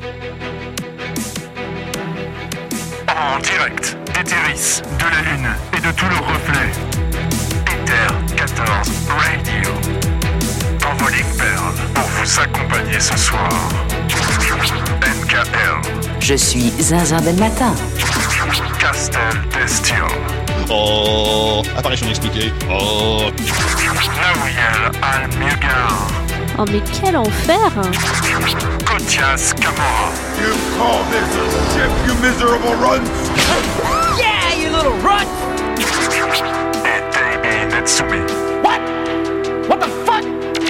En direct d'Etheris, de la Lune et de tous leurs reflets. Ether 14 Radio. Envoling Pearl pour vous accompagner ce soir. NKL. Je suis Zinzin Ben Matin. Castel Destiel. Oh, apparition expliquée. Oh. Nawiel Al-Mugar. Oh mais quel enfer! Kotias Kamara. You call this a ship, you miserable runt! Yeah, you little runt! Et Davey Netsumi. What? What the fuck?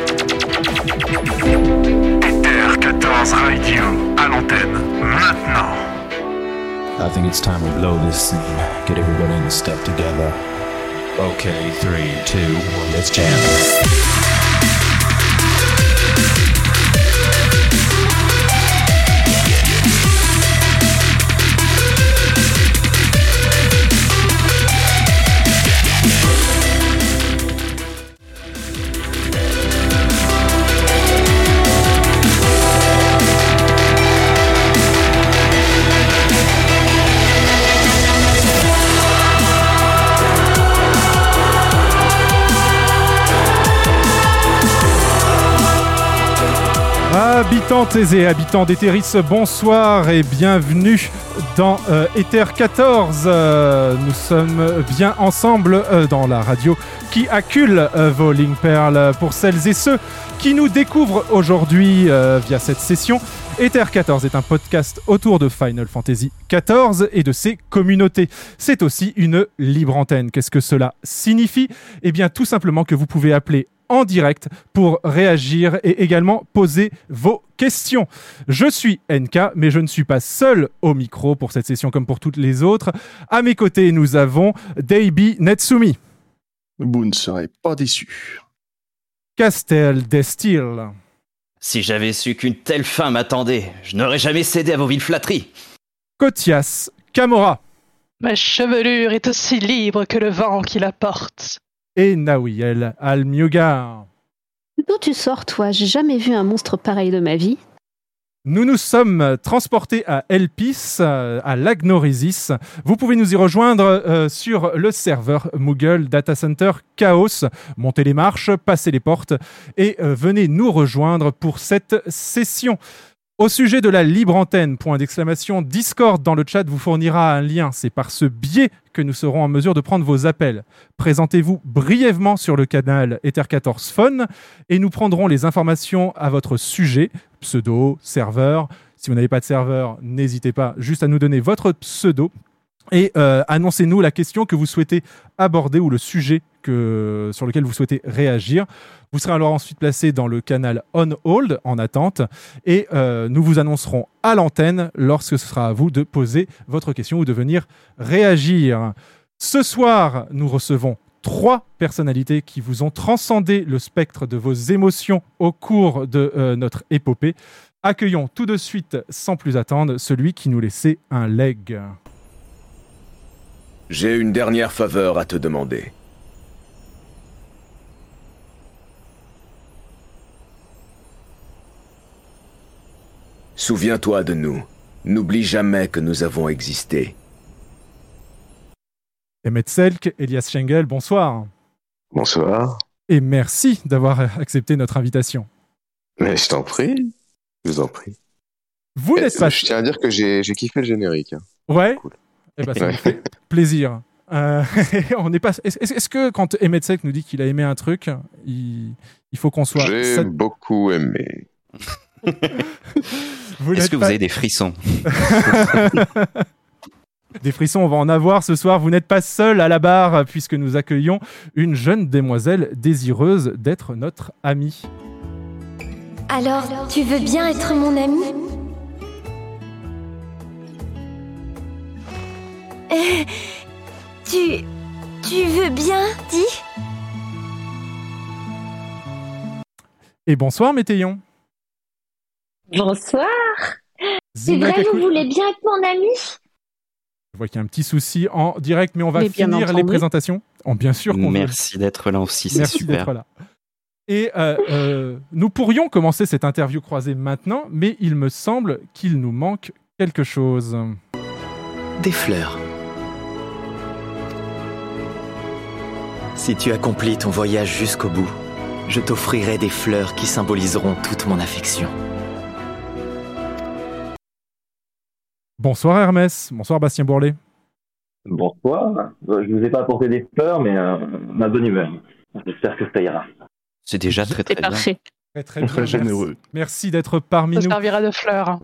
Ether 14 Radio à l'antenne maintenant. I think it's time we blow this scene. Get everybody in the step together. Okay, 3, 2, 1, let's jam. Habitantes et habitants d'Etheris, bonsoir et bienvenue dans Ether 14. Nous sommes bien ensemble dans la radio qui accule Envoling Pearl. Pour celles et ceux qui nous découvrent aujourd'hui via cette session, Ether 14 est un podcast autour de Final Fantasy XIV et de ses communautés. C'est aussi une libre antenne. Qu'est-ce que cela signifie ? Eh bien, tout simplement que vous pouvez appeler en direct pour réagir et également poser vos questions. Je suis NK, mais je ne suis pas seul au micro pour cette session comme pour toutes les autres. À mes côtés, nous avons Davey Netsumi. Vous ne serez pas déçus. Castel Destiel. Si j'avais su qu'une telle fin m'attendait, je n'aurais jamais cédé à vos viles flatteries. Kotias Kamora. Ma chevelure est aussi libre que le vent qui la porte. Et Nawiel Al-Mugar. D'où tu sors, toi? J'ai jamais vu un monstre pareil de ma vie. Nous nous sommes transportés à Elpis, à Lagnorisis. Vous pouvez nous y rejoindre sur le serveur Moogle Data Center Chaos. Montez les marches, passez les portes et venez nous rejoindre pour cette session. Au sujet de la libre antenne, Discord dans le chat vous fournira un lien. C'est par ce biais que nous serons en mesure de prendre vos appels. Présentez-vous brièvement sur le canal Ether 14 Phone et nous prendrons les informations à votre sujet, pseudo, serveur. Si vous n'avez pas de serveur, n'hésitez pas juste à nous donner votre pseudo et annoncez-nous la question que vous souhaitez aborder ou le sujet sur lequel vous souhaitez réagir. Vous serez alors ensuite placé dans le canal On Hold, en attente, et nous vous annoncerons à l'antenne lorsque ce sera à vous de poser votre question ou de venir réagir. Ce soir, nous recevons 3 personnalités qui vous ont transcendé le spectre de vos émotions au cours de notre épopée. Accueillons tout de suite, sans plus attendre, celui qui nous laissait un leg. J'ai une dernière faveur à te demander. Souviens-toi de nous. N'oublie jamais que nous avons existé. Emmet Selk, Elias Schengel, bonsoir. Bonsoir. Et merci d'avoir accepté notre invitation. Mais je t'en prie. Je vous en prie. Vous n'êtes pas... Je tiens à dire que j'ai kiffé le générique. Ouais. Cool. Eh ben, ça me fait plaisir. On n'est pas... Est-ce que quand Emmet Selk nous dit qu'il a aimé un truc, il faut qu'on soit... J'ai beaucoup aimé. Est-ce que vous avez des frissons? Des frissons, on va en avoir ce soir. Vous n'êtes pas seul à la barre puisque nous accueillons une jeune demoiselle désireuse d'être notre amie. Alors, tu veux bien être mon amie? Tu veux bien, dis? Et bonsoir Météion. Bonsoir. C'est vrai, vous voulez bien être mon ami? Je vois qu'il y a un petit souci en direct, mais on va finir les présentations. Bien sûr qu'on Merci d'être là aussi, c'est Merci super. D'être là. Et nous pourrions commencer cette interview croisée maintenant, mais il me semble qu'il nous manque quelque chose. Des fleurs. Si tu accomplis ton voyage jusqu'au bout, je t'offrirai des fleurs qui symboliseront toute mon affection. Bonsoir Hermès, bonsoir Bastien Bourlet. Bonsoir, je vous ai pas apporté des fleurs, mais ma bonne humeur. J'espère que ça ira. C'est déjà très très bien. Parfait. Très bien. Très généreux. Merci d'être parmi nous. Ça servira de fleurs.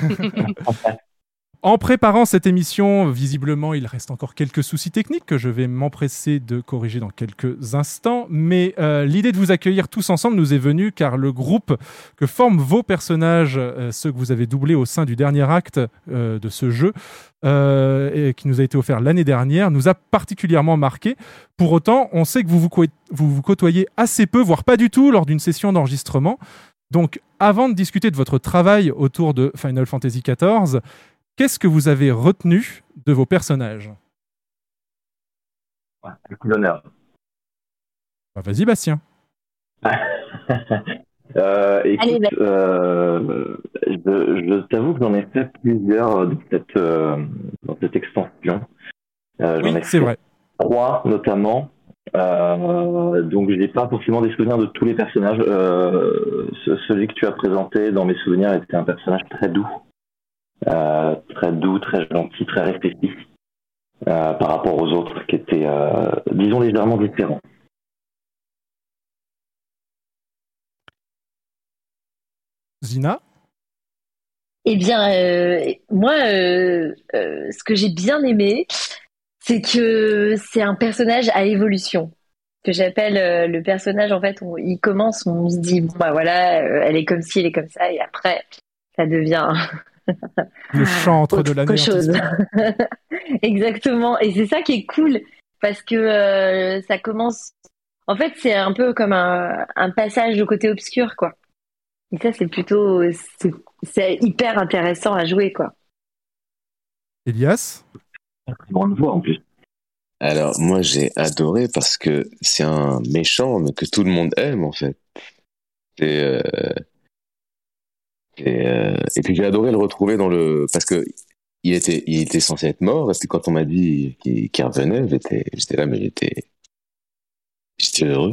En préparant cette émission, visiblement, il reste encore quelques soucis techniques que je vais m'empresser de corriger dans quelques instants. Mais l'idée de vous accueillir tous ensemble nous est venue car le groupe que forment vos personnages, ceux que vous avez doublés au sein du dernier acte de ce jeu, et qui nous a été offert l'année dernière, nous a particulièrement marqué. Pour autant, on sait que vous vous côtoyez assez peu, voire pas du tout, lors d'une session d'enregistrement. Donc, avant de discuter de votre travail autour de Final Fantasy XIV, qu'est-ce que vous avez retenu de vos personnages ? Avec l'honneur. Bah, vas-y, Bastien. Écoute, je t'avoue que j'en ai fait plusieurs dans cette extension. Oui, c'est vrai. 3 notamment. Donc je n'ai pas forcément des souvenirs de tous les personnages. Celui que tu as présenté dans mes souvenirs était un personnage très doux. Très doux, très gentil, très réfléchi par rapport aux autres qui étaient, disons, légèrement différents. Zina ? Eh bien, moi, ce que j'ai bien aimé, c'est que c'est un personnage à évolution. Que j'appelle le personnage, en fait, il commence, on se dit, bon, bah voilà, elle est comme ci, elle est comme ça, et après, ça devient... le chantre de l'année. Chose. Exactement. Et c'est ça qui est cool parce que ça commence. En fait, c'est un peu comme un passage au côté obscur, quoi. Et ça, c'est plutôt, c'est hyper intéressant à jouer, quoi. Elias ? Grande voix en plus. Alors moi j'ai adoré parce que c'est un méchant mais que tout le monde aime en fait. Et puis j'ai adoré le retrouver parce que il était censé être mort. Parce que quand on m'a dit qu'il revenait, j'étais là, mais j'étais heureux.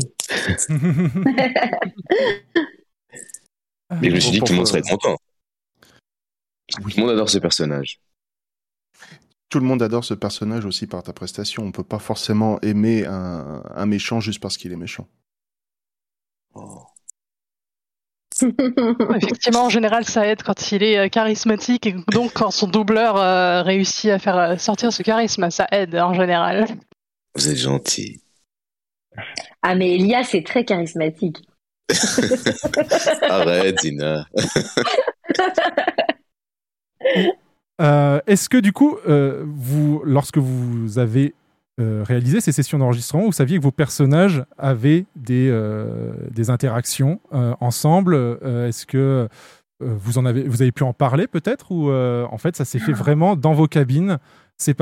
Mais je me suis dit que tout le monde serait content. Oui. Tout le monde adore ce personnage. Tout le monde adore ce personnage aussi par ta prestation. On peut pas forcément aimer un méchant juste parce qu'il est méchant. Oh. Effectivement, en général, ça aide quand il est charismatique et donc quand son doubleur réussit à faire sortir ce charisme, ça aide en général. Vous êtes gentil. Ah, mais Elias est très charismatique. Arrête, Dina. Est-ce que du coup, lorsque vous avez réalisé ces sessions d'enregistrement, vous saviez que vos personnages avaient des interactions ensemble. Est-ce que vous avez pu en parler peut-être ou en fait ça s'est fait vraiment dans vos cabines séparément ?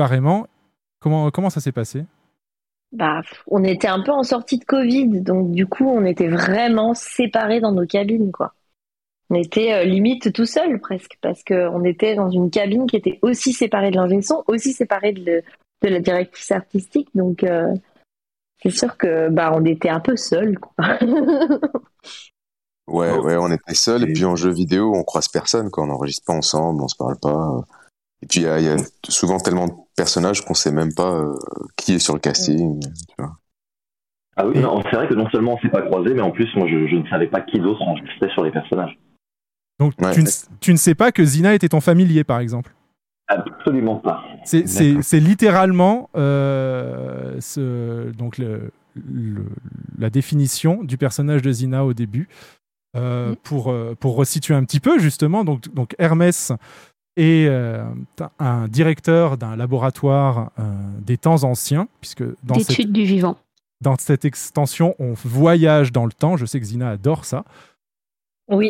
Comment ça s'est passé ? Bah, on était un peu en sortie de Covid, donc du coup on était vraiment séparés dans nos cabines, quoi. On était limite tout seuls presque, parce qu'on était dans une cabine qui était aussi séparée de l'ingé son, aussi séparée de la directrice artistique, donc c'est sûr que on était un peu seuls, quoi. Ouais, on était seuls, et puis en jeu vidéo, on croise personne, quoi. On n'enregistre pas ensemble, on se parle pas. Et puis il y a souvent tellement de personnages qu'on sait même pas qui est sur le casting. Tu vois. Ah oui, non, c'est vrai que non seulement on s'est pas croisés, mais en plus moi je ne savais pas qui d'autre enregistrait sur les personnages. Donc tu ne sais pas que Zina était ton familier, par exemple ? Absolument pas. C'est littéralement donc la définition du personnage de Zina au début. Pour resituer un petit peu, justement, donc Hermès est un directeur d'un laboratoire des temps anciens, puisque d'études du vivant. Dans cette extension, on voyage dans le temps. Je sais que Zina adore ça. Oui.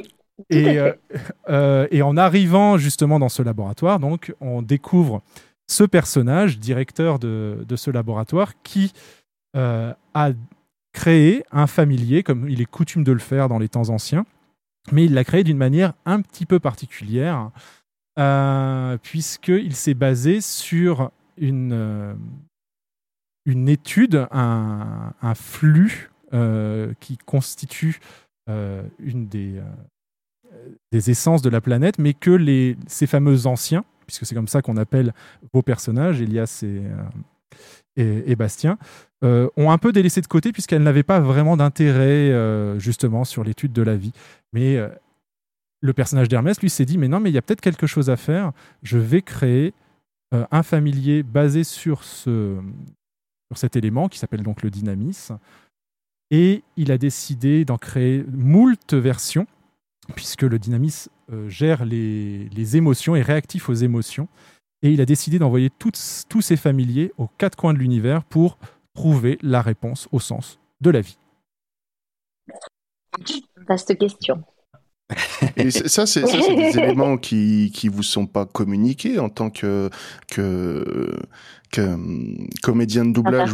Et en arrivant justement dans ce laboratoire, donc, on découvre ce personnage, directeur de ce laboratoire, qui a créé un familier, comme il est coutume de le faire dans les temps anciens, mais il l'a créé d'une manière un petit peu particulière, puisqu'il s'est basé sur une étude, un flux qui constitue une des essences de la planète, mais que ces fameux anciens, puisque c'est comme ça qu'on appelle vos personnages, Elias et Bastien, ont un peu délaissé de côté puisqu'elles n'avaient pas vraiment d'intérêt justement sur l'étude de la vie. Mais le personnage d'Hermès, lui, s'est dit, mais non, mais il y a peut-être quelque chose à faire, je vais créer un familier basé sur cet élément qui s'appelle donc le dynamis, et il a décidé d'en créer moult versions, puisque le dynamis gère les émotions, est réactif aux émotions, et il a décidé d'envoyer tous ses familiers aux 4 coins de l'univers pour trouver la réponse au sens de la vie. Vaste question. Et ça, c'est des éléments qui vous sont pas communiqués en tant que comédien de doublage.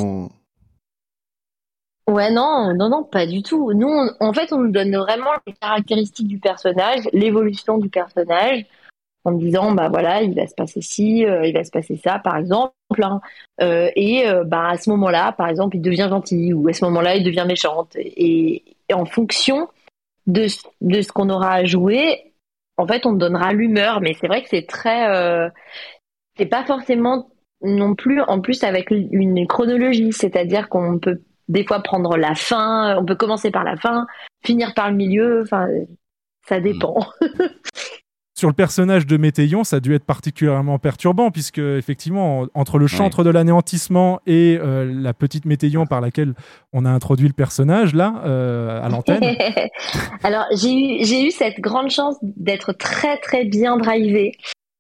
Ouais, non, pas du tout. Nous, en fait, on nous donne vraiment les caractéristiques du personnage, l'évolution du personnage, en me disant, bah voilà, il va se passer ci, il va se passer ça, par exemple. Hein. À ce moment-là, par exemple, il devient gentil, ou à ce moment-là, il devient méchante. Et en fonction de ce qu'on aura à jouer, en fait, on donnera l'humeur. Mais c'est vrai que c'est très... c'est pas forcément non plus, en plus, avec une chronologie. C'est-à-dire qu'on peut des fois prendre la fin, on peut commencer par la fin, finir par le milieu, enfin, ça dépend. Sur le personnage de Météion, ça a dû être particulièrement perturbant, puisque effectivement, entre le chantre de l'anéantissement et la petite Météion par laquelle on a introduit le personnage, là, à l'antenne. Alors, j'ai eu cette grande chance d'être très, très bien drivée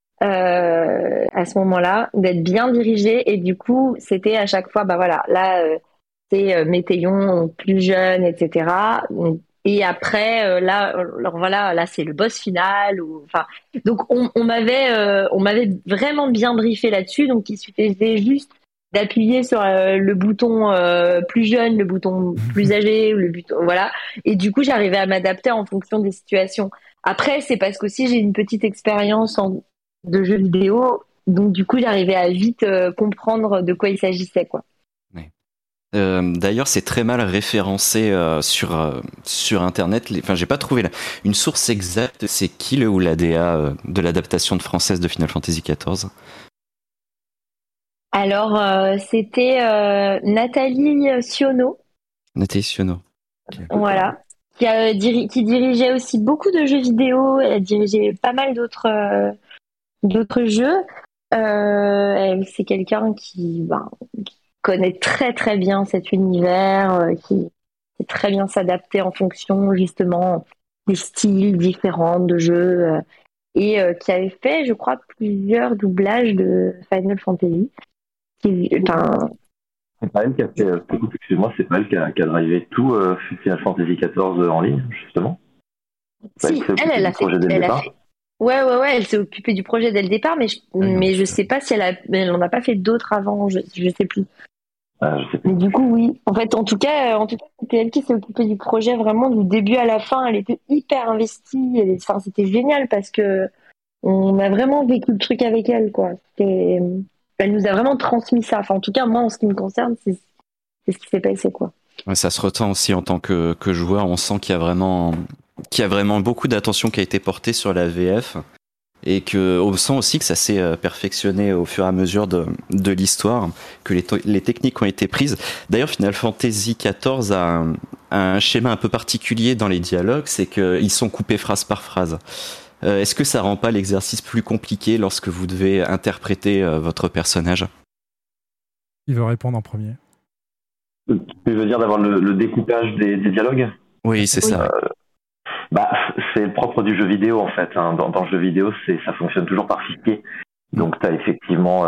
à ce moment-là, d'être bien dirigée, et du coup, c'était à chaque fois, bah voilà, là, c'est Météion plus jeune, etc. Et après, là, c'est le boss final. Donc on m'avait vraiment bien briefé là-dessus. Donc il suffisait juste d'appuyer sur le bouton plus jeune, le bouton plus âgé, le bouton voilà. Et du coup, j'arrivais à m'adapter en fonction des situations. Après, c'est parce qu'aussi j'ai une petite expérience de jeux vidéo, donc du coup, j'arrivais à vite comprendre de quoi il s'agissait, quoi. D'ailleurs, c'est très mal référencé sur Internet. J'ai pas trouvé une source exacte. C'est qui le ou la DA de l'adaptation française de Final Fantasy XIV? Alors, c'était Nathalie Sionneau. Nathalie Sionneau. Okay. Voilà. Qui dirigeait aussi beaucoup de jeux vidéo. Elle a dirigé pas mal d'autres jeux. C'est quelqu'un qui connaît très très bien cet univers, qui sait très bien s'adapter en fonction justement des styles différents de jeux, et qui avait fait, je crois, plusieurs doublages de Final Fantasy. C'est pas elle qui a fait, excuse-moi, c'est pas elle qui a drivé tout Final Fantasy XIV en ligne, justement. Si, elle a fait. Ouais, elle s'est occupée du projet dès le départ, mais je sais pas si elle en a pas fait d'autres avant, je sais plus. Mais du coup, oui. En tout cas, c'était elle qui s'est occupée du projet vraiment du début à la fin. Elle était hyper investie. C'était génial parce que on a vraiment vécu le truc avec elle, quoi. Elle nous a vraiment transmis ça. En tout cas, moi, en ce qui me concerne, c'est ce qui s'est passé, quoi. Ouais, ça se ressent aussi en tant que joueur. On sent qu'il y a vraiment beaucoup d'attention qui a été portée sur la VF. Et on sent aussi que ça s'est perfectionné au fur et à mesure de l'histoire, que les techniques ont été prises. D'ailleurs, Final Fantasy XIV a un schéma un peu particulier dans les dialogues, c'est qu'ils sont coupés phrase par phrase. Est-ce que ça rend pas l'exercice plus compliqué lorsque vous devez interpréter votre personnage? Il veut répondre en premier. Tu veux dire d'avoir le découpage des dialogues? Oui, c'est ça. C'est le propre du jeu vidéo, en fait. Hein. Dans le jeu vidéo, ça fonctionne toujours par fichier. Donc, t'as effectivement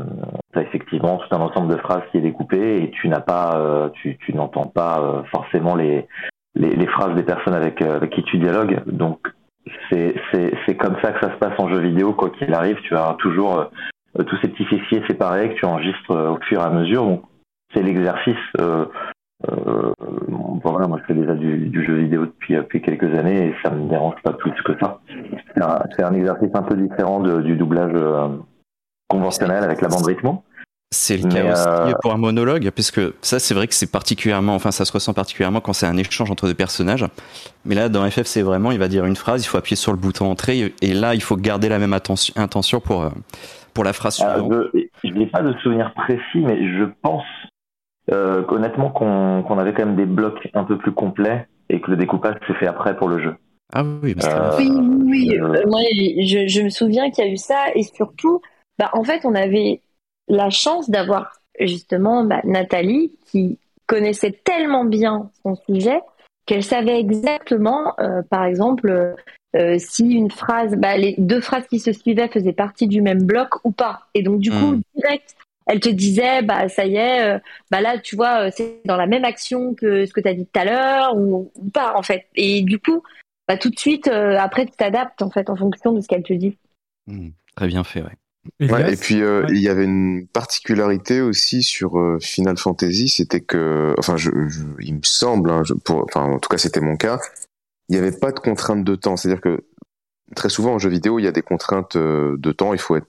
tout un ensemble de phrases qui est découpé et tu n'entends pas forcément les phrases des personnes avec qui tu dialogues. Donc, c'est comme ça que ça se passe en jeu vidéo. Quoi qu'il arrive, tu as toujours tous ces petits fichiers séparés que tu enregistres au fur et à mesure. Donc, c'est l'exercice Voilà, moi je fais déjà du jeu vidéo depuis quelques années et ça me dérange pas plus que ça. C'est un exercice un peu différent du doublage conventionnel avec la bande rythmo. C'est le cas aussi pour un monologue, puisque ça c'est vrai que c'est particulièrement, enfin ça se ressent particulièrement quand c'est un échange entre deux personnages. Mais là dans FF c'est vraiment, il va dire une phrase, il faut appuyer sur le bouton entrée et là il faut garder la même intention pour la phrase suivante. Je n'ai pas de souvenir précis, mais je pense honnêtement qu'on avait quand même des blocs un peu plus complets et que le découpage s'est fait après pour le jeu. Ah oui, oui. Moi, je me souviens qu'il y a eu ça et surtout, en fait, on avait la chance d'avoir justement Nathalie qui connaissait tellement bien son sujet qu'elle savait exactement, par exemple, si une phrase, les deux phrases qui se suivaient faisaient partie du même bloc ou pas. Et donc du coup, direct, elle te disait, ça y est, là, tu vois, c'est dans la même action que ce que tu as dit tout à l'heure ou pas, en fait. Et du coup, tout de suite, après, tu t'adaptes, en fait, en fonction de ce qu'elle te dit. Très bien fait, ouais. Et puis, il y avait une particularité aussi sur Final Fantasy, c'était que, il me semble, en tout cas, c'était mon cas, il n'y avait pas de contrainte de temps. C'est-à-dire que, très souvent, en jeu vidéo, il y a des contraintes de temps, il faut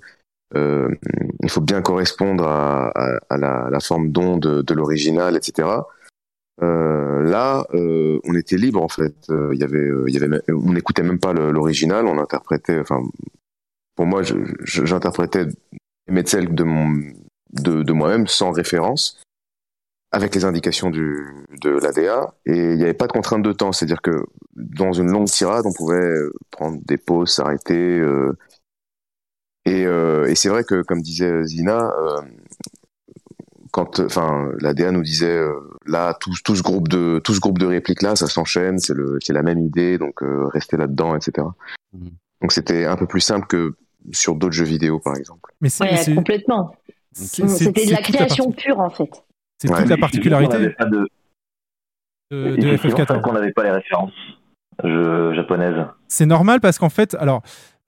bien correspondre à la forme d'onde de l'original, etc. Là, on était libre en fait. On n'écoutait même pas l'original, on interprétait. Enfin, pour moi, j'interprétais Metzel de moi-même sans référence, avec les indications de l'ADA, et il n'y avait pas de contrainte de temps. C'est-à-dire que dans une longue tirade, on pouvait prendre des pauses, s'arrêter. Et c'est vrai que, comme disait Zina, quand l'ADA nous disait là tout ce groupe de répliques là, ça s'enchaîne, c'est la même idée, donc restez là-dedans, etc. Donc c'était un peu plus simple que sur d'autres jeux vidéo, par exemple. Mais complètement. C'était de la création pure, en fait. C'est toute la particularité de FF14. On n'avait pas les références japonaises. C'est normal parce qu'en fait, alors.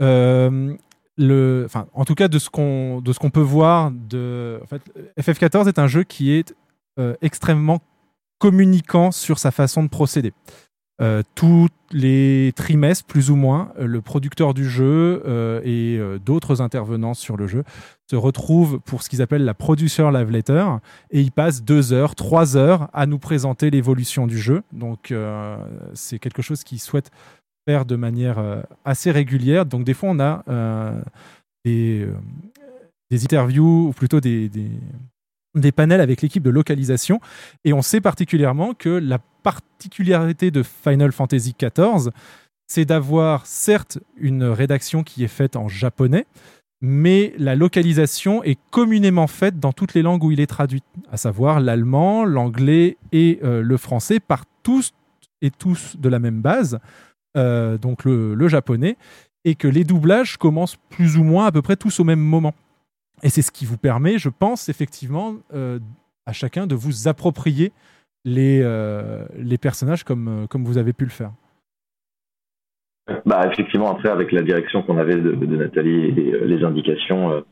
En tout cas de ce qu'on peut voir FF14 est un jeu qui est extrêmement communicant sur sa façon de procéder. Tous les trimestres, plus ou moins, le producteur du jeu et d'autres intervenants sur le jeu se retrouvent pour ce qu'ils appellent la Producer Love Letter et ils passent 2 heures, 3 heures à nous présenter l'évolution du jeu. Donc c'est quelque chose qu'ils souhaitent faire de manière assez régulière. Donc des fois on a des interviews ou plutôt des panels avec l'équipe de localisation et on sait particulièrement que la particularité de Final Fantasy XIV c'est d'avoir certes une rédaction qui est faite en japonais mais la localisation est communément faite dans toutes les langues où il est traduit, à savoir l'allemand, l'anglais et le français par tous de la même base. Donc le japonais, et que les doublages commencent plus ou moins à peu près tous au même moment. Et c'est ce qui vous permet, je pense, effectivement, à chacun de vous approprier les personnages comme vous avez pu le faire. Effectivement, après, avec la direction qu'on avait de Nathalie et les indications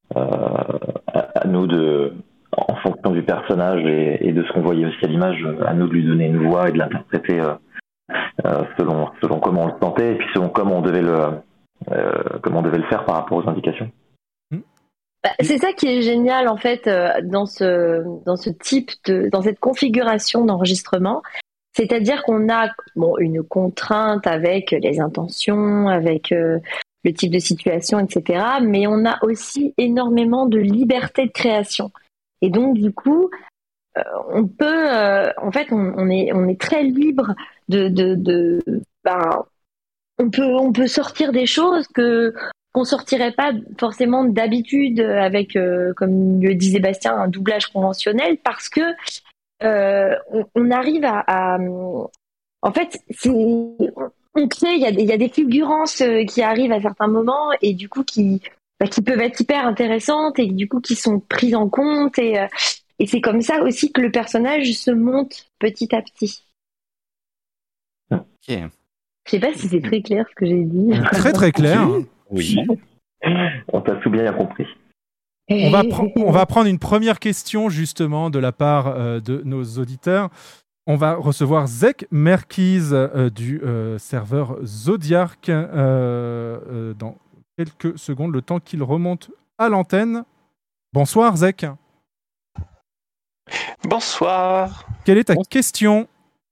à nous en fonction du personnage et de ce qu'on voyait aussi à l'image, à nous de lui donner une voix et de l'interpréter selon comment on le sentait et puis selon comment on devait le faire par rapport aux indications. C'est ça qui est génial en fait dans ce type dans cette configuration d'enregistrement, c'est-à-dire qu'on a une contrainte avec les intentions, avec le type de situation, etc. Mais on a aussi énormément de liberté de création et donc du coup on peut en fait on est très libre on peut sortir des choses qu'on sortirait pas forcément d'habitude avec comme le disait Bastien, un doublage conventionnel, parce que on arrive à en fait on crée, il y a des fulgurances qui arrivent à certains moments et du coup qui peuvent être hyper intéressantes et du coup qui sont prises en compte et c'est comme ça aussi que le personnage se monte petit à petit. Ok. Je sais pas si c'est très clair ce que j'ai dit. Très très clair. Oui. On t'a tout bien compris. On va prendre une première question justement de la part de nos auditeurs. On va recevoir Zek Merkiz du serveur Zodiac dans quelques secondes, le temps qu'il remonte à l'antenne. Bonsoir Zek. Bonsoir. Quelle est ta question ?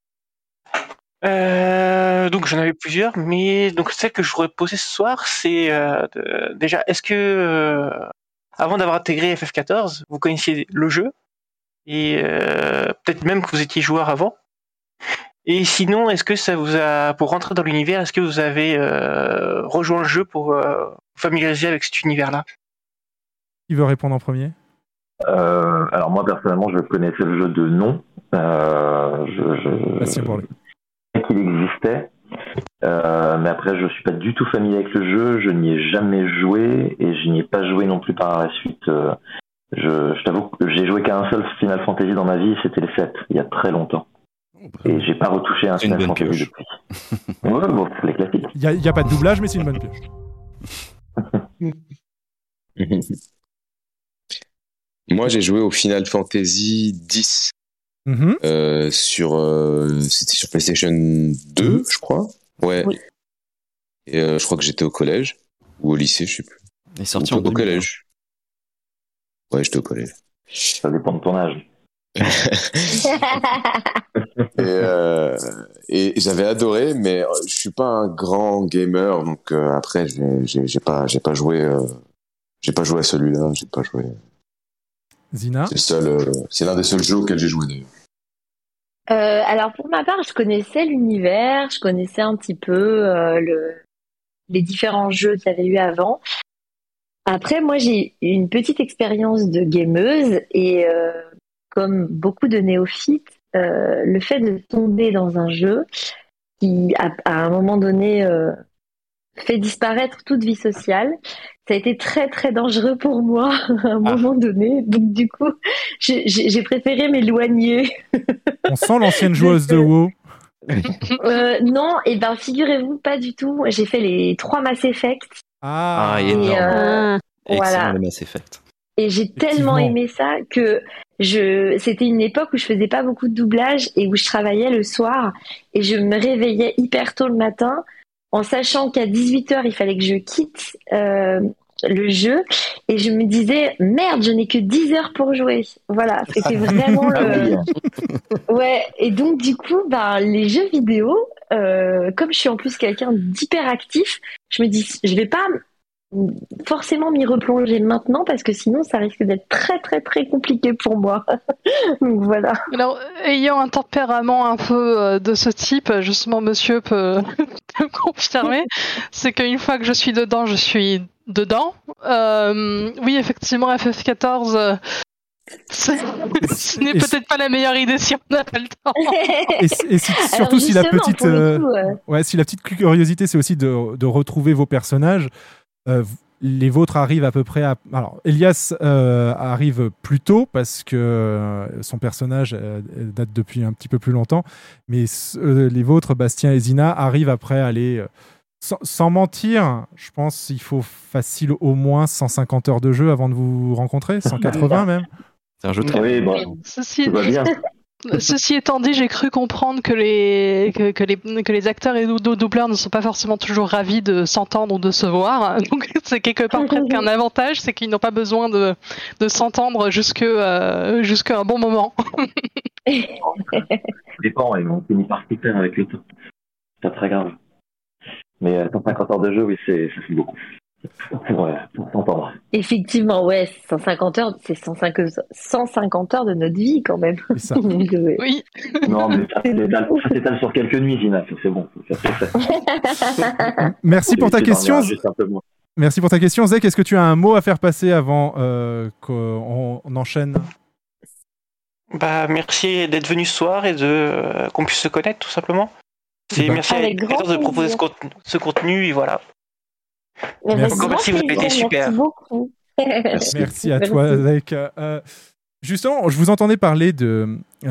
Donc j'en avais plusieurs, mais donc celle que je voudrais poser ce soir, c'est déjà, est-ce que avant d'avoir intégré FF14, vous connaissiez le jeu et peut-être même que vous étiez joueur avant? Et sinon, est-ce que ça vous a, pour rentrer dans l'univers, est-ce que vous avez rejoint le jeu pour vous familiariser avec cet univers-là? Qui veut répondre en premier? Alors moi personnellement, je connaissais le jeu de nom. Merci pour lui. Qu'il existait, mais après je suis pas du tout familier avec le jeu, je n'y ai jamais joué et je n'y ai pas joué non plus par la suite. Je t'avoue que j'ai joué qu'à un seul Final Fantasy dans ma vie, c'était le 7, il y a très longtemps. Et j'ai pas retouché un Final Fantasy depuis. Ouais, bon, les classiques. Il y a pas de doublage, mais c'est une bonne pioche. Moi, j'ai joué au Final Fantasy X. C'était sur PlayStation 2, je crois. Ouais. Oui. Et je crois que j'étais au collège ou au lycée, je sais plus. Il est sorti au collège. Ouais, j'étais au collège. Ça dépend de ton âge. Et j'avais adoré, mais je suis pas un grand gamer, donc après j'ai pas joué à celui-là, j'ai pas joué. Zina, c'est l'un des seuls jeux auxquels j'ai joué d'ailleurs. Alors pour ma part, je connaissais l'univers, je connaissais un petit peu les différents jeux qu'il y avait eu avant. Après, moi, j'ai une petite expérience de gameuse et comme beaucoup de néophytes, le fait de tomber dans un jeu qui, à un moment donné, fait disparaître toute vie sociale, ça a été très très dangereux pour moi à un moment donné. Donc du coup, j'ai préféré m'éloigner. On sent l'ancienne joueuse de WoW. Non, et ben figurez-vous pas du tout. J'ai fait les 3 Mass Effect. Énorme. Voilà. Le Mass Effect. Et j'ai tellement aimé ça que c'était une époque où je faisais pas beaucoup de doublage et où je travaillais le soir et je me réveillais hyper tôt le matin en sachant qu'à 18h, il fallait que je quitte le jeu et je me disais merde, je n'ai que 10 heures pour jouer. Voilà, c'était vraiment Ouais, et donc du coup, les jeux vidéo, comme je suis en plus quelqu'un d'hyperactif, je me dis je vais pas forcément m'y replonger maintenant parce que sinon ça risque d'être très très très compliqué pour moi. Donc voilà. Alors ayant un tempérament un peu de ce type, justement monsieur peut confirmer, c'est qu'une fois que je suis dedans, je suis dedans. Oui, effectivement, FF14 ce n'est peut-être pas la meilleure idée si on n'a pas le temps. Et surtout si la petite si la petite curiosité c'est aussi de retrouver vos personnages. Les vôtres arrivent à peu près à... Alors, Elias arrive plus tôt parce que son personnage date depuis un petit peu plus longtemps, mais les vôtres, Bastien et Zina, arrivent après à aller... sans mentir, je pense qu'il faut facile au moins 150 heures de jeu avant de vous rencontrer, 180 même. C'est un jeu très... Oui, bien. Ceci étant dit, j'ai cru comprendre que les acteurs et doubleurs ne sont pas forcément toujours ravis de s'entendre ou de se voir. Donc c'est quelque part presque un avantage, c'est qu'ils n'ont pas besoin de s'entendre jusqu'à un bon moment. Ça dépend, ils vont finir par quitter avec le temps. C'est pas très grave. Mais 150 heures de jeu, oui, ça fait beaucoup. Ouais, pour s'entendre. Effectivement, ouais, 150 heures, c'est 150 heures de notre vie quand même. C'est ça. Donc, oui. Non, mais ça s'étale sur quelques nuits, Zina, c'est bon. Merci pour ta question. Merci pour ta question, Zek. Est-ce que tu as un mot à faire passer avant qu'on enchaîne ? Merci d'être venu ce soir et qu'on puisse se connaître tout simplement. Merci à l'éditeur de proposer ce contenu et voilà. Encore merci, vous avez été super. Merci beaucoup. Merci à toi, Zek. Justement, je vous entendais parler des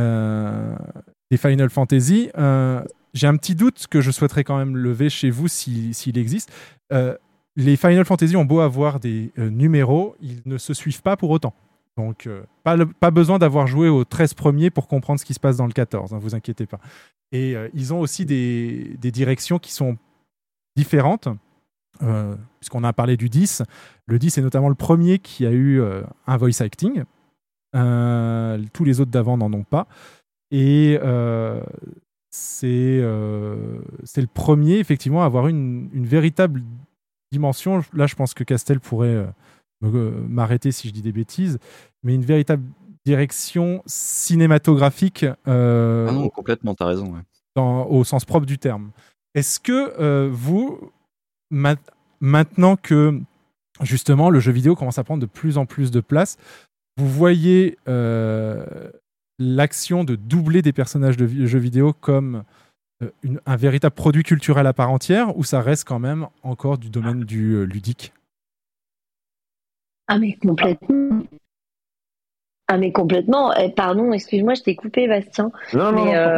Final Fantasy. J'ai un petit doute que je souhaiterais quand même lever chez vous s'il existe. les Final Fantasy ont beau avoir des numéros, ils ne se suivent pas pour autant. Donc, pas besoin d'avoir joué aux 13 premiers pour comprendre ce qui se passe dans le 14, hein, vous inquiétez pas. Et ils ont aussi des directions qui sont différentes, puisqu'on a parlé du 10. Le 10 est notamment le premier qui a eu un voice acting. Tous les autres d'avant n'en ont pas. Et c'est le premier, effectivement, à avoir une véritable dimension. Là, je pense que Castel pourrait m'arrêter si je dis des bêtises, mais une véritable direction cinématographique. Ah non, complètement, t'as raison. Ouais. Au sens propre du terme. Est-ce que vous, maintenant que justement le jeu vidéo commence à prendre de plus en plus de place, vous voyez l'action de doubler des personnages de jeux vidéo comme un véritable produit culturel à part entière, ou ça reste quand même encore du domaine du ludique? Ah mais complètement. Ah mais complètement. Pardon, excuse-moi, je t'ai coupé, Bastien. Non.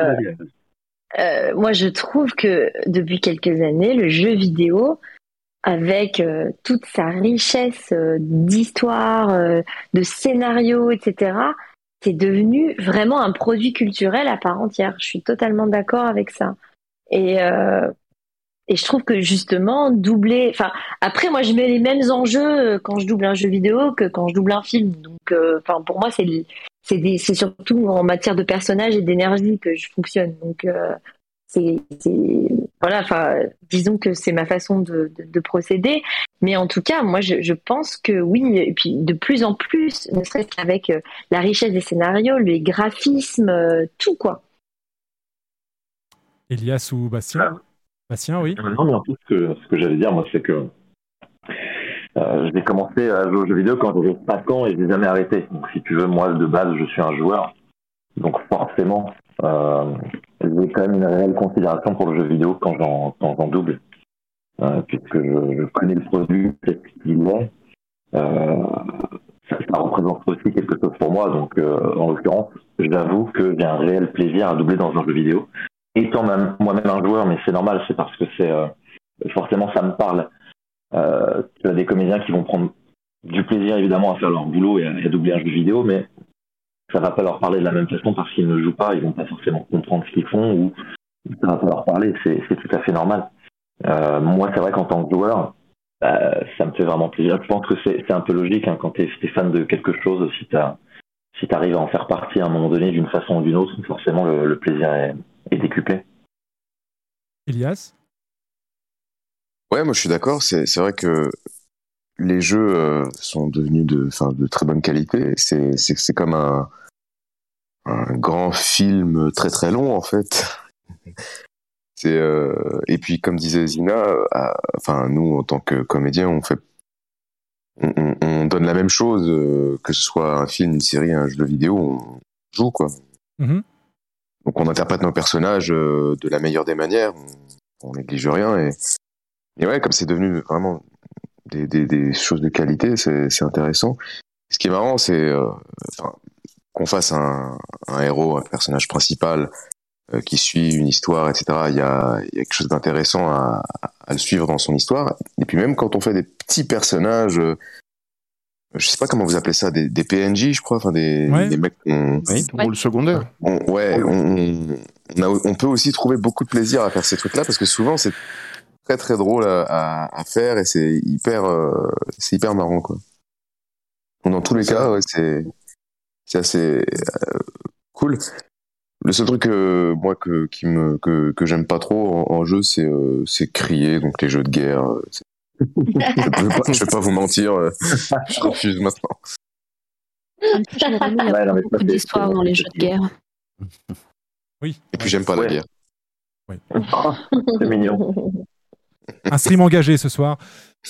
Moi, je trouve que depuis quelques années, le jeu vidéo, avec toute sa richesse d'histoire, de scénarios, etc., c'est devenu vraiment un produit culturel à part entière. Je suis totalement d'accord avec ça. Et je trouve que justement, doubler... Enfin, après, moi, je mets les mêmes enjeux quand je double un jeu vidéo que quand je double un film. Donc, pour moi, c'est surtout en matière de personnages et d'énergie que je fonctionne. Donc, voilà, disons que c'est ma façon de procéder. Mais en tout cas, moi, je pense que oui, et puis de plus en plus, ne serait-ce qu'avec la richesse des scénarios, les graphismes, tout, quoi. Elias ou Bastien? Bastien, oui. Non, mais en plus, ce que j'allais dire, moi, c'est que j'ai commencé à jouer aux jeux vidéo quand j'avais 5 ans et je n'ai jamais arrêté. Donc, si tu veux, moi, de base, je suis un joueur. Donc, forcément, j'ai quand même une réelle considération pour le jeu vidéo quand j'en double. Puisque je connais le produit, qu'est-ce qu'il est. Ça représente aussi quelque chose pour moi. Donc, en l'occurrence, j'avoue que j'ai un réel plaisir à doubler dans un jeu vidéo. Étant moi-même un joueur, mais c'est normal, c'est parce que forcément ça me parle. Tu as des comédiens qui vont prendre du plaisir évidemment à faire leur boulot et à doubler un jeu vidéo, mais ça va pas leur parler de la même façon parce qu'ils ne jouent pas, ils vont pas forcément comprendre ce qu'ils font ou ça va pas leur parler, c'est tout à fait normal. Moi, c'est vrai qu'en tant que joueur, ça me fait vraiment plaisir. Je pense que c'est un peu logique, hein, quand t'es fan de quelque chose, si t'arrives à en faire partie à un moment donné d'une façon ou d'une autre, forcément le plaisir est décuplé. Elias? Ouais, moi je suis d'accord. C'est vrai que les jeux sont devenus de très bonne qualité. C'est comme un grand film très très long en fait. Et puis comme disait Zina, nous en tant que comédiens, on donne la même chose, que ce soit un film, une série, un jeu vidéo, on joue quoi. Mm-hmm. Donc on interprète nos personnages de la meilleure des manières, on néglige rien et ouais, comme c'est devenu vraiment des choses de qualité, c'est intéressant. Ce qui est marrant, c'est qu'on fasse un héros, un personnage principal qui suit une histoire, etc. Il y a quelque chose d'intéressant à le suivre dans son histoire. Et puis même quand on fait des petits personnages, je sais pas comment vous appelez ça, des PNJ, je crois, des mecs rôle secondaire. On peut aussi trouver beaucoup de plaisir à faire ces trucs-là parce que souvent c'est très très drôle à faire et c'est hyper marrant quoi. Donc, dans tous les cas, ouais, c'est assez cool. Le seul truc moi que j'aime pas trop en jeu, c'est crier, donc les jeux de guerre. Je vais pas vous mentir, je refuse maintenant. Généralement, il y a beaucoup d'histoires dans les jeux de guerre. Oui. Et puis j'aime pas la guerre. Oui. C'est mignon. Un stream engagé ce soir.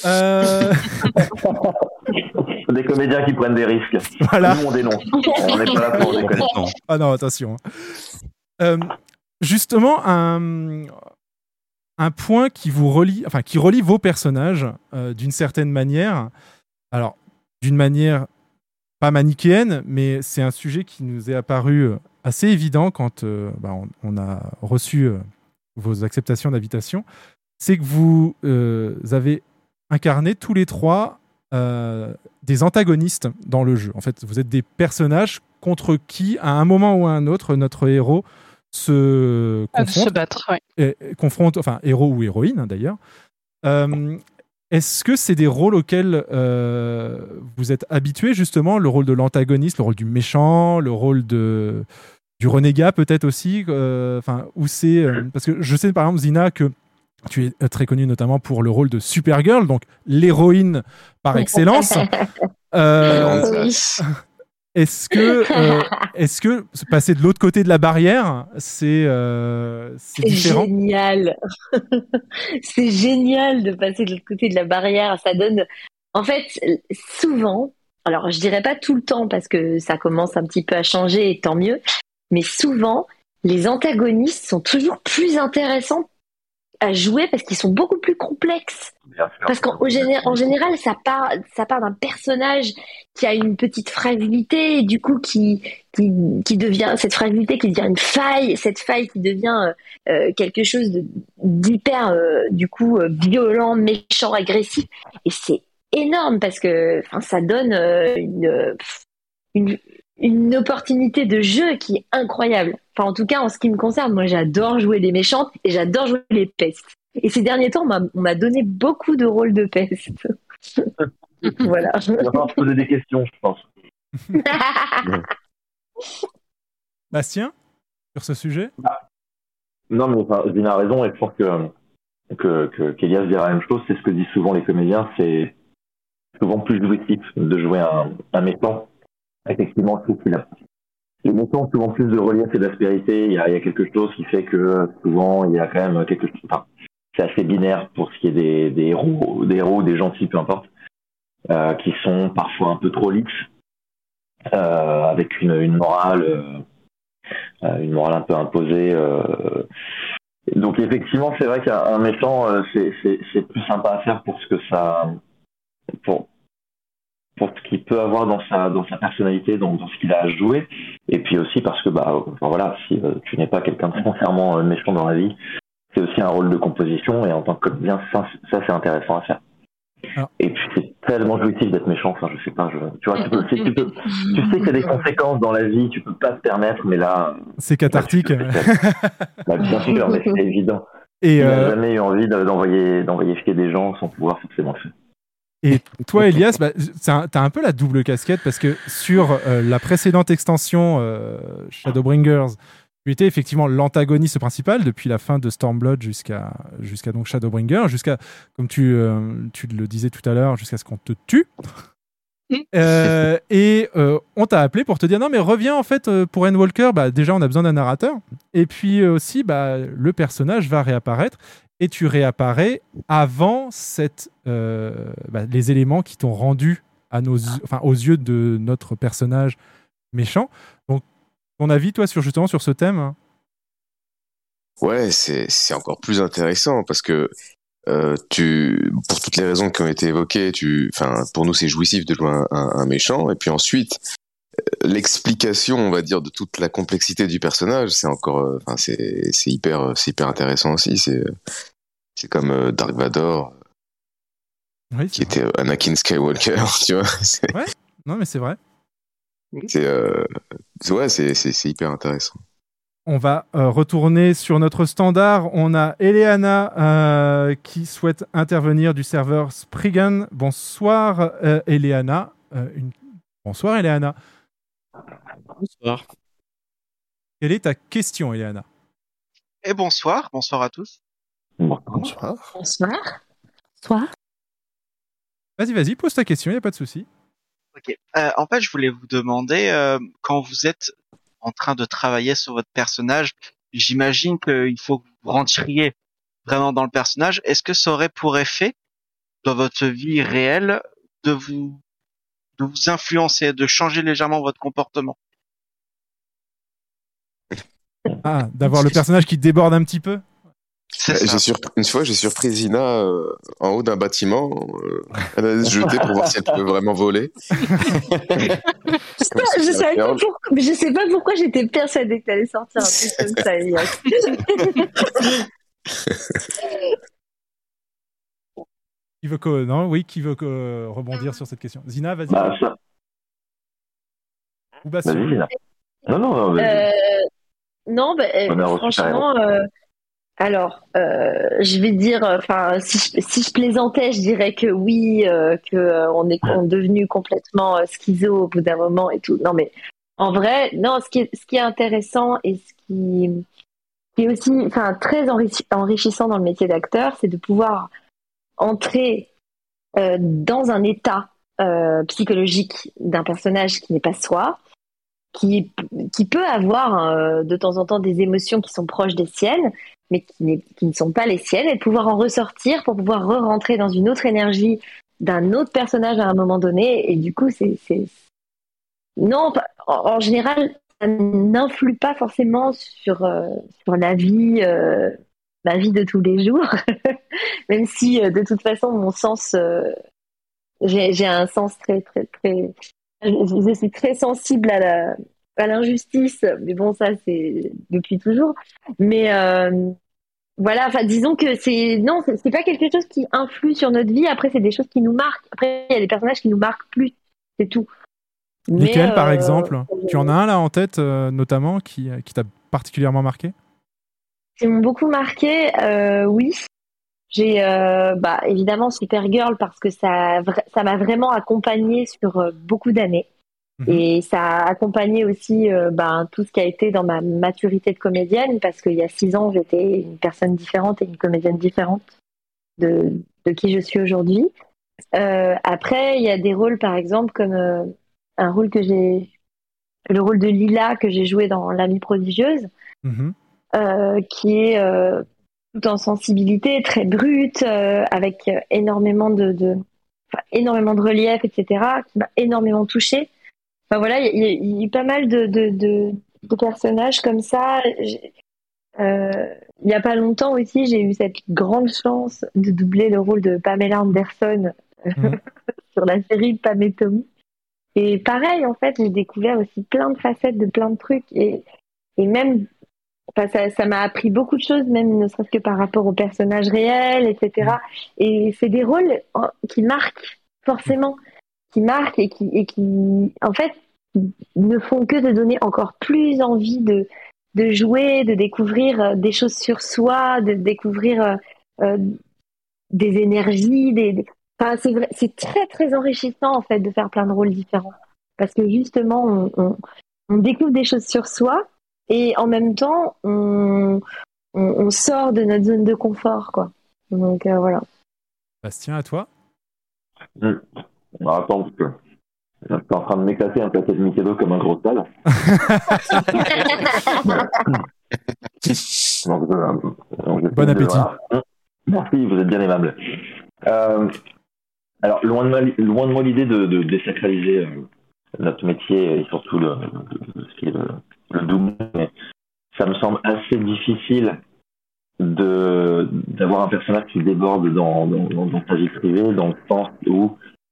Des comédiens qui prennent des risques. Voilà. Nous on dénonce. On n'est pas là pour déconner. Ah non, attention. Justement, un point qui relie vos personnages d'une certaine manière. Alors, d'une manière pas manichéenne, mais c'est un sujet qui nous est apparu assez évident quand on a reçu vos acceptations d'invitation. C'est que vous avez incarnez tous les trois des antagonistes dans le jeu. En fait, vous êtes des personnages contre qui, à un moment ou à un autre, notre héros se confronte. Se battre, confronte, enfin, héros ou héroïne, hein, d'ailleurs. Est-ce que c'est des rôles auxquels vous êtes habitués, justement, le rôle de l'antagoniste, le rôle du méchant, le rôle du renégat, peut-être aussi, où c'est... parce que je sais, par exemple, Zina, que tu es très connue notamment pour le rôle de Supergirl, donc l'héroïne par excellence. Est-ce que passer de l'autre côté de la barrière, c'est différent ? Génial. C'est génial de passer de l'autre côté de la barrière. Ça donne, en fait, souvent, alors je dirais pas tout le temps parce que ça commence un petit peu à changer et tant mieux, mais souvent, les antagonistes sont toujours plus intéressants à jouer parce qu'ils sont beaucoup plus complexes. Parce qu'en général, ça part d'un personnage qui a une petite fragilité et du coup qui devient cette fragilité qui devient une faille, cette faille qui devient quelque chose d'hyper violent, méchant, agressif. Et c'est énorme parce que ça donne une opportunité de jeu qui est incroyable. Enfin, en tout cas, en ce qui me concerne, moi, j'adore jouer les méchantes et j'adore jouer les pestes. Et ces derniers temps, on m'a donné beaucoup de rôles de peste. Voilà. On va falloir se poser des questions, je pense. Bastien, sur ce sujet ? Non, mais Zina a raison et je pense qu'Elias dira la même chose. C'est ce que disent souvent les comédiens. C'est souvent plus jouissif de jouer un méchant. Effectivement, je trouve qu'il a les méchants ont souvent plus de relief et d'aspérité. Il y a quelque chose qui fait que souvent il y a quand même quelque chose. Enfin, c'est assez binaire pour ce qui est des héros, des gentils, peu importe, qui sont parfois un peu trop lisses, avec une morale un peu imposée. Donc effectivement, c'est vrai qu'un méchant, c'est plus sympa à faire pour ce que ça, pour ce qu'il peut avoir dans sa personnalité, dans ce qu'il a à jouer, et puis aussi parce que si tu n'es pas quelqu'un de foncièrement méchant dans la vie, c'est aussi un rôle de composition, et en tant que comédien, ça c'est intéressant à faire. Ah. Et puis c'est tellement jouissif d'être méchant, je sais pas, tu vois, tu sais qu'il y a des conséquences dans la vie, tu peux pas te permettre, mais là... C'est cathartique. Bien sûr, mais c'est évident. Et il n'a jamais eu envie d'envoyer chier des gens sans pouvoir forcément le faire. Et toi, Elias, t'as un peu la double casquette parce que sur la précédente extension Shadowbringers, tu étais effectivement l'antagoniste principal depuis la fin de Stormblood jusqu'à donc Shadowbringers, jusqu'à, comme tu le disais tout à l'heure, jusqu'à ce qu'on te tue. Et on t'a appelé pour te dire non mais reviens en fait pour Endwalker, déjà on a besoin d'un narrateur et puis aussi le personnage va réapparaître. Et tu réapparais avant les éléments qui t'ont rendu aux yeux de notre personnage méchant. Donc, ton avis, toi, sur ce thème, hein ? Ouais, c'est encore plus intéressant parce que pour toutes les raisons qui ont été évoquées, pour nous, c'est jouissif de jouer un méchant. Et puis ensuite, l'explication, on va dire, de toute la complexité du personnage, c'est encore, c'est hyper intéressant aussi. C'est comme Dark Vador, qui était Anakin Skywalker, tu vois. Ouais, non mais c'est vrai. C'est hyper intéressant. On va retourner sur notre standard. On a Eleana qui souhaite intervenir du serveur Spriggan. Bonsoir Eleana. Bonsoir Eleana. Bonsoir. Quelle est ta question, Eleana ? Et bonsoir à tous. Bonsoir. Bonsoir. Bonsoir. Vas-y, pose ta question, il n'y a pas de souci. Ok. En fait, je voulais vous demander, quand vous êtes en train de travailler sur votre personnage, j'imagine qu'il faut que vous rentriez vraiment dans le personnage. Est-ce que ça aurait pour effet, dans votre vie réelle, de vous influencer, de changer légèrement votre comportement ? Ah, d'avoir le personnage qui déborde un petit peu ? Une fois, j'ai surpris Zina en haut d'un bâtiment. Elle allait se jeter pour voir si elle pouvait vraiment voler. Je sais pas pourquoi j'étais persuadée que t'allais sortir un truc comme ça, Elias. Qui veut rebondir sur cette question? Zina, vas-y. Ou Bastien. Vas-y, Zina. Non, vas-y. Non, franchement, alors, je vais dire, enfin, si je plaisantais, je dirais que oui, on est devenu complètement schizo au bout d'un moment et tout. Non, mais en vrai, non, ce qui est intéressant et ce qui est aussi, enfin, très enrichissant dans le métier d'acteur, c'est de pouvoir entrer dans un état psychologique d'un personnage qui n'est pas soi, qui peut avoir de temps en temps des émotions qui sont proches des siennes, mais qui ne sont pas les siennes, et de pouvoir en ressortir pour pouvoir re-rentrer dans une autre énergie d'un autre personnage à un moment donné. Et du coup, non, en général, ça n'influe pas forcément sur la vie, ma vie de tous les jours, même si de toute façon, mon sens, j'ai un sens très, très, très... Je suis très sensible à l'injustice, mais bon, ça, c'est depuis toujours. Mais voilà, enfin, disons que c'est pas quelque chose qui influe sur notre vie. Après, c'est des choses qui nous marquent. Après, il y a des personnages qui nous marquent plus, c'est tout. Mickaël, par exemple, tu en as un là en tête, notamment, qui t'a particulièrement marqué? Qui m'ont beaucoup marqué, oui. J'ai évidemment Supergirl parce que ça m'a vraiment accompagnée sur beaucoup d'années. Et ça a accompagné aussi tout ce qui a été dans ma maturité de comédienne, parce qu'il y a 6 ans, j'étais une personne différente et une comédienne différente de qui je suis aujourd'hui. Après, il y a des rôles, par exemple, comme le rôle de Lila que j'ai joué dans L'Amie prodigieuse, qui est tout en sensibilité, très brute, avec énormément de relief, etc., qui m'a énormément touchée. Enfin voilà, il y a eu pas mal de personnages comme ça. Il y a pas longtemps aussi, j'ai eu cette grande chance de doubler le rôle de Pamela Anderson sur la série Pam et Tommy. Et pareil, en fait, j'ai découvert aussi plein de facettes de plein de trucs et même, ça m'a appris beaucoup de choses, même ne serait-ce que par rapport aux personnages réels, etc. Et c'est des rôles qui marquent forcément. Qui marquent et qui, en fait, ne font que de donner encore plus envie de jouer, de découvrir des choses sur soi, de découvrir des énergies, Enfin, c'est vrai, c'est très très enrichissant en fait de faire plein de rôles différents, parce que justement on découvre des choses sur soi et en même temps on sort de notre zone de confort, quoi. Donc voilà. Bastien, à toi. Attends, parce que je suis en train de m'éclater un plateau de Mikado comme un gros sale. Bon appétit. Voilà. Merci, vous êtes bien aimable. Alors, loin de moi l'idée de désacraliser notre métier et surtout ce qui est le double, mais ça me semble assez difficile d'avoir un personnage qui déborde dans sa vie privée, dans le sens où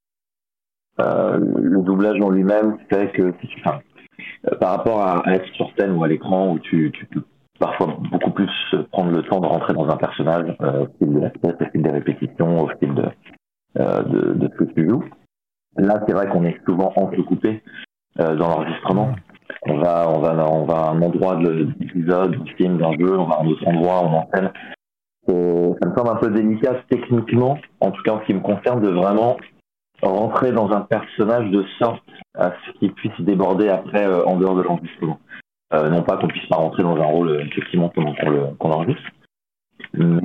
le doublage en lui-même fait que par rapport à être sur scène ou à l'écran où tu peux parfois beaucoup plus prendre le temps de rentrer dans un personnage au fil de la pièce, au fil des répétitions, au fil de ce que tu joues. Là, c'est vrai qu'on est souvent entrecoupé dans l'enregistrement. On va à un endroit de l'épisode, du film, d'un jeu, on va à un autre endroit, on enchaîne. Ça me semble un peu délicat techniquement, en tout cas en ce qui me concerne, de vraiment rentrer dans un personnage de sorte à ce qu'il puisse déborder après en dehors de l'enregistrement. Non pas qu'on puisse pas rentrer dans un rôle effectivement pendant qu'on enregistre, mais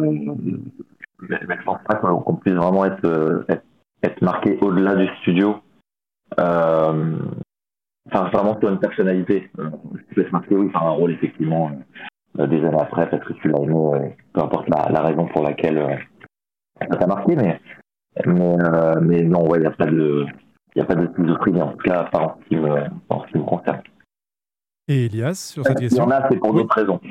je pense pas qu'on puisse vraiment être marqué au-delà du studio. Vraiment sur une personnalité. Tu peux être marqué, oui, par un rôle effectivement des années après, parce que tu l'as aimé, peu importe la raison pour laquelle ça t'a marqué, mais non, ouais, il n'y a pas de schizophrénie, en tout cas pas en ce qui me concerne. Et Elias, sur cette question? Il y en a, c'est pour d'autres raisons.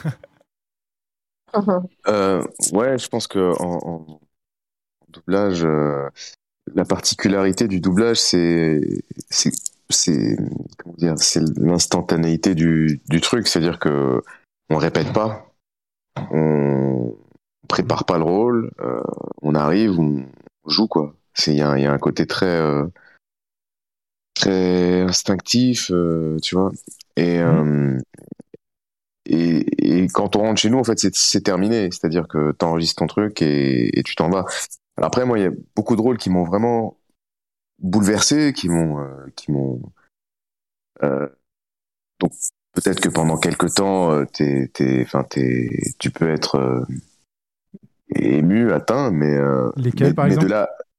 Ouais, je pense que en doublage, la particularité du doublage, c'est comment dire, c'est l'instantanéité du truc, c'est-à-dire que on répète pas, prépare pas le rôle, on arrive, on joue quoi. Il y a un côté très très instinctif, tu vois. Et quand on rentre chez nous, en fait, c'est terminé. C'est-à-dire que t'enregistres ton truc et tu t'en vas. Alors après, moi, il y a beaucoup de rôles qui m'ont vraiment bouleversé, qui m'ont donc peut-être que pendant quelques temps, tu peux être ému, atteint, mais lesquels, par exemple? De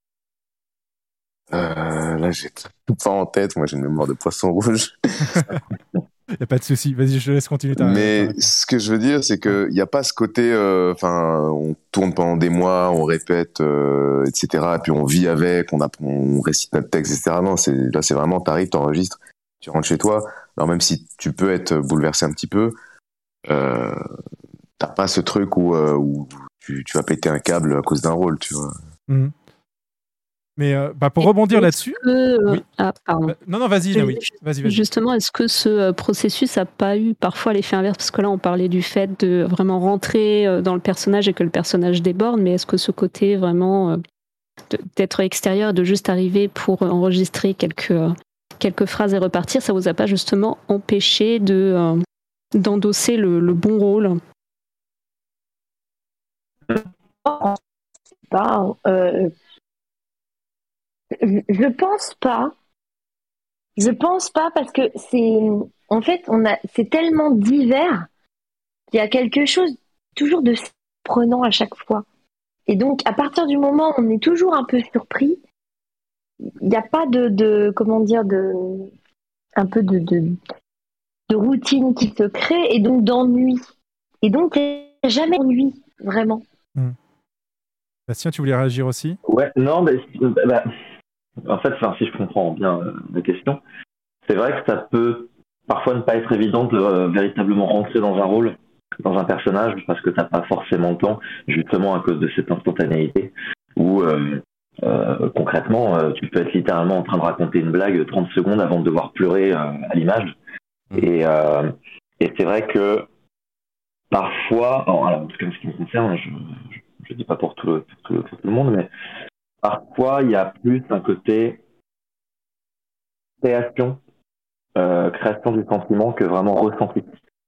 là, j'ai pas en tête. Moi, j'ai une mémoire de poisson rouge. Y a pas de souci. Vas-y, je te laisse continuer. Mais ce que je veux dire, c'est que y a pas ce côté, on tourne pendant des mois, on répète, etc. Et puis on vit avec, on récite notre texte, etc. Non, là, c'est vraiment, t'arrives, t'enregistres, tu rentres chez toi. Alors même si tu peux être bouleversé un petit peu, t'as pas ce truc où tu vas péter un câble à cause d'un rôle, tu vois. Mmh. Mais pour rebondir là-dessus... Oui. Ah, pardon. Non, vas-y, oui. Vas-y. Justement, est-ce que ce processus n'a pas eu parfois l'effet inverse? Parce que là, on parlait du fait de vraiment rentrer dans le personnage et que le personnage déborde, mais est-ce que ce côté vraiment d'être extérieur, de juste arriver pour enregistrer quelques phrases et repartir, ça vous a pas justement empêché d'endosser le bon rôle? Je pense pas. Je pense pas parce que c'est tellement divers qu'il y a quelque chose toujours de surprenant à chaque fois. Et donc, à partir du moment où on est toujours un peu surpris, il n'y a pas de routine qui se crée et donc d'ennui. Et donc, il n'y a jamais d'ennui, vraiment. Bastien, tu voulais réagir aussi? Ouais, non, mais en fait, si je comprends bien la question, c'est vrai que ça peut parfois ne pas être évident de véritablement rentrer dans un rôle, dans un personnage, parce que t'as pas forcément le temps, justement à cause de cette instantanéité, où concrètement, tu peux être littéralement en train de raconter une blague 30 secondes avant de devoir pleurer à l'image. Et c'est vrai que parfois, alors, en tout cas en ce qui me concerne, je dis pas pour tout le monde, mais parfois il y a plus un côté création du sentiment que vraiment ressenti.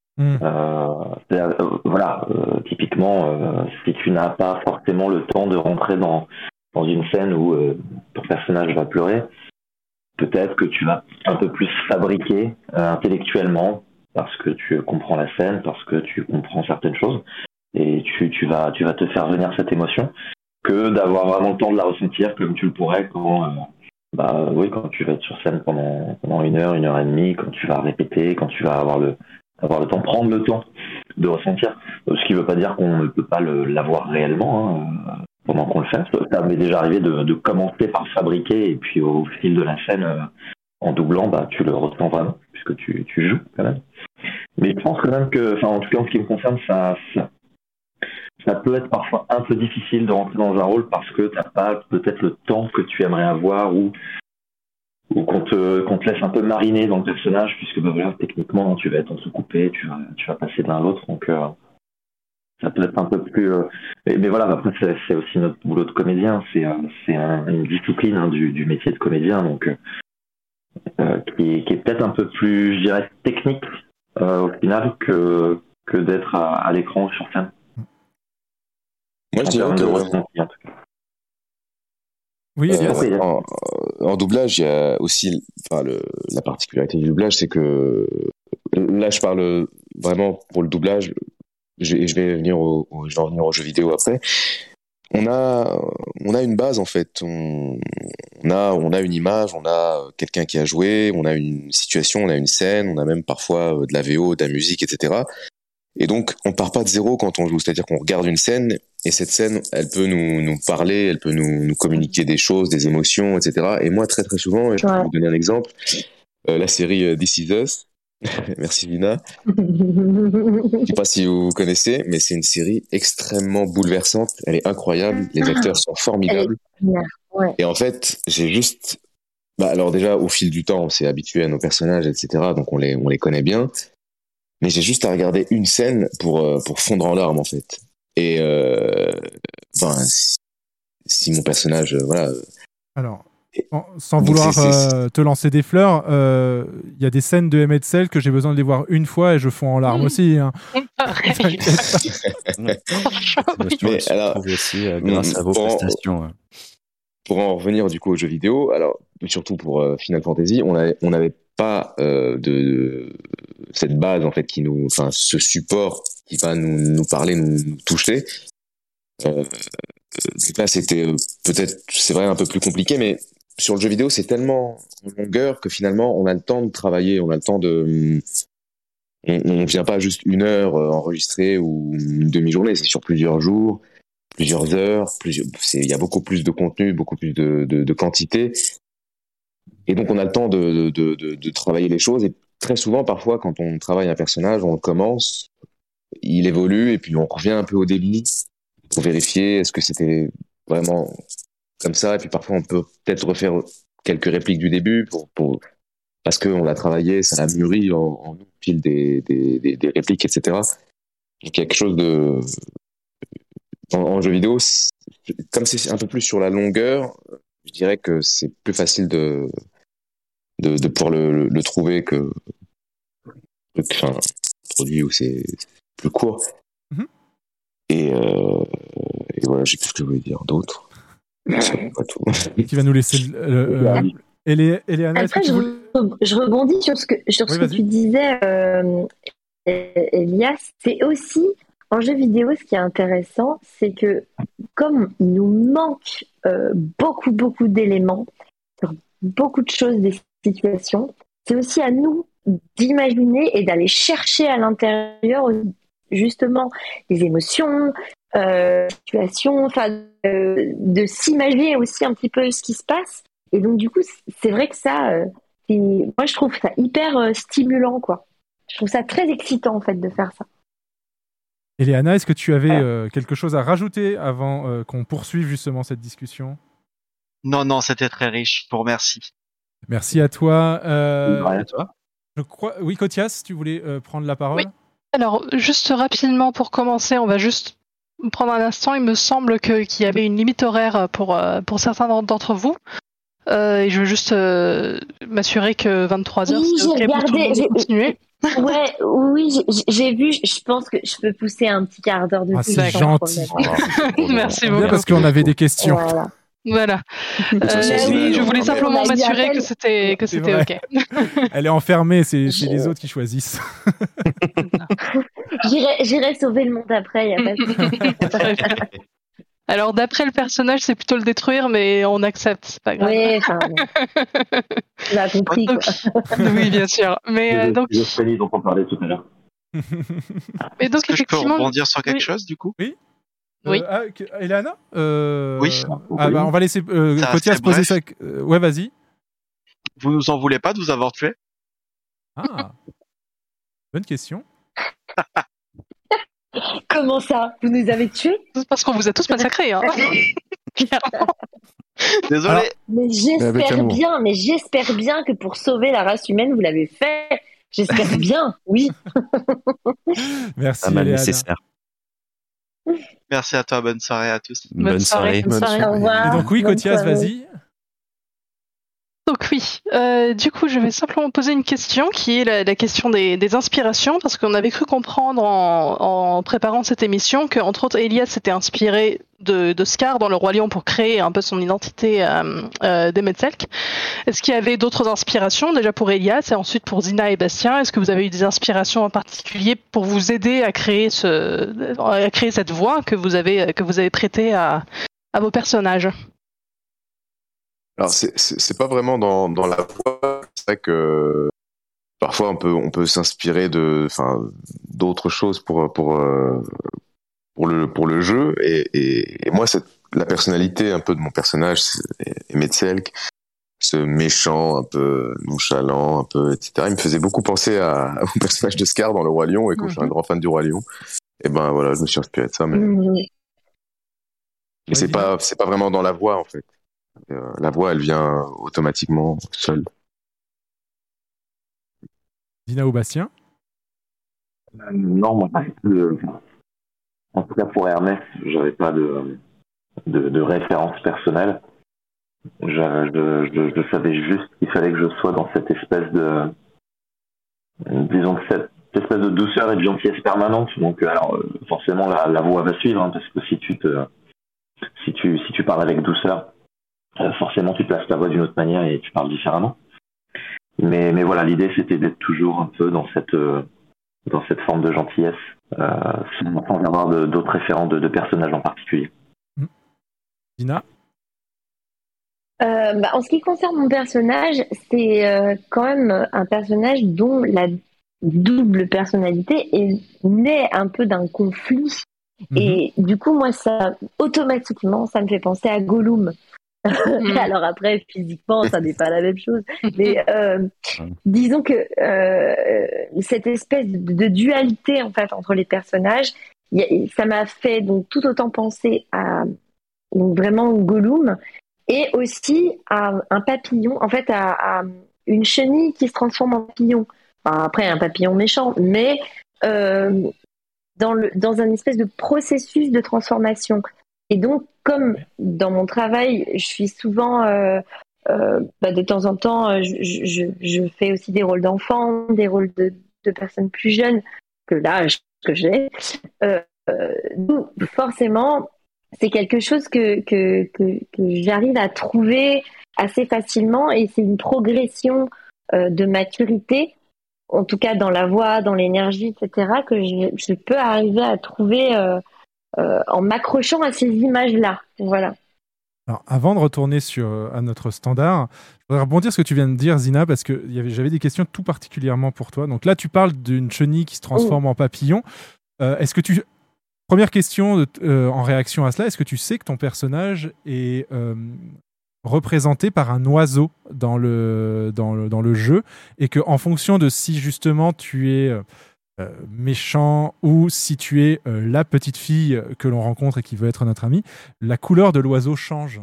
Typiquement, si tu n'as pas forcément le temps de rentrer dans une scène où ton personnage va pleurer, peut-être que tu vas un peu plus fabriquer intellectuellement parce que tu comprends la scène, parce que tu comprends certaines choses et tu vas te faire venir cette émotion que d'avoir vraiment le temps de la ressentir comme tu le pourrais quand tu vas être sur scène pendant 1 heure, 1 heure et demie, quand tu vas répéter, quand tu vas avoir le temps, prendre le temps de ressentir. Ce qui ne veut pas dire qu'on ne peut pas l'avoir réellement pendant qu'on le fait. Ça m'est déjà arrivé de commencer par fabriquer et puis au fil de la scène, en doublant, tu le ressens vraiment, puisque tu joues quand même. Mais je pense quand même que, en tout cas en ce qui me concerne, ça peut être parfois un peu difficile de rentrer dans un rôle parce que tu n'as pas peut-être le temps que tu aimerais avoir ou qu'on te laisse un peu mariner dans le personnage, puisque techniquement tu vas être entrecoupé, tu vas passer de l'un à l'autre, donc ça peut être un peu plus... mais voilà, après c'est aussi notre boulot de comédien, c'est une discipline du métier de comédien, donc qui est peut-être un peu plus, je dirais, technique au final que d'être à l'écran sur scène. Moi, je dirais que... Oui, en doublage, il y a aussi la particularité du doublage, c'est que là, je parle vraiment pour le doublage. Je vais revenir aux jeux vidéo après. On a une base en fait. On a une image, on a quelqu'un qui a joué, on a une situation, on a une scène, on a même parfois de la VO, de la musique, etc. Et donc, on part pas de zéro quand on joue. C'est-à-dire qu'on regarde une scène et cette scène, elle peut nous parler, elle peut nous communiquer des choses, des émotions, etc. Et moi, très très souvent, et je vais vous donner un exemple, la série This Is Us. Merci Lina. Je sais pas si vous connaissez, mais c'est une série extrêmement bouleversante. Elle est incroyable. Les acteurs sont formidables. Ouais. Et en fait, j'ai juste, alors déjà, au fil du temps, on s'est habitué à nos personnages, etc. Donc on les connaît bien. Mais j'ai juste à regarder une scène pour fondre en larmes, en fait. Et si mon personnage, voilà. Alors, sans vouloir te lancer des fleurs, y a des scènes de Emmett Cell que j'ai besoin de les voir une fois et je fonds en larmes aussi. Hein. Mais alors, aussi, grâce à vos prestations. Pour en revenir du coup aux jeux vidéo, alors surtout pour Final Fantasy, on n'avait pas de cette base en fait ce support qui va nous parler, nous toucher. Donc là, c'était peut-être, c'est vrai, un peu plus compliqué, mais sur le jeu vidéo, c'est tellement en longueur que finalement, on a le temps de travailler, on a le temps de... On vient pas juste une heure enregistrer ou une demi-journée, c'est sur plusieurs jours, plusieurs heures, il y a beaucoup plus de contenu, beaucoup plus de quantité. Et donc, on a le temps de travailler les choses. Et très souvent, parfois, quand on travaille un personnage, on le commence, il évolue, et puis on revient un peu au début pour vérifier est-ce que c'était vraiment comme ça. Et puis parfois, on peut peut-être refaire quelques répliques du début parce qu'on l'a travaillé, ça l'a mûri en fil des répliques, etc. Donc, quelque chose de... En jeu vidéo, comme c'est un peu plus sur la longueur, je dirais que c'est plus facile de pouvoir le trouver que un produit où c'est plus court. Mm-hmm. Et voilà, j'ai plus ce que je voulais dire d'autre. Pas tout. Qui va nous laisser Eleana, après, je rebondis sur ce que tu disais, Elias. C'est aussi, en jeu vidéo, ce qui est intéressant, c'est que comme il nous manque beaucoup d'éléments sur beaucoup de choses, des situations, c'est aussi à nous d'imaginer et d'aller chercher à l'intérieur justement les émotions, situations, de s'imaginer aussi un petit peu ce qui se passe. Et donc du coup, c'est vrai que ça, moi je trouve ça hyper stimulant, quoi. Je trouve ça très excitant en fait de faire ça. Eleana, est-ce que tu avais quelque chose à rajouter avant qu'on poursuive justement cette discussion ? Non, c'était très riche. Je vous remercie. Merci à toi. À toi. Je crois. Oui, Kotias, tu voulais prendre la parole ? Oui. Alors, juste rapidement pour commencer, on va juste prendre un instant. Il me semble qu'il y avait une limite horaire pour certains d'entre vous. Et je veux juste m'assurer que 23h, oui, c'est OK pour tout le monde de continuer. Oui, j'ai vu. Je pense que je peux pousser un petit quart d'heure de plus. C'est gentil. Merci beaucoup. Parce qu'on avait des questions. Voilà. Oui, je voulais simplement m'assurer que c'était OK. Elle est enfermée, c'est les autres qui choisissent. J'irai sauver le monde après, il n'y a pas de... Alors, d'après le personnage, c'est plutôt le détruire, mais on accepte, c'est pas grave. Oui, tu l'as compris, quoi. Oui, bien sûr. Mais donc... dont on parlait tout à l'heure. Et donc, est-ce que je peux rebondir sur quelque chose, du coup ? Oui. Oui. Eleana Oui. On va laisser Kotias poser ça. Ouais, vas-y. Vous nous en voulez pas de vous avoir tué ? Ah. Bonne question. Comment ça ? Vous nous avez tués ? C'est parce qu'on vous a tous massacrés, hein. Désolé. Alors, mais j'espère bien que pour sauver la race humaine, vous l'avez fait. J'espère bien, oui. Merci, Eleana. Nécessaire. Merci à toi, bonne soirée à tous. Bonne soirée. Au revoir. Et donc oui, Kotias, vas-y. Donc oui, du coup je vais simplement poser une question qui est la question des inspirations, parce qu'on avait cru comprendre en préparant cette émission qu'entre autres Elias s'était inspiré de Scar dans Le Roi Lion pour créer un peu son identité d'Emmett Cell. Est-ce qu'il y avait d'autres inspirations déjà pour Elias et ensuite pour Zina et Bastien ? Est-ce que vous avez eu des inspirations en particulier pour vous aider à créer cette voix que vous avez prêtée à vos personnages ? Alors c'est pas vraiment dans la voix, c'est vrai que parfois on peut s'inspirer d'autres choses pour le jeu et moi la personnalité un peu de mon personnage, Emmett Cell, ce méchant un peu nonchalant un peu etc. Il me faisait beaucoup penser au personnage de Scar dans Le Roi Lion, et comme je suis un grand fan du Roi Lion, et ben voilà, je me suis inspiré de ça, mais c'est pas vraiment dans la voix en fait. La voix, elle vient automatiquement seule. Dina ou Bastien ? Non, moi, En tout cas pour Hermès, j'avais pas de référence personnelle. Je savais juste qu'il fallait que je sois dans cette espèce de, disons que cette espèce de douceur et de gentillesse permanente. Donc alors forcément la voix va suivre, hein, parce que si tu parles avec douceur, forcément tu places ta voix d'une autre manière et tu parles différemment. Mais voilà, l'idée c'était d'être toujours un peu dans cette forme de gentillesse, sans avoir d'autres référents de personnages en particulier. Dina? En ce qui concerne mon personnage, c'est quand même un personnage dont la double personnalité est née un peu d'un conflit. Et du coup, moi, automatiquement, ça me fait penser à Gollum. Alors après, physiquement, ça n'est pas la même chose. Mais disons que cette espèce de dualité en fait entre les personnages, ça m'a fait donc tout autant penser à donc vraiment Gollum et aussi à un papillon, en fait à une chenille qui se transforme en papillon. Enfin, après, un papillon méchant, mais dans un espèce de processus de transformation. Et donc, comme dans mon travail, je suis souvent, de temps en temps, je fais aussi des rôles d'enfants, des rôles de personnes plus jeunes que l'âge que j'ai. Donc, forcément, c'est quelque chose que j'arrive à trouver assez facilement et c'est une progression de maturité, en tout cas dans la voix, dans l'énergie, etc., que je peux arriver à trouver en m'accrochant à ces images-là. Voilà. Alors, avant de retourner à notre standard, je voudrais rebondir sur ce que tu viens de dire, Zina, parce que j'avais des questions tout particulièrement pour toi. Donc là, tu parles d'une chenille qui se transforme en papillon. Est-ce que Première question en réaction à cela, est-ce que tu sais que ton personnage est représenté par un oiseau dans le jeu et qu'en fonction de si justement tu es méchant ou si tu es la petite fille que l'on rencontre et qui veut être notre amie, la couleur de l'oiseau change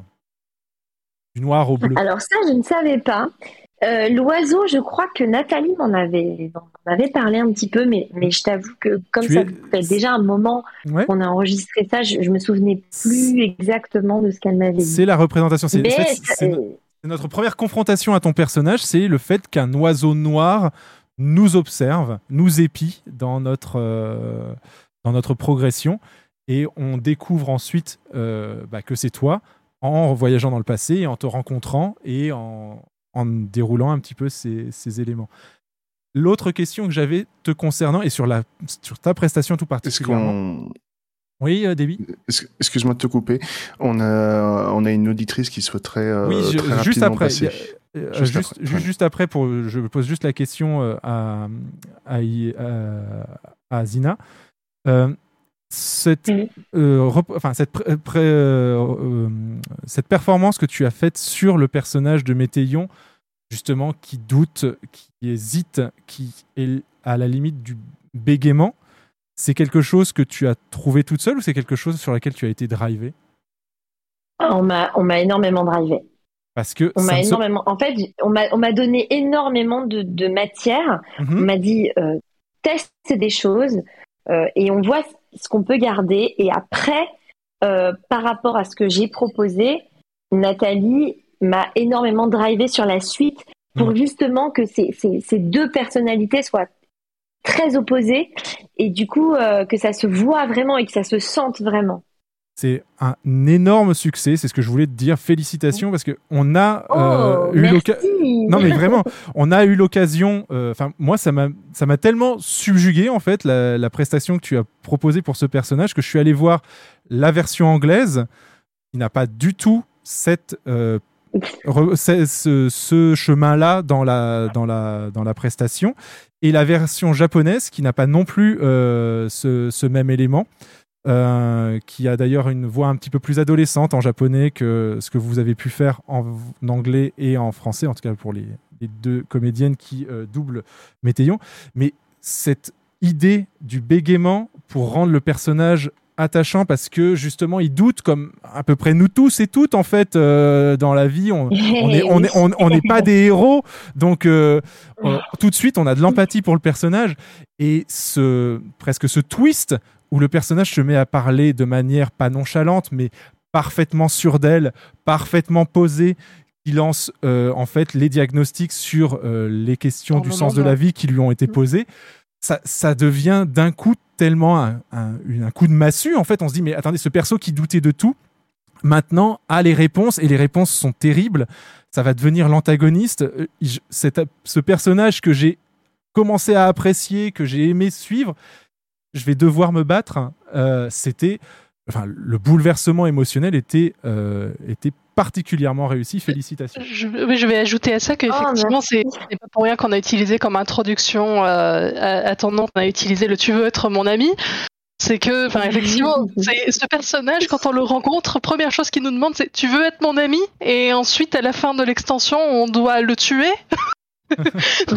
du noir au bleu? Alors ça, je ne savais pas. L'oiseau, je crois que Nathalie m'en avait parlé un petit peu, mais je t'avoue que comme ça fait déjà un moment qu'on a enregistré ça, je me souvenais plus exactement de ce qu'elle m'avait dit. C'est la représentation. C'est notre première confrontation à ton personnage, c'est le fait qu'un oiseau noir nous observe, nous épie dans notre progression, et on découvre ensuite que c'est toi en voyageant dans le passé et en te rencontrant et en déroulant un petit peu ces éléments. L'autre question que j'avais te concernant, et sur ta prestation tout particulièrement... Oui, Déby. Excuse-moi de te couper. On a une auditrice qui souhaiterait très juste rapidement après. passer. Juste après, je pose juste la question à Zina. Cette performance que tu as faite sur le personnage de Météion, justement, qui doute, qui hésite, qui est à la limite du bégaiement, c'est quelque chose que tu as trouvé toute seule ou c'est quelque chose sur laquelle tu as été drivée? On m'a énormément drivée. Parce que En fait, on m'a donné énormément de matière. On m'a dit teste des choses et on voit ce qu'on peut garder. Et après, par rapport à ce que j'ai proposé, Nathalie m'a énormément drivé sur la suite pour justement que ces deux personnalités soient très opposées et du coup que ça se voit vraiment et que ça se sente vraiment. C'est un énorme succès, c'est ce que je voulais te dire. Félicitations, parce qu'on a eu l'occasion. Non, mais vraiment, on a eu l'occasion. Moi, ça m'a tellement subjugué, en fait, la prestation que tu as proposée pour ce personnage, que je suis allé voir la version anglaise, qui n'a pas du tout ce chemin-là dans la prestation, et la version japonaise, qui n'a pas non plus ce même élément. Qui a d'ailleurs une voix un petit peu plus adolescente en japonais que ce que vous avez pu faire en anglais et en français, en tout cas pour les deux comédiennes qui doublent Météion. Mais cette idée du bégaiement pour rendre le personnage attachant, parce que justement il doute, comme à peu près nous tous et toutes en fait dans la vie, on n'est pas des héros, donc tout de suite on a de l'empathie pour le personnage, et presque ce twist où le personnage se met à parler de manière pas nonchalante, mais parfaitement sûre d'elle, parfaitement posée, qui lance en fait les diagnostics sur les questions du sens de la vie qui lui ont été posées. Ça devient d'un coup tellement un coup de massue. En fait, on se dit, mais attendez, ce perso qui doutait de tout, maintenant a les réponses, et les réponses sont terribles. Ça va devenir l'antagoniste. Ce personnage que j'ai commencé à apprécier, que j'ai aimé suivre, je vais devoir me battre. Le bouleversement émotionnel était particulièrement réussi. Félicitations. Je vais ajouter à ça qu'effectivement, c'est pas pour rien qu'on a utilisé comme introduction à ton nom, on a utilisé le « tu veux être mon ami ». C'est que, effectivement, c'est ce personnage, quand on le rencontre, première chose qu'il nous demande, c'est « tu veux être mon ami ?» Et ensuite, à la fin de l'extension, on doit le tuer. C'est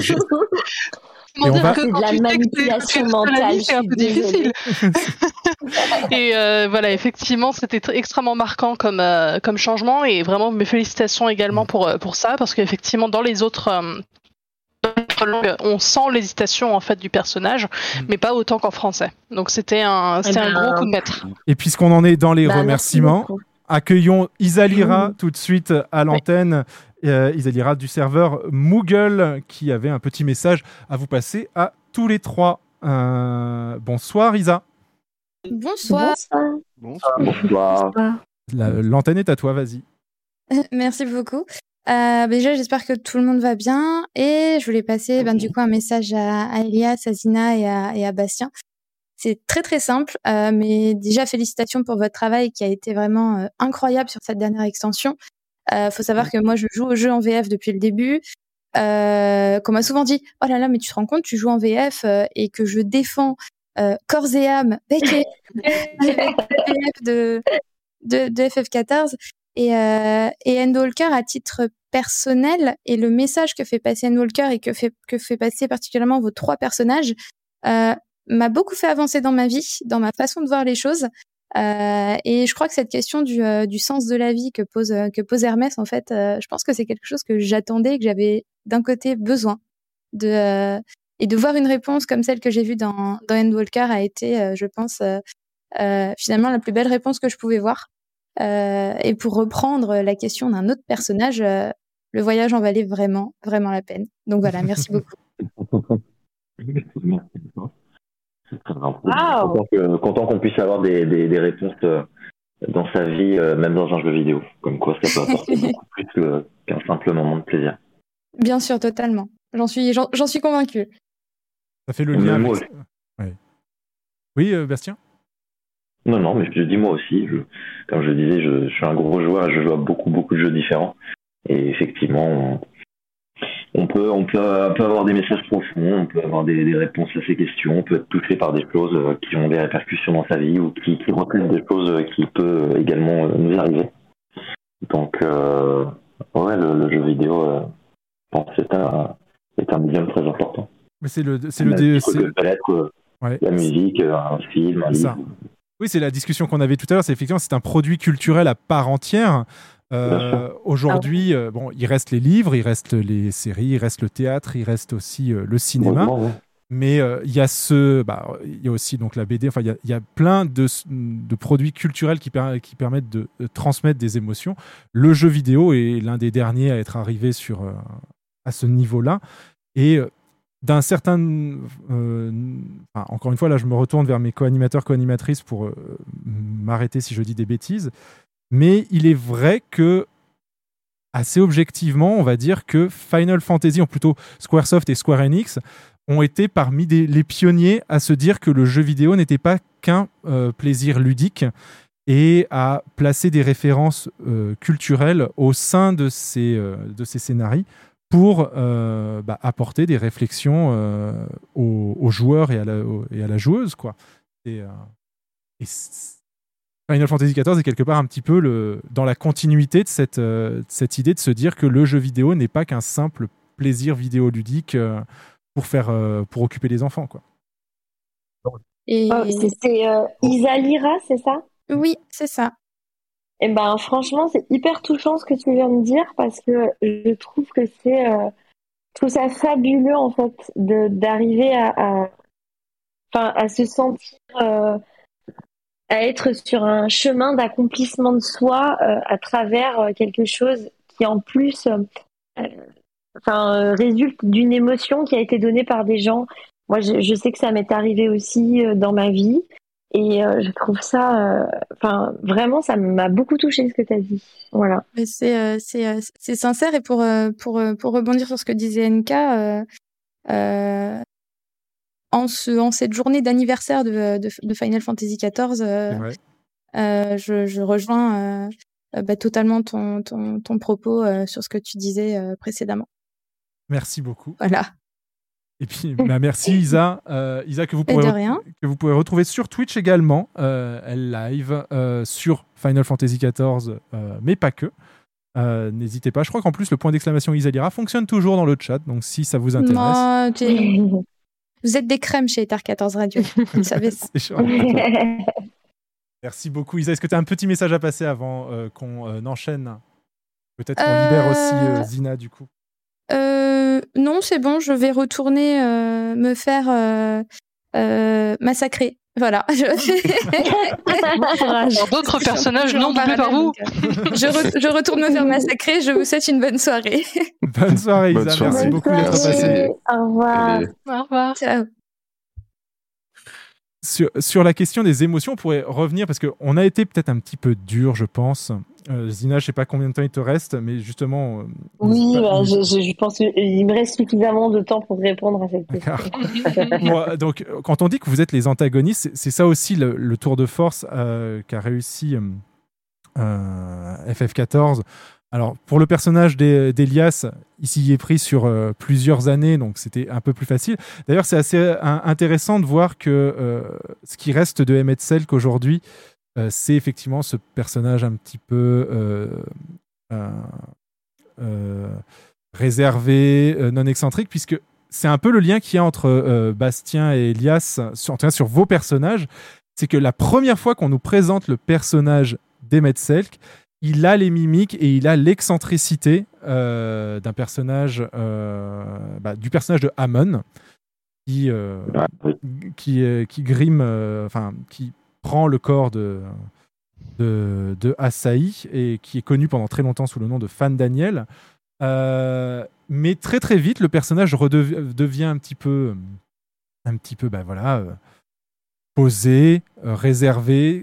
de la manipulation mentale. C'est un peu difficile. Et voilà, effectivement, c'était extrêmement marquant comme changement, et vraiment mes félicitations également pour ça, parce qu'effectivement, dans les autres langues, on sent l'hésitation en fait du personnage, mais pas autant qu'en français. Donc c'était un gros coup de maître. Et puisqu'on en est dans les remerciements, accueillons Isalira tout de suite à l'antenne. Isalira du serveur Moogle, qui avait un petit message à vous passer à tous les trois. Bonsoir Isa. Bonsoir. Bonsoir. L'antenne est à toi, vas-y. Merci beaucoup. Déjà, j'espère que tout le monde va bien, et je voulais passer du coup un message à Elias, à Zina et à Bastien. C'est très très simple, mais déjà félicitations pour votre travail qui a été vraiment incroyable sur cette dernière extension. Faut savoir que moi je joue au jeu en VF depuis le début. Qu'on m'a souvent dit, oh là là, mais tu te rends compte, tu joues en VF et que je défends corps et âme VF de FF14 et Endwalker à titre personnel, et le message que fait passer Endwalker et que fait passer particulièrement vos trois personnages m'a beaucoup fait avancer dans ma vie, dans ma façon de voir les choses. Et je crois que cette question du sens de la vie que pose Hermès, en fait, je pense que c'est quelque chose que j'attendais et que j'avais d'un côté besoin et de voir une réponse comme celle que j'ai vue dans Endwalker a été, je pense, finalement la plus belle réponse que je pouvais voir. Et pour reprendre la question d'un autre personnage, le voyage en valait vraiment, vraiment la peine. Donc voilà, merci beaucoup. Content qu'on puisse avoir des réponses dans sa vie, même dans un jeu vidéo. Comme quoi, ça peut apporter beaucoup plus qu'un simple moment de plaisir. Bien sûr, totalement. J'en suis convaincue. Ça fait le lien avec... Ouais. Oui, Bastien ? Non, mais je dis moi aussi. Comme je disais, je suis un gros joueur et je joue à beaucoup de jeux différents. Et effectivement, on peut avoir des messages profonds, on peut avoir des réponses à ces questions, on peut être touché par des choses qui ont des répercussions dans sa vie ou qui reflètent des choses qui peuvent également nous arriver. Donc, le jeu vidéo, je pense que c'est un médium très important. Mais c'est le la musique, un film, un livre. Oui, c'est la discussion qu'on avait tout à l'heure. C'est un produit culturel à part entière. Aujourd'hui, il reste les livres, il reste les séries, il reste le théâtre, il reste aussi le cinéma. Mais il y a il y a aussi donc la BD. Enfin, il y a plein de produits culturels qui permettent de transmettre des émotions. Le jeu vidéo est l'un des derniers à être arrivé à ce niveau-là. Et d'un certain... encore une fois, là, je me retourne vers mes co-animateurs, co-animatrices pour m'arrêter si je dis des bêtises. Mais il est vrai que, assez objectivement, on va dire que Final Fantasy, ou plutôt Squaresoft et Square Enix, ont été parmi les pionniers à se dire que le jeu vidéo n'était pas qu'un plaisir ludique et à placer des références culturelles au sein de ces scénarios pour apporter des réflexions aux joueurs et à la joueuse, quoi. Final Fantasy XIV est quelque part un petit peu dans la continuité de cette idée de se dire que le jeu vidéo n'est pas qu'un simple plaisir vidéoludique pour occuper les enfants, quoi. Et... c'est Isalira, c'est ça ? Oui, c'est ça. Et franchement, c'est hyper touchant ce que tu viens de dire, parce que je trouve que je trouve ça fabuleux en fait d'arriver à à se sentir, à être sur un chemin d'accomplissement de soi à travers quelque chose qui en plus résulte d'une émotion qui a été donnée par des gens. Moi, je sais que ça m'est arrivé aussi dans ma vie. Et je trouve ça, vraiment, ça m'a beaucoup touché ce que tu as dit. Voilà. Mais c'est sincère, et pour rebondir sur ce que disait NK, en cette journée d'anniversaire de Final Fantasy XIV, je rejoins totalement ton propos sur ce que tu disais précédemment. Merci beaucoup. Voilà. Et puis, merci Isa. Isa que vous pouvez retrouver sur Twitch également. Elle live sur Final Fantasy XIV, mais pas que. N'hésitez pas. Je crois qu'en plus, le point d'exclamation Isalira fonctionne toujours dans le chat. Donc, si ça vous intéresse. Non, vous êtes des crèmes chez Ether 14 Radio. Vous savez ça. Merci beaucoup Isa. Est-ce que tu as un petit message à passer avant qu'on enchaîne? Peut-être qu'on libère aussi Zina du coup. Non, c'est bon, je vais retourner me faire massacrer. Voilà. D'autres personnages non doublés par vous. Je retourne me faire massacrer. Je vous souhaite une bonne soirée. Bonne soirée, Isa. Merci beaucoup d'être passée. Au revoir. Au revoir. Ciao. Sur la question des émotions, on pourrait revenir parce qu'on a été peut-être un petit peu dur, je pense. Zina, je ne sais pas combien de temps il te reste, mais justement... Oui, je pense qu'il me reste suffisamment de temps pour répondre à cette question. Donc, quand on dit que vous êtes les antagonistes, c'est ça aussi le tour de force qu'a réussi FF14. Alors, pour le personnage d'Elias, il s'y est pris sur plusieurs années, donc c'était un peu plus facile. D'ailleurs, c'est assez intéressant de voir que ce qui reste de Emmett Selk aujourd'hui, c'est effectivement ce personnage un petit peu réservé, non excentrique, puisque c'est un peu le lien qu'il y a entre Bastien et Elias, en tout cas sur vos personnages. C'est que la première fois qu'on nous présente le personnage d'Emmett Selk, il a les mimiques et il a l'excentricité d'un personnage, du personnage de Amon, qui grime, qui prend le corps de Asahi et qui est connu pendant très longtemps sous le nom de Fan Daniel. Mais très très vite, le personnage devient un petit peu posé, réservé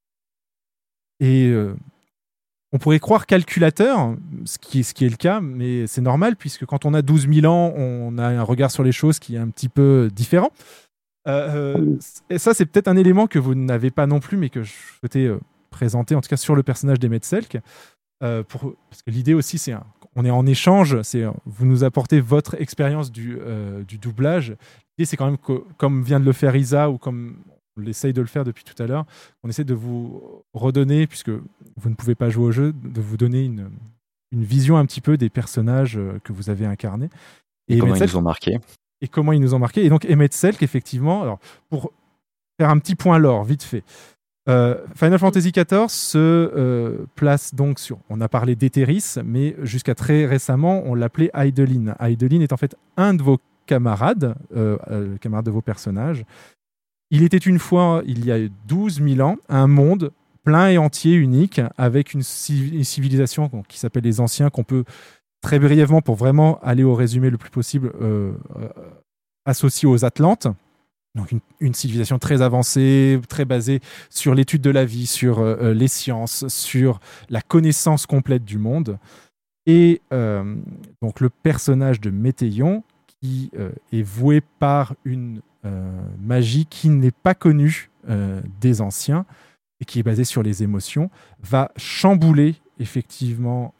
et on pourrait croire calculateur, ce qui est le cas, mais c'est normal puisque quand on a 12 000 ans, on a un regard sur les choses qui est un petit peu différent. Et ça, c'est peut-être un élément que vous n'avez pas non plus, mais que je souhaitais présenter, en tout cas sur le personnage d'Emmett Selk. Parce que l'idée aussi, on est en échange, vous nous apportez votre expérience du doublage. L'idée, c'est quand même que, comme vient de le faire Isa, ou comme on essaye de le faire depuis tout à l'heure, on essaie de vous redonner, puisque vous ne pouvez pas jouer au jeu, de vous donner une vision un petit peu des personnages que vous avez incarnés. Et comment ils nous ont marqué. Et comment ils nous ont marqué. Et donc, Emmett Selk, effectivement, alors, pour faire un petit point lore, vite fait, Final Fantasy XIV se place donc sur... On a parlé d'Etheris, mais jusqu'à très récemment, on l'appelait Hydaelyn. Hydaelyn est en fait un de vos camarades, camarade de vos personnages. Il était une fois, il y a 12 000 ans, un monde plein et entier, unique, avec une civilisation qui s'appelle les Anciens, qu'on peut très brièvement, pour vraiment aller au résumé le plus possible, associer aux Atlantes. Donc une civilisation très avancée, très basée sur l'étude de la vie, sur les sciences, sur la connaissance complète du monde. Et donc le personnage de Météion, qui est voué par une magie qui n'est pas connue des Anciens et qui est basée sur les émotions, va chambouler effectivement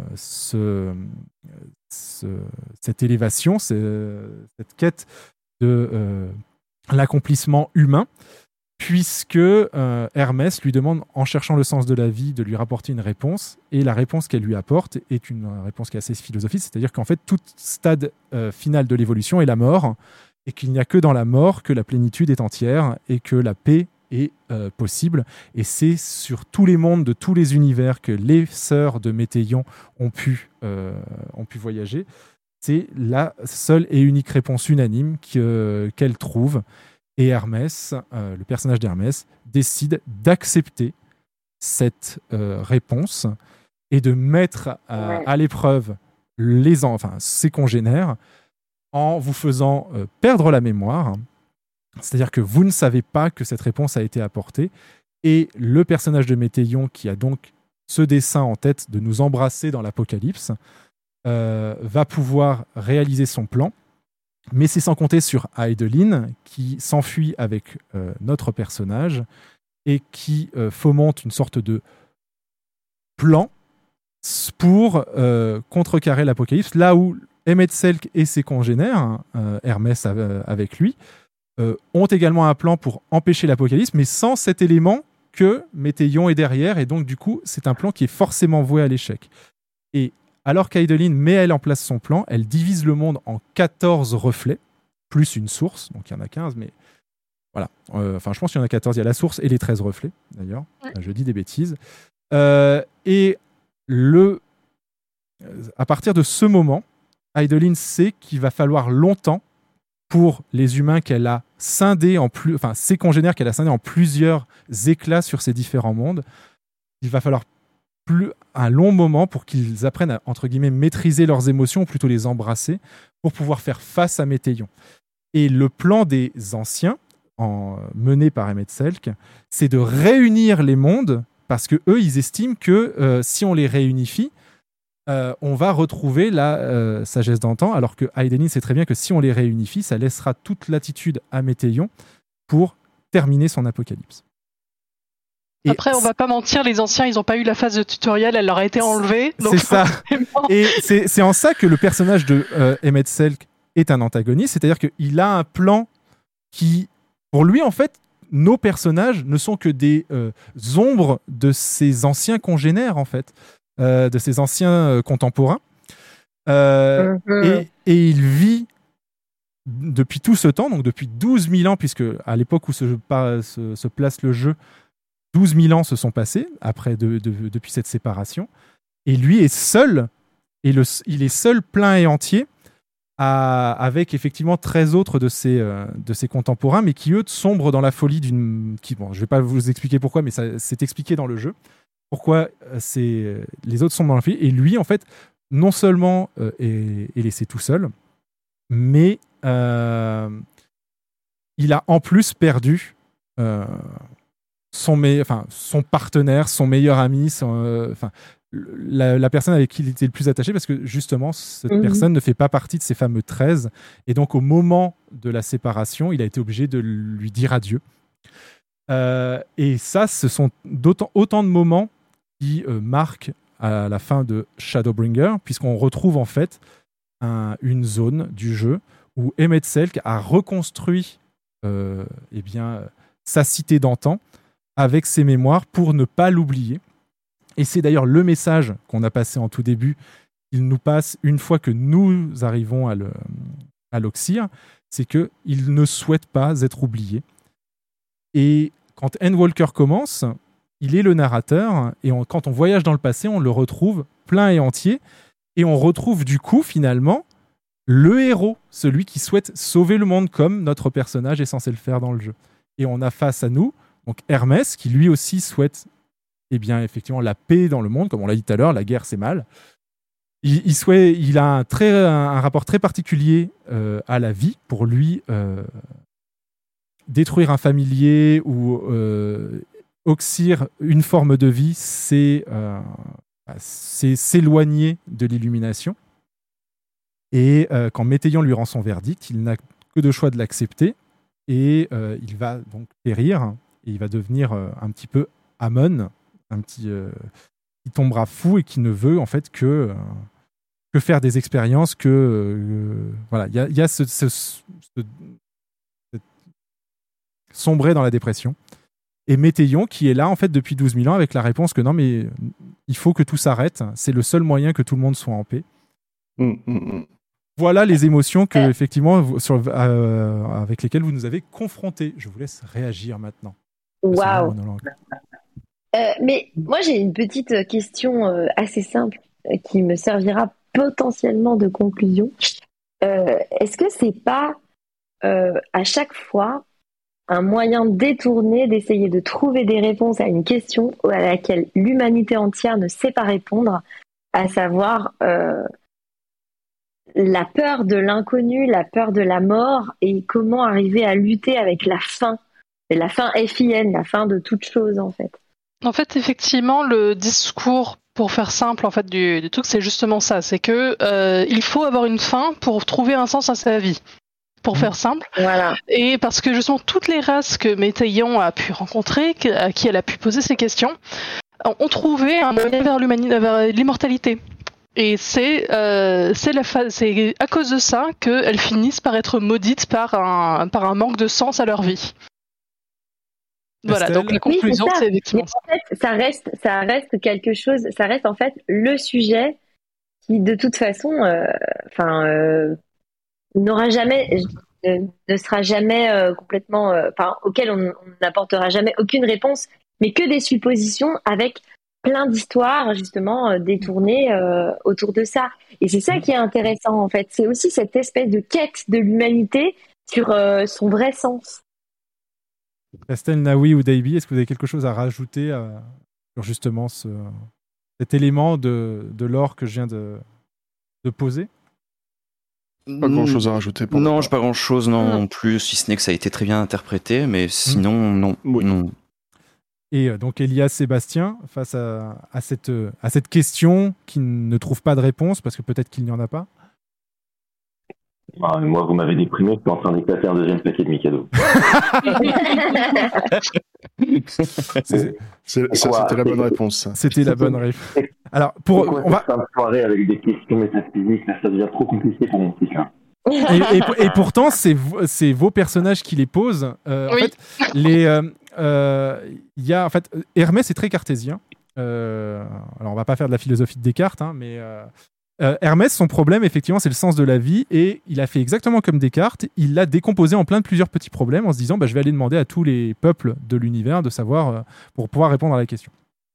cette élévation, cette quête de l'accomplissement humain, puisque Hermès lui demande, en cherchant le sens de la vie, de lui rapporter une réponse, et la réponse qu'elle lui apporte est une réponse qui est assez philosophique, c'est-à-dire qu'en fait, tout stade final de l'évolution est la mort, et qu'il n'y a que dans la mort que la plénitude est entière, et que la paix est possible. Et c'est sur tous les mondes de tous les univers que les sœurs de Météion ont pu voyager. C'est la seule et unique réponse unanime qu'elle trouve. Et Hermès, le personnage d'Hermès, décide d'accepter cette réponse et de mettre à l'épreuve ses congénères en vous faisant perdre la mémoire. C'est-à-dire que vous ne savez pas que cette réponse a été apportée. Et le personnage de Météion, qui a donc ce dessein en tête de nous embrasser dans l'apocalypse, va pouvoir réaliser son plan. Mais c'est sans compter sur Heidelin, qui s'enfuit avec notre personnage et qui fomente une sorte de plan pour contrecarrer l'apocalypse, là où Emet-Selch et ses congénères, Hermès avec lui, ont également un plan pour empêcher l'apocalypse, mais sans cet élément que Météion est derrière, et donc du coup, c'est un plan qui est forcément voué à l'échec. Et alors qu'Heidelin met elle en place son plan, elle divise le monde en 14 reflets, plus une source, donc il y en a 15, mais voilà. Enfin, je pense qu'il y en a 14, il y a la source et les 13 reflets, d'ailleurs. Je dis des bêtises. Et à partir de ce moment, Heidelin sait qu'il va falloir longtemps pour les humains qu'elle a scindés ses congénères qu'elle a scindés en plusieurs éclats sur ces différents mondes. Il va falloir un long moment pour qu'ils apprennent à, entre guillemets, maîtriser leurs émotions, ou plutôt les embrasser, pour pouvoir faire face à Météion. Et le plan des anciens, mené par Emet-Selch, c'est de réunir les mondes, parce que eux, ils estiment que si on les réunifie, on va retrouver la sagesse d'antan, alors que Heidelin sait très bien que si on les réunifie, ça laissera toute latitude à Météion pour terminer son apocalypse. Et après, on va pas mentir, les anciens, ils ont pas eu la phase de tutoriel, elle leur a été enlevée. Donc c'est ça. Et c'est en ça que le personnage de Emet-Selch est un antagoniste, c'est-à-dire qu'il a un plan qui, pour lui, en fait, nos personnages ne sont que des ombres de ses anciens congénères, en fait. De ses anciens contemporains. Et il vit depuis tout ce temps, donc depuis 12 000 ans, puisque à l'époque où se place le jeu, 12 000 ans se sont passés depuis cette séparation. Et lui est seul, et il est seul, plein et entier, avec effectivement 13 autres de ses contemporains, mais qui eux sombrent dans la folie je ne vais pas vous expliquer pourquoi, mais c'est expliqué dans le jeu. Pourquoi les autres sont dans la folie, et lui, en fait, non seulement est laissé tout seul, mais il a en plus perdu son partenaire, son meilleur ami, la personne avec qui il était le plus attaché, parce que justement, cette personne ne fait pas partie de ces fameux 13, et donc au moment de la séparation, il a été obligé de lui dire adieu. Et ça, ce sont autant de moments qui marque à la fin de Shadowbringer, puisqu'on retrouve en fait une zone du jeu où Emet-Selch a reconstruit sa cité d'antan avec ses mémoires pour ne pas l'oublier. Et c'est d'ailleurs le message qu'on a passé en tout début, il nous passe une fois que nous arrivons à l'Oxyr, c'est qu'il ne souhaite pas être oublié. Et quand Endwalker commence, il est le narrateur, et quand on voyage dans le passé, on le retrouve plein et entier, et on retrouve du coup finalement le héros, celui qui souhaite sauver le monde comme notre personnage est censé le faire dans le jeu. Et on a face à nous donc Hermès, qui lui aussi souhaite effectivement la paix dans le monde, comme on l'a dit tout à l'heure, la guerre c'est mal. Il a un rapport très particulier à la vie. Pour lui, détruire un familier ou Oxyr une forme de vie, c'est s'éloigner de l'illumination. Et quand Météion lui rend son verdict, il n'a que de choix de l'accepter, et il va donc périr, et il va devenir un petit peu Amon, qui tombera fou et qui ne veut en fait que faire des expériences, voilà, il y a sombrer dans la dépression. Et Météion qui est là en fait depuis 12 000 ans avec la réponse que non, mais il faut que tout s'arrête, c'est le seul moyen que tout le monde soit en paix. Voilà les émotions effectivement, avec lesquelles vous nous avez confrontés. Je vous laisse réagir maintenant. Waouh. Mais moi j'ai une petite question assez simple qui me servira potentiellement de conclusion. Est-ce que c'est pas à chaque fois un moyen détourné d'essayer de trouver des réponses à une question à laquelle l'humanité entière ne sait pas répondre, à savoir la peur de l'inconnu, la peur de la mort et comment arriver à lutter avec la faim. Et la faim FIN, la fin de toute chose en fait. En fait, effectivement, le discours, pour faire simple, en fait, du truc, c'est justement ça. C'est que il faut avoir une fin pour trouver un sens à sa vie. Pour faire simple. Voilà. Et parce que justement, toutes les races que Métaillon a pu rencontrer, à qui elle a pu poser ces questions, ont trouvé un moyen vers l'immortalité. Et c'est à cause de ça qu'elles finissent par être maudites par un manque de sens à leur vie. Voilà, Estelle. donc la conclusion, Oui, c'est effectivement ça. En fait, ça reste quelque chose, ça reste en fait le sujet qui, de toute façon, n'aura jamais, ne sera jamais complètement, auquel on n'apportera jamais aucune réponse, mais que des suppositions avec plein d'histoires justement détournées autour de ça. Et c'est ça qui est intéressant en fait. C'est aussi cette espèce de quête de l'humanité sur son vrai sens. Estelle, Naoui ou Daibi, est-ce que vous avez quelque chose à rajouter sur justement cet élément de l'or que je viens de poser? Pas grand-chose à rajouter. Non, pas grand-chose non plus, si ce n'est que ça a été très bien interprété, mais sinon, non. Oui. Non. Et donc Elias, Sébastien, face à cette question qui ne trouve pas de réponse, parce que peut-être qu'il n'y en a pas. Moi, vous m'avez déprimé, je suis en train d'éclater un deuxième paquet de Mikado. C'était la bonne réponse. C'était la bonne réponse. Alors, on va faire une soirée avec des questions métaphysiques, là, ça devient trop compliqué pour mon petit cœur. Et pourtant, c'est vos personnages qui les posent. En fait, en fait, Hermès est très cartésien. Alors, on va pas faire de la philosophie de Descartes, mais Hermès, son problème, effectivement, c'est le sens de la vie, et il a fait exactement comme Descartes. Il l'a décomposé en plusieurs petits problèmes, en se disant, je vais aller demander à tous les peuples de l'univers de savoir pour pouvoir répondre à la question.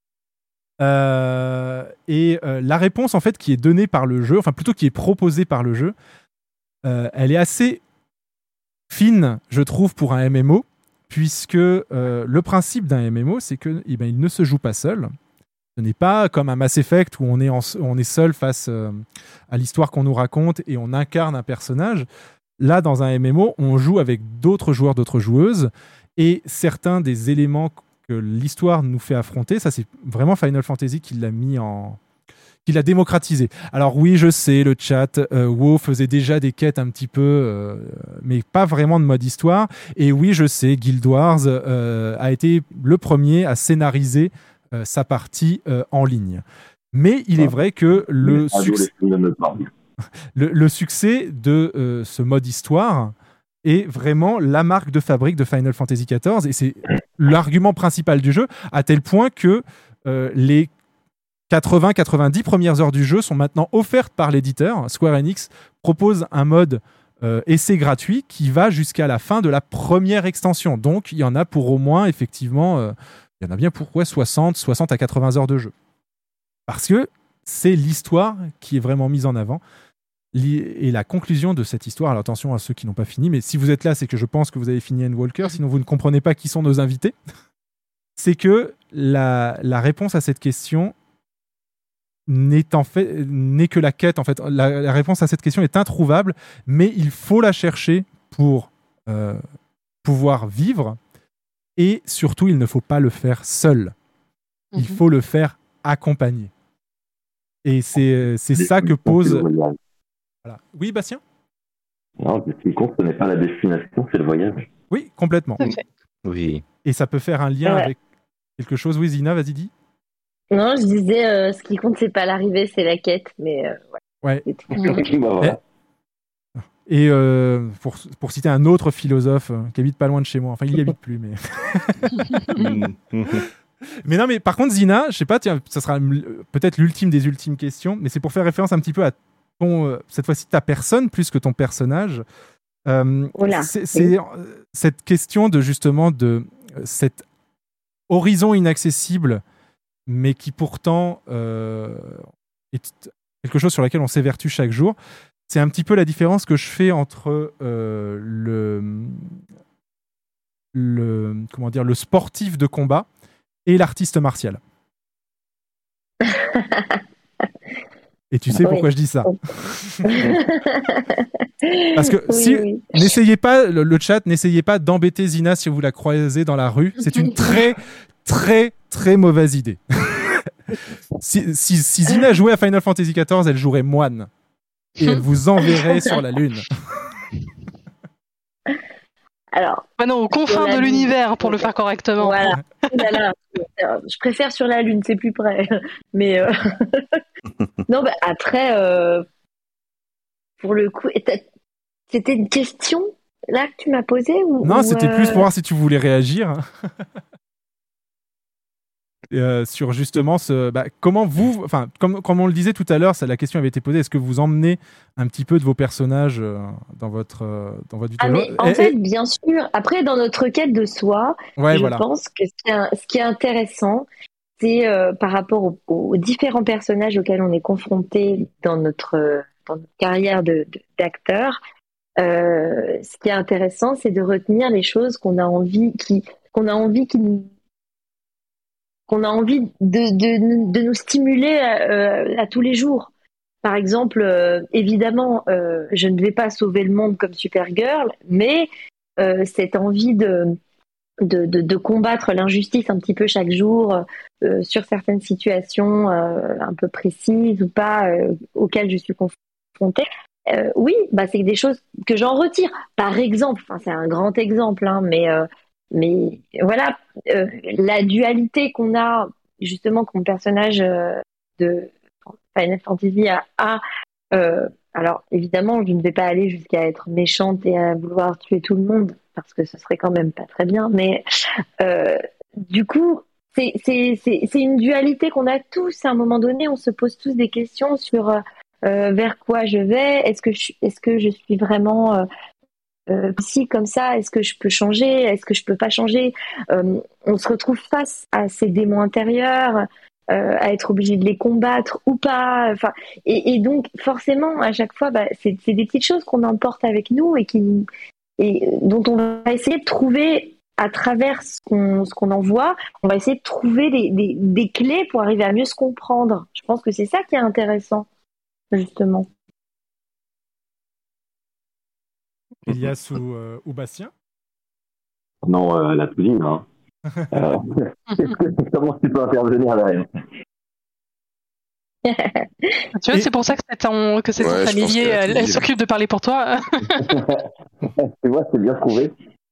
La réponse, en fait, qui est donnée par le jeu, enfin plutôt qui est proposée par le jeu, elle est assez fine, je trouve, pour un MMO, puisque le principe d'un MMO, c'est que il ne se joue pas seul. Ce n'est pas comme un Mass Effect où on est seul face à l'histoire qu'on nous raconte et on incarne un personnage. Là, dans un MMO, on joue avec d'autres joueurs, d'autres joueuses, et certains des éléments que l'histoire nous fait affronter, ça c'est vraiment Final Fantasy qui l'a démocratisé. Alors oui, je sais, le chat, WoW faisait déjà des quêtes un petit peu, mais pas vraiment de mode histoire. Et oui, je sais, Guild Wars a été le premier à scénariser sa partie en ligne. Mais il est vrai que le succès de ce mode histoire est vraiment la marque de fabrique de Final Fantasy XIV, et c'est l'argument principal du jeu, à tel point que les 80-90 premières heures du jeu sont maintenant offertes par l'éditeur. Square Enix propose un mode essai gratuit qui va jusqu'à la fin de la première extension. Donc, il y en a pour au moins, effectivement, il y en a bien pour 60 à 80 heures de jeu. Parce que c'est l'histoire qui est vraiment mise en avant. Et la conclusion de cette histoire, alors attention à ceux qui n'ont pas fini, mais si vous êtes là, c'est que je pense que vous avez fini Endwalker, sinon vous ne comprenez pas qui sont nos invités. C'est que la réponse à cette question n'est que la quête. En fait, la réponse à cette question est introuvable, mais il faut la chercher pour pouvoir vivre. Et surtout, il ne faut pas le faire seul. Il faut le faire accompagné. Et c'est ça que pose... Voilà. Oui, Bastien ? Non, ce qui compte, ce n'est pas la destination, c'est le voyage. Oui, complètement. Oui. Et ça peut faire un lien avec quelque chose. Oui, Zina, vas-y, dis. Non, je disais, ce qui compte, c'est pas l'arrivée, c'est la quête. Mais ouais. Voilà. Et pour citer un autre philosophe qui habite pas loin de chez moi, enfin il y habite plus, mais mais non, mais par contre Zina, je sais pas, tiens, ça sera peut-être l'ultime des ultimes questions, mais c'est pour faire référence un petit peu à cette fois-ci ta personne plus que ton personnage. C'est cette question de justement de cet horizon inaccessible, mais qui pourtant est quelque chose sur laquelle on s'évertue chaque jour. C'est un petit peu la différence que je fais entre le sportif de combat et l'artiste martial. Et tu sais pourquoi je dis ça. Parce que n'essayez pas, le chat, n'essayez pas d'embêter Zina si vous la croisez dans la rue. C'est une très, très, très mauvaise idée. si Zina jouait à Final Fantasy XIV, elle jouerait moine. Et elle vous enverrait sur la Lune. Alors, non, aux confins de l'univers pour le faire correctement. Voilà. Je préfère sur la Lune, c'est plus près. Mais non, après, pour le coup, c'était une question là que tu m'as posée Non, c'était plus pour voir si tu voulais réagir. Sur justement comment vous, comme on le disait tout à l'heure, la question avait été posée, est-ce que vous emmenez un petit peu de vos personnages dans votre vidéo? En fait, bien sûr. Après, dans notre quête de soi, je pense que ce qui est intéressant, c'est par rapport aux différents personnages auxquels on est confronté dans notre carrière d'acteur. Ce qui est intéressant, c'est de retenir les choses qu'on a envie de nous stimuler à tous les jours. Par exemple, évidemment, je ne vais pas sauver le monde comme Supergirl, mais cette envie de combattre l'injustice un petit peu chaque jour sur certaines situations un peu précises ou pas auxquelles je suis confrontée. Oui, c'est des choses que j'en retire. Par exemple, c'est un grand exemple, mais voilà, la dualité qu'on a, justement, que mon personnage de Final Fantasy a. Alors, évidemment, je ne vais pas aller jusqu'à être méchante et à vouloir tuer tout le monde, parce que ce serait quand même pas très bien. Mais du coup, c'est une dualité qu'on a tous. À un moment donné, on se pose tous des questions sur vers quoi je vais. Est-ce que je suis vraiment... si comme ça, est-ce que je peux changer, est-ce que je peux pas changer, on se retrouve face à ces démons intérieurs, à être obligé de les combattre ou pas, et donc forcément à chaque fois c'est des petites choses qu'on emporte avec nous et dont on va essayer de trouver à travers ce qu'on en voit, on va essayer de trouver des clés pour arriver à mieux se comprendre. Je pense que c'est ça qui est intéressant, justement. Elias ou Bastien? Non, la cousine. Hein. Comment tu peux intervenir là? Tu vois, c'est pour ça que c'est ton familier, elle s'occupe de parler pour toi. Tu vois, c'est bien trouvé.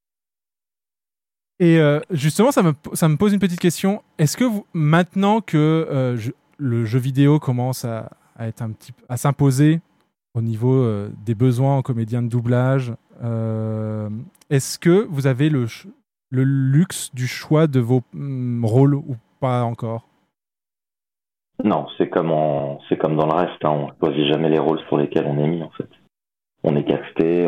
Et justement, ça me pose une petite question. Est-ce que maintenant que le jeu vidéo commence à être à s'imposer au niveau des besoins en comédiens de doublage, est-ce que vous avez le luxe du choix de vos rôles ou pas encore? Non, c'est comme dans le reste. On ne choisit jamais les rôles sur lesquels on est mis, en fait. On est casté,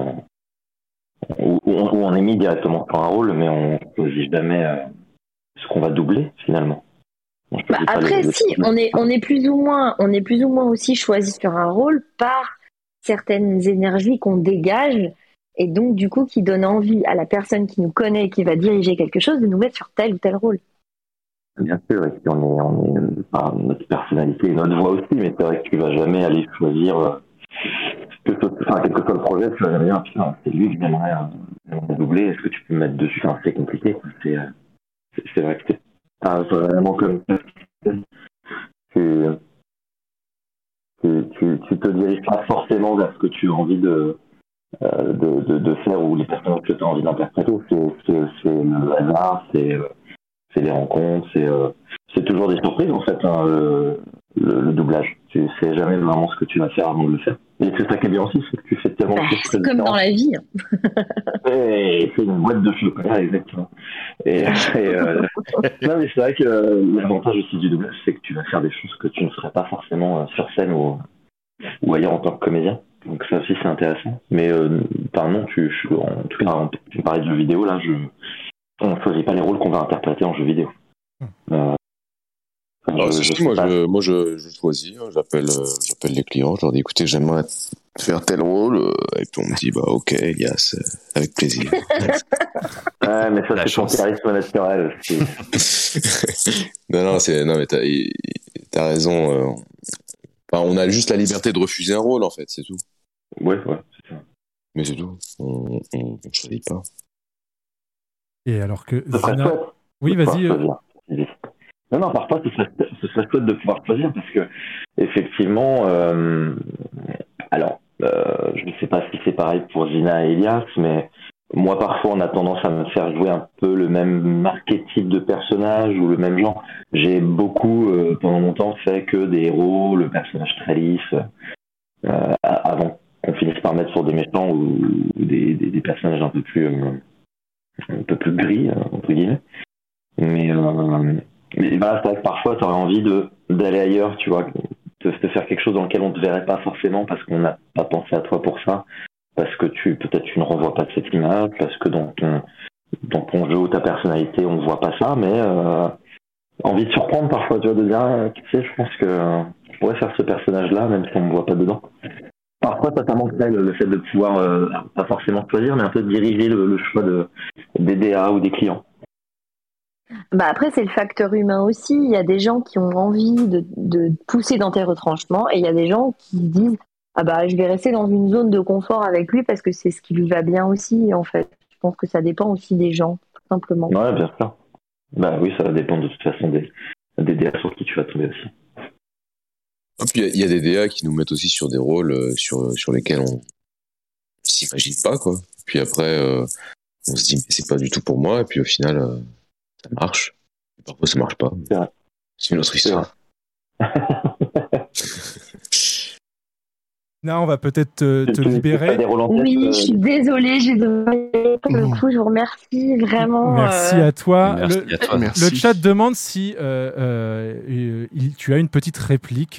ou on est mis directement sur un rôle, mais on ne choisit jamais ce qu'on va doubler, finalement. Après, on est plus ou moins aussi choisi sur un rôle par certaines énergies qu'on dégage et donc du coup qui donne envie à la personne qui nous connaît et qui va diriger quelque chose de nous mettre sur tel ou tel rôle. Bien sûr, et puis on est notre personnalité et notre voix aussi, mais c'est vrai que tu vas jamais aller choisir quel que soit le projet, tu vas jamais dire c'est lui que j'aimerais doubler, est-ce que tu peux me mettre dessus? C'est compliqué, c'est vrai que c'est vraiment comme ça. Tu te diriges pas forcément vers ce que tu as envie de faire ou les personnages que tu as envie d'interpréter. C'est le hasard, c'est les rencontres, c'est toujours des surprises en fait, le doublage. Tu sais jamais vraiment ce que tu vas faire avant de le faire. Et c'est ça qui est bien aussi, c'est que tu fais tellement de choses. C'est comme dans la vie. Et c'est une boîte de chocolat, exactement. Non, mais c'est vrai que l'avantage aussi du doublage, c'est que tu vas faire des choses que tu ne ferais pas forcément sur scène ou ailleurs en tant que comédien. Donc ça aussi, c'est intéressant. Mais non, en tout cas, tu parlais de jeux vidéo, là, on ne choisit pas les rôles qu'on va interpréter en jeu vidéo. Moi, je choisis, j'appelle les clients, je leur dis écoutez, j'aimerais faire tel rôle, et puis on me dit bah ok Elias, avec plaisir. Ouais, mais ça c'est ton charisme naturel aussi. non mais t'as raison. Enfin, on a juste la liberté de refuser un rôle en fait, c'est tout. Ouais, c'est ça. Mais c'est tout. On choisit pas. Et alors que Zina... Oui, vas-y. Non, parfois ce serait chouette de pouvoir choisir parce que effectivement, je ne sais pas si c'est pareil pour Zina et Elias, mais moi parfois on a tendance à me faire jouer un peu le même archétype de personnage ou le même genre. J'ai beaucoup pendant longtemps fait que des héros, le personnage très lisse, avant qu'on finisse par mettre sur des méchants ou des personnages un peu plus gris entre guillemets. Mais voilà, c'est vrai que parfois tu aurais envie d'aller ailleurs, tu vois, de faire quelque chose dans lequel on ne te verrait pas forcément parce qu'on n'a pas pensé à toi pour ça, parce que peut-être tu ne renvoies pas de cette image, parce que dans ton jeu ou ta personnalité on ne voit pas ça, mais envie de surprendre parfois, tu vois, de dire tu sais, je pense que je pourrais faire ce personnage-là même si on ne me voit pas dedans. Parfois ça manquerait le fait de pouvoir pas forcément choisir, mais un peu diriger le choix des DA ou des clients. Bah après, c'est le facteur humain aussi. Il y a des gens qui ont envie de pousser dans tes retranchements et il y a des gens qui disent ah bah je vais rester dans une zone de confort avec lui parce que c'est ce qui lui va bien aussi en fait. Je pense que ça dépend aussi des gens, tout simplement. Ouais, bien sûr. Bah oui, ça va dépendre de toute façon des DA sur qui tu vas tomber aussi. Et puis il y a des DA qui nous mettent aussi sur des rôles sur lesquels on s'imagine pas quoi. Puis après on se dit mais c'est pas du tout pour moi et puis au final ça marche. Et parfois ça marche pas. C'est une autre histoire. Là, on va peut-être te libérer. Oui, je suis désolée, j'ai demandé pour le coup, je vous remercie vraiment. Merci à toi. Merci à toi. Le chat demande si tu as une petite réplique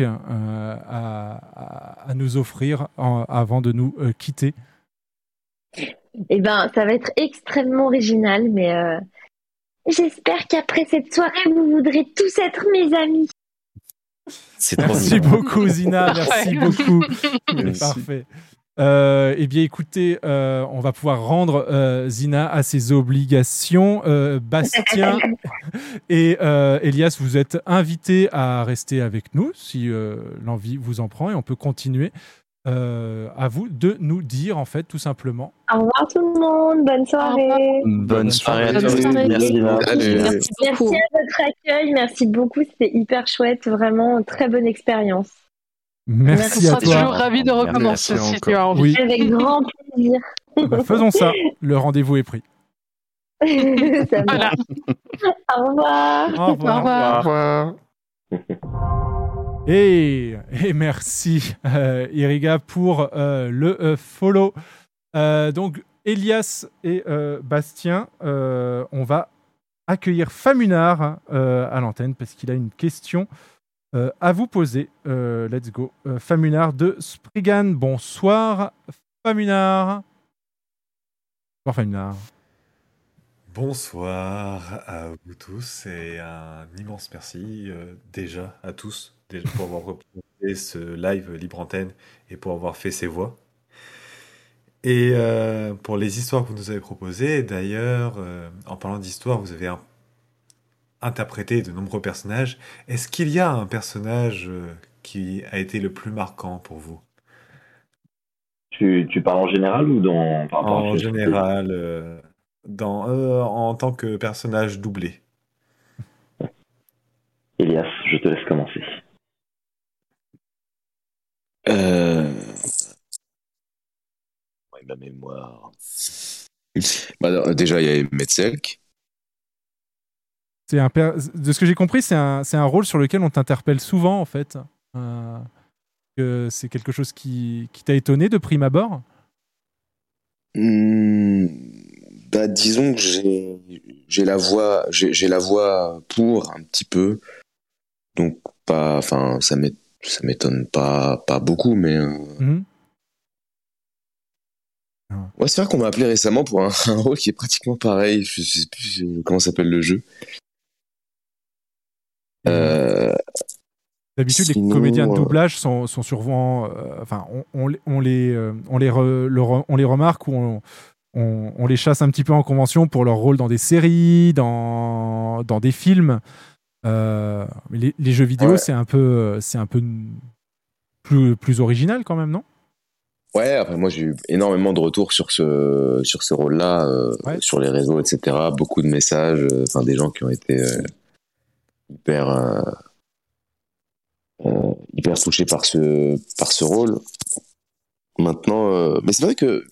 à nous offrir avant de nous quitter. Eh ben, ça va être extrêmement original, mais j'espère qu'après cette soirée, vous voudrez tous être mes amis. Merci beaucoup, Zina. Merci beaucoup. Merci. Parfait. Eh bien, écoutez, on va pouvoir rendre Zina à ses obligations. Bastien et Elias, vous êtes invités à rester avec nous si l'envie vous en prend et on peut continuer. À vous de nous dire, en fait, tout simplement. Au revoir tout le monde, bonne soirée. Bonne soirée à tous. Merci à beaucoup. votre accueil, merci beaucoup, c'était hyper chouette, vraiment très bonne expérience. Merci à toi. On sera toujours ravis de recommencer si tu as envie. Oui. Avec grand plaisir. Bah, faisons ça, le rendez-vous est pris. Voilà. Au revoir. Au revoir. Au revoir. Et merci Iriga pour le follow. Donc Elias et Bastien, on va accueillir Famunard à l'antenne parce qu'il a une question à vous poser. Let's go. Famunard de Spriggan. Bonsoir Famunard. Bonsoir Famunard. Bonsoir à vous tous et un immense merci déjà à tous pour avoir représenté ce live libre antenne et pour avoir fait ces voix. Et pour les histoires que vous nous avez proposées, d'ailleurs, en parlant d'histoire, vous avez interprété de nombreux personnages. Est-ce qu'il y a un personnage qui a été le plus marquant pour vous ? Tu parles en général ou En général, en tant que personnage doublé. Elias, je te laisse commencer. Ma mémoire. Bah, déjà, il y a Metzelk. De ce que j'ai compris, c'est un rôle sur lequel on t'interpelle souvent, en fait. Que c'est quelque chose qui t'a étonné de prime abord ? Bah, disons que j'ai la voix pour un petit peu, donc pas, enfin ça m'étonne pas beaucoup, mais ouais, c'est vrai qu'on m'a appelé récemment pour un rôle qui est pratiquement pareil. Je sais plus comment s'appelle le jeu. D'habitude, les comédiens de doublage sont souvent, enfin, on les remarque ou on les chasse un petit peu en convention pour leur rôle dans des séries, dans des films. Mais les jeux vidéo, c'est un peu plus original quand même, non? Ouais, après moi j'ai eu énormément de retours sur ce rôle-là, sur les réseaux, etc. Beaucoup de messages, des gens qui ont été hyper touchés par ce rôle. Maintenant, mais c'est vrai que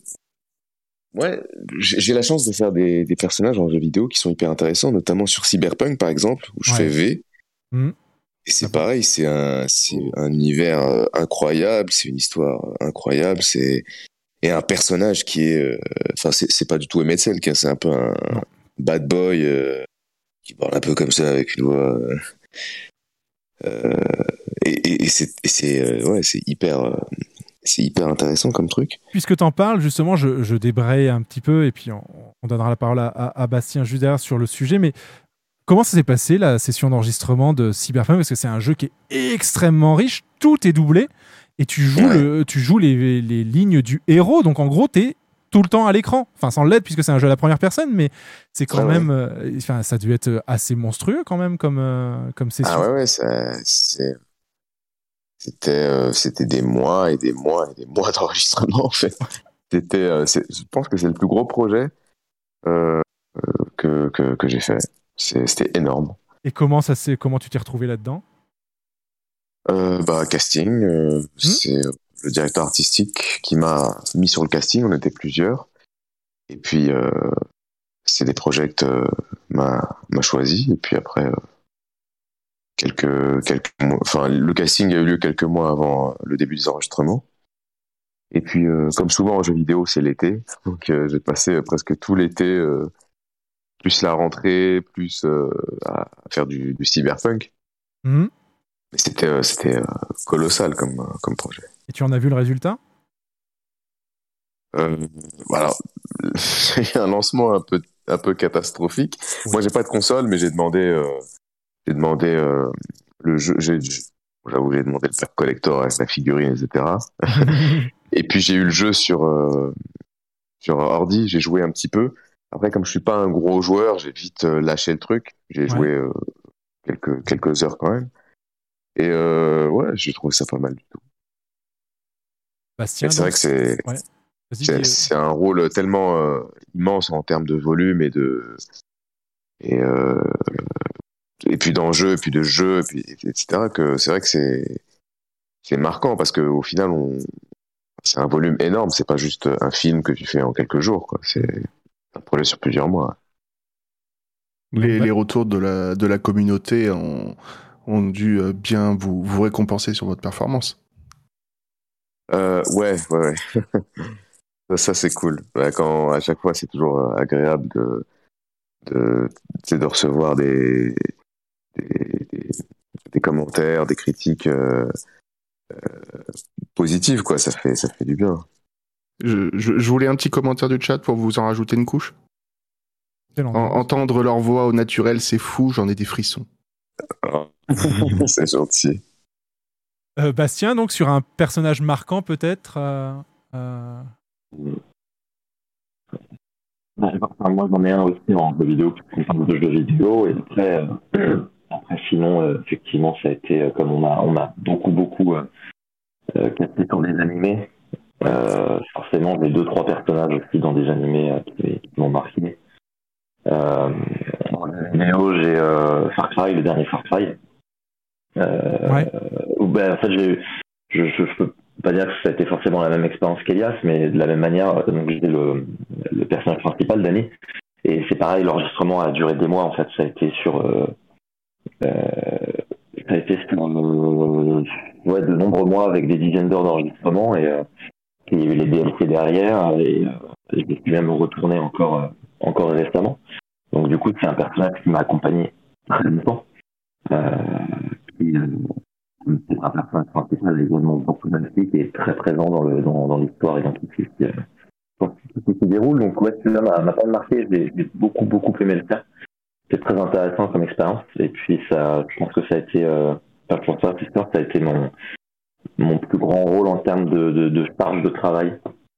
j'ai la chance de faire des personnages en jeux vidéo qui sont hyper intéressants, notamment sur Cyberpunk par exemple, où je fais V. Et c'est pareil, c'est un univers incroyable, c'est une histoire incroyable, et un personnage qui est, c'est pas du tout Emmett Selk, c'est un peu un bad boy qui parle un peu comme ça avec une voix, et c'est hyper intéressant comme truc. Puisque t'en parles, justement, je débraye un petit peu et puis on donnera la parole à Bastien juste derrière sur le sujet, mais comment ça s'est passé, la session d'enregistrement de Cyberpunk? Parce que c'est un jeu qui est extrêmement riche, tout est doublé, et tu joues les lignes du héros, donc en gros, t'es tout le temps à l'écran. Enfin, sans l'aide, puisque c'est un jeu à la première personne, mais c'est quand même... ça a dû être assez monstrueux, quand même, comme session. Ah ouais, c'était des mois et des mois et des mois d'enregistrement, en fait. Je pense que c'est le plus gros projet que j'ai fait. C'était énorme. Et comment tu t'es retrouvé là-dedans? Casting. C'est le directeur artistique qui m'a mis sur le casting. On était plusieurs. Et puis, CD Projekt m'a choisi. Et puis après, quelques mois, le casting a eu lieu quelques mois avant le début des enregistrements. Et puis, comme souvent en jeu vidéo, c'est l'été. Donc, j'ai passé presque tout l'été... plus la rentrée, plus à faire du cyberpunk. Mais c'était colossal comme projet. Et tu en as vu le résultat? Alors, il y a un lancement un peu catastrophique. Oui. Moi, j'ai pas de console, mais j'ai demandé le jeu. J'avoue, j'ai demandé le pack collector avec la figurine, etc. Et puis j'ai eu le jeu sur ordi. J'ai joué un petit peu. Après, comme je suis pas un gros joueur, j'ai vite lâché le truc. J'ai joué quelques heures quand même. Et j'ai trouvé ça pas mal du tout. Bastien, c'est vrai que c'est un rôle tellement immense en termes de volume et puis d'enjeux, et puis de jeux, et puis, etc. que c'est vrai que c'est marquant parce que au final, c'est un volume énorme. C'est pas juste un film que tu fais en quelques jours, quoi. C'est un projet sur plusieurs mois. Les retours de la communauté ont dû bien vous récompenser sur votre performance. Ouais. Ça c'est cool. À chaque fois, c'est toujours agréable de recevoir des commentaires, des critiques positives, quoi. Ça fait du bien. Je voulais un petit commentaire du chat pour vous en rajouter une couche. Entendre leur voix au naturel, c'est fou, j'en ai des frissons. C'est gentil. Bastien, donc sur un personnage marquant peut-être Moi j'en ai un aussi en jeu vidéo, de jeux vidéo, et après sinon effectivement ça a été comme on a beaucoup capté sur des animés. Forcément, j'ai 2-3 personnages aussi dans des animés qui m'ont marqué. Dans les vidéos, j'ai Far Cry, le dernier Far Cry. En fait, je peux pas dire que ça a été forcément la même expérience qu'Elias, mais de la même manière, donc j'étais le personnage principal, Danny. Et c'est pareil, l'enregistrement a duré des mois, en fait. Ça a été sur de nombreux mois avec des dizaines d'heures d'enregistrement, et il y a eu les DLC derrière, et je me suis même retourné encore récemment. Donc du coup, c'est un personnage qui m'a accompagné très longtemps. C'est un personnage principal également personnalité qui est très présent dans l'histoire et dans tout ce qui se déroule. Donc ouais, celui-là m'a pas marqué, j'ai beaucoup aimé le faire. C'est très intéressant comme expérience, et puis ça, je pense que ça a été pour ça, c'est sûr, ça a été mon plus grand rôle en termes de charge de travail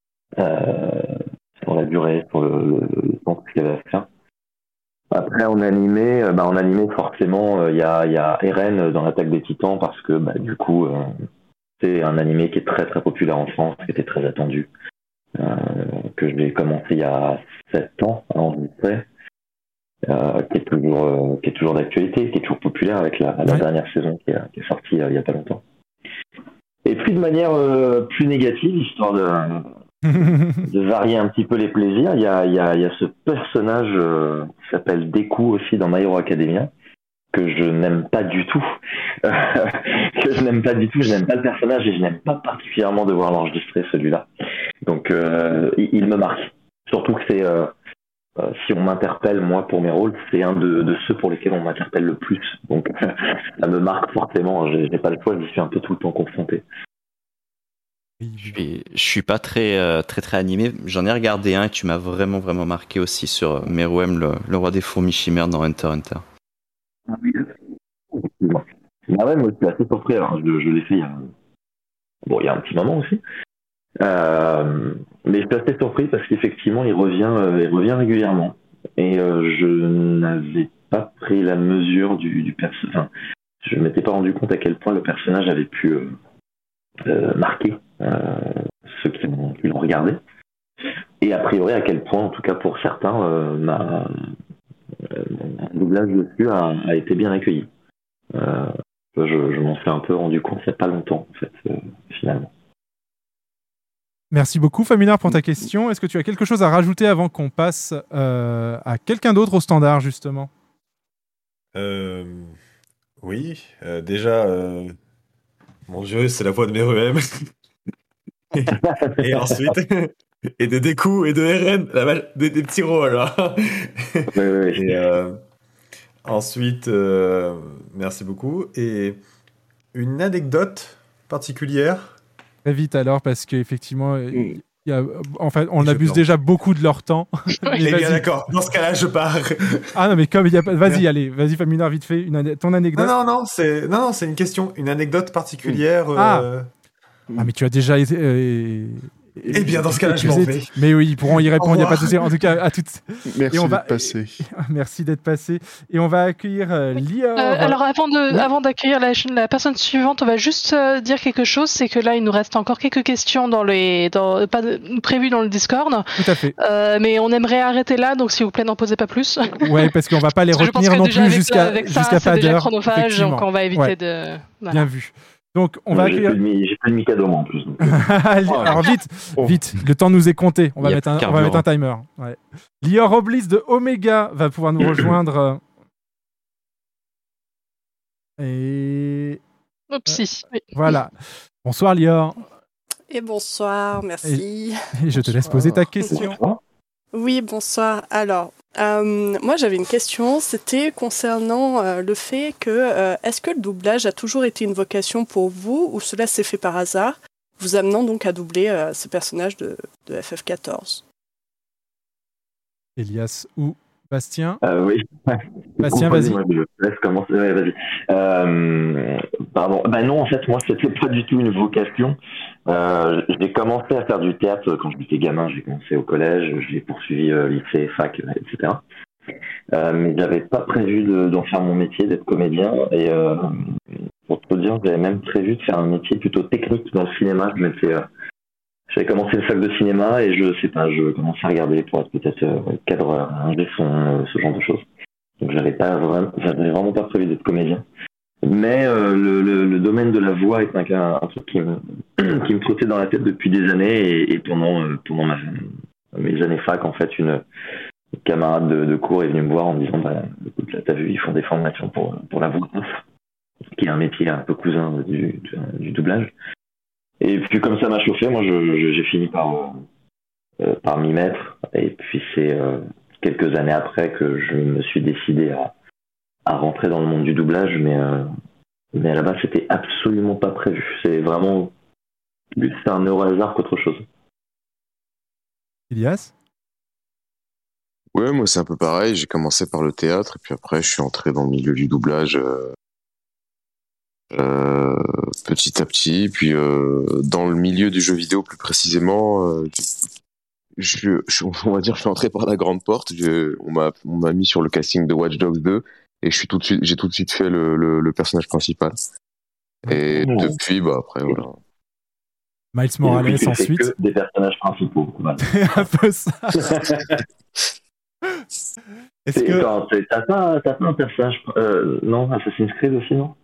sur la durée, sur le temps qu'il y avait à faire. Après, en animé, forcément, il y a Eren dans l'Attaque des Titans parce que du coup, c'est un animé qui est très très populaire en France, qui était très attendu, que j'ai commencé il y a 7 ans à enregistrer, qui est toujours d'actualité, qui est toujours populaire avec la dernière saison qui est sortie il y a pas longtemps. Et puis de manière plus négative, histoire de varier un petit peu les plaisirs, il y a ce personnage qui s'appelle Deku aussi dans My Hero Academia, que je n'aime pas du tout. Je n'aime pas le personnage et je n'aime pas particulièrement devoir l'enregistrer, celui-là. Donc il me marque. Surtout que c'est, si on m'interpelle, moi, pour mes rôles, c'est un de ceux pour lesquels on m'interpelle le plus. Donc ça me marque forcément, j'ai pas le choix, j'y suis un peu tout le temps confronté. Je suis pas très animé. J'en ai regardé un et tu m'as vraiment marqué aussi sur Meruem, le roi des fourmis chimères dans Hunter x Hunter. Ah oui. Ah ouais, moi je suis assez surpris. Alors, je l'ai fait il y a un petit moment aussi. Mais je suis assez surpris parce qu'effectivement il revient régulièrement. Et je n'avais pas pris la mesure du personnage. Enfin, je ne m'étais pas rendu compte à quel point le personnage avait pu marquer ceux qui l'ont regardé. Et a priori à quel point, en tout cas pour certains, mon doublage dessus a été bien accueilli. Je m'en suis un peu rendu compte il n'y a pas longtemps, en fait, finalement. Merci beaucoup, Faminard, pour ta question. Est-ce que tu as quelque chose à rajouter avant qu'on passe à quelqu'un d'autre au standard, justement ? Oui, déjà, mon Dieu, c'est la voix de Meruem. Et ensuite, et de Deku et de Eren, des petits rôles. Hein. Oui. Et ensuite, merci beaucoup. Et une anecdote particulière. Très vite alors, parce qu'effectivement, on abuse déjà beaucoup de leur temps. Eh bien d'accord, dans ce cas-là, je pars. Ah non, mais comme il y a pas... Vas-y, Faminard, vite fait, ton anecdote. Non, c'est une question, une anecdote particulière. Ah, mais tu as déjà été... Eh bien, dans ce cas-là, je m'en vais. Mais oui, ils pourront y répondre, il n'y a pas de souci. En tout cas, à toutes. Merci d'être passé. Merci d'être passé. Et on va accueillir Lior. Alors, avant d'accueillir la personne suivante, on va juste dire quelque chose. C'est que là, il nous reste encore quelques questions prévues dans le Discord. Tout à fait. Mais on aimerait arrêter là, donc s'il vous plaît, n'en posez pas plus. Ouais, parce qu'on ne va pas les retenir non plus jusqu'à pas d'heure. C'est chronophage, donc on va éviter de... Voilà. Bien vu. Donc, on va accueillir... J'ai plus de Mikado, moi, en plus. Alors, vite, le temps nous est compté. On va mettre un timer. Ouais. Lior Oblis de Omega va pouvoir nous rejoindre. Et... Oupsie. Oui. Voilà. Bonsoir, Lior. Et bonsoir, merci. Et je te laisse poser ta question. Oui, bonsoir. Alors, moi j'avais une question, c'était concernant le fait que est-ce que le doublage a toujours été une vocation pour vous ou cela s'est fait par hasard, vous amenant donc à doubler ce personnage de FF14 ? Elias ou Bastien ? Oui. Bastien, vas-y. Moi, je laisse commencer. Ouais, vas-y. Pardon. Non, en fait, moi, c'était pas du tout une vocation. J'ai commencé à faire du théâtre quand j'étais gamin. J'ai commencé au collège, j'ai poursuivi lycée, fac, etc. Mais j'avais pas prévu d'en faire mon métier, d'être comédien. Et pour te dire, j'avais même prévu de faire un métier plutôt technique dans le cinéma. J'avais commencé le fac de cinéma et je commençais à regarder pour être peut-être cadreur, ingé son, ce genre de choses. Donc j'avais vraiment pas prévu d'être comédien. Mais le domaine de la voix est un truc qui me trottait dans la tête depuis des années et pendant mes années fac, en fait, une camarade de cours est venue me voir en me disant écoute, là, t'as vu, ils font des formations pour la voix off, qui est un métier un peu cousin du doublage. Et puis comme ça m'a chauffé, moi j'ai fini par m'y mettre. Et puis c'est quelques années après que je me suis décidé à rentrer dans le monde du doublage, mais à la base c'était absolument pas prévu. C'est vraiment un heureux hasard qu'autre chose. Elias ? Ouais, moi c'est un peu pareil. J'ai commencé par le théâtre et puis après je suis entré dans le milieu du doublage petit à petit. Puis dans le milieu du jeu vidéo plus précisément, on va dire je suis entré par la grande porte. On m'a mis sur le casting de Watch Dogs 2 et j'ai tout de suite fait le personnage principal. Et depuis, après, voilà. Miles Morales ensuite. Que des personnages principaux. Voilà. Un peu ça. Est-ce que t'as pas un personnage non, Assassin's Creed aussi, non?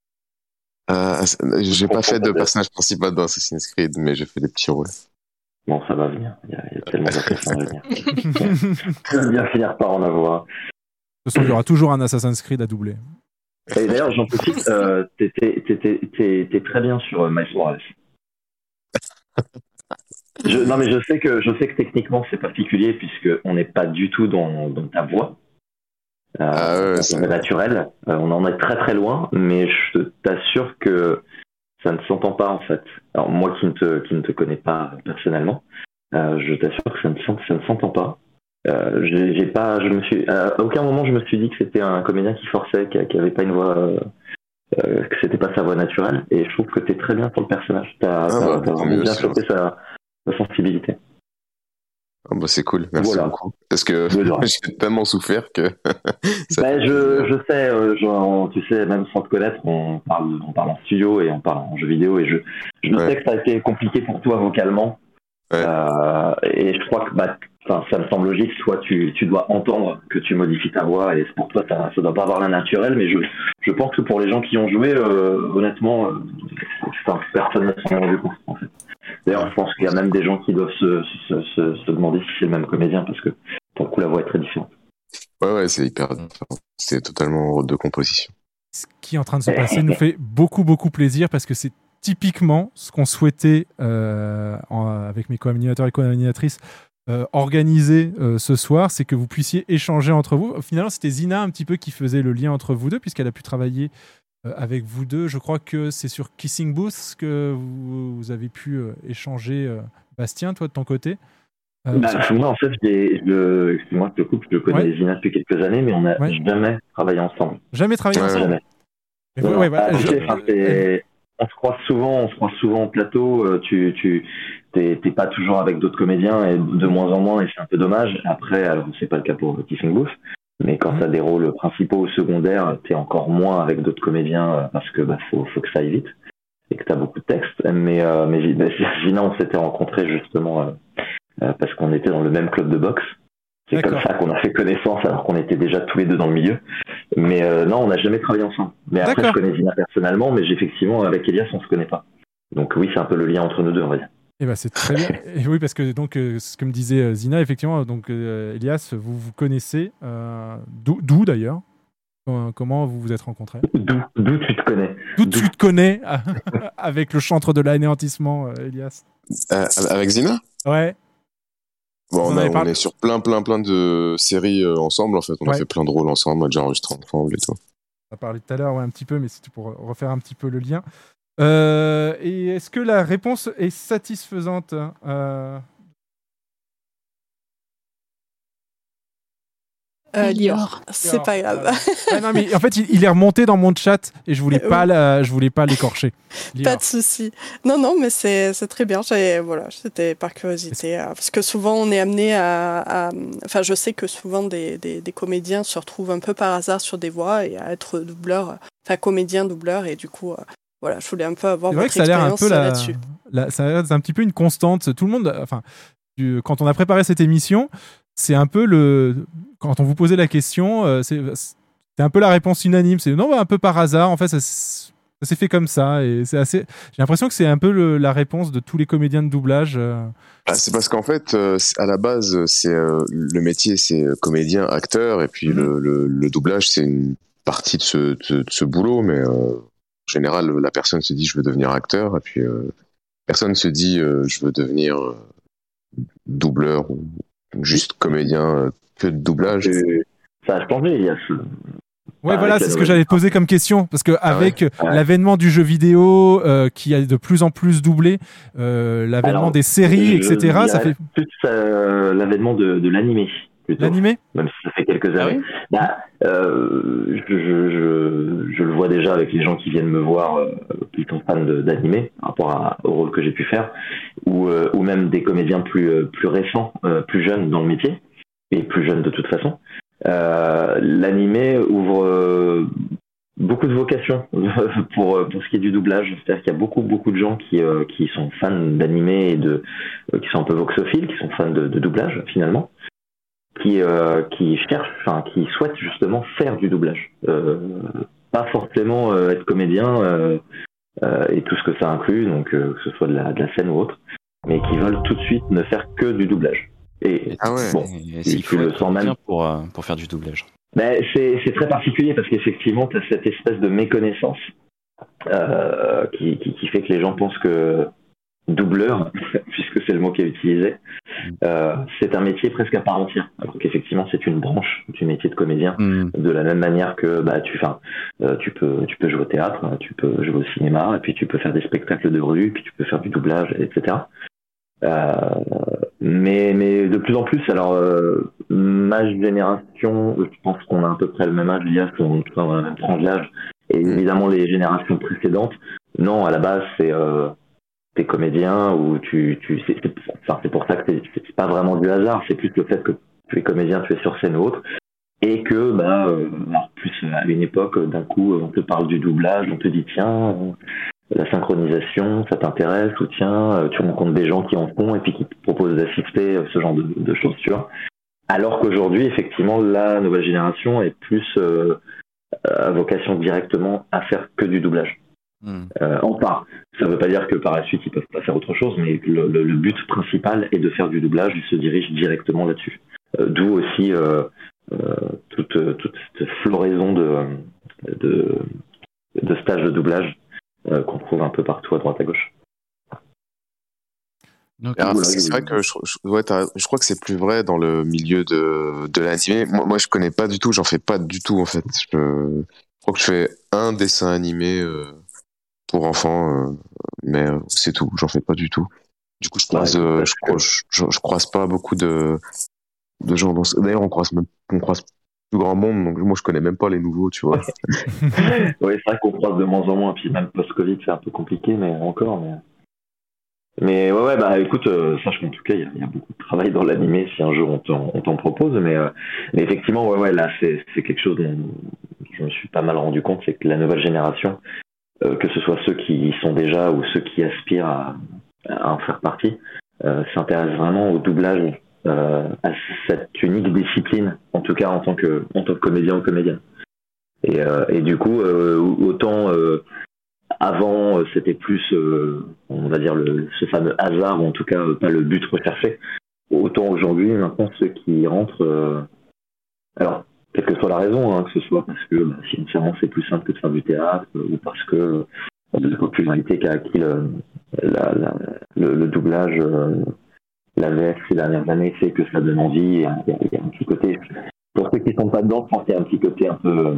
J'ai pas fait de personnage principal dans Assassin's Creed, mais j'ai fait des petits rôles. Bon, ça va venir. Il y a tellement d'impressions à venir. Ça va bien finir par en avoir. De toute façon, il y aura toujours un Assassin's Creed à doubler. Et d'ailleurs, j'en profite, t'es très bien sur Miles Morales. Non, mais je sais que techniquement c'est particulier puisque on n'est pas du tout dans ta voix. C'est naturel. On en est très très loin, mais je t'assure que ça ne s'entend pas en fait. Alors moi qui ne te connais pas personnellement, je t'assure que ça ne s'entend pas. À aucun moment je me suis dit que c'était un comédien qui forçait, qui avait pas une voix, que c'était pas sa voix naturelle. Et je trouve que t'es très bien pour le personnage. T'as vraiment bien chopé sa sensibilité. C'est cool, merci beaucoup. Parce que j'ai tellement souffert que. Je sais, tu sais, même sans te connaître, on parle en studio et on parle en jeu vidéo, et je sais que ça a été compliqué pour toi vocalement. Et je crois que ça me semble logique, soit tu dois entendre que tu modifies ta voix, et pour toi ça doit pas avoir l'air naturel, mais je pense que pour les gens qui ont joué, honnêtement, personne ne s'en est rendu compte en fait. D'ailleurs, je pense qu'il y a même des gens qui doivent se demander si c'est le même comédien, parce que pour le coup la voix est très différente. Ouais, c'est hyper différent. C'est totalement de composition. Ce qui est en train de se passer nous fait beaucoup plaisir, parce que c'est typiquement ce qu'on souhaitait avec mes co-animateurs et co-animatrices organiser ce soir, c'est que vous puissiez échanger entre vous. Finalement, c'était Zina un petit peu qui faisait le lien entre vous deux, puisqu'elle a pu travailler avec vous deux. Je crois que c'est sur Kissing Booth que vous avez pu échanger. Bastien, toi de ton côté moi en fait, excuse-moi de te coupe, je connais Zina depuis quelques années, mais on n'a jamais travaillé ensemble. Jamais travaillé ensemble. On se croise souvent au plateau. T'es pas toujours avec d'autres comédiens, et de moins en moins, et c'est un peu dommage. Après, alors c'est pas le cas pour Kissing Booth, mais quand t'as des rôles principaux ou secondaires, t'es encore moins avec d'autres comédiens, parce que faut que ça aille vite et que t'as beaucoup de textes. Mais Gina, on s'était rencontrés justement parce qu'on était dans le même club de boxe. C'est comme ça qu'on a fait connaissance, alors qu'on était déjà tous les deux dans le milieu. Mais non, on n'a jamais travaillé ensemble. Mais après, je connais Zina personnellement, mais effectivement, avec Elias, on se connaît pas. Donc oui, c'est un peu le lien entre nous deux, on va dire. C'est très bien. Et oui, parce que donc ce que me disait Zina, effectivement, donc Elias, vous connaissez d'où d'ailleurs. Comment vous vous êtes rencontrés? D'où tu te connais? D'où tu te connais avec le chantre de l'anéantissement, Elias? Avec Zina? Ouais. Bon, on est sur plein de séries ensemble, en fait. On a fait plein de rôles ensemble, on a déjà enregistré ensemble et tout. On a parlé tout à l'heure, un petit peu, mais c'était pour refaire un petit peu le lien. Et est-ce que la réponse est satisfaisante? Lior, c'est pas grave. Non, mais en fait, il est remonté dans mon chat et je voulais pas l'écorcher. Lior. Pas de souci. Non, mais c'est très bien. C'était par curiosité, parce que souvent on est amené enfin, je sais que souvent des comédiens se retrouvent un peu par hasard sur des voix et à être comédien doubleur, et du coup. Voilà, je voulais un peu avoir votre expérience là-dessus. Ça a l'air un petit peu une constante. Tout le monde, quand on a préparé cette émission, c'est un peu quand on vous posait la question, c'est un peu la réponse unanime. C'est non, un peu par hasard. En fait, ça s'est fait comme ça, et c'est assez. J'ai l'impression que c'est un peu la réponse de tous les comédiens de doublage. C'est parce qu'en fait, à la base, c'est le métier, c'est comédien, acteur, et puis le doublage, c'est une partie de ce boulot, mais. En général, la personne se dit je veux devenir acteur, et puis personne se dit je veux devenir doubleur ou juste comédien que de doublage. Ça a changé, il y a voilà, c'est ce que j'allais te poser comme question, parce que avec l'avènement du jeu vidéo qui a de plus en plus doublé, l'avènement des séries, etc., ça fait plus l'avènement de l'animé. plutôt. L'animé ? Même si ça fait quelques années. Je le vois déjà avec les gens qui viennent me voir, qui sont fans d'animé, par rapport au rôle que j'ai pu faire, ou même des comédiens plus récents, plus jeunes dans le métier, et plus jeunes de toute façon. L'animé ouvre beaucoup de vocations pour ce qui est du doublage. C'est-à-dire qu'il y a beaucoup de gens qui sont fans d'animé et qui sont un peu voxophiles, qui sont fans de doublage finalement, qui cherchent, qui souhaitent justement faire du doublage. Pas forcément être comédien et tout ce que ça inclut, donc que ce soit de la scène ou autre, mais qui veulent tout de suite ne faire que du doublage. Et bon, il faut le sens même pour faire du doublage. Ben, c'est très particulier parce qu'effectivement, tu as cette espèce de méconnaissance qui fait que les gens pensent que doubleur, puisque c'est le mot qui est utilisé, c'est un métier presque à part entière. Alors qu'effectivement, c'est une branche du métier de comédien, de la même manière que tu peux jouer au théâtre, tu peux jouer au cinéma, et puis tu peux faire des spectacles de rue, puis tu peux faire du doublage, etc. Mais de plus en plus, alors ma génération, je pense qu'on a à peu près le même âge, on a la même tranche d'âge, et évidemment les générations précédentes, non, à la base c'est t'es comédien ou c'est pour ça que c'est pas vraiment du hasard, c'est plus le fait que tu es comédien, tu es sur scène ou autre, et que plus à une époque, d'un coup on te parle du doublage, on te dit tiens, la synchronisation, ça t'intéresse, ou tiens, tu rencontres des gens qui en font et puis qui te proposent d'assister, ce genre de choses, tu vois. Alors qu'aujourd'hui, effectivement, la nouvelle génération est plus à vocation directement à faire que du doublage. Enfin, ça ne veut pas dire que par la suite ils peuvent pas faire autre chose, mais le but principal est de faire du doublage, ils se dirigent directement là-dessus. D'où aussi toute cette floraison de stages de doublage qu'on trouve un peu partout à droite à gauche. C'est vrai que je crois que c'est plus vrai dans le milieu de l'animé. Moi, je connais pas du tout, j'en fais pas du tout en fait. Je crois que je fais un dessin animé pour enfants, mais c'est tout, j'en fais pas du tout. Du coup, je croise pas beaucoup de gens. D'ailleurs, on croise plus grand monde, donc moi je connais même pas les nouveaux, tu vois. Oui, c'est vrai qu'on croise de moins en moins, puis même post-Covid c'est un peu compliqué, mais ouais, écoute, sache qu'en tout cas il y a beaucoup de travail dans l'animé si un jour on t'en propose, mais effectivement là c'est quelque chose dont je me suis pas mal rendu compte, c'est que la nouvelle génération, que ce soit ceux qui y sont déjà ou ceux qui aspirent à en faire partie, s'intéressent vraiment au doublage, à cette unique discipline, en tout cas en tant que comédien ou comédienne. Et du coup, autant avant c'était plus, on va dire, ce fameux hasard, ou en tout cas pas le but recherché, autant aujourd'hui, maintenant, ceux qui rentrent, alors, quelle que soit la raison, que ce soit parce que financièrement c'est plus simple que de faire du théâtre, ou parce que la popularité qu'a acquis le doublage, la VF ces dernières années fait que ça donne envie. Il y a un petit côté, pour ceux qui sont pas dedans, je pense qu'il y a un petit côté un peu,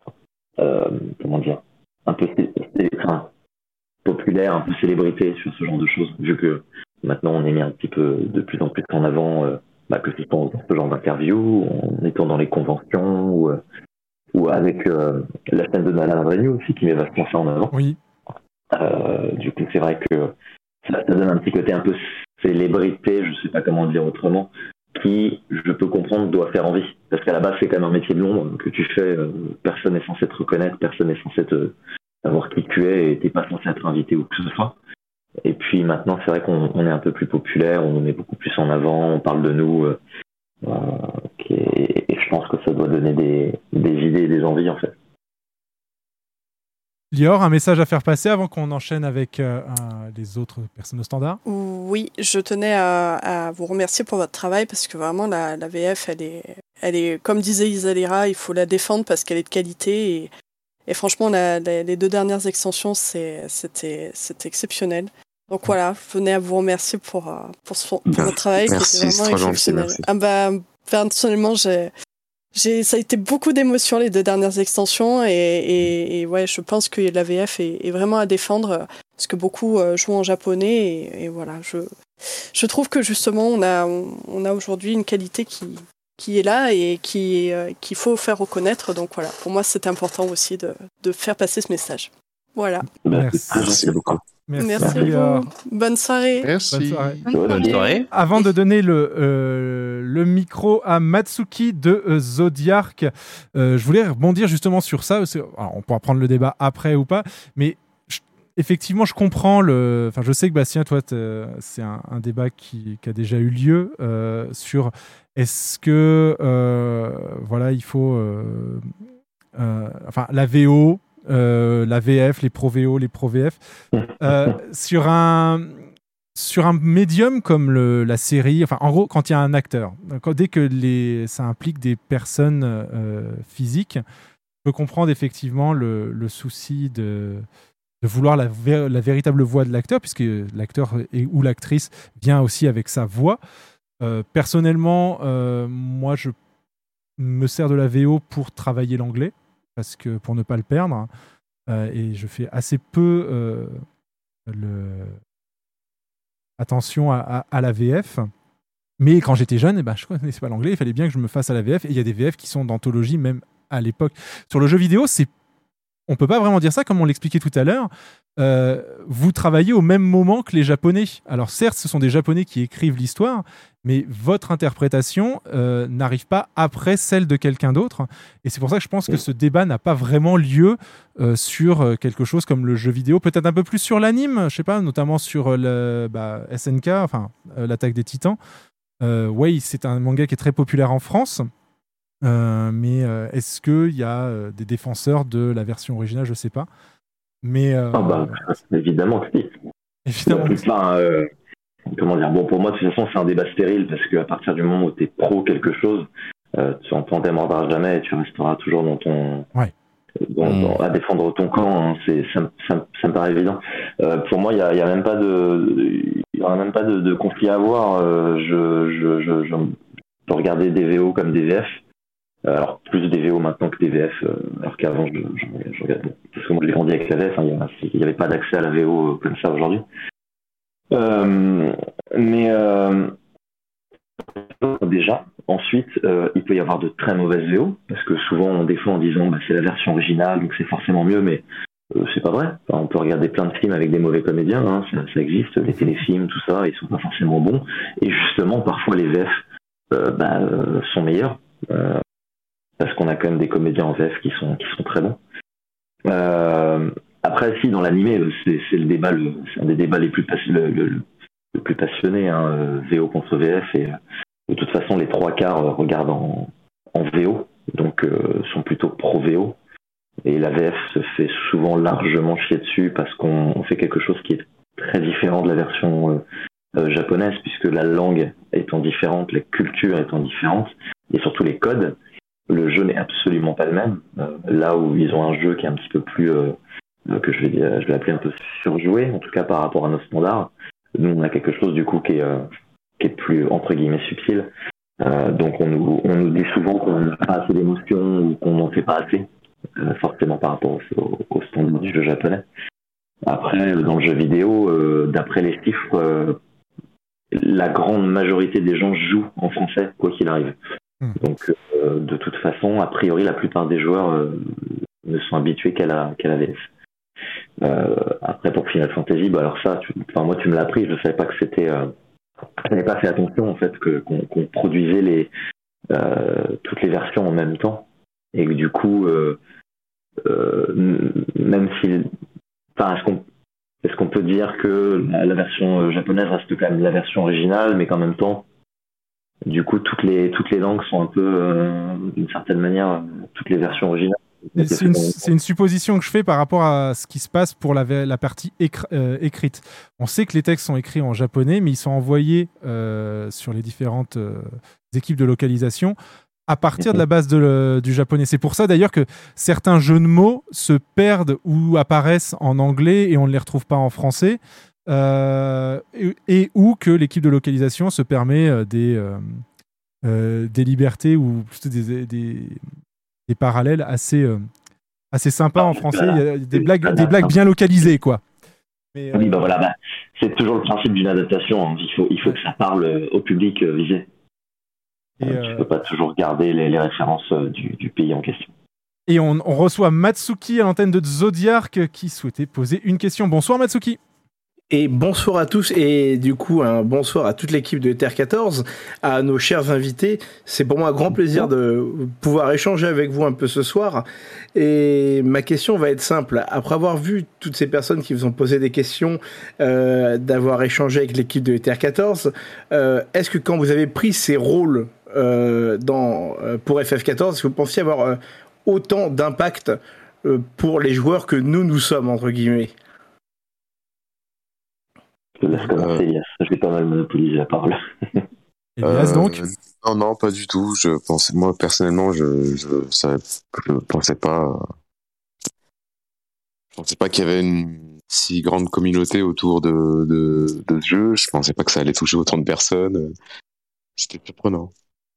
un peu populaire, un peu célébrité sur ce genre de choses, vu que maintenant on est mis un petit peu de plus en plus en avant, que ce soit dans ce genre d'interview, en étant dans les conventions, ou avec la scène de Nalan Renew aussi qui met vachement ça en avant. Oui. Du coup, c'est vrai que ça donne un petit côté un peu célébrité, je sais pas comment le dire autrement, qui, je peux comprendre, doit faire envie. Parce qu'à la base, c'est quand même un métier de l'ombre que tu fais, personne n'est censé te reconnaître, personne n'est censé savoir qui tu es, et t'es pas censé être invité ou que ce soit. Et puis maintenant, c'est vrai qu'on est un peu plus populaire, on nous met beaucoup plus en avant, on parle de nous, et je pense que ça doit donner des idées et des envies, en fait. Lior, un message à faire passer avant qu'on enchaîne avec les autres personnes au standard ? Oui, je tenais à vous remercier pour votre travail parce que vraiment la VF, elle est, comme disait Isalira, il faut la défendre parce qu'elle est de qualité et franchement les 2 dernières extensions c'était exceptionnel. Donc voilà, je venais à vous remercier pour votre travail qui était vraiment exceptionnel. Personnellement, ça a été beaucoup d'émotions les 2 dernières extensions et ouais, je pense que la VF est vraiment à défendre parce que beaucoup jouent en japonais et voilà, je trouve que justement on a aujourd'hui une qualité qui qui est là et qu'il faut faire reconnaître. Donc voilà, pour moi, c'est important aussi de faire passer ce message. Voilà. Merci beaucoup. Merci beaucoup. Bonne soirée. Merci. Bonne soirée. Avant de donner le micro à Matsuki de Zodiac, je voulais rebondir justement sur ça. Alors, on pourra prendre le débat après ou pas, mais effectivement, je comprends Enfin, je sais que Bastien, toi, c'est un débat qui a déjà eu lieu sur est-ce que voilà, il faut enfin la VO. La VF, les pro-VO, les pro-VF, sur un médium comme la série, enfin en gros quand il y a un acteur, dès que ça implique des personnes physiques, je peux comprendre effectivement le souci de vouloir la véritable voix de l'acteur, puisque l'acteur ou l'actrice vient aussi avec sa voix. Personnellement, moi je me sers de la VO pour travailler l'anglais, parce que pour ne pas le perdre, et je fais assez peu attention à la VF. Mais quand j'étais jeune, je ne connaissais pas l'anglais, il fallait bien que je me fasse à la VF, et il y a des VF qui sont d'anthologie même à l'époque. Sur le jeu vidéo, on ne peut pas vraiment dire ça, comme on l'expliquait tout à l'heure. Vous travaillez au même moment que les Japonais. Alors certes, ce sont des Japonais qui écrivent l'histoire, mais votre interprétation n'arrive pas après celle de quelqu'un d'autre. Et c'est pour ça que je pense que ce débat n'a pas vraiment lieu sur quelque chose comme le jeu vidéo, peut-être un peu plus sur l'anime, je sais pas, notamment sur SNK, enfin l'Attaque des Titans. Oui, c'est un manga qui est très populaire en France. Mais est-ce qu'il y a des défenseurs de la version originale? Je sais pas. Mais évidemment que si. Évidemment. Comment dire, bon, pour moi de toute façon c'est un débat stérile, parce qu'à partir du moment où tu es pro quelque chose, tu en t'aimeras jamais et tu resteras toujours dans ton à défendre ton camp, hein. Ça me paraît évident. Pour moi il y a même pas de conflit à avoir. Je peux regarder des VO comme des VF. Alors plus des VO maintenant que des VF, alors qu'avant je regardais, parce que moi j'ai grandi avec la VF, hein, il n'y avait pas d'accès à la VO comme ça aujourd'hui. Mais déjà, ensuite, il peut y avoir de très mauvaises VO, parce que souvent on défend en disant c'est la version originale, donc c'est forcément mieux, mais c'est pas vrai. Enfin, on peut regarder plein de films avec des mauvais comédiens, hein, ça existe, les téléfilms, tout ça, ils sont pas forcément bons, et justement parfois les VF sont meilleurs. Parce qu'on a quand même des comédiens en VF qui sont très bons. Après, si, dans l'animé, c'est le débat, c'est un des débats les plus le plus passionné, hein, VO contre VF, et de toute façon, les 3/4 regardent en VO, donc sont plutôt pro-VO, et la VF se fait souvent largement chier dessus, parce qu'on fait quelque chose qui est très différent de la version japonaise, puisque la langue étant différente, la culture étant différente, et surtout les codes, le jeu n'est absolument pas le même. Là où ils ont un jeu qui est un petit peu plus, que je vais appeler un peu surjoué, en tout cas par rapport à nos standards, nous on a quelque chose du coup qui est plus entre guillemets subtil. Donc on nous dit souvent qu'on n'a pas assez d'émotions ou qu'on n'en fait pas assez, forcément par rapport au standard du jeu japonais. Après, dans le jeu vidéo, d'après les chiffres, la grande majorité des gens jouent en français, quoi qu'il arrive. Donc, de toute façon, a priori, la plupart des joueurs ne sont habitués qu'à la VF. Après, pour Final Fantasy, alors ça, moi, tu me l'as appris, je ne savais pas que c'était... je n'avais pas fait attention, en fait, qu'on produisait toutes les versions en même temps. Et que du coup, même si... Enfin, est-ce qu'on peut dire que la version japonaise reste quand même la version originale, mais qu'en même temps, du coup, toutes les langues sont un peu, d'une certaine manière, toutes les versions originales. C'est une supposition que je fais par rapport à ce qui se passe pour la partie écrite. On sait que les textes sont écrits en japonais, mais ils sont envoyés sur les différentes équipes de localisation à partir de la base du japonais. C'est pour ça d'ailleurs que certains jeux de mots se perdent ou apparaissent en anglais et on ne les retrouve pas en français. Et ou que l'équipe de localisation se permet des libertés ou plutôt des parallèles assez sympas en français. Il y a des blagues bien localisées, quoi. Mais, oui, voilà, c'est toujours le principe d'une adaptation, hein. Il faut que ça parle au public visé. Tu peux pas toujours garder les références du pays en question. Et on reçoit Matsuki à l'antenne de Zodiac qui souhaitait poser une question. Bonsoir Matsuki. Et bonsoir à tous, et du coup un bonsoir à toute l'équipe de Terre 14, à nos chers invités. C'est pour moi un grand plaisir de pouvoir échanger avec vous un peu ce soir. Et ma question va être simple. Après avoir vu toutes ces personnes qui vous ont posé des questions, d'avoir échangé avec l'équipe de Terre 14, est-ce que quand vous avez pris ces rôles pour FF14, est-ce que vous pensiez avoir autant d'impact pour les joueurs que nous sommes, entre guillemets? Je te laisse commencer, Elias. Je vais pas mal monopoliser la parole. Elias, donc Non, pas du tout. Moi, personnellement, je pensais pas qu'il y avait une si grande communauté autour de ce jeu. Je pensais pas que ça allait toucher autant de personnes. C'était surprenant.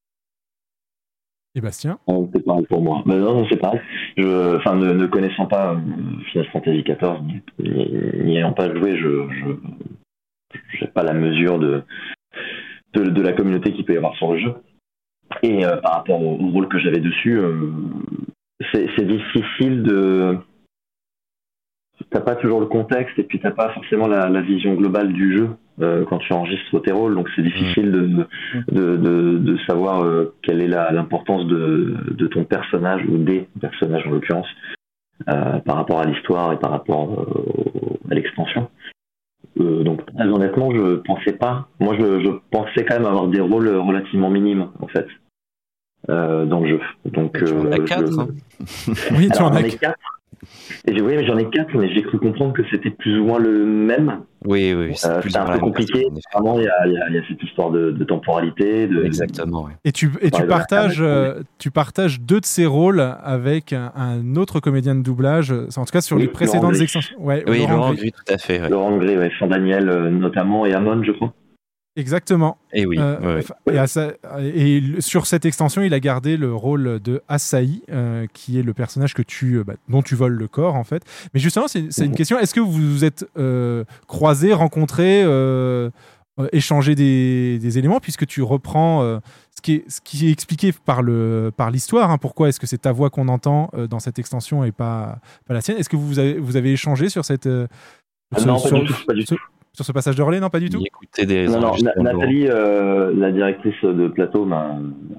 Et Bastien? C'est pareil pour moi. Mais non, c'est pareil. Ne connaissant pas Final Fantasy XIV, n'y ayant pas joué, je n'ai pas la mesure de la communauté qu'il peut y avoir sur le jeu. Et par rapport au rôle que j'avais dessus, c'est difficile de... T'as pas toujours le contexte et puis t'as pas forcément la vision globale du jeu quand tu enregistres tes rôles, donc c'est difficile de savoir quelle est l'importance de ton personnage ou des personnages en l'occurrence par rapport à l'histoire et par rapport à l'extension. Donc très honnêtement, je pensais pas. Moi, je pensais quand même avoir des rôles relativement minimes en fait dans le jeu. Donc tu en as 4. Hein. Oui, tu en as 4. Oui, mais j'en ai 4, mais j'ai cru comprendre que c'était plus ou moins le même. Oui, c'est un peu compliqué. Vraiment, il y a cette histoire de temporalité. Exactement. Oui. Et tu partages 2 de ces rôles avec un autre comédien de doublage, en tout cas sur les précédentes extensions. Ouais, oui, Laurent Gris, tout à fait. Ouais. Laurent Gris, Jean Daniel notamment, et Amon, je crois. Exactement. Et oui. Et sur cette extension, il a gardé le rôle de Asahi, qui est le personnage dont tu voles le corps en fait. Mais justement, c'est une question. Est-ce que vous vous êtes croisés, rencontrés, échangé des éléments, puisque tu reprends ce qui est expliqué par l'histoire, hein, pourquoi est-ce que c'est ta voix qu'on entend dans cette extension et pas la sienne. Est-ce que vous avez échangé sur cette non, pas du tout. Sur ce passage de relais, non, pas du tout. Non, Nathalie, la directrice de plateau, m'a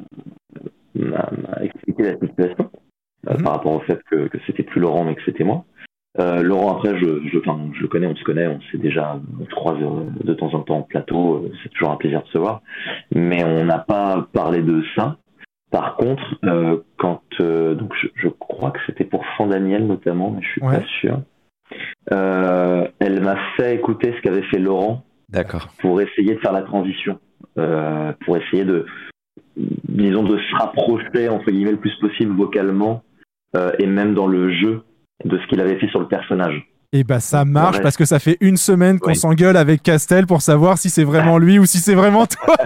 expliqué la situation par rapport au fait que c'était plus Laurent mais que c'était moi. Laurent, après, je le connais, on s'est déjà, on se croise de temps en temps en plateau, c'est toujours un plaisir de se voir, mais on n'a pas parlé de ça. Par contre, donc je crois que c'était pour Fandaniel notamment, mais je suis pas sûr. Elle m'a fait écouter ce qu'avait fait Laurent. D'accord. Pour essayer de faire la transition, pour essayer de se rapprocher entre guillemets le plus possible vocalement et même dans le jeu de ce qu'il avait fait sur le personnage. Et ça marche parce que ça fait 1 semaine qu'on s'engueule avec Castel pour savoir si c'est vraiment lui ou si c'est vraiment toi.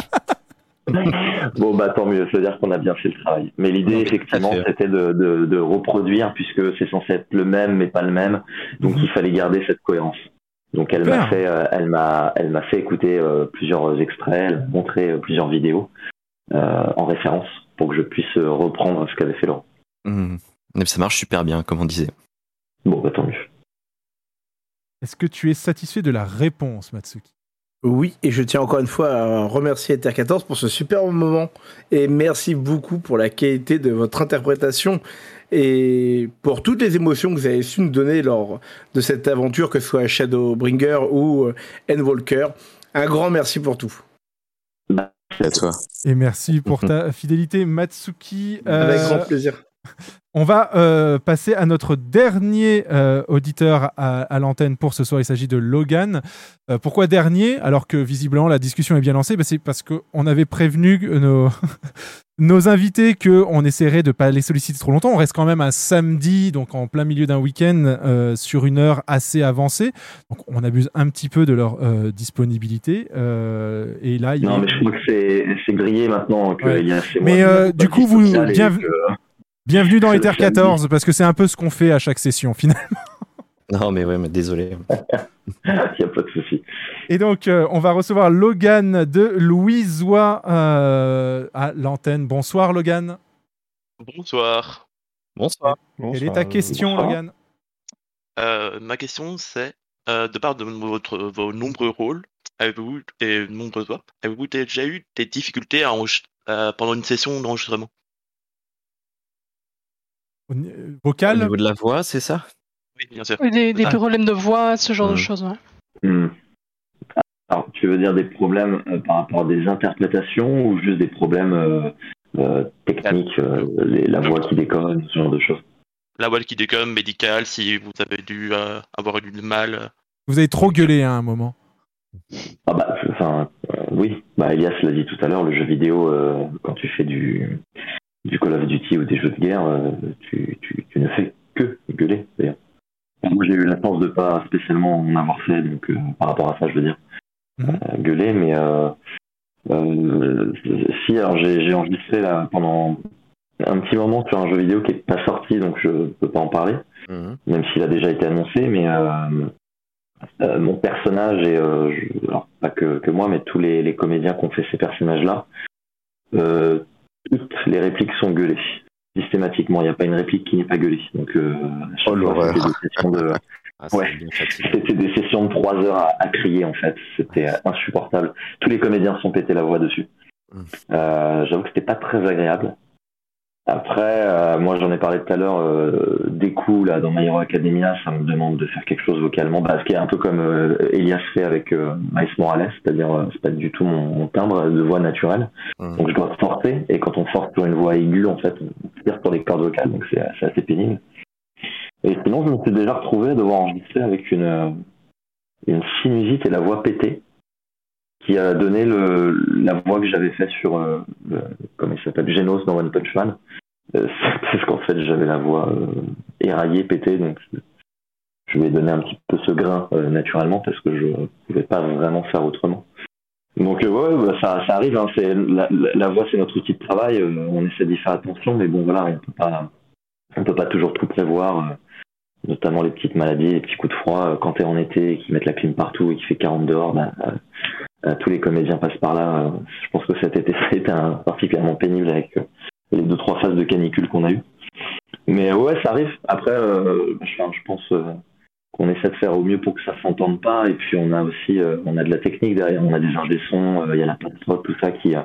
Bon, tant mieux, c'est-à-dire qu'on a bien fait le travail. Mais l'idée, effectivement, c'était de reproduire, puisque c'est censé être le même, mais pas le même. Donc, il fallait garder cette cohérence. Donc, elle m'a fait écouter plusieurs extraits, elle m'a montré plusieurs vidéos en référence pour que je puisse reprendre ce qu'avait fait Laurent. Ça marche super bien, comme on disait. Bon, tant mieux. Est-ce que tu es satisfait de la réponse, Matsuki ? Oui, et je tiens encore une fois à remercier Terre 14 pour ce superbe moment. Et merci beaucoup pour la qualité de votre interprétation et pour toutes les émotions que vous avez su nous donner lors de cette aventure, que ce soit Shadowbringer ou Endwalker. Un grand merci pour tout. Merci à toi. Et merci pour ta fidélité, Matsuki. Avec grand plaisir. On va passer à notre dernier auditeur à l'antenne pour ce soir. Il s'agit de Logan. Pourquoi dernier alors que visiblement la discussion est bien lancée? C'est parce qu'on avait prévenu nos invités qu'on essaierait de ne pas les solliciter trop longtemps. On reste quand même un samedi, donc en plein milieu d'un week-end, sur une heure assez avancée. Donc on abuse un petit peu de leur disponibilité. Et là, mais je crois que c'est grillé maintenant. Du coup, bienvenue dans Ether 14, parce que c'est un peu ce qu'on fait à chaque session, finalement. Non, mais désolé. Il n'y a pas de souci. Et donc, on va recevoir Logan de Louisois à l'antenne. Bonsoir, Logan. Bonsoir. Bonsoir. Quelle est ta question, Logan? Ma question, c'est, de part de vos nombreux rôles, avez-vous déjà eu des difficultés pendant une session d'enregistrement? Vocal? Au niveau de la voix, c'est ça? Oui, bien sûr. Oui, des problèmes de voix, ce genre de choses, ouais. Alors, tu veux dire des problèmes par rapport à des interprétations ou juste des problèmes techniques, la voix qui déconne, ce genre de choses? La voix qui déconne, médicale, si vous avez dû avoir eu du mal. Vous avez trop gueulé à un moment. Oui. Elias l'a dit tout à l'heure, le jeu vidéo, quand tu fais du Call of Duty ou des jeux de guerre, tu ne fais que gueuler, d'ailleurs. Moi, j'ai eu la chance de pas spécialement en avoir fait, donc par rapport à ça, je veux dire, gueuler, mais si, alors j'ai enregistré là pendant un petit moment sur un jeu vidéo qui est pas sorti, donc je peux pas en parler, même s'il a déjà été annoncé, mais mon personnage et alors pas que moi, mais tous les comédiens qui ont fait ces personnages-là, toutes les répliques sont gueulées systématiquement. Il n'y a pas une réplique qui n'est pas gueulée. Donc c'était des sessions de 3 heures à crier en fait. C'était insupportable. Tous les comédiens sont pétés la voix dessus. J'avoue que c'était pas très agréable. Après, moi j'en ai parlé tout à l'heure, des coups là dans My Hero Academia, ça me demande de faire quelque chose vocalement, ce qui est un peu comme Elias fait avec Miles Morales, c'est-à-dire c'est pas du tout mon timbre de voix naturelle, donc je dois forcer, et quand on force sur une voix aiguë, en fait, on tire sur les cordes vocales, donc c'est assez pénible. Et sinon, je me suis déjà retrouvé à devoir enregistrer avec une sinusite et la voix pétée, qui a donné la voix que j'avais fait sur comment il s'appelle, Genos dans One Punch Man. C'est parce qu'en fait j'avais la voix éraillée, pétée, donc je lui ai donné un petit peu ce grain naturellement parce que je pouvais pas vraiment faire autrement. Donc ça arrive, hein, la voix c'est notre outil de travail, on essaie d'y faire attention, mais bon voilà, on peut pas toujours tout prévoir, notamment les petites maladies, les petits coups de froid, quand t'es en été et qu'ils mettent la clim partout et qu'il fait 40 dehors, tous les comédiens passent par là. Je pense que cet été, ça a été particulièrement pénible avec les 2-3 phases de canicule qu'on a eues. Mais ouais, ça arrive. Après, je pense qu'on essaie de faire au mieux pour que ça s'entende pas. Et puis on a aussi on a de la technique derrière. On a des ingé sons, il y a la post-prod, tout ça qui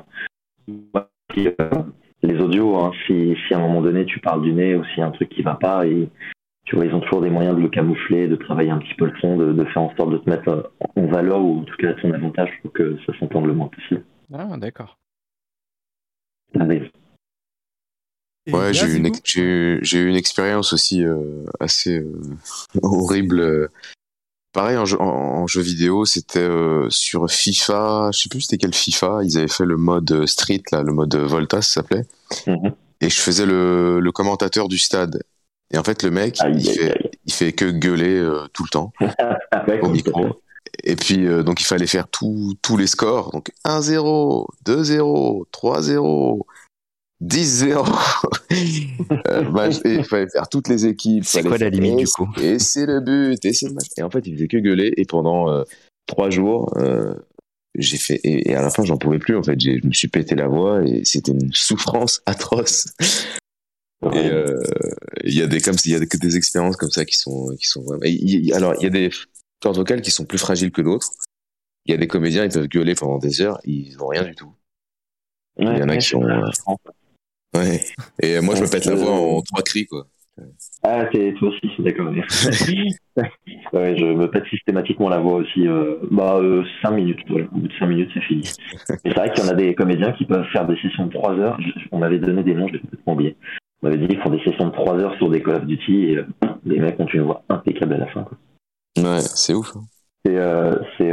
les audios, hein, si à un moment donné tu parles du nez ou s'il y a un truc qui va pas, et tu vois, ils ont toujours des moyens de le camoufler, de travailler un petit peu le son, de faire en sorte de te mettre en valeur, ou en tout cas à ton avantage, pour que ça s'entende le moins possible. Ah, d'accord. Ça arrive. Ouais, j'ai eu une expérience aussi assez horrible. Pareil, en jeu vidéo, c'était sur FIFA, je sais plus c'était quel FIFA, ils avaient fait le mode Street, là, le mode Volta, ça s'appelait. Et je faisais le commentateur du stade. Et en fait, le mec, il fait que gueuler tout le temps au micro. Et puis, donc, il fallait faire tous les scores. Donc, 1-0, 2-0, 3-0, 10-0. Et il fallait faire toutes les équipes. C'est quoi la limite, du coup? Et c'est le but, et c'est le match. Et en fait, il faisait que gueuler. Et pendant 3 jours, j'ai fait... Et à la fin, j'en pouvais plus, en fait. Je me suis pété la voix et c'était une souffrance atroce. Et il y a des expériences comme ça qui sont vraiment. Alors il y a des cordes vocales qui sont plus fragiles que d'autres. Il y a des comédiens, ils peuvent gueuler pendant des heures, ils n'ont rien du tout. Il y en a qui sont. Ouais. Et moi je me pète la voix en 3 cris, quoi. Ah, toi aussi, d'accord. Ouais, je me pète systématiquement la voix aussi. 5 minutes. Voilà. Au bout de 5 minutes, c'est fini. Et c'est vrai qu'il y en a des comédiens qui peuvent faire des sessions de 3 heures. On m'avait donné des noms, j'ai complètement oublié. On m'avait dit qu'ils font des sessions de 3 heures sur des Call of Duty et les mecs ont une voix impeccable à la fin, quoi. Ouais, c'est ouf. C'est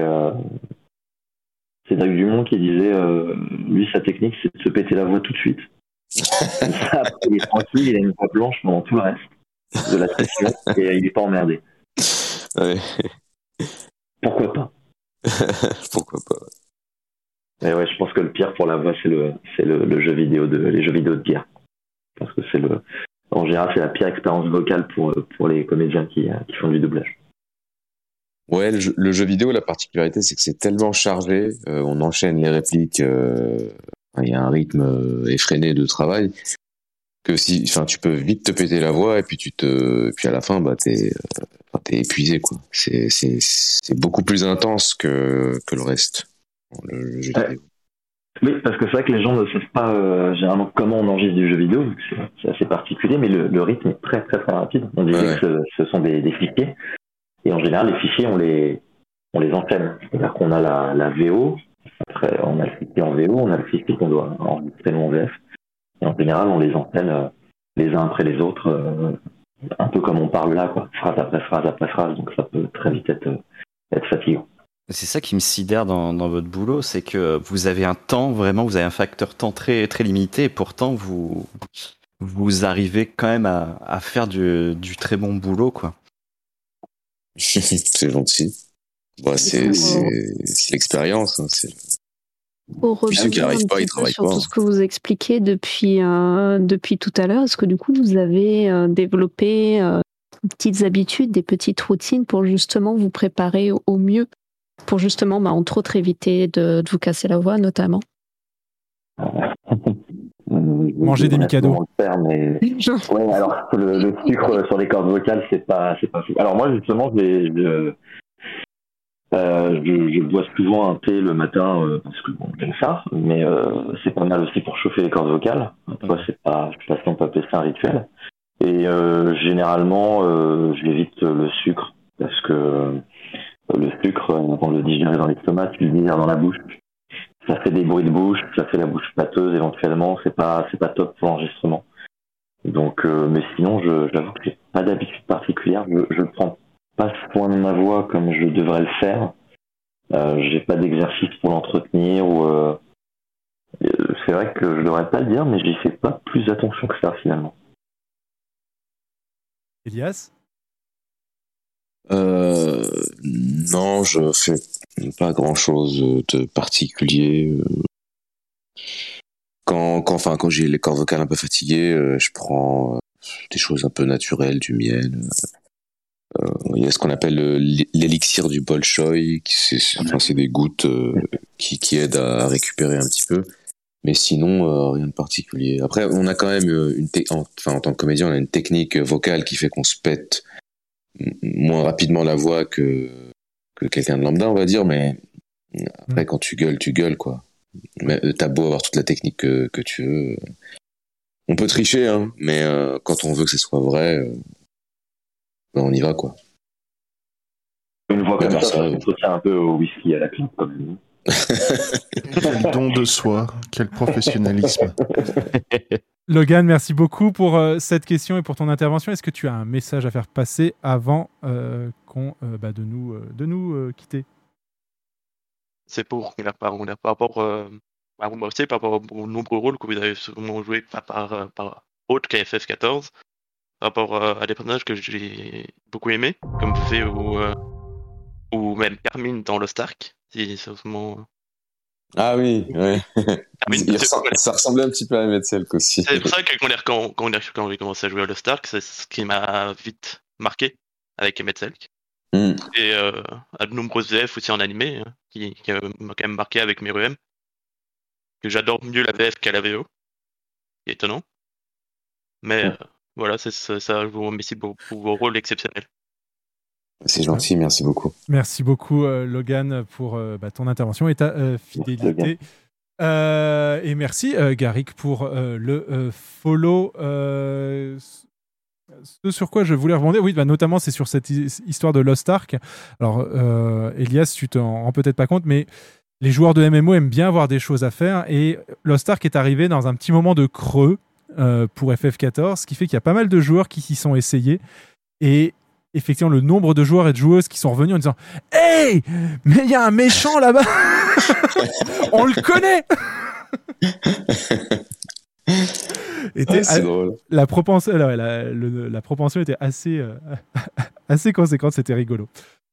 David Dumont qui disait, lui, sa technique, c'est de se péter la voix tout de suite. Comme ça, après, il est tranquille, il a une voix blanche pendant tout le reste de la session et il n'est pas emmerdé. Ouais. Pourquoi pas? Pourquoi pas? Et ouais, je pense que le pire pour la voix, c'est le jeu vidéo les jeux vidéo de guerre. Parce que en général, c'est la pire expérience vocale pour les comédiens qui font du doublage. Ouais, le jeu vidéo, la particularité, c'est que c'est tellement chargé, on enchaîne les répliques, il y a un rythme effréné de travail, que tu peux vite te péter la voix, et puis puis à la fin, t'es épuisé, quoi. C'est beaucoup plus intense que le reste, le jeu vidéo. Oui, parce que c'est vrai que les gens ne savent pas généralement comment on enregistre du jeu vidéo, donc c'est assez particulier, mais le rythme est très très très rapide. On dirait que ce sont des fichiers, et en général les fichiers on les enchaîne. C'est-à-dire qu'on a la VO, après on a le fichier en VO, on a le fichier qu'on doit enregistrer en VF, et en général on les enchaîne les uns après les autres, un peu comme on parle là, quoi, phrase après phrase, donc ça peut très vite être fatigant. C'est ça qui me sidère dans votre boulot, c'est que vous avez un temps, vraiment, vous avez un facteur temps très, très limité, et pourtant vous arrivez quand même à faire du très bon boulot, quoi. C'est gentil. Bon, c'est l'expérience. Hein, Pour ceux qui n'arrivent pas, ils travaillent sur pas. Tout ce que vous expliquez depuis tout à l'heure, est-ce que du coup vous avez développé des petites habitudes, des petites routines pour justement vous préparer au mieux, pour justement, entre autres, éviter de vous casser la voix, notamment? Manger des Mikado. Ouais, alors le sucre sur les cordes vocales, c'est pas fou. Alors moi justement, je bois souvent un thé le matin parce que bon, j'aime ça, mais c'est pas mal aussi pour chauffer les cordes vocales. Toi, je sais pas si on peut appeler ça un rituel. Et généralement, j'évite le sucre parce que le sucre, quand on le digère dans l'estomac, tu le digères dans la bouche. Ça fait des bruits de bouche, ça fait la bouche pâteuse éventuellement, c'est pas top pour l'enregistrement. Donc, mais sinon, j'avoue que j'ai pas d'habitude particulière. Je prends pas soin de ma voix comme je devrais le faire. J'ai pas d'exercice pour l'entretenir ou c'est vrai que je devrais pas le dire, mais j'y fais pas plus attention que ça finalement. Elias? Non, je fais pas grand chose de particulier. Quand j'ai les cordes vocales un peu fatiguées, je prends des choses un peu naturelles, du miel. Il y a ce qu'on appelle l'élixir du Bolchoï, c'est des gouttes qui aident à récupérer un petit peu. Mais sinon, rien de particulier. Après, on a quand même en tant que comédien, on a une technique vocale qui fait qu'on se pète moins rapidement la voix que quelqu'un de lambda, on va dire, mais après, quand tu gueules, quoi. Mais t'as beau avoir toute la technique que tu veux. On peut tricher, hein, mais quand on veut que ce soit vrai, on y va, quoi. Une voix comme ça s'entretient un peu au whisky à la clé, quand même. Quel don de soi, quel professionnalisme. Logan, merci beaucoup pour cette question et pour ton intervention. Est-ce que tu as un message à faire passer avant de nous quitter? C'est pour par rapport aux nombreux rôles que vous avez sûrement joué par autre qu'à FF14, par rapport à des personnages que j'ai beaucoup aimés, comme Fée ou même Carmine dans Lost Ark. Ah oui, ouais. Ça ressemblait un petit peu à Metzelk aussi. C'est pour ça que quand j'ai commencé à jouer à Lost Ark, c'est ce qui m'a vite marqué avec Metzelk. Et à de nombreuses VF aussi en animé, hein, qui m'a quand même marqué avec Meruem, que j'adore mieux la VF qu'à la VO, c'est étonnant. Mais voilà, c'est ça, je vous remercie pour vos rôles exceptionnels. C'est gentil, merci beaucoup. Merci beaucoup Logan pour ton intervention et ta fidélité. Et merci Garrick pour le follow. Ce sur quoi je voulais rebondir, oui, notamment c'est sur cette histoire de Lost Ark. Alors Elias, tu t'en rends peut-être pas compte, mais les joueurs de MMO aiment bien avoir des choses à faire et Lost Ark est arrivé dans un petit moment de creux pour FF14, ce qui fait qu'il y a pas mal de joueurs qui s'y sont essayés et effectivement, le nombre de joueurs et de joueuses qui sont revenus en disant « Hey, mais il y a un méchant là-bas on le connaît !» C'est drôle. La propension était assez conséquente, c'était rigolo.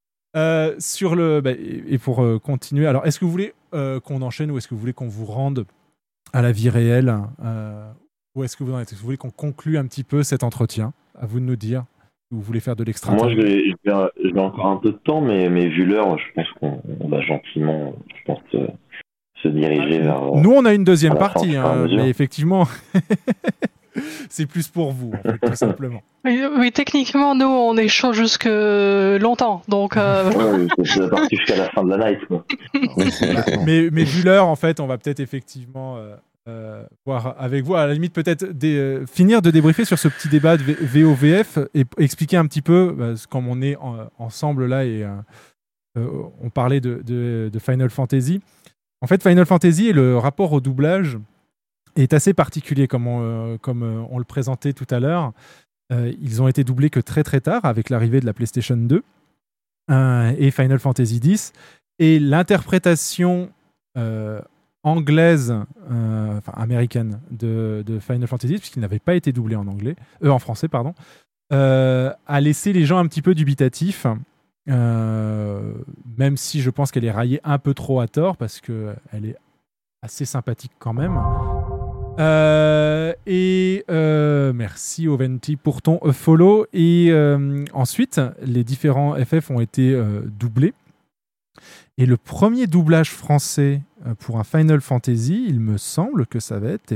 Et pour continuer, alors est-ce que vous voulez qu'on enchaîne ou est-ce que vous voulez qu'on vous rende à la vie réelle ou est-ce que vous en êtes? Est-ce que vous voulez qu'on conclue un petit peu cet entretien? À vous de nous dire. Vous voulez faire de l'extra? Moi, j'ai encore un peu de temps, mais vu l'heure, je pense qu'on va gentiment, se diriger vers. Nous, on a une deuxième partie, fin, mais effectivement, c'est plus pour vous, en fait, tout simplement. Oui, techniquement, nous, on est chaud jusque longtemps, donc. Ouais, c'est la partie jusqu'à la fin de la night, quoi. mais vu l'heure, en fait, on va peut-être effectivement voir avec vous, à la limite, peut-être finir de débriefer sur ce petit débat de VOVF et expliquer un petit peu, comme on est ensemble là et on parlait de Final Fantasy. En fait, Final Fantasy et le rapport au doublage est assez particulier, comme on le présentait tout à l'heure. Ils ont été doublés que très très tard, avec l'arrivée de la PlayStation 2 et Final Fantasy X. Et l'interprétation anglaise, américaine de Final Fantasy, puisqu'il n'avait pas été doublé en français, pardon, a laissé les gens un petit peu dubitatifs. Même si je pense qu'elle est raillée un peu trop à tort, parce qu'elle est assez sympathique quand même. Merci Oventi pour ton follow. Et ensuite, les différents FF ont été doublés. Et le premier doublage français pour un Final Fantasy, il me semble que ça va être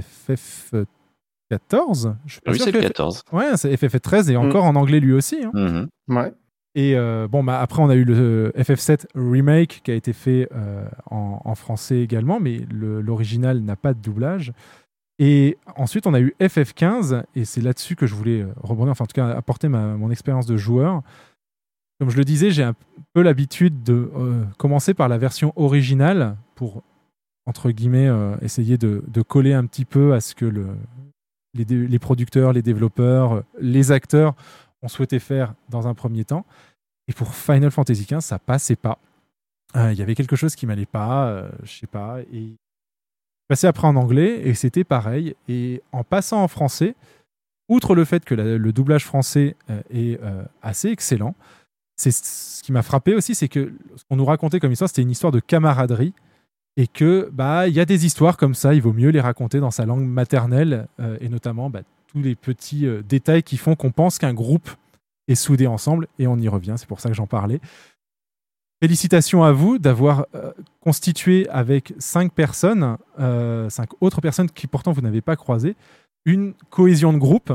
FF14. Oui, c'est le 14. Ouais, c'est FF13 et encore en anglais lui aussi. Hein. Ouais. Et après, on a eu le FF7 Remake qui a été fait en français également, mais l'original n'a pas de doublage. Et ensuite, on a eu FF15, et c'est là-dessus que je voulais rebondir, enfin en tout cas apporter mon expérience de joueur. Comme je le disais, j'ai un peu l'habitude de commencer par la version originale pour, entre guillemets, essayer de coller un petit peu à ce que les producteurs, les développeurs, les acteurs ont souhaité faire dans un premier temps. Et pour Final Fantasy XV, ça passait pas. Il y avait quelque chose qui m'allait pas, je sais pas. Et passé après en anglais, et c'était pareil. Et en passant en français, outre le fait que le doublage français est assez excellent, c'est ce qui m'a frappé aussi, c'est que ce qu'on nous racontait comme histoire, c'était une histoire de camaraderie, et que il y a des histoires comme ça, il vaut mieux les raconter dans sa langue maternelle, et notamment tous les petits détails qui font qu'on pense qu'un groupe est soudé ensemble, et on y revient, c'est pour ça que j'en parlais. Félicitations à vous d'avoir constitué avec 5 personnes, 5 autres personnes qui pourtant vous n'avez pas croisées, une cohésion de groupe.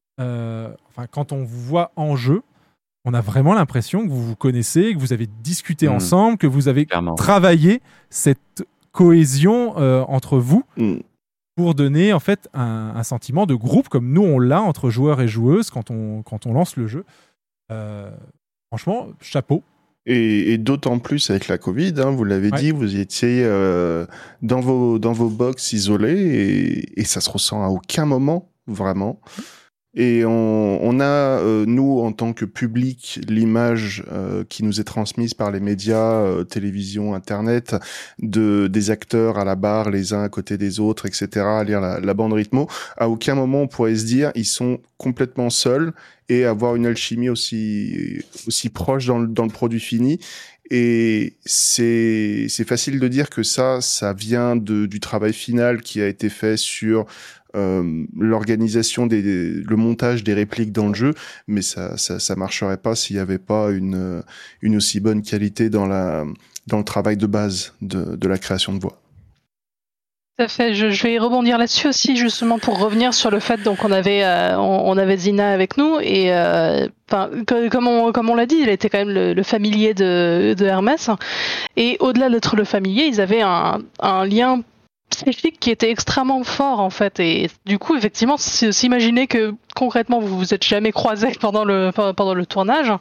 Quand on vous voit en jeu, on a vraiment l'impression que vous vous connaissez, que vous avez discuté ensemble, que vous avez travaillé cette cohésion entre vous pour donner en fait un sentiment de groupe comme nous on l'a entre joueurs et joueuses quand on lance le jeu. Franchement, chapeau. Et d'autant plus avec la Covid, vous l'avez dit, vous étiez dans vos box isolés et ça se ressent à aucun moment, vraiment. Et on a, nous, en tant que public, l'image qui nous est transmise par les médias, télévision, Internet, des acteurs à la barre, les uns à côté des autres, etc., à lire la bande rythmo. À aucun moment, on pourrait se dire, ils sont complètement seuls et avoir une alchimie aussi proche dans le produit fini. Et c'est facile de dire que ça vient du travail final qui a été fait sur l'organisation le montage des répliques dans le jeu, mais ça marcherait pas s'il y avait pas une aussi bonne qualité dans le travail de base de la création de voix. Tout à fait. Je vais rebondir là-dessus aussi, justement pour revenir sur le fait donc on avait Zina avec nous et comme on l'a dit, il était quand même le familier de Hermès, et au-delà d'être le familier, ils avaient un lien psychique qui était extrêmement fort en fait, et du coup effectivement s'imaginer que concrètement vous vous êtes jamais croisés pendant le tournage,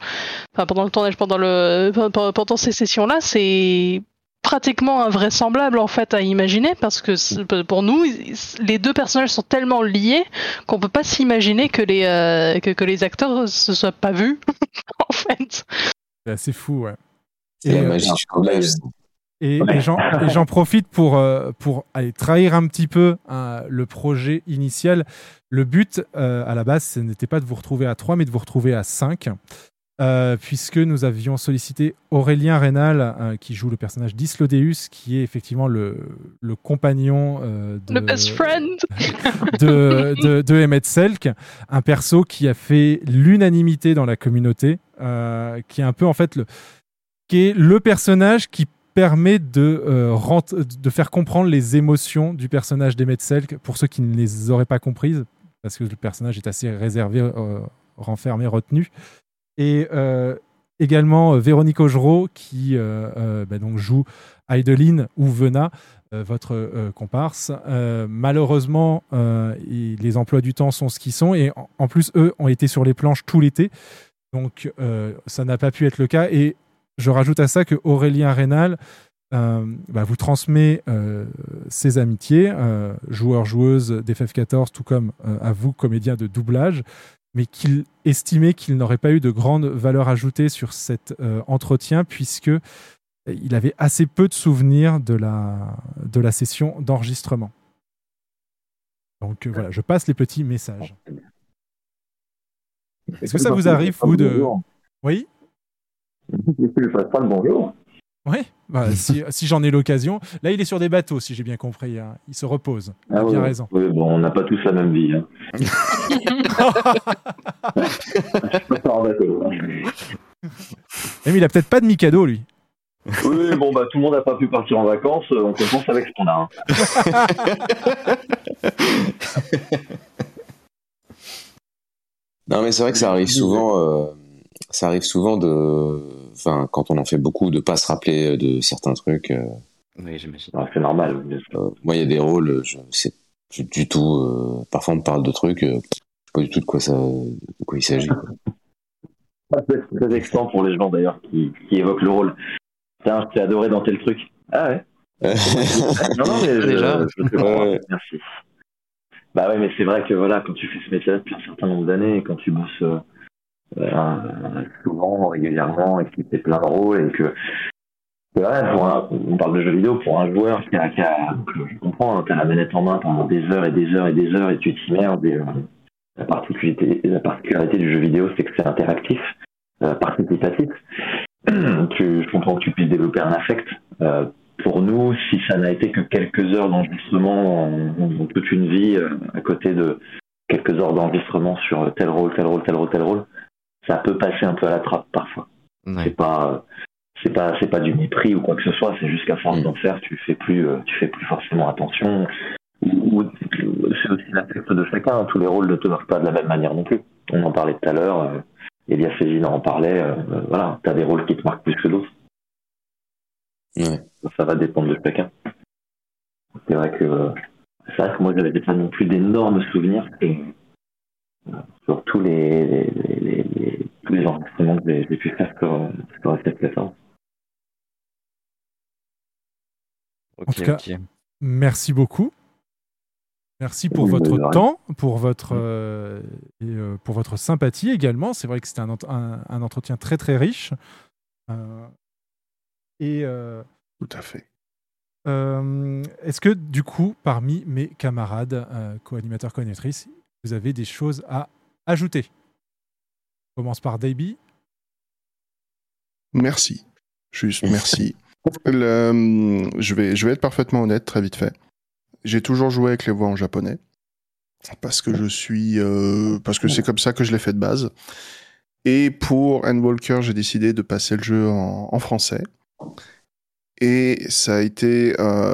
pendant ces sessions là, c'est pratiquement invraisemblable en fait à imaginer, parce que pour nous les deux personnages sont tellement liés qu'on peut pas s'imaginer que les acteurs se soient pas vus en fait. C'est assez fou, ouais. C'est la magie du collège. Et j'en profite pour aller trahir un petit peu le projet initial. Le but, à la base, ce n'était pas de vous retrouver à 3, mais de vous retrouver à 5. puisque nous avions sollicité Aurélien Rénal, qui joue le personnage d'Islodeus, qui est effectivement le compagnon le best friend de Emmett Selk, un perso qui a fait l'unanimité dans la communauté, qui est un peu en fait qui est le personnage qui permet de faire comprendre les émotions du personnage d'Emmett Selk pour ceux qui ne les auraient pas comprises, parce que le personnage est assez réservé, renfermé, retenu. Et également Véronique Augereau qui donc joue Heideline ou Vena, votre comparse. Malheureusement, les emplois du temps sont ce qu'ils sont, et en plus, eux ont été sur les planches tout l'été, donc ça n'a pas pu être le cas. Et je rajoute à ça que Aurélien Rénal vous transmet ses amitiés, joueurs-joueuses d'FF14, tout comme à vous, comédiens de doublage, mais qu'il estimait qu'il n'aurait pas eu de grande valeur ajoutée sur cet entretien, puisque il avait assez peu de souvenirs de la session d'enregistrement. Donc voilà, je passe les petits messages. Est-ce que ça vous arrive, vous, de... Oui ? Est-ce que je passe pas le bonjour ? Oui, si j'en ai l'occasion. Là, il est sur des bateaux, si j'ai bien compris. Hein. Il se repose. Il a bien raison. Oui, bon, on n'a pas tous la même vie. Hein. Je suis pas en bateau. Mais il a peut-être pas de Mikado, lui. Oui, bon, tout le monde n'a pas pu partir en vacances. On compense avec ce qu'on a. Non, mais c'est vrai que ça arrive souvent. Ça arrive souvent quand on en fait beaucoup, de pas se rappeler de certains trucs. Oui, j'imagine. C'est normal. Moi, il y a des rôles, je sais du tout. Parfois, on me parle de trucs, je sais pas du tout de quoi il s'agit. C'est très excitant pour les gens d'ailleurs qui évoquent le rôle. Tiens, je t'ai adoré dans tel truc. Ah ouais. Non, mais déjà. Merci. Bah ouais, mais c'est vrai que voilà, quand tu fais ce métier depuis un certain nombre d'années, et quand tu bosses souvent, régulièrement, et que tu fais plein de rôles, et que on parle de jeux vidéo, pour un joueur qui a je comprends, hein, t'as la manette en main pendant des heures et des heures et des heures, et tu t'immerges, et la particularité du jeu vidéo, c'est que c'est interactif, participatif. Je comprends que tu puisses développer un affect. Pour nous, si ça n'a été que quelques heures d'enregistrement dans toute une vie, à côté de quelques heures d'enregistrement sur tel rôle, ça peut passer un peu à la trappe parfois. Ouais. C'est pas du mépris ou quoi que ce soit, c'est juste qu'à force d'en faire, tu fais plus forcément attention. Ou c'est aussi l'affect de chacun. Tous les rôles ne te marquent pas de la même manière non plus. On en parlait tout à l'heure. Elias Fégine en parlait. Voilà, t'as des rôles qui te marquent plus que d'autres. Ouais. Ça va dépendre de chacun. C'est vrai que moi j'avais pas non plus d'énormes souvenirs sur tous les enregistrements que j'ai pu faire sur SF14. En tout cas, merci beaucoup. Merci pour votre temps, pour votre sympathie également. C'est vrai que c'était un entretien très très riche. Tout à fait. Est-ce que du coup, parmi mes camarades co-animateurs, co-animatrices, vous avez des choses à ajouter ? On commence par Davey. Merci. Juste merci. Je vais être parfaitement honnête, très vite fait. J'ai toujours joué avec les voix en japonais parce que parce que c'est comme ça que je l'ai fait de base. Et pour Endwalker, j'ai décidé de passer le jeu en français. Et ça a été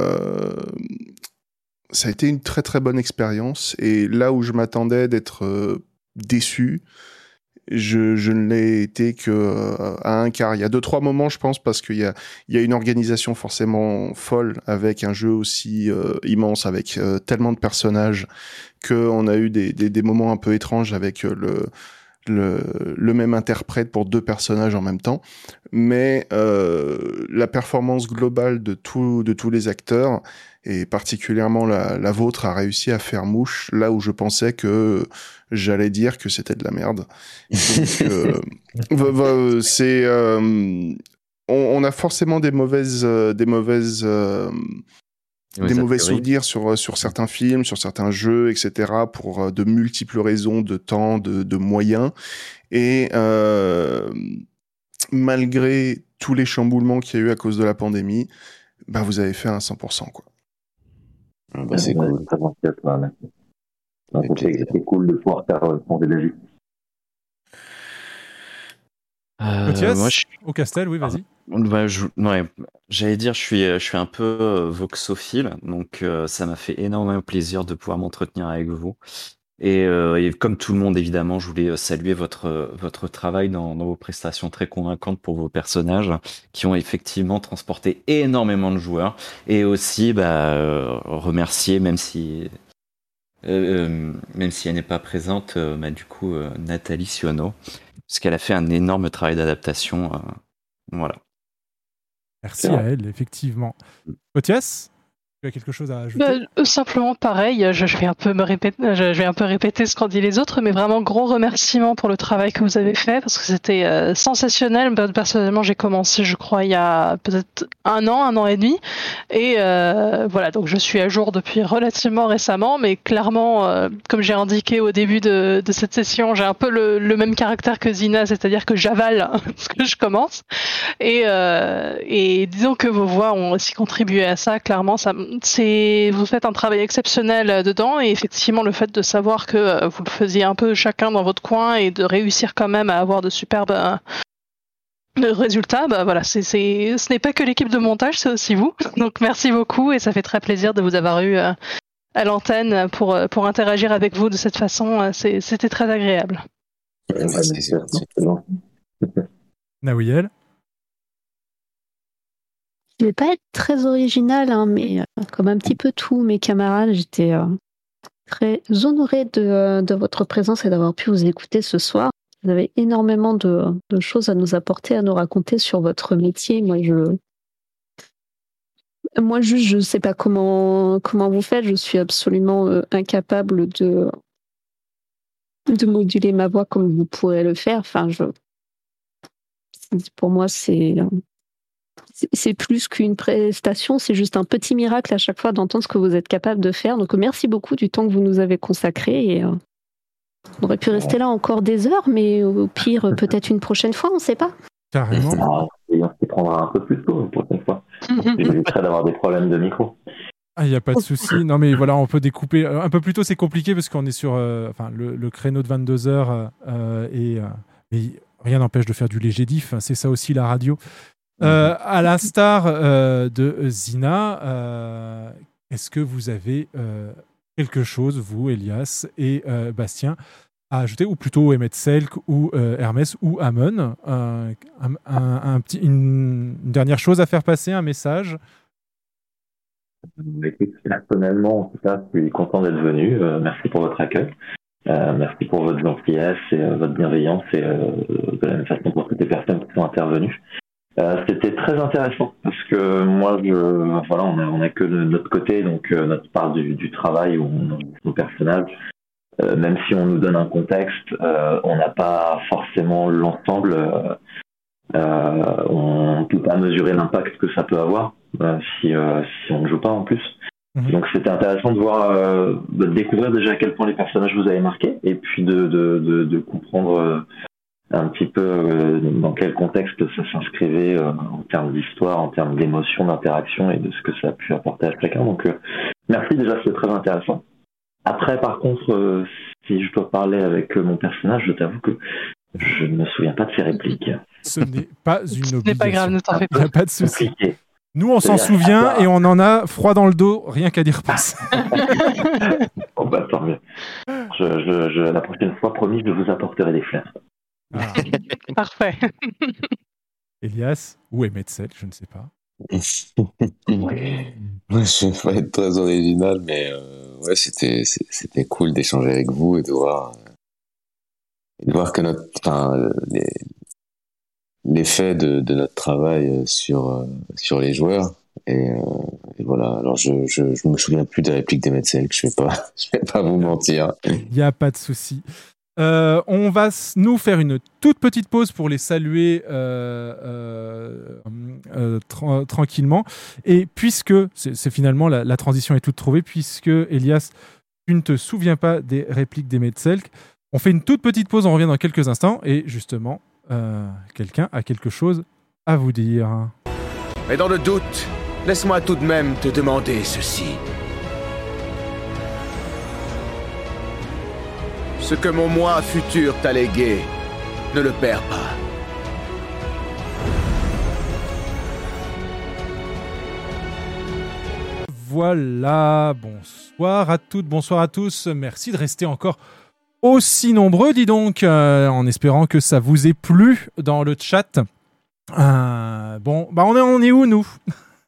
une très très bonne expérience. Et là où je m'attendais d'être déçu, je ne l'ai été qu'à un quart. Il y a 2-3 moments, je pense, parce qu'il y a une organisation forcément folle avec un jeu aussi immense, avec tellement de personnages, qu'on a eu des moments un peu étranges avec le même interprète pour 2 personnages en même temps. Mais la performance globale de tous les acteurs, et particulièrement la vôtre, a réussi à faire mouche là où je pensais que j'allais dire que c'était de la merde. Donc, on a forcément des mauvaises Oui, des a mauvais priori. souvenirs sur certains films, sur certains jeux, etc., pour de multiples raisons de temps, de moyens. Et malgré tous les chamboulements qu'il y a eu à cause de la pandémie, bah, vous avez fait un 100%, quoi. Bah, c'est cool. Très gentil à toi, merci. C'est cool de pouvoir faire changer d'avis. Mathias, au Castel, oui, vas-y. J'allais dire, je suis un peu voxophile, donc ça m'a fait énormément plaisir de pouvoir m'entretenir avec vous. Et comme tout le monde, évidemment, je voulais saluer votre travail dans vos prestations très convaincantes pour vos personnages, qui ont effectivement transporté énormément de joueurs. Et aussi, remercier, même si elle n'est pas présente, du coup, Nathalie Sionneau, parce qu'elle a fait un énorme travail d'adaptation. Voilà. Merci à elle, effectivement. Mathias, tu as quelque chose à ajouter? Simplement pareil, je vais un peu répéter ce qu'ont dit les autres, mais vraiment gros remerciements pour le travail que vous avez fait, parce que c'était sensationnel. Personnellement, j'ai commencé, je crois, il y a peut-être un an et demi, et voilà, donc je suis à jour depuis relativement récemment, mais clairement, comme j'ai indiqué au début de cette session, j'ai un peu le même caractère que Zina, c'est-à-dire que j'avale ce que je commence, et disons que vos voix ont aussi contribué à ça. Clairement, vous faites un travail exceptionnel dedans, et effectivement le fait de savoir que vous le faisiez un peu chacun dans votre coin et de réussir quand même à avoir de superbes résultats, voilà, ce n'est pas que l'équipe de montage, c'est aussi vous. Donc merci beaucoup, et ça fait très plaisir de vous avoir eu à l'antenne pour interagir avec vous de cette façon. C'était très agréable. Naouiel. Je vais pas être très originale, mais comme un petit peu tous mes camarades, j'étais très honorée de votre présence et d'avoir pu vous écouter ce soir. Vous avez énormément de choses à nous apporter, à nous raconter sur votre métier. Moi, je sais pas comment vous faites. Je suis absolument incapable de moduler ma voix comme vous pourrez le faire. Enfin, pour moi, c'est plus qu'une prestation, c'est juste un petit miracle à chaque fois d'entendre ce que vous êtes capable de faire. Donc merci beaucoup du temps que vous nous avez consacré. Et on aurait pu rester là encore des heures, mais au pire, peut-être une prochaine fois, on ne sait pas. Carrément. Et on s'y prendra un peu plus tôt une prochaine fois. J'éviterai d'avoir des problèmes de micro. Il n'y a pas de souci. Non, mais voilà, on peut découper. Un peu plus tôt, c'est compliqué parce qu'on est sur le créneau de 22h mais rien n'empêche de faire du léger diff. C'est ça aussi la radio. À l'instar de Zina, est-ce que vous avez quelque chose, vous, Elias et Bastien, à ajouter, ou plutôt Emmett Selk ou Hermès ou Amon, une dernière chose à faire passer, un message? Personnellement, en tout cas, je suis content d'être venu. Merci pour votre accueil. Merci pour votre gentillesse et votre bienveillance, et de la même façon pour toutes les personnes qui sont intervenues. C'était très intéressant parce que moi, on a que notre côté, donc notre part du travail où on a nos personnages. Même si on nous donne un contexte, on n'a pas forcément l'ensemble. On ne peut pas mesurer l'impact que ça peut avoir si on ne joue pas en plus. Donc c'était intéressant de voir, de découvrir déjà à quel point les personnages vous avaient marqué, et puis de comprendre un petit peu dans quel contexte ça s'inscrivait en termes d'histoire, en termes d'émotion, d'interaction, et de ce que ça a pu apporter à chacun. Donc merci, déjà, c'est très intéressant. Après, par contre, si je dois parler avec mon personnage, je t'avoue que je ne me souviens pas de ses répliques. Ce n'est pas une obligation. Ce n'est pas grave, ne t'en fais pas. Il n'y a pas de souci. Nous, on s'en souvient et on en a froid dans le dos, rien qu'à dire passer. Bon, bah, tant mieux. La prochaine fois, promis, je vous apporterai des fleurs. Ah. Parfait. Elias ou Emmett Selk, je ne sais pas. Moi, je ne vais pas être très original, mais ouais, c'était cool d'échanger avec vous et de voir que l'effet de notre travail sur les joueurs. Et voilà. Alors je me souviens plus des répliques d'Emmett Selk. Je vais pas vous mentir. Il n'y a pas de souci. On va nous faire une toute petite pause pour les saluer tranquillement. Et puisque, c'est finalement la transition est toute trouvée, puisque Elias, tu ne te souviens pas des répliques des Metzelk, on fait une toute petite pause, on revient dans quelques instants. Et justement, quelqu'un a quelque chose à vous dire. Mais dans le doute, laisse-moi tout de même te demander ceci. Ce que mon moi futur t'a légué, ne le perds pas. Voilà, bonsoir à toutes, bonsoir à tous. Merci de rester encore aussi nombreux, dis donc, en espérant que ça vous ait plu dans le chat. On est où, nous?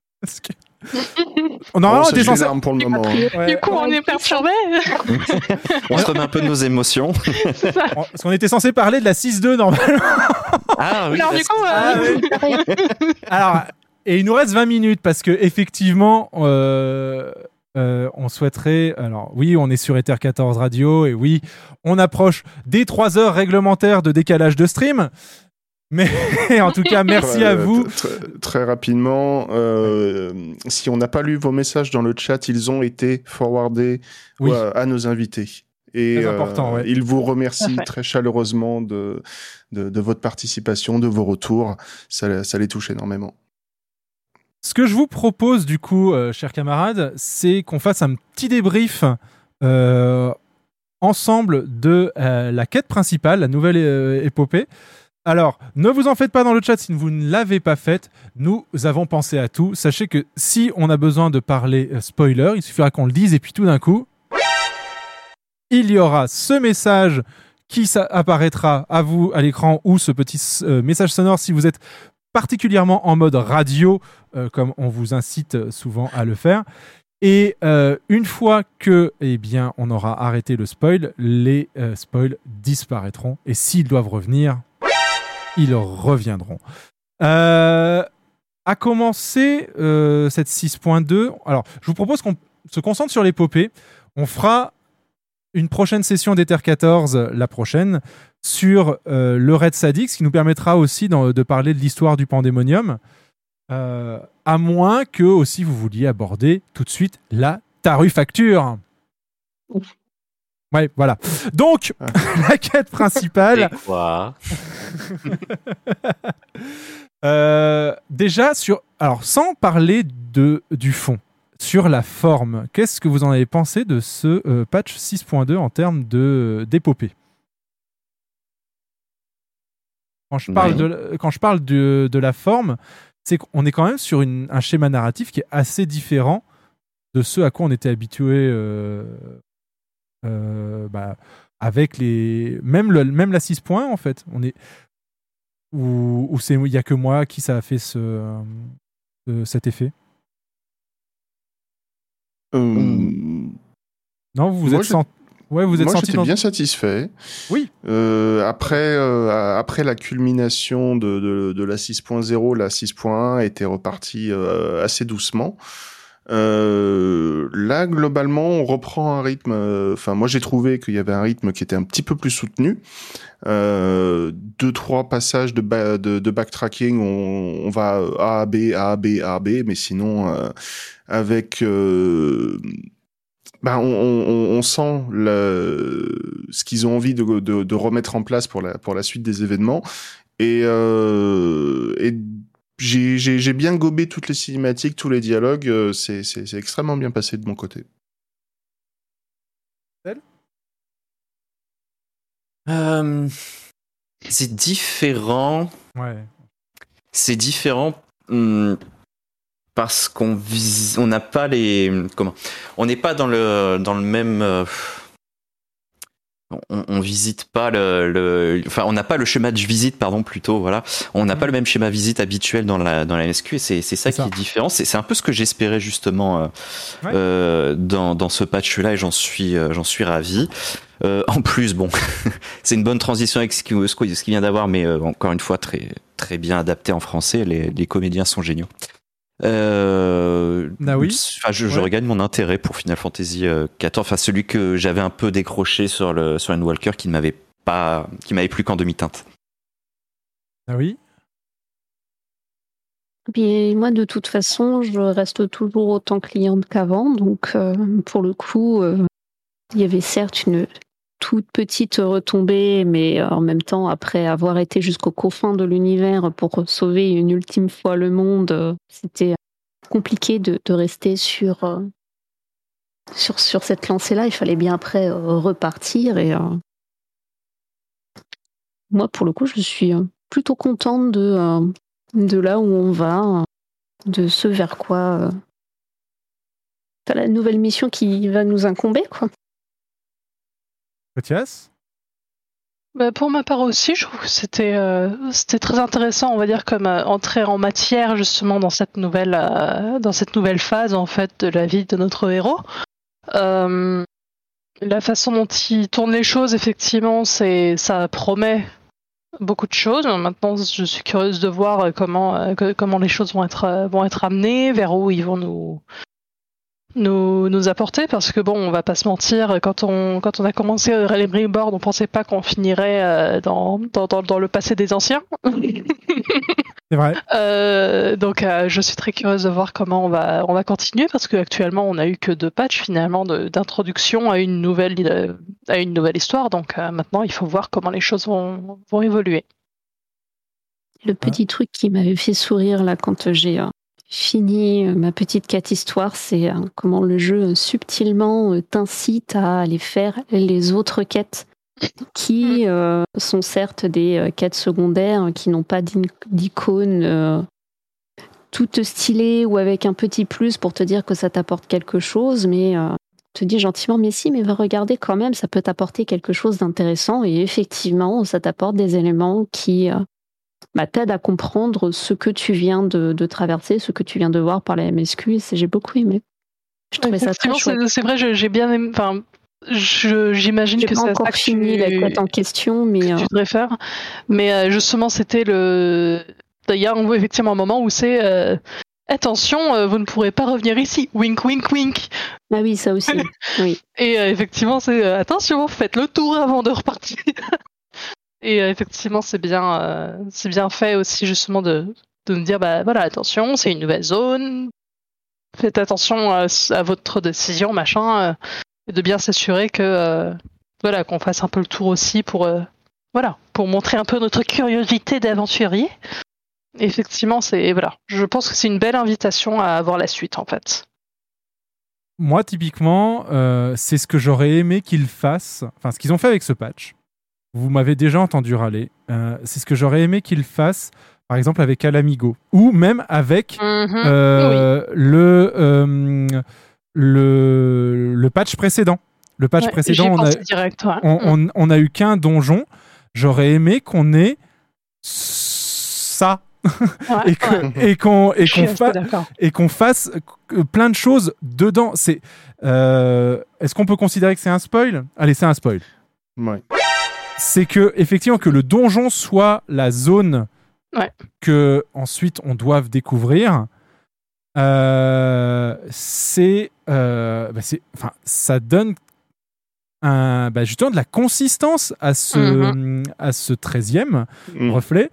On était censé pour le moment. Du coup, on est perturbé. On se remet un peu de nos émotions. C'est ça. Parce qu'on était censé parler de la 6-2 normalement. Ah oui. Alors du coup, Alors, et il nous reste 20 minutes parce que effectivement, on souhaiterait. Alors oui, on est sur Ether 14 Radio et oui, on approche des 3 heures réglementaires de décalage de stream. Mais en tout cas, merci à vous. Très rapidement, si on n'a pas lu vos messages dans le chat, ils ont été forwardés à nos invités. Et important, ils vous remercient très chaleureusement de votre participation, de vos retours. Ça les touche énormément. Ce que je vous propose, du coup, chers camarades, c'est qu'on fasse un petit débrief ensemble de la quête principale, la nouvelle épopée. Alors, ne vous en faites pas dans le chat si vous ne l'avez pas faite. Nous avons pensé à tout. Sachez que si on a besoin de parler spoiler, il suffira qu'on le dise et puis tout d'un coup, il y aura ce message qui apparaîtra à vous à l'écran ou ce petit message sonore si vous êtes particulièrement en mode radio, comme on vous incite souvent à le faire. Et une fois que, on aura arrêté le spoil, les spoils disparaîtront. Et s'ils doivent revenir, ils reviendront. À commencer cette 6.2, alors je vous propose qu'on se concentre sur l'épopée. On fera une prochaine session d'Ether 14, la prochaine, sur le Red Sadix, qui nous permettra aussi de parler de l'histoire du Pandémonium, à moins que aussi vous vouliez aborder tout de suite la Tarufacture. Ouais, voilà. Donc, la quête principale. Et quoi? Déjà, sans parler du fond, sur la forme, qu'est-ce que vous en avez pensé de ce patch 6.2 en termes d'épopée? Quand je parle de la forme, c'est qu'on est quand même sur un schéma narratif qui est assez différent de ce à quoi on était habitué avec même la 6.1 en fait. On est où il n'y a que moi qui ça a fait cet effet. Non, vous êtes senti. Ouais, vous êtes moi, senti j'étais bien satisfait. Oui. Après la culmination de la 6.0, la 6.1 était repartie assez doucement. Là, globalement, on reprend un rythme. Enfin, moi, j'ai trouvé qu'il y avait un rythme qui était un petit peu plus soutenu. 2-3 passages de backtracking, on va A, B, A, B, A, B, mais sinon, avec... on sent ce qu'ils ont envie de remettre en place pour la suite des événements. Et j'ai bien gobé toutes les cinématiques, tous les dialogues. C'est extrêmement bien passé de mon côté. C'est différent. Ouais. C'est différent parce qu'on n'a pas on n'est pas dans le même. On visite pas on n'a pas le schéma de visite, plutôt, voilà. On n'a pas le même schéma visite habituel dans la MSQ et c'est ça qui est différent. C'est un peu ce que j'espérais justement dans ce patch-là et j'en suis ravi. En plus, c'est une bonne transition avec ce qu'il vient d'avoir, mais encore une fois, très, très bien adapté en français. Les comédiens sont géniaux. Je regagne mon intérêt pour Final Fantasy XIV, celui que j'avais un peu décroché sur Endwalker qui ne m'avait m'avait plu qu'en demi-teinte. Ah oui. Puis moi, de toute façon, je reste toujours autant cliente qu'avant. Donc, pour le coup, il y avait certes une toute petite retombée, mais en même temps, après avoir été jusqu'aux confins de l'univers pour sauver une ultime fois le monde, c'était compliqué de rester sur cette lancée-là. Il fallait bien après repartir. Et moi, pour le coup, je suis plutôt contente de là où on va, de ce vers quoi la nouvelle mission qui va nous incomber, quoi. Mathias ? Pour ma part aussi, je trouve que c'était très intéressant, on va dire, comme entrer en matière justement dans cette nouvelle phase en fait de la vie de notre héros. La façon dont il tourne les choses, effectivement, ça promet beaucoup de choses. Maintenant, je suis curieuse de voir comment les choses vont être amenées, vers où ils vont nous apporter, parce que bon, on va pas se mentir, quand on a commencé les Reborn, on pensait pas qu'on finirait dans le passé des anciens. C'est vrai. Donc je suis très curieuse de voir comment on va continuer, parce qu'actuellement on a eu que 2 patchs finalement d'introduction à une nouvelle histoire. Donc maintenant il faut voir comment les choses vont évoluer. Le petit truc qui m'avait fait sourire là quand j'ai fini ma petite quête histoire, c'est comment le jeu subtilement t'incite à aller faire les autres quêtes qui sont certes des quêtes secondaires qui n'ont pas d'icône toute stylée ou avec un petit plus pour te dire que ça t'apporte quelque chose, mais te dit gentiment mais va regarder quand même, ça peut t'apporter quelque chose d'intéressant. Et effectivement ça t'apporte des éléments qui t'aident à comprendre ce que tu viens de traverser, ce que tu viens de voir par la MSQ, et j'ai beaucoup aimé. Je trouvais ça très chouette. C'est vrai, j'ai bien aimé. Enfin, j'imagine que c'est encore fini la quête en question, mais que tu devrais faire. Mais justement, c'était il y a effectivement un moment où c'est attention, vous ne pourrez pas revenir ici. Wink, wink, wink. Ah oui, ça aussi. Oui. Et effectivement, c'est attention, faites le tour avant de repartir. Et effectivement, c'est bien fait aussi justement de nous dire voilà, attention, c'est une nouvelle zone. Faites attention à votre décision, machin, et de bien s'assurer que qu'on fasse un peu le tour aussi pour montrer un peu notre curiosité d'aventurier. Et effectivement, je pense que c'est une belle invitation à voir la suite en fait. Moi, typiquement, c'est ce que j'aurais aimé qu'ils fassent, enfin ce qu'ils ont fait avec ce patch. Vous m'avez déjà entendu râler. C'est ce que j'aurais aimé qu'ils fassent, par exemple avec Alamigo, ou même avec le patch précédent. Le patch précédent, on a eu qu'un donjon. J'aurais aimé qu'on ait ça. Et qu'on fasse plein de choses dedans. Est-ce qu'on peut considérer que c'est un spoil ? Allez, c'est un spoil. Ouais. C'est que effectivement que le donjon soit la zone que ensuite on doive découvrir. Ça donne justement de la consistance à ce 13e reflet.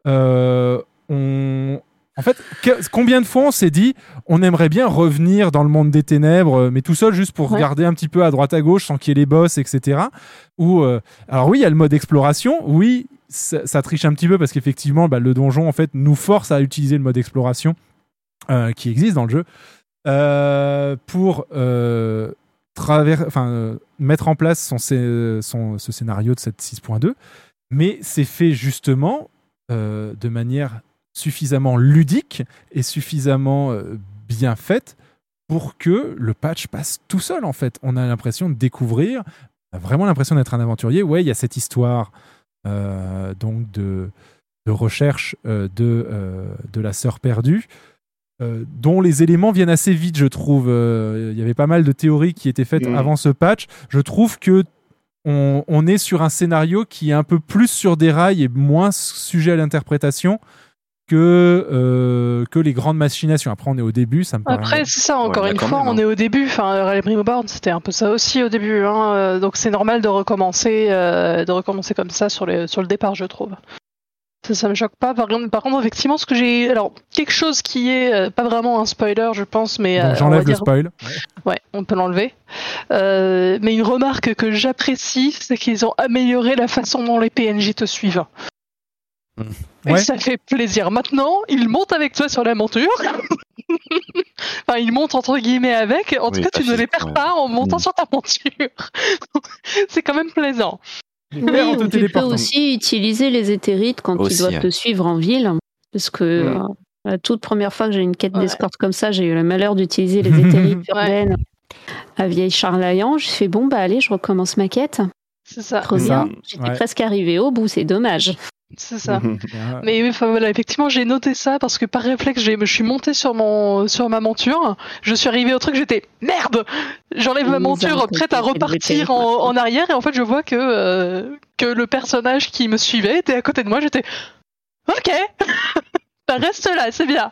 En fait, combien de fois on s'est dit on aimerait bien revenir dans le monde des ténèbres, mais tout seul, juste pour regarder un petit peu à droite à gauche sans qu'il y ait les boss, etc. Alors oui, il y a le mode exploration. Oui, ça triche un petit peu parce qu'effectivement, le donjon en fait nous force à utiliser le mode exploration qui existe dans le jeu pour mettre en place ce scénario de cette 6.2. Mais c'est fait justement de manière suffisamment ludique et suffisamment bien faite pour que le patch passe tout seul en fait. On a l'impression de découvrir, on a vraiment l'impression d'être un aventurier. Ouais, il y a cette histoire donc de recherche de la sœur perdue dont les éléments viennent assez vite, je trouve. Il y avait pas mal de théories qui étaient faites avant ce patch. Je trouve que on est sur un scénario qui est un peu plus sur des rails et moins sujet à l'interprétation que les grandes machinations. Après, on est au début, ça me paraît... Après, c'est ça, encore une fois, on est au début. Enfin, Rally Primo Born, c'était un peu ça aussi au début. Hein. Donc, c'est normal de recommencer comme ça sur le départ, je trouve. Ça me choque pas. Par contre, effectivement, alors, quelque chose qui est pas vraiment un spoiler, je pense, mais... Donc, j'enlève le spoil. Ouais, on peut l'enlever. Mais une remarque que j'apprécie, c'est qu'ils ont amélioré la façon dont les PNJ te suivent. Et ça fait plaisir. Maintenant, ils montent avec toi sur la monture. Enfin, ils montent entre guillemets avec. En tout cas, tu ne les perds pas en montant sur ta monture. C'est quand même plaisant. Oui, tu peux aussi utiliser les éthérites quand ils doivent te suivre en ville. Parce que la toute première fois que j'ai une quête d'escorte comme ça, j'ai eu le malheur d'utiliser les éthérites urbaines à Vieille Charlayan. J'ai fait allez, je recommence ma quête. C'est ça. Trop bien. J'étais presque arrivée au bout, c'est dommage. C'est ça. Mais enfin, voilà, effectivement, j'ai noté ça parce que par réflexe, je suis montée sur ma monture. Je suis arrivée au truc, j'étais merde. J'enlève ma monture, prête à repartir en arrière, et en fait, je vois que le personnage qui me suivait était à côté de moi. J'étais ok, reste là, c'est bien.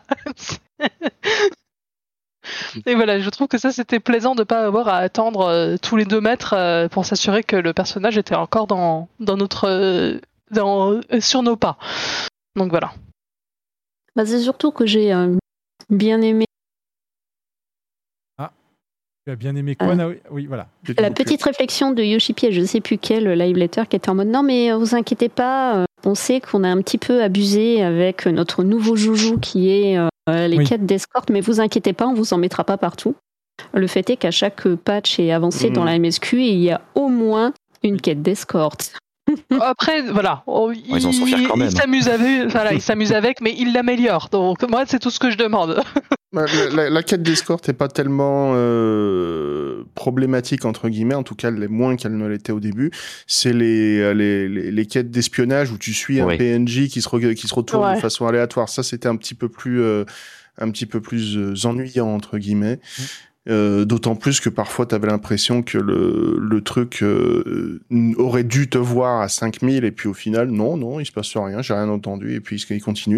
Et voilà, je trouve que ça c'était plaisant de pas avoir à attendre tous les 2 mètres pour s'assurer que le personnage était encore dans notre sur nos pas. Donc voilà. C'est surtout que j'ai bien aimé. Ah, tu as bien aimé quoi, Naoui ? Oui, voilà. La petite réflexion de Yoshipi, je sais plus quel live letter, qui était en mode non, mais vous inquiétez pas, on sait qu'on a un petit peu abusé avec notre nouveau joujou qui est les quêtes d'escorte, mais vous inquiétez pas, on vous en mettra pas partout. Le fait est qu'à chaque patch et avancée dans la MSQ, il y a au moins une quête d'escorte. Après, voilà, ils en sont fiers quand même. Il s'amuse avec, mais il l'améliore. Donc moi, c'est tout ce que je demande. La quête d'escorte n'est pas tellement problématique entre guillemets, en tout cas moins qu'elle ne l'était au début. C'est les quêtes d'espionnage où tu suis un PNJ qui se retourne de façon aléatoire. Ça, c'était un petit peu plus ennuyant entre guillemets. D'autant plus que parfois tu avais l'impression que le truc aurait dû te voir à 5000 et puis au final non il se passe rien, j'ai rien entendu et puis il continue.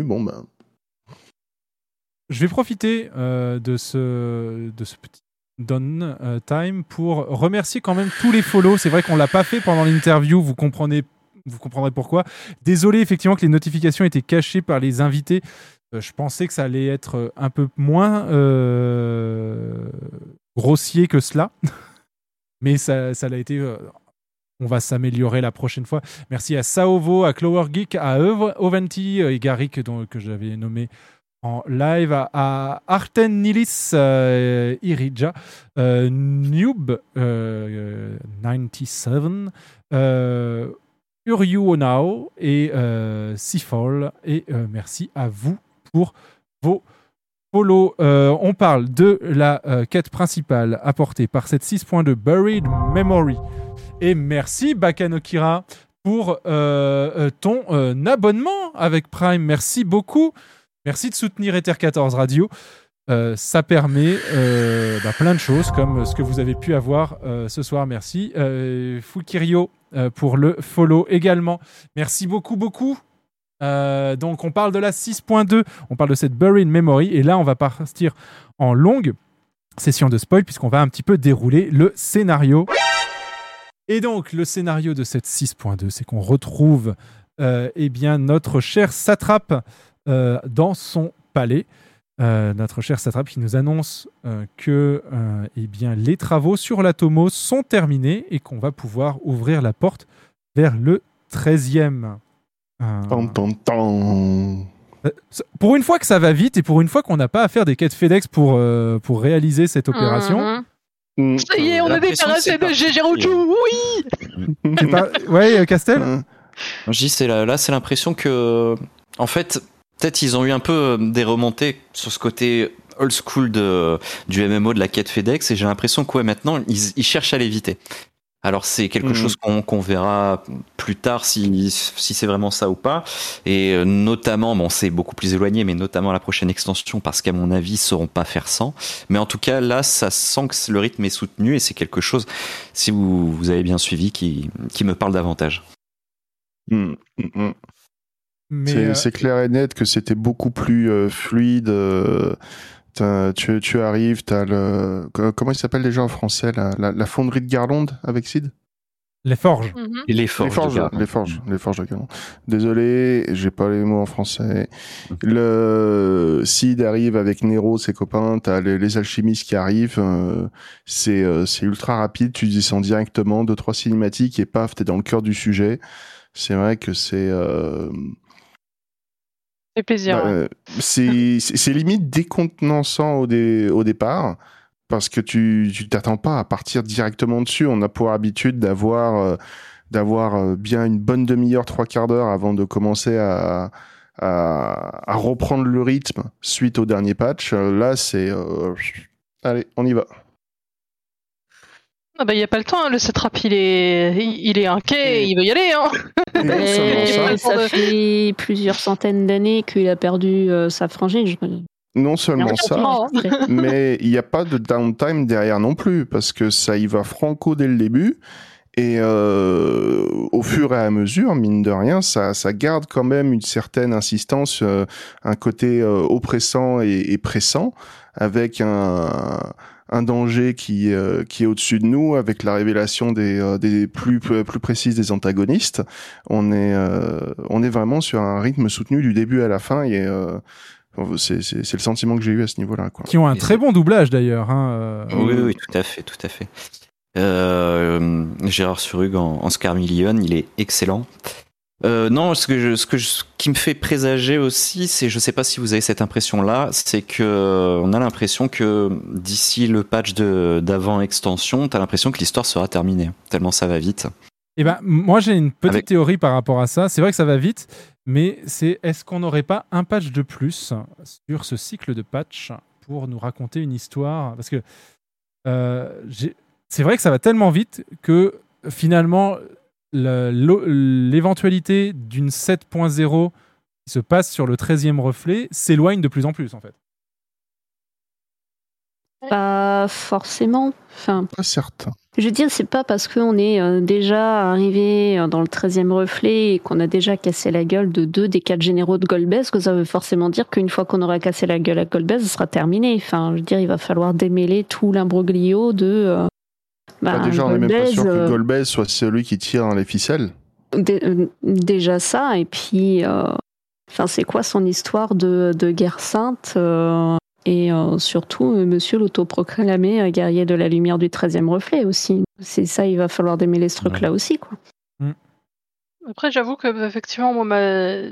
Je vais profiter de ce petit downtime pour remercier quand même tous les follow. C'est vrai qu'on l'a pas fait pendant l'interview, vous comprendrez pourquoi. Désolé effectivement que les notifications étaient cachées par les invités. Je pensais que ça allait être un peu moins grossier que cela. Mais ça l'a été. On va s'améliorer la prochaine fois. Merci à Saovo, à Clover Geek, à Oventi et Garrick, que j'avais nommé en live, à Arten Nilis, Irija, Noob 97, Uryu Onao et Seafall. Et merci à vous pour vos follow. On parle de la quête principale apportée par cette 6.2 Buried Memory. Et merci Bakanokira pour ton abonnement avec Prime. Merci beaucoup. Merci de soutenir Ether 14 Radio. Ça permet plein de choses comme ce que vous avez pu avoir ce soir. Merci. Fukirio pour le follow également. Merci beaucoup. Donc on parle de la 6.2, on parle de cette Buried Memory et là on va partir en longue session de spoil puisqu'on va un petit peu dérouler le scénario. Et donc le scénario de cette 6.2, c'est qu'on retrouve notre cher satrape dans son palais. Notre cher satrape qui nous annonce que les travaux sur l'Atomos sont terminés et qu'on va pouvoir ouvrir la porte vers le 13e. Pour une fois que ça va vite et pour une fois qu'on n'a pas à faire des quêtes FedEx pour réaliser cette opération. Ça y est, on a débarrassé de GG Roku, oui. Ouais, Castel. Je dis c'est l'impression que en fait peut-être ils ont eu un peu des remontées sur ce côté old school du MMO de la quête FedEx et j'ai l'impression que maintenant ils cherchent à l'éviter. Alors c'est quelque chose qu'on verra plus tard si c'est vraiment ça ou pas. Et notamment, c'est beaucoup plus éloigné, mais notamment la prochaine extension, parce qu'à mon avis, ils ne sauront pas faire sans. Mais en tout cas, là, ça sent que le rythme est soutenu et c'est quelque chose, si vous avez bien suivi, qui me parle davantage. C'est clair et net que c'était beaucoup plus fluide. Tu arrives, t'as le... Comment il s'appelle déjà en français, la fonderie de Garlande avec Sid? Les forges. Et les forges de Garlande. Désolé, j'ai pas les mots en français. Le Sid arrive avec Nero, ses copains, t'as les alchimistes qui arrivent. C'est ultra rapide, tu descends directement, 2-3 cinématiques et paf, t'es dans le cœur du sujet. C'est vrai que c'est... C'est plaisir. C'est limite décontenançant au départ. Parce que tu t'attends pas à partir directement dessus. On a pour habitude d'avoir bien une bonne demi-heure, 3/4 d'heure avant de commencer à reprendre le rythme suite au dernier patch. Là, c'est allez, on y va. Ah bah il y a pas le temps, hein. Le satrape il est inquiet, il veut y aller, hein. Ça fait plusieurs centaines d'années qu'il a perdu sa frangine. Non seulement ça, mais il n'y a pas de downtime derrière non plus, parce que ça y va franco dès le début, et au fur et à mesure, mine de rien, ça garde quand même une certaine insistance, un côté oppressant et pressant, avec un danger qui est au-dessus de nous, avec la révélation des plus précises des antagonistes. On est vraiment sur un rythme soutenu du début à la fin, et c'est le sentiment que j'ai eu à ce niveau-là, quoi. Qui ont un très bon doublage d'ailleurs. Oui, tout à fait. Gérard Surug en Scarmillion, il est excellent. Non, ce qui me fait présager aussi, c'est, je sais pas si vous avez cette impression-là, c'est que on a l'impression que d'ici le patch d'avant extension, t'as l'impression que l'histoire sera terminée, tellement ça va vite. Eh ben, moi j'ai une petite théorie par rapport à ça. C'est vrai que ça va vite, mais est-ce qu'on n'aurait pas un patch de plus sur ce cycle de patch pour nous raconter une histoire? Parce que c'est vrai que ça va tellement vite que finalement l'éventualité d'une 7.0 qui se passe sur le 13e reflet s'éloigne de plus en plus en fait. Pas forcément. Enfin, pas certain. Je veux dire, c'est pas parce qu'on est déjà arrivé dans le 13e reflet et qu'on a déjà cassé la gueule de 2 des 4 généraux de Golbez que ça veut forcément dire qu'une fois qu'on aura cassé la gueule à Golbez, ce sera terminé. Enfin, je veux dire, il va falloir démêler tout l'imbroglio de... déjà, on n'est même pas sûr que Golbez soit celui qui tire dans les ficelles. Déjà ça, et puis... c'est quoi son histoire de guerre sainte et surtout, monsieur l'autoproclamé guerrier de la lumière du 13e reflet aussi. C'est ça, il va falloir démêler ce truc-là aussi, quoi. Après, j'avoue que effectivement, moi, ma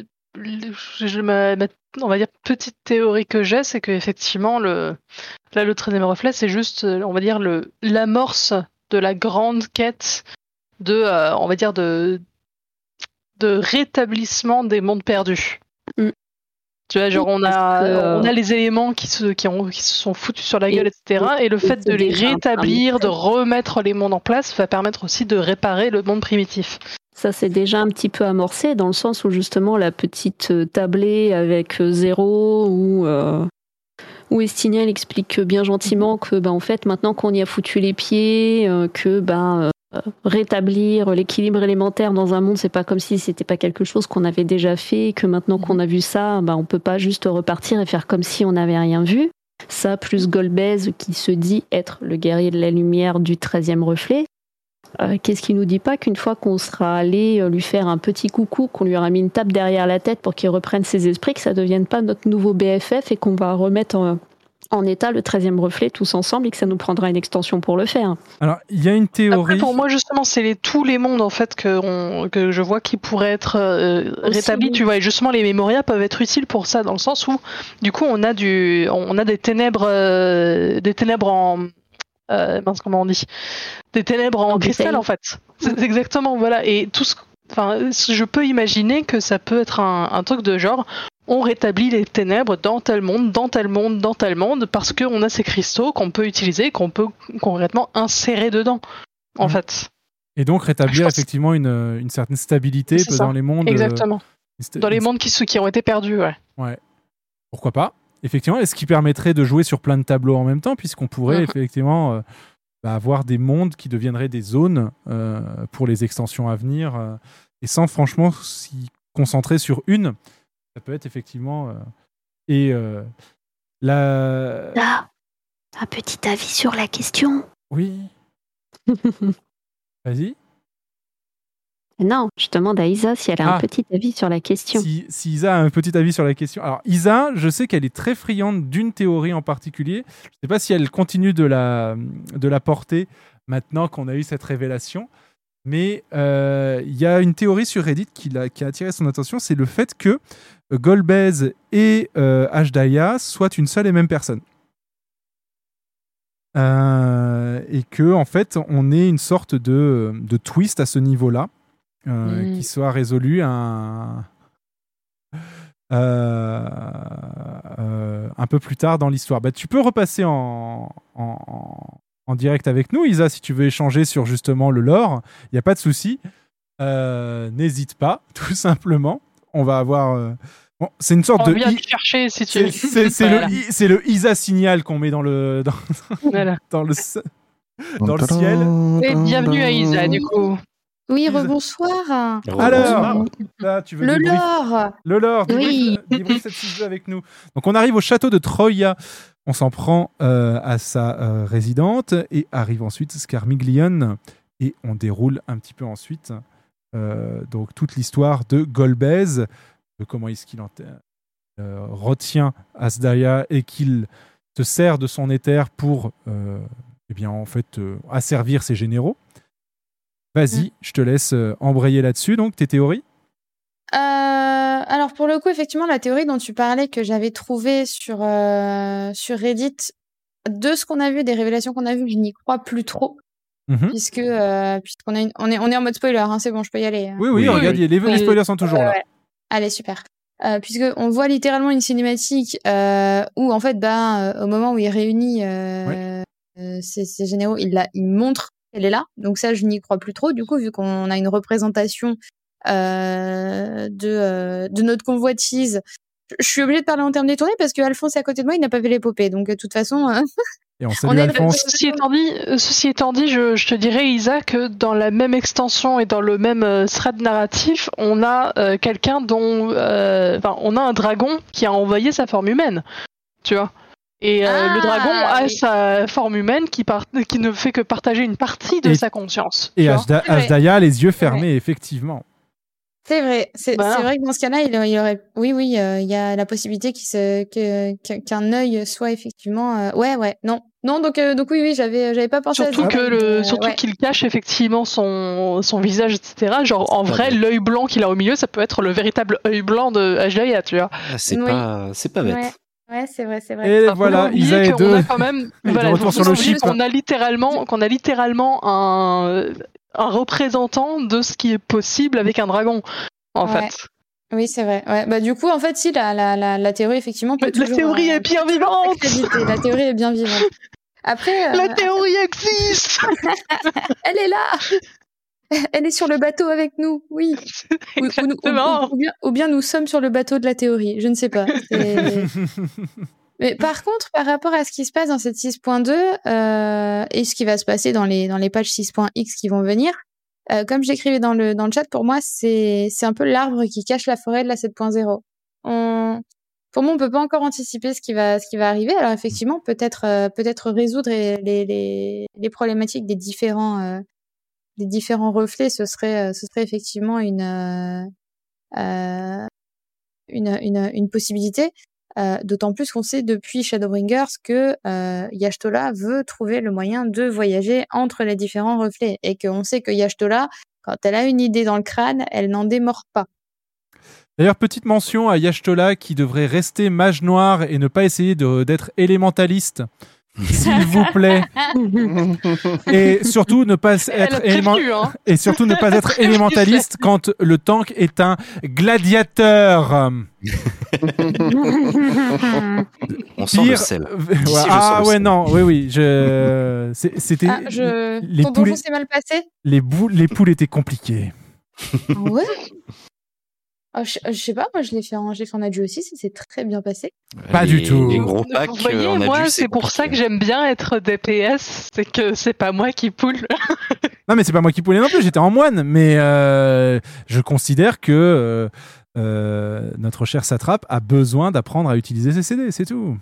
on va dire petite théorie que j'ai, c'est que effectivement, le 13e reflet, c'est juste, on va dire, l'amorce de la grande quête on va dire, de rétablissement des mondes perdus. Tu vois, genre on a les éléments qui se sont foutus sur la gueule, etc. Et le fait de les rétablir, de remettre les mondes en place, va permettre aussi de réparer le monde primitif. Ça, c'est déjà un petit peu amorcé, dans le sens où justement la petite tablée avec Zéro, où Estiniel explique bien gentiment que en fait, maintenant qu'on y a foutu les pieds, rétablir l'équilibre élémentaire dans un monde, c'est pas comme si c'était pas quelque chose qu'on avait déjà fait, et que maintenant qu'on a vu ça, on peut pas juste repartir et faire comme si on n'avait rien vu. Ça, plus Golbez qui se dit être le guerrier de la lumière du 13e reflet. Qu'est-ce qui nous dit pas qu'une fois qu'on sera allé lui faire un petit coucou, qu'on lui aura mis une tape derrière la tête pour qu'il reprenne ses esprits, que ça devienne pas notre nouveau BFF et qu'on va remettre en état le 13e reflet tous ensemble et que ça nous prendra une extension pour le faire. Alors, il y a une théorie... Après, pour moi, justement, c'est tous les mondes, en fait, que je vois qui pourraient être rétablis, tu vois, et justement, les mémorias peuvent être utiles pour ça, dans le sens où, du coup, on a des ténèbres en... comment on dit, des ténèbres en cristal, en fait. C'est exactement, voilà, et je peux imaginer que ça peut être un truc de genre... On rétablit les ténèbres dans tel monde, dans tel monde, dans tel monde, parce qu'on a ces cristaux qu'on peut utiliser, qu'on peut concrètement insérer dedans, en fait. Et donc rétablir effectivement une certaine stabilité dans les mondes. Exactement. Dans les mondes qui ont été perdus, ouais. Ouais. Pourquoi pas. Effectivement, et ce qui permettrait de jouer sur plein de tableaux en même temps, puisqu'on pourrait effectivement avoir des mondes qui deviendraient des zones pour les extensions à venir, et sans franchement s'y concentrer sur une, ça peut être effectivement... Là, un petit avis sur la question. Oui. Vas-y. Non, je demande à Isa si elle a un petit avis sur la question. Si Isa a un petit avis sur la question. Alors, Isa, je sais qu'elle est très friande d'une théorie en particulier. Je ne sais pas si elle continue de la porter maintenant qu'on a eu cette révélation. Mais il y a une théorie sur Reddit qui a attiré son attention. C'est le fait que Golbez et Ashdaya soient une seule et même personne. Et que, en fait, on ait une sorte de twist à ce niveau-là. Qui soit résolu un peu plus tard dans l'histoire. Bah, tu peux repasser en direct avec nous, Isa, si tu veux échanger sur justement le lore. Il n'y a pas de souci. N'hésite pas, tout simplement. On va avoir... Bon, c'est une sorte de... vient te chercher, si tu veux. C'est le Isa signal qu'on met dans le ciel. Et bienvenue à Isa, du coup. Oui, rebonsoir. Alors, là, tu veux le lore. Le lore, débrief cette 6-2 avec nous. Donc, on arrive au château de Troia. On s'en prend à sa résidente et arrive ensuite Scarmiglione. Et on déroule un petit peu ensuite donc toute l'histoire de Golbez, de comment est-ce qu'il retient Asdaya et qu'il se sert de son éther pour asservir ses généraux. Vas-y, je te laisse embrayer là-dessus, donc, tes théories. Alors, pour le coup, effectivement, la théorie dont tu parlais, que j'avais trouvée sur Reddit, de ce qu'on a vu, des révélations qu'on a vues, je n'y crois plus trop. Puisqu'on est en mode spoiler, hein, c'est bon, je peux y aller. Oui, regarde, les spoilers sont toujours là. Ouais. Allez, super. Puisqu'on voit littéralement une cinématique où, en fait, au moment où il réunit ses généraux, il montre qu'elle est là. Donc ça, je n'y crois plus trop. Du coup, vu qu'on a une représentation de notre convoitise, je suis obligée de parler en termes détournés parce que Alphonse est à côté de moi, il n'a pas vu l'épopée. Donc de toute façon... Et on salue Alphonse. Ceci étant dit, je te dirais, Isa, que dans la même extension et dans le même thread narratif, on a quelqu'un dont... on a un dragon qui a envoyé sa forme humaine. Tu vois. Et le dragon a sa forme humaine qui ne fait que partager une partie de sa conscience. Et Asdaya a les yeux fermés, effectivement. C'est vrai. C'est vrai que dans ce cas-là, il aurait... Oui, il y a la possibilité qu'un œil soit effectivement... Non, donc oui, j'avais pas pensé surtout à ça. Surtout qu'il cache effectivement son visage, etc. Genre, en vrai, l'œil blanc qu'il a au milieu, ça peut être le véritable œil blanc de Ashdaya, tu vois. C'est pas bête. Ouais, c'est vrai. Et voilà, Isa et deux. On a quand même, qu'on a littéralement un représentant de ce qui est possible avec un dragon, en fait. Oui, c'est vrai. Ouais, bah du coup, en fait, si la théorie effectivement peut toujours. La théorie est bien vivante. La théorie est bien vivante. Après. La théorie existe. Elle est là. Elle est sur le bateau avec nous, oui. Ou bien nous sommes sur le bateau de la théorie, je ne sais pas. Mais par contre, par rapport à ce qui se passe dans cette 6.2 et ce qui va se passer dans les patchs 6.x qui vont venir, comme j'écrivais dans le chat, pour moi, c'est un peu l'arbre qui cache la forêt de la 7.0. Pour moi, on peut pas encore anticiper ce qui va arriver. Alors effectivement, peut-être résoudre les problématiques des différents reflets, ce serait effectivement une possibilité. D'autant plus qu'on sait depuis Shadowbringers que Y'shtola veut trouver le moyen de voyager entre les différents reflets et qu'on sait que Y'shtola, quand elle a une idée dans le crâne, elle n'en démord pas. D'ailleurs, petite mention à Y'shtola qui devrait rester mage noir et ne pas essayer d'être élémentaliste. S'il vous plaît. Et surtout ne pas être élémentaliste quand le tank est un gladiateur. On sent le sel. Oui. C'était ton donjon s'est mal passé. Les poules étaient compliquées. Ouais. Je sais pas, moi je l'ai fait en adieu aussi, ça s'est très bien passé. Pas du tout. Les gros packs, vous voyez, moi c'est pour ça que j'aime bien être DPS, c'est que c'est pas moi qui poule. Non mais c'est pas moi qui poulais non plus, j'étais en moine, mais je considère que notre cher satrape a besoin d'apprendre à utiliser ses CD, c'est tout.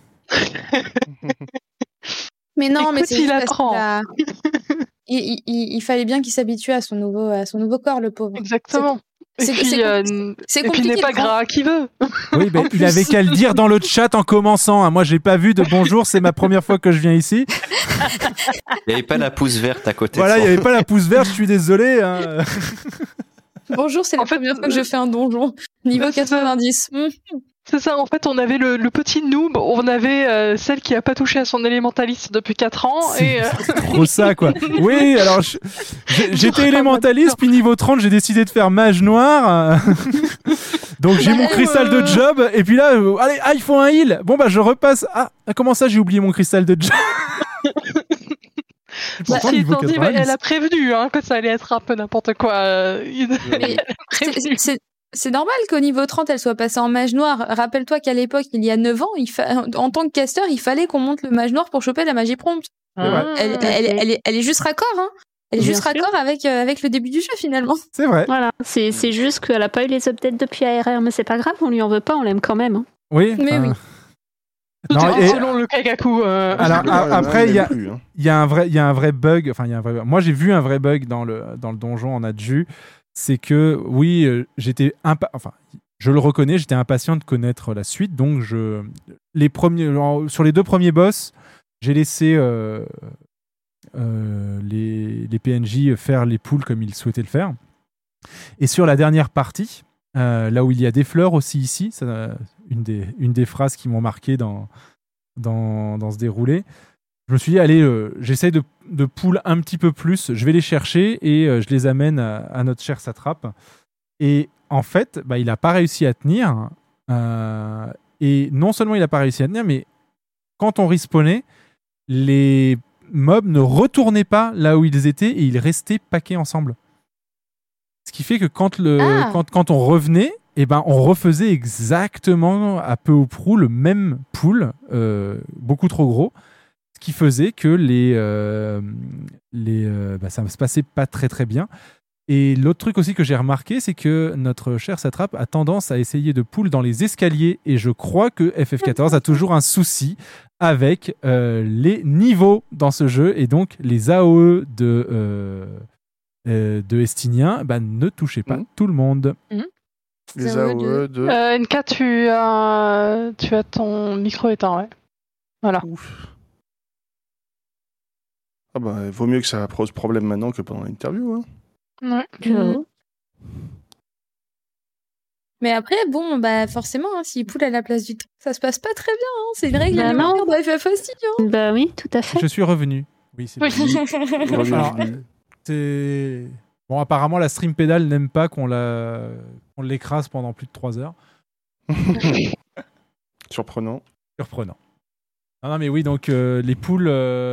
Mais non, Écoute, mais c'est il juste apprend. parce il fallait bien qu'il s'habitue à son nouveau corps, le pauvre. Exactement. C'est et puis, c'est et puis il n'est compliqué, pas le grand. gras qui veut. Oui, ben, En il plus. avait qu'à le dire dans le chat en commençant. Hein. Moi, j'ai pas vu de bonjour, c'est ma première fois que je viens ici. Il n'y avait pas la pouce verte à côté. Voilà, de il son- n'y avait pas la pouce verte, je suis désolé. Hein. Bonjour, c'est la première fois que je fais un donjon. Niveau 90. C'est ça, en fait, on avait le petit noob, on avait celle qui a pas touché à son élémentaliste depuis 4 ans. C'est Et, trop ça, quoi. Oui, alors, j'étais élémentaliste, puis niveau 30, j'ai décidé de faire mage noir. Donc, j'ai mon cristal de job, et puis là, allez, il faut un heal. Bon, bah, je repasse. Ah, comment ça, j'ai oublié mon cristal de job? Pourtant, si, niveau étant dit, 90. elle a prévenu hein, que ça allait être un peu n'importe quoi. Mais c'est normal qu'au niveau 30, elle soit passée en mage noir. Rappelle-toi qu'à l'époque, il y a 9 ans, en tant que caster, il fallait qu'on monte le mage noir pour choper la magie prompte. Elle est juste raccord, hein. Elle est Bien juste sûr. raccord avec le début du jeu, finalement. C'est vrai. Voilà, c'est juste qu'elle n'a pas eu les updates depuis ARR, mais c'est pas grave, on lui en veut pas, on l'aime quand même. Hein. Oui. Mais oui. Non, et- Selon le Kagaku. Alors après, il y a un vrai bug. Enfin, il y a un vrai. Moi, j'ai vu un vrai bug dans le donjon en adju. C'est que oui, j'étais je le reconnais, j'étais impatient de connaître la suite. Donc, sur les 2 premiers boss, j'ai laissé les PNJ faire les poules comme ils souhaitaient le faire. Et sur la dernière partie, là où il y a des fleurs aussi ici, ça, une des phrases qui m'ont marqué dans ce déroulé, je me suis dit, allez, j'essaye de pull un petit peu plus, je vais les chercher et je les amène à notre cher satrape. Et en fait, il n'a pas réussi à tenir. Et non seulement il n'a pas réussi à tenir, mais quand on respawnait, les mobs ne retournaient pas là où ils étaient et ils restaient paqués ensemble. Ce qui fait que quand on revenait, on refaisait exactement à peu ou prou le même pool, beaucoup trop gros, ce qui faisait que ça ne se passait pas très très bien. Et l'autre truc aussi que j'ai remarqué, c'est que notre cher satrape a tendance à essayer de pull dans les escaliers, et je crois que FF14 a toujours un souci avec les niveaux dans ce jeu, et donc les AOE de Estinien, ne touchez pas tout le monde. Les AOE de... NK, tu as ton micro éteint, ouais. Voilà. Ah bah, vaut mieux que ça pose problème maintenant que pendant l'interview. Hein. Ouais. Mais après, bon, forcément, hein, s'il poule à la place du temps, ça se passe pas très bien. Hein. C'est une règle élémentaire de FF aussi. Hein. Bah oui, tout à fait. Je suis revenu. Oui, c'est Alors, c'est... Bon, apparemment, la stream pédale n'aime pas qu'on l'écrase pendant plus de 3 heures. Surprenant. Non, mais oui, donc les poules,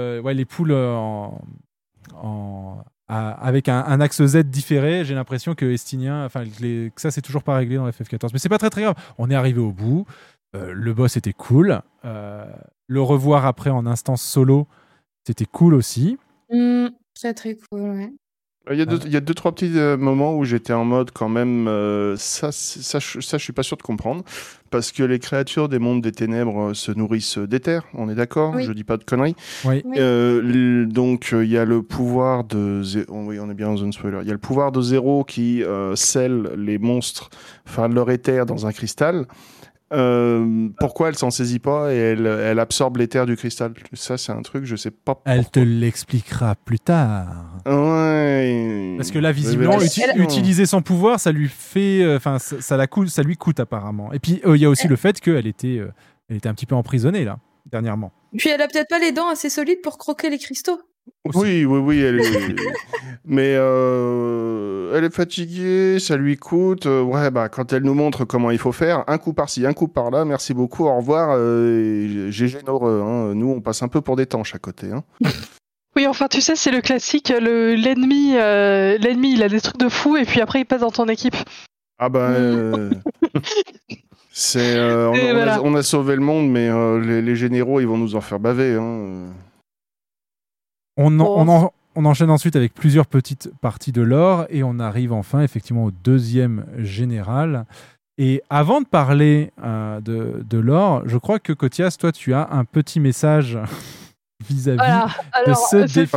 avec un axe Z différé, j'ai l'impression que Estinien, que ça c'est toujours pas réglé dans FF14. Mais c'est pas très très grave. On est arrivé au bout. Le boss était cool. Le revoir après en instance solo, c'était cool aussi. Très très cool, ouais. Il y a 2-3 petits moments où j'étais en mode quand même, ça je suis pas sûr de comprendre, parce que les créatures des mondes des ténèbres se nourrissent d'éther, on est d'accord? Oui. Je dis pas de conneries. Oui. Donc il y a le pouvoir de... Oui, on est bien dans zone spoiler. Il y a le pouvoir de Zéro qui scelle les monstres, leur éther dans un cristal. Pourquoi elle s'en saisit pas et elle absorbe l'éther du cristal? Ça, c'est un truc, je sais pas. Elle te l'expliquera plus tard. Ouais. Parce que là, visiblement, utiliser son pouvoir, ça lui fait, ça lui coûte apparemment. Et puis, il y a aussi le fait qu'elle était un petit peu emprisonnée là dernièrement. Puis elle a peut-être pas les dents assez solides pour croquer les cristaux. Oui, elle est... mais elle est fatiguée, ça lui coûte. Quand elle nous montre comment il faut faire, un coup par-ci, un coup par-là, merci beaucoup, au revoir, GG Noreux, hein. Nous, on passe un peu pour des tanches à côté. Hein. Oui, enfin, tu sais, c'est le classique, l'ennemi, il a des trucs de fou, et puis après, il passe dans ton équipe. Ah on a sauvé le monde, mais les généraux, ils vont nous en faire baver. Hein. On enchaîne ensuite avec plusieurs petites parties de lore et on arrive enfin effectivement au deuxième général. Et avant de parler de l'or, je crois que Kotias, toi, tu as un petit message vis-à-vis de ce défi.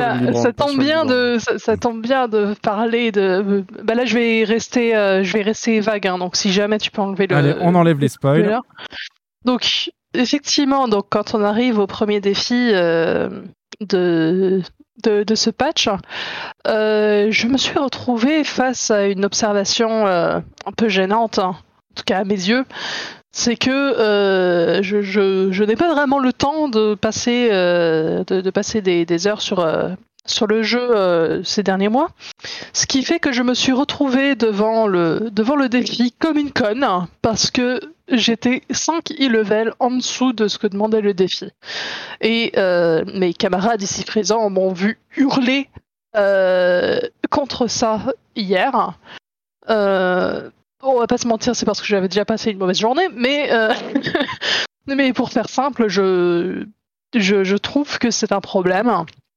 Ça tombe bien de parler de. Bah là, je vais rester vague. Hein, donc, si jamais tu peux enlever le. Allez, on enlève les spoils. Donc, effectivement, quand on arrive au premier défi de ce patch, je me suis retrouvée face à une observation un peu gênante, hein, en tout cas à mes yeux. C'est que je n'ai pas vraiment le temps de passer des heures sur le jeu ces derniers mois. Ce qui fait que je me suis retrouvée devant le défi comme une conne, parce que j'étais 5 e-level en dessous de ce que demandait le défi. Et mes camarades ici présents m'ont vu hurler contre ça hier. On va pas se mentir, c'est parce que j'avais déjà passé une mauvaise journée, mais mais pour faire simple, je trouve que c'est un problème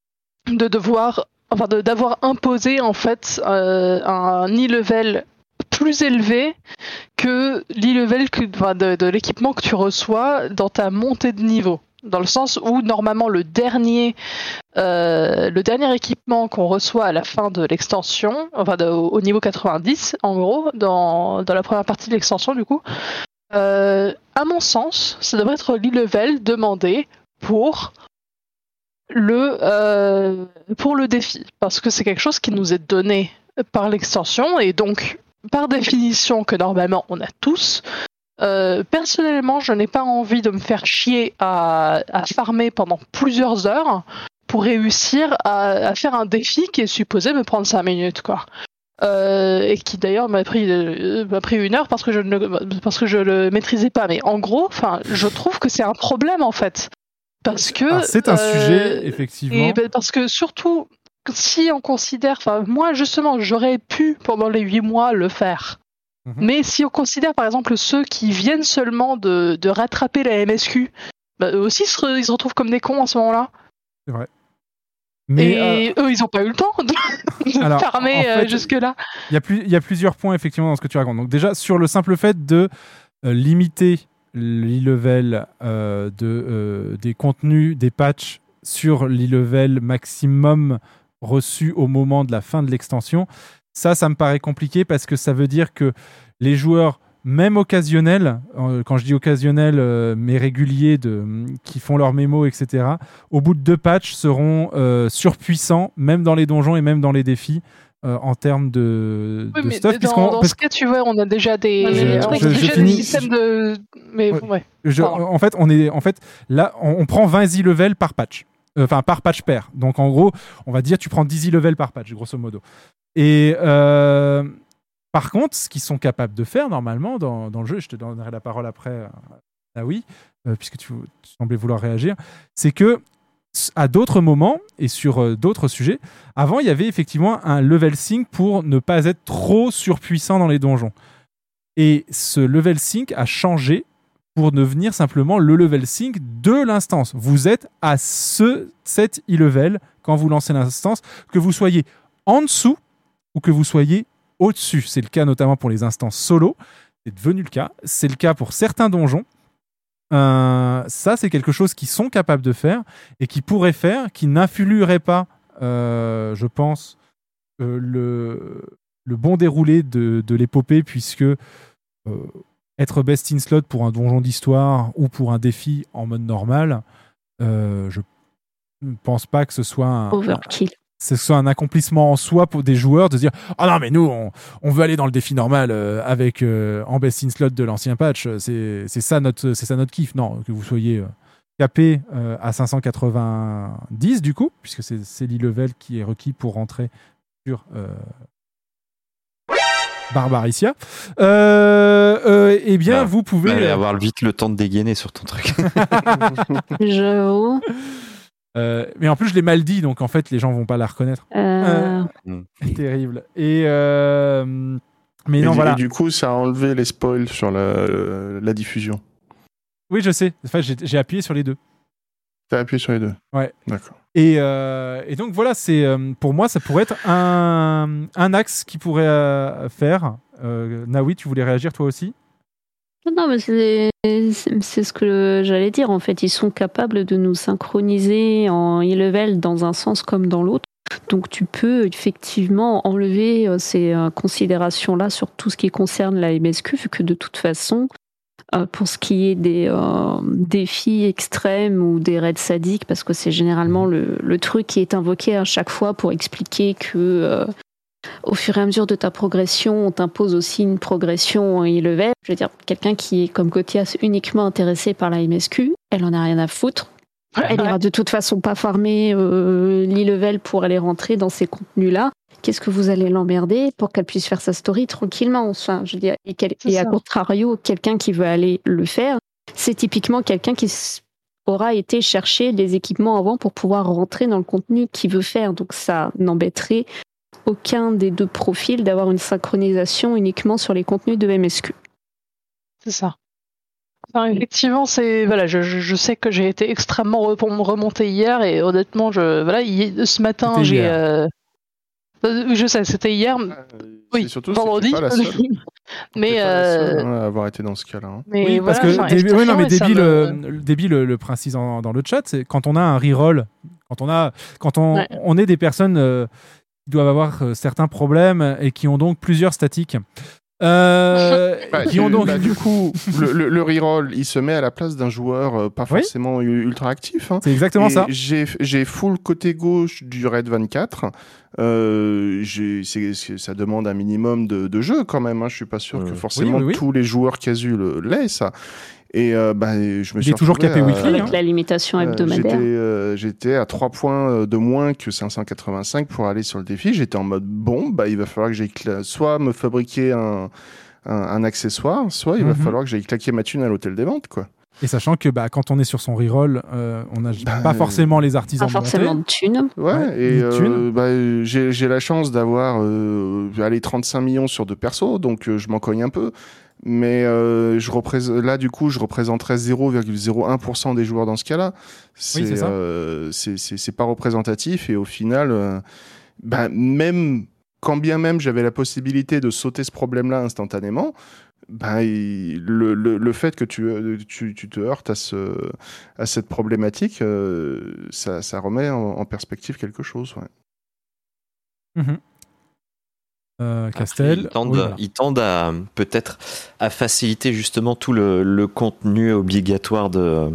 d'avoir imposé en fait un e-level plus élevé que l'e-level de l'équipement que tu reçois dans ta montée de niveau. Dans le sens où normalement le dernier équipement qu'on reçoit à la fin de l'extension, au niveau 90 en gros, dans la première partie de l'extension du coup, à mon sens, ça devrait être l'e-level demandé pour le défi, parce que c'est quelque chose qui nous est donné par l'extension et donc par définition que normalement on a tous. Personnellement, je n'ai pas envie de me faire chier à farmer pendant plusieurs heures pour réussir à faire un défi qui est supposé me prendre 5 minutes, quoi. Et qui d'ailleurs m'a pris 1 heure parce que je le maîtrisais pas. Mais en gros, je trouve que c'est un problème en fait, parce que c'est un sujet effectivement. Parce que surtout si on considère, moi justement, j'aurais pu pendant les 8 mois le faire. Mais si on considère par exemple ceux qui viennent seulement de rattraper la MSQ, eux aussi ils se retrouvent comme des cons en ce moment-là. C'est vrai. Mais eux, ils n'ont pas eu le temps de farmer en fait, jusque-là. Il y a plusieurs points effectivement dans ce que tu racontes. Donc déjà, sur le simple fait de limiter l'e-level des contenus, des patchs sur l'e-level maximum reçu au moment de la fin de l'extension, ça me paraît compliqué parce que ça veut dire que les joueurs, même occasionnels, quand je dis occasionnels, mais réguliers, qui font leurs mémos, etc., au bout de 2 patchs, seront surpuissants, même dans les donjons et même dans les défis, en termes de stuff. Dans ce cas, tu vois, on a déjà des systèmes de... Mais, ouais. En fait, là, on prend 20 e-level par patch. Par patch pair. Donc, en gros, on va dire tu prends 10 e-level par patch, grosso modo. Et par contre, ce qu'ils sont capables de faire normalement dans le jeu, je te donnerai la parole après, puisque tu semblais vouloir réagir, c'est que à d'autres moments et sur d'autres sujets, avant il y avait effectivement un level sync pour ne pas être trop surpuissant dans les donjons. Et ce level sync a changé pour devenir simplement le level sync de l'instance. Vous êtes à cet e-level quand vous lancez l'instance, que vous soyez en dessous ou que vous soyez au-dessus. C'est le cas notamment pour les instances solo. C'est devenu le cas. C'est le cas pour certains donjons. Ça, c'est quelque chose qu'ils sont capables de faire et qui pourraient faire, qui n'influerait pas, je pense, le bon déroulé de l'épopée, puisque être best in slot pour un donjon d'histoire ou pour un défi en mode normal, je ne pense pas que ce soit un accomplissement en soi pour des joueurs de se dire « Ah non, mais nous, on veut aller dans le défi normal en best in slot de l'ancien patch. C'est ça notre kiff. » Non, que vous soyez capé à 590 du coup, puisque c'est l'e-level qui est requis pour rentrer sur Barbaricia. Eh bien, vous pouvez... avoir vite le temps de dégainer sur ton truc. J'avoue. Mais en plus, je l'ai mal dit, donc en fait, les gens vont pas la reconnaître. Terrible. Mais non, voilà. Et du coup, ça a enlevé les spoils sur la diffusion. Oui, je sais. Enfin, j'ai appuyé sur les deux. T'as appuyé sur les deux. Ouais. D'accord. Et donc voilà, c'est pour moi, ça pourrait être un axe qui pourrait faire. Naoui, tu voulais réagir toi aussi ? Non, mais c'est ce que j'allais dire. En fait, ils sont capables de nous synchroniser en e-level dans un sens comme dans l'autre. Donc, tu peux effectivement enlever ces considérations-là sur tout ce qui concerne la MSQ, vu que de toute façon, pour ce qui est des défis extrêmes ou des raids sadiques, parce que c'est généralement le truc qui est invoqué à chaque fois pour expliquer que au fur et à mesure de ta progression, on t'impose aussi une progression en e-level. Je veux dire, quelqu'un qui est comme Kotias uniquement intéressé par la MSQ, elle en a rien à foutre. Elle ira de toute façon pas farmer l'e-level pour aller rentrer dans ces contenus-là. Qu'est-ce que vous allez l'emmerder pour qu'elle puisse faire sa story tranquillement, enfin, je veux dire, et à contrario, quelqu'un qui veut aller le faire, c'est typiquement quelqu'un qui aura été chercher des équipements avant pour pouvoir rentrer dans le contenu qu'il veut faire. Donc ça n'embêterait aucun des deux profils d'avoir une synchronisation uniquement sur les contenus de MSQ. C'est ça. Enfin, effectivement, je sais que j'ai été extrêmement remonté hier et honnêtement, ce matin, je sais, c'était hier. Oui, surtout vendredi. Pas la seule. Mais à avoir été dans ce cas-là. Hein. Mais oui, parce que Déby le précise dans le chat, c'est quand on a un reroll, quand on est des personnes qui doivent avoir certains problèmes et qui ont donc plusieurs statiques. Du coup, le reroll, il se met à la place d'un joueur pas forcément ultra actif. Hein. C'est exactement ça. J'ai full côté gauche du Raid 24. Ça demande un minimum de jeu quand même. Hein. Je suis pas sûr que forcément tous les joueurs casus l'aient ça. Et je me suis toujours capé weekly avec la limitation hebdomadaire. J'étais à 3 points de moins que 585 pour aller sur le défi. J'étais en mode il va falloir que j'aille soit me fabriquer un accessoire, soit il va falloir que j'aille claquer ma thune à l'hôtel des ventes, quoi. Et sachant que quand on est sur son reroll, on n'a pas forcément les artisans de forcément de thunes. J'ai la chance d'avoir 35 millions sur 2 persos, donc je m'en cogne un peu. Mais je représenterais 0,01% des joueurs dans ce cas-là. C'est pas représentatif et au final, quand bien même j'avais la possibilité de sauter ce problème-là instantanément, le fait que tu te heurtes à cette problématique, ça remet en perspective quelque chose. Ouais. Mm-hmm. Castel, ils tendent à peut-être à faciliter justement tout le contenu obligatoire de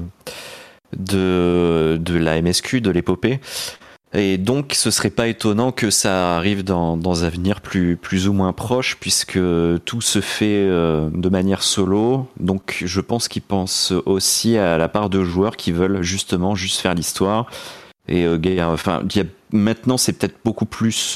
la MSQ, de l'épopée. Et donc, ce serait pas étonnant que ça arrive dans un avenir plus ou moins proche, puisque tout se fait de manière solo. Donc, je pense qu'ils pensent aussi à la part de joueurs qui veulent justement juste faire l'histoire. Et maintenant, c'est peut-être beaucoup plus.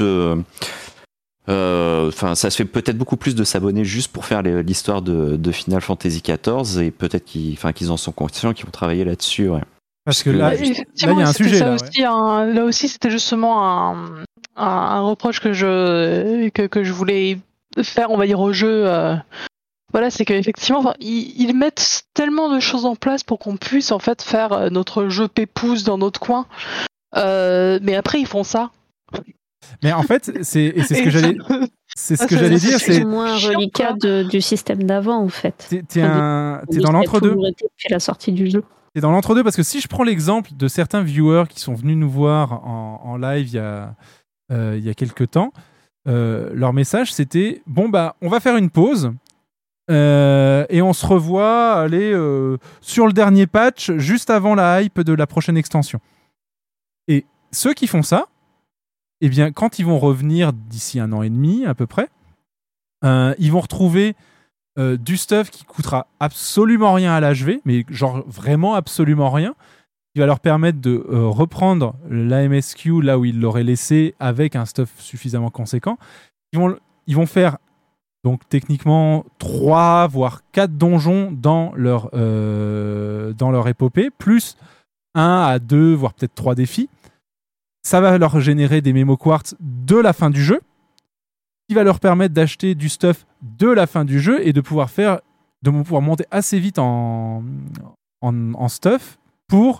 Ça se fait peut-être beaucoup plus de s'abonner juste pour faire l'histoire de Final Fantasy XIV, et peut-être qu'ils en sont conscients, qu'ils vont travailler là-dessus. Ouais. Parce que là, il y a un sujet. Là aussi, c'était justement un reproche que je voulais faire, on va dire, au jeu. C'est qu'effectivement, ils mettent tellement de choses en place pour qu'on puisse en fait faire notre jeu pépouze dans notre coin. Mais après, ils font ça. Mais en fait, c'est ce que j'allais. C'est ce que j'allais dire. C'est moins un reliquat du système d'avant, en fait. T'es dans l'entre-deux. Depuis la sortie du jeu. C'est dans l'entre-deux parce que si je prends l'exemple de certains viewers qui sont venus nous voir en live il y a quelques temps, leur message c'était on va faire une pause et on se revoit sur le dernier patch juste avant la hype de la prochaine extension. Et ceux qui font ça, eh bien quand ils vont revenir d'ici 1 an et demi à peu près, ils vont retrouver du stuff qui coûtera absolument rien à l'HV, mais genre vraiment absolument rien, qui va leur permettre de reprendre la MSQ là où ils l'auraient laissé avec un stuff suffisamment conséquent. Ils vont faire donc techniquement 3 voire 4 donjons dans leur épopée, plus 1 à 2 voire peut-être 3 défis. Ça va leur générer des mémo quartz de la fin du jeu, qui va leur permettre d'acheter du stuff de la fin du jeu et de pouvoir monter assez vite en stuff pour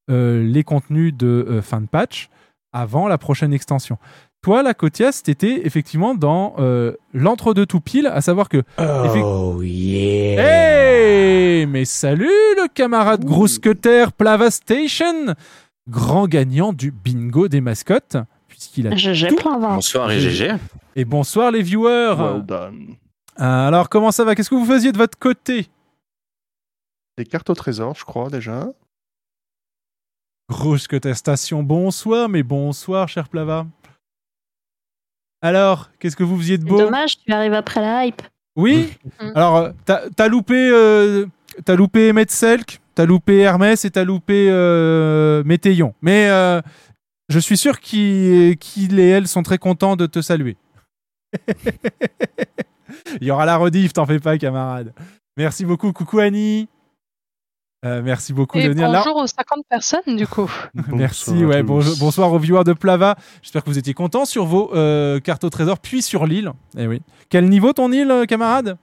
les contenus de fin de patch avant la prochaine extension. Toi, la Cotias, t'étais effectivement dans l'entre-deux tout pile, à savoir que... yeah. Hey, mais salut le camarade Grousqueter Plava Station, grand gagnant du bingo des mascottes, puisqu'il a Bonsoir et GG. Et bonsoir les viewers. Well done. Alors, comment ça va? Qu'est-ce que vous faisiez de votre côté? Des cartes au trésor, je crois, déjà. Grousqueter Station, bonsoir, mais bonsoir, cher Plava. Alors, qu'est-ce que vous faisiez de beau? Dommage, tu arrives après la hype. Oui. Alors, t'as loupé Metzelk, t'as loupé Hermès et t'as loupé Météion. Mais je suis sûr qu'il et elle sont très contents de te saluer. Il y aura la rediff, t'en fais pas, camarade. Merci beaucoup. Coucou Annie. Merci beaucoup de venir là. Bonjour aux 50 personnes, du coup. Merci, ouais. Bonsoir aux viewers de Plava. J'espère que vous étiez contents sur vos cartes au trésor, puis sur l'île. Eh oui. Quel niveau ton île, camarade?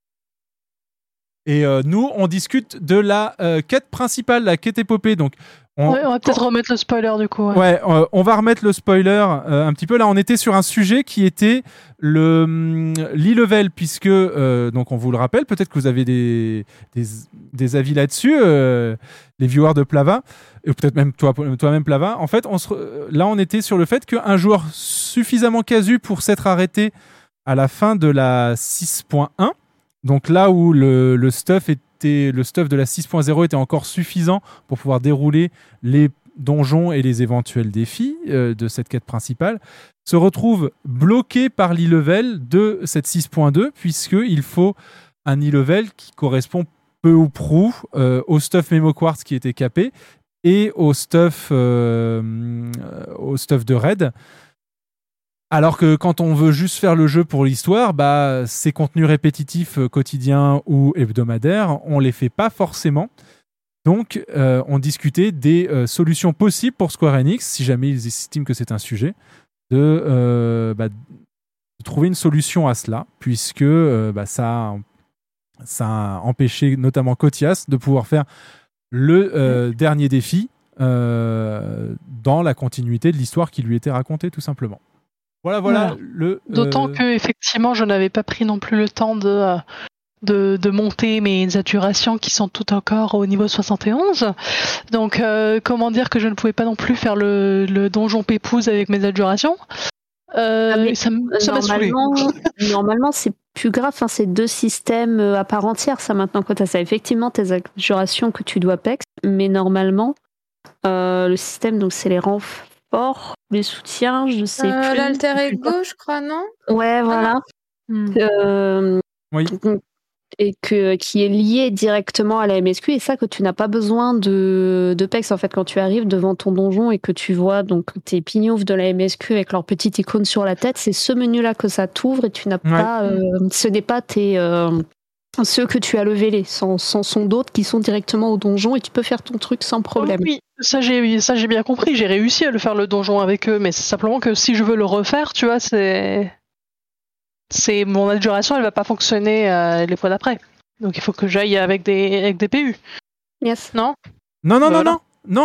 Et nous, on discute de la quête principale, la quête épopée. Donc, on va peut-être remettre le spoiler, du coup. Ouais, on va remettre le spoiler un petit peu. Là, on était sur un sujet qui était l'e-level, puisque, donc on vous le rappelle, peut-être que vous avez des avis là-dessus, les viewers de Plava, et peut-être même toi-même Plava. En fait, là, on était sur le fait qu'un joueur suffisamment casu pour s'être arrêté à la fin de la 6.1, donc là où le stuff de la 6.0 était encore suffisant pour pouvoir dérouler les donjons et les éventuels défis de cette quête principale, se retrouve bloqué par l'e-level de cette 6.2, puisqu'il faut un e-level qui correspond peu ou prou au stuff Memo Quartz qui était capé et au stuff de raid. Alors que quand on veut juste faire le jeu pour l'histoire, ces contenus répétitifs quotidiens ou hebdomadaires, on les fait pas forcément. Donc, on discutait des solutions possibles pour Square Enix, si jamais ils estiment que c'est un sujet, de trouver une solution à cela, puisque ça a empêché notamment Cotias de pouvoir faire le dernier défi dans la continuité de l'histoire qui lui était racontée, tout simplement. Voilà. D'autant que effectivement, je n'avais pas pris non plus le temps de monter mes adjurations qui sont toutes encore au niveau 71. Donc, comment dire que je ne pouvais pas non plus faire le donjon Pépouze avec mes adjurations. Ça m'a saoulé. Normalement, c'est plus grave. Enfin, c'est deux systèmes à part entière, ça, maintenant, quand tu as ça. Effectivement, tes adjurations que tu dois PEX, mais normalement, le système, donc, c'est les renforts, les soutiens, je sais plus. L'alter ego, je crois, non? Ouais, voilà. Oui. Et qui est lié directement à la MSQ, et ça que tu n'as pas besoin de PEX en fait quand tu arrives devant ton donjon et que tu vois donc tes pignoufs de la MSQ avec leur petite icône sur la tête, c'est ce menu là que ça t'ouvre et tu n'as pas ce n'est pas ceux que tu as levelés, sont d'autres qui sont directement au donjon et tu peux faire ton truc sans problème. Oui, ça j'ai bien compris, j'ai réussi à le faire le donjon avec eux, mais c'est simplement que si je veux le refaire, tu vois, c'est mon adjuration, elle va pas fonctionner les fois d'après. Donc il faut que j'aille avec des PU. Yes. Non. Non. Alors,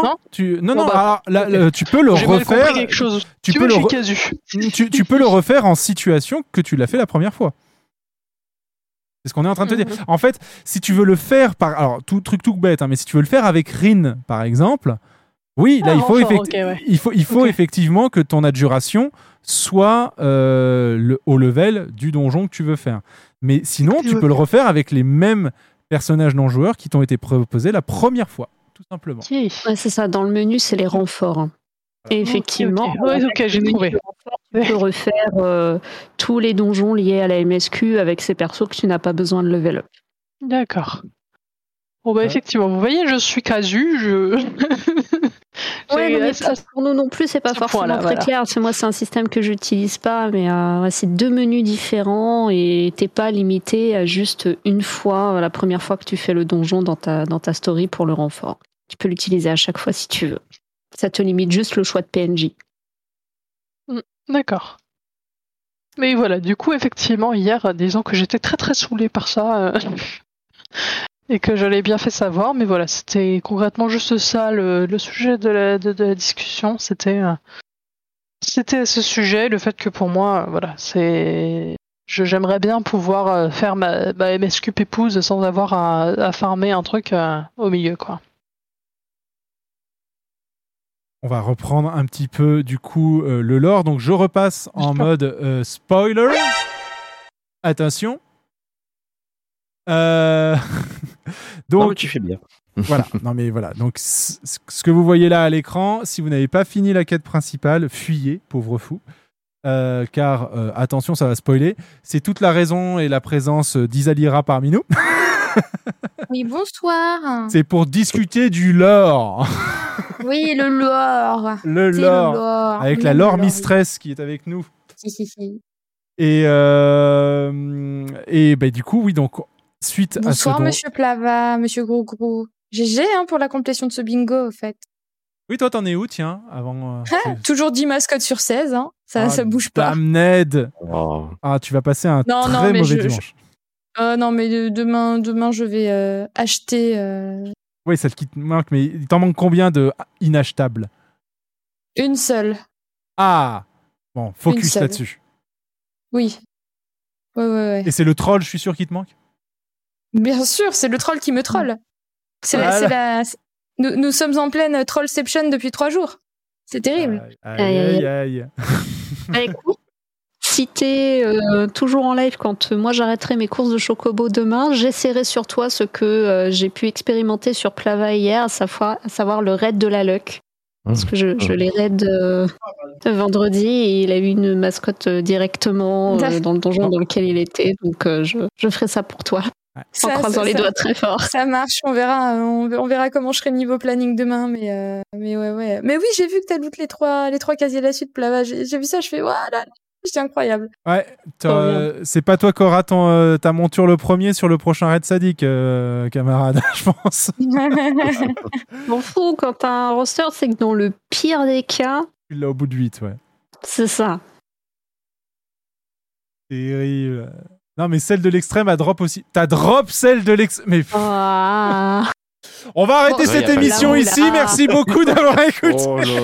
là, tu peux le refaire. J'ai mal compris quelque chose. Tu peux le refaire en situation que tu l'as fait la première fois. C'est ce qu'on est en train de te dire. En fait, si tu veux le faire alors tout bête, mais si tu veux le faire avec Rin, par exemple, oui, là il faut effectivement que ton adjuration soit au level du donjon que tu veux faire. Mais sinon, tu peux le refaire avec les mêmes personnages non joueurs qui t'ont été proposés la première fois, tout simplement. Ouais, c'est ça. Dans le menu, c'est les renforts. Et effectivement, j'ai trouvé. Tu peux refaire tous les donjons liés à la MSQ avec ces persos que tu n'as pas besoin de level up. D'accord. Bon effectivement, vous voyez, je suis casu, mais pour nous non plus, c'est pas forcément très clair. Moi, c'est un système que j'utilise pas, mais c'est deux menus différents et t'es pas limité à juste une fois, la première fois que tu fais le donjon dans ta story pour le renfort. Tu peux l'utiliser à chaque fois si tu veux. Ça te limite juste le choix de PNJ. D'accord. Mais voilà, du coup, effectivement, hier, disons que j'étais très très saoulée par ça. et que je l'ai bien fait savoir. Mais voilà, c'était concrètement juste ça le sujet de la discussion. C'était à ce sujet, le fait que pour moi, voilà, j'aimerais bien pouvoir faire ma MSQ épouse sans avoir à farmer un truc au milieu, quoi. On va reprendre un petit peu du coup le lore. Donc je repasse en mode spoiler. Attention. Donc non, mais tu fais bien. Voilà. Non mais voilà. Donc ce que vous voyez là à l'écran, si vous n'avez pas fini la quête principale, fuyez, pauvre fou. Car attention, ça va spoiler. C'est toute la raison et la présence d'Isalira parmi nous. Oui, bonsoir. C'est pour discuter du lore. Oui, le lore. Le lore. Avec la lore mistress qui est avec nous. Si. Et du coup, oui, donc suite à ce bonsoir, monsieur Plava, monsieur Gros. GG pour la complétion de ce bingo, en fait. Oui, toi, t'en es où, tiens, avant toujours 10 mascottes sur 16, hein. Ça bouge pas. Dame Ned. Oh. Ah, tu vas passer un très mauvais dimanche. Non, mais demain, je vais acheter... Oui, celle qui te manque, mais il t'en manque combien de inachetables? Une seule. Ah. Bon, focus là-dessus. Oui. Ouais. Et c'est le troll, je suis sûr, qui te manque? Bien sûr, c'est le troll qui me troll. Nous sommes en pleine trollception depuis 3 jours. C'est terrible. Aïe. Écoute, si t'es toujours en live quand moi j'arrêterai mes courses de chocobo demain, j'essaierai sur toi ce que j'ai pu expérimenter sur Plava hier, à savoir le raid de la luck. Parce que je l'ai raid vendredi et il a eu une mascotte directement dans le donjon dans lequel il était. Donc je ferai ça pour toi. En croisant les doigts très fort. Ça marche, on verra comment je serai niveau planning demain, mais ouais. Mais oui, j'ai vu que t'as loot les trois casiers de la suite, Plava. J'ai vu ça, je fais voilà, c'est incroyable. Ouais, c'est pas toi qui auras ta monture le premier sur le prochain raid sadique, camarade, je pense. M'en fous, quand t'as un roster, c'est que dans le pire des cas... Tu l'as au bout de 8, ouais. C'est ça. Terrible. Non, mais celle de l'extrême a drop aussi. T'as drop celle de l'extrême. Mais... On va arrêter cette émission ici. Merci beaucoup d'avoir écouté.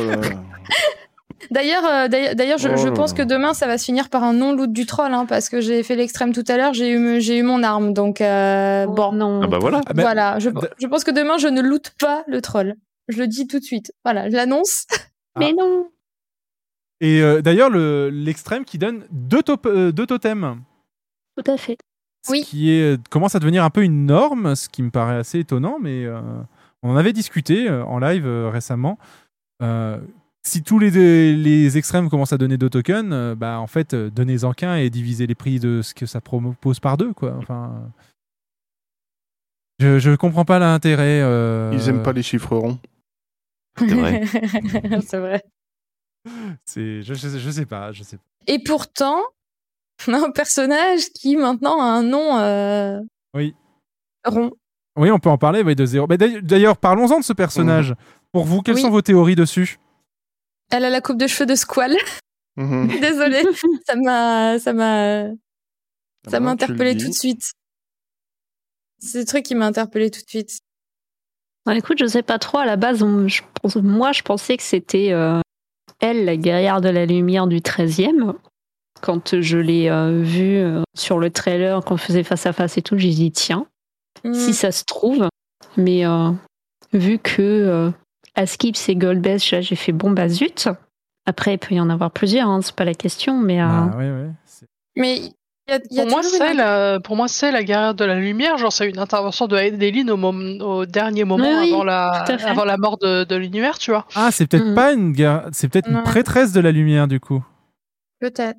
D'ailleurs, je pense que demain, ça va se finir par un non-loot du troll, parce que j'ai fait l'extrême tout à l'heure, j'ai eu mon arme, donc bon. Non. Ah bah voilà. Voilà, je pense que demain, je ne loot pas le troll. Je le dis tout de suite. Voilà, je l'annonce. Mais non. Et d'ailleurs, l'extrême qui donne 2 totems. Tout à fait. Oui. Qui commence à devenir un peu une norme, ce qui me paraît assez étonnant, mais on en avait discuté en live récemment. Si tous les extrêmes commencent à donner 2 tokens, en fait, donnez-en qu'un et divisez les prix de ce que ça propose par 2, quoi. Enfin, je comprends pas l'intérêt. Ils aiment pas les chiffres ronds. C'est vrai. C'est vrai. Je sais pas. Et pourtant, on a un personnage qui maintenant a un nom rond. Oui, on peut en parler de zéro. D'ailleurs, parlons-en de ce personnage. Pour vous, quelles sont vos théories dessus? Elle a la coupe de cheveux de Squall. Désolée, ça m'a interpellé tout de suite. C'est le truc qui m'a interpellé tout de suite. Écoute, je sais pas trop. À la base, je pensais que c'était elle, la guerrière de la lumière du 13e. Quand je l'ai vue sur le trailer, quand on faisait face à face et tout, j'ai dit tiens, si ça se trouve. Mais vu que Askip c'est Golbez, là j'ai fait bon zut. Après il peut y en avoir plusieurs, c'est pas la question, mais. Ouais. Mais pour moi c'est la guerrière de la lumière, genre c'est une intervention de Adeline au dernier moment avant la mort de l'univers, tu vois. Ah, c'est peut-être pas une guerre, c'est peut-être une prêtresse de la lumière du coup. Peut-être.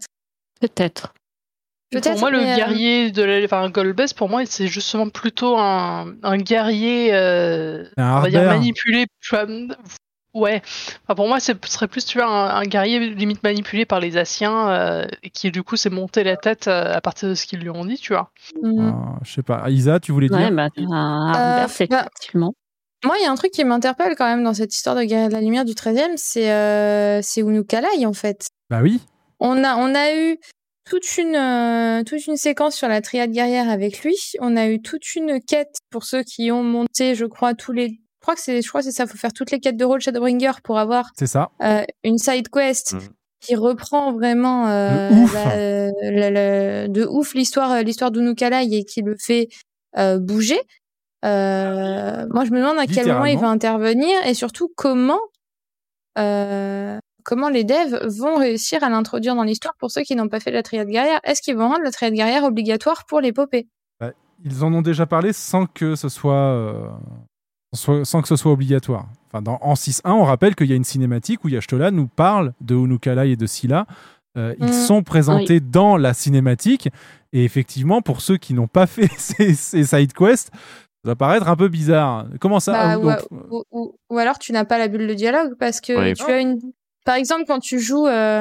Pour moi, le guerrier de Golbez, pour moi, c'est justement plutôt un guerrier on va dire manipulé. Ouais. Enfin, pour moi, ce serait plus un guerrier limite manipulé par les Asiens et qui du coup s'est monté la tête à partir de ce qu'ils lui ont dit, tu vois. Je sais pas. Isa, tu voulais dire? Effectivement. Moi, il y a un truc qui m'interpelle quand même dans cette histoire de guerrier de la lumière du 13e, c'est Unukalai en fait. Bah oui. On a eu toute une séquence sur la triade guerrière avec lui. On a eu toute une quête pour ceux qui ont monté, je crois, je crois que c'est ça. Faut faire toutes les quêtes de rôle Shadowbringer pour avoir C'est ça. une side quest qui reprend vraiment de ouf l'histoire d'Unukalai et qui le fait bouger. Moi, je me demande à quel moment il va intervenir et surtout comment les devs vont réussir à l'introduire dans l'histoire pour ceux qui n'ont pas fait la triade guerrière. Est-ce qu'ils vont rendre la triade guerrière obligatoire pour l'épopée ? Ils en ont déjà parlé sans que ce soit obligatoire. Enfin, en 6.1, on rappelle qu'il y a une cinématique où Y'shtola nous parle de Unukalai et de Scylla. Ils sont présentés dans la cinématique. Et effectivement, pour ceux qui n'ont pas fait ces side quests, ça va paraître un peu bizarre. Comment ça ou alors tu n'as pas la bulle de dialogue parce que tu as une... Par exemple, quand tu joues...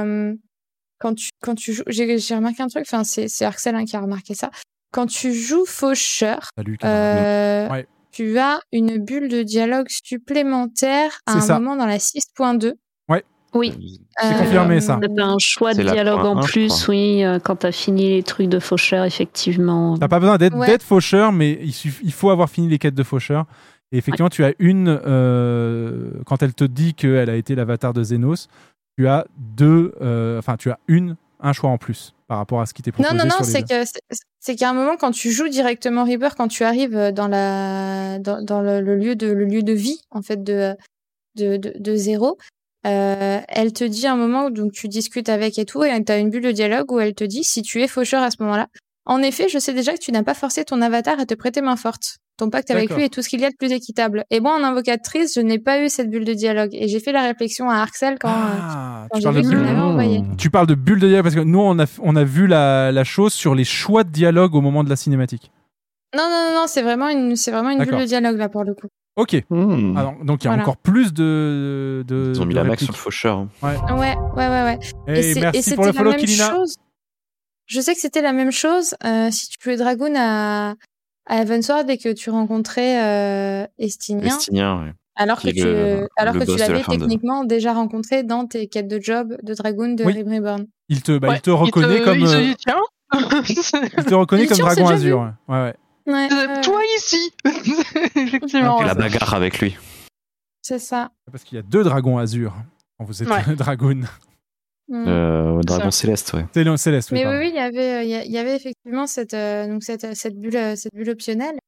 j'ai remarqué un truc, enfin, c'est Arxel qui a remarqué ça. Quand tu joues faucheur, tu as une bulle de dialogue supplémentaire à un moment dans la 6.2. Ouais. Oui. C'est confirmé, ça. T'as un choix de dialogue en plus, oui, quand t'as fini les trucs de faucheur, effectivement. T'as pas besoin d'être faucheur, mais il faut avoir fini les quêtes de faucheur. Et effectivement, tu as quand elle te dit qu'elle a été l'avatar de Xenos, tu as un choix en plus par rapport à ce qui t'est proposé. Non, c'est qu'à un moment, quand tu joues directement Reaper, quand tu arrives dans le lieu de vie, en fait, de Zéro, elle te dit à un moment où donc, tu discutes avec et tout, et tu as une bulle de dialogue où elle te dit si tu es faucheur à ce moment-là. En effet, je sais déjà que tu n'as pas forcé ton avatar à te prêter main forte. Ton pacte avec lui est tout ce qu'il y a de plus équitable. Et moi, en invocatrice, je n'ai pas eu cette bulle de dialogue. Et j'ai fait la réflexion à Arxel quand j'ai vu qu'il m'avait envoyé. Tu parles de bulle de dialogue parce que nous, on a vu la chose sur les choix de dialogue au moment de la cinématique. Non, c'est vraiment une bulle de dialogue, là, pour le coup. Ok. Alors, donc, il y a encore plus de Ils ont mis la max sur le faucheur. Ouais. Merci pour le follow, Kilina. Je sais que c'était la même chose si tu jouais Dragoon à Evansward et que tu rencontrais Estinien. Ouais. Alors que tu l'avais techniquement déjà rencontré dans tes quêtes de job de Dragoon de Rib Reborn. Il te reconnaît comme... Il te reconnaît comme Dragon Azur. Ouais. Toi ici. Effectivement. La bagarre avec lui. C'est ça. Parce qu'il y a 2 dragons Azur quand vous êtes Dragoon. Dragon Céleste, ouais. Céleste, mais oui, il y avait effectivement cette bulle optionnelle.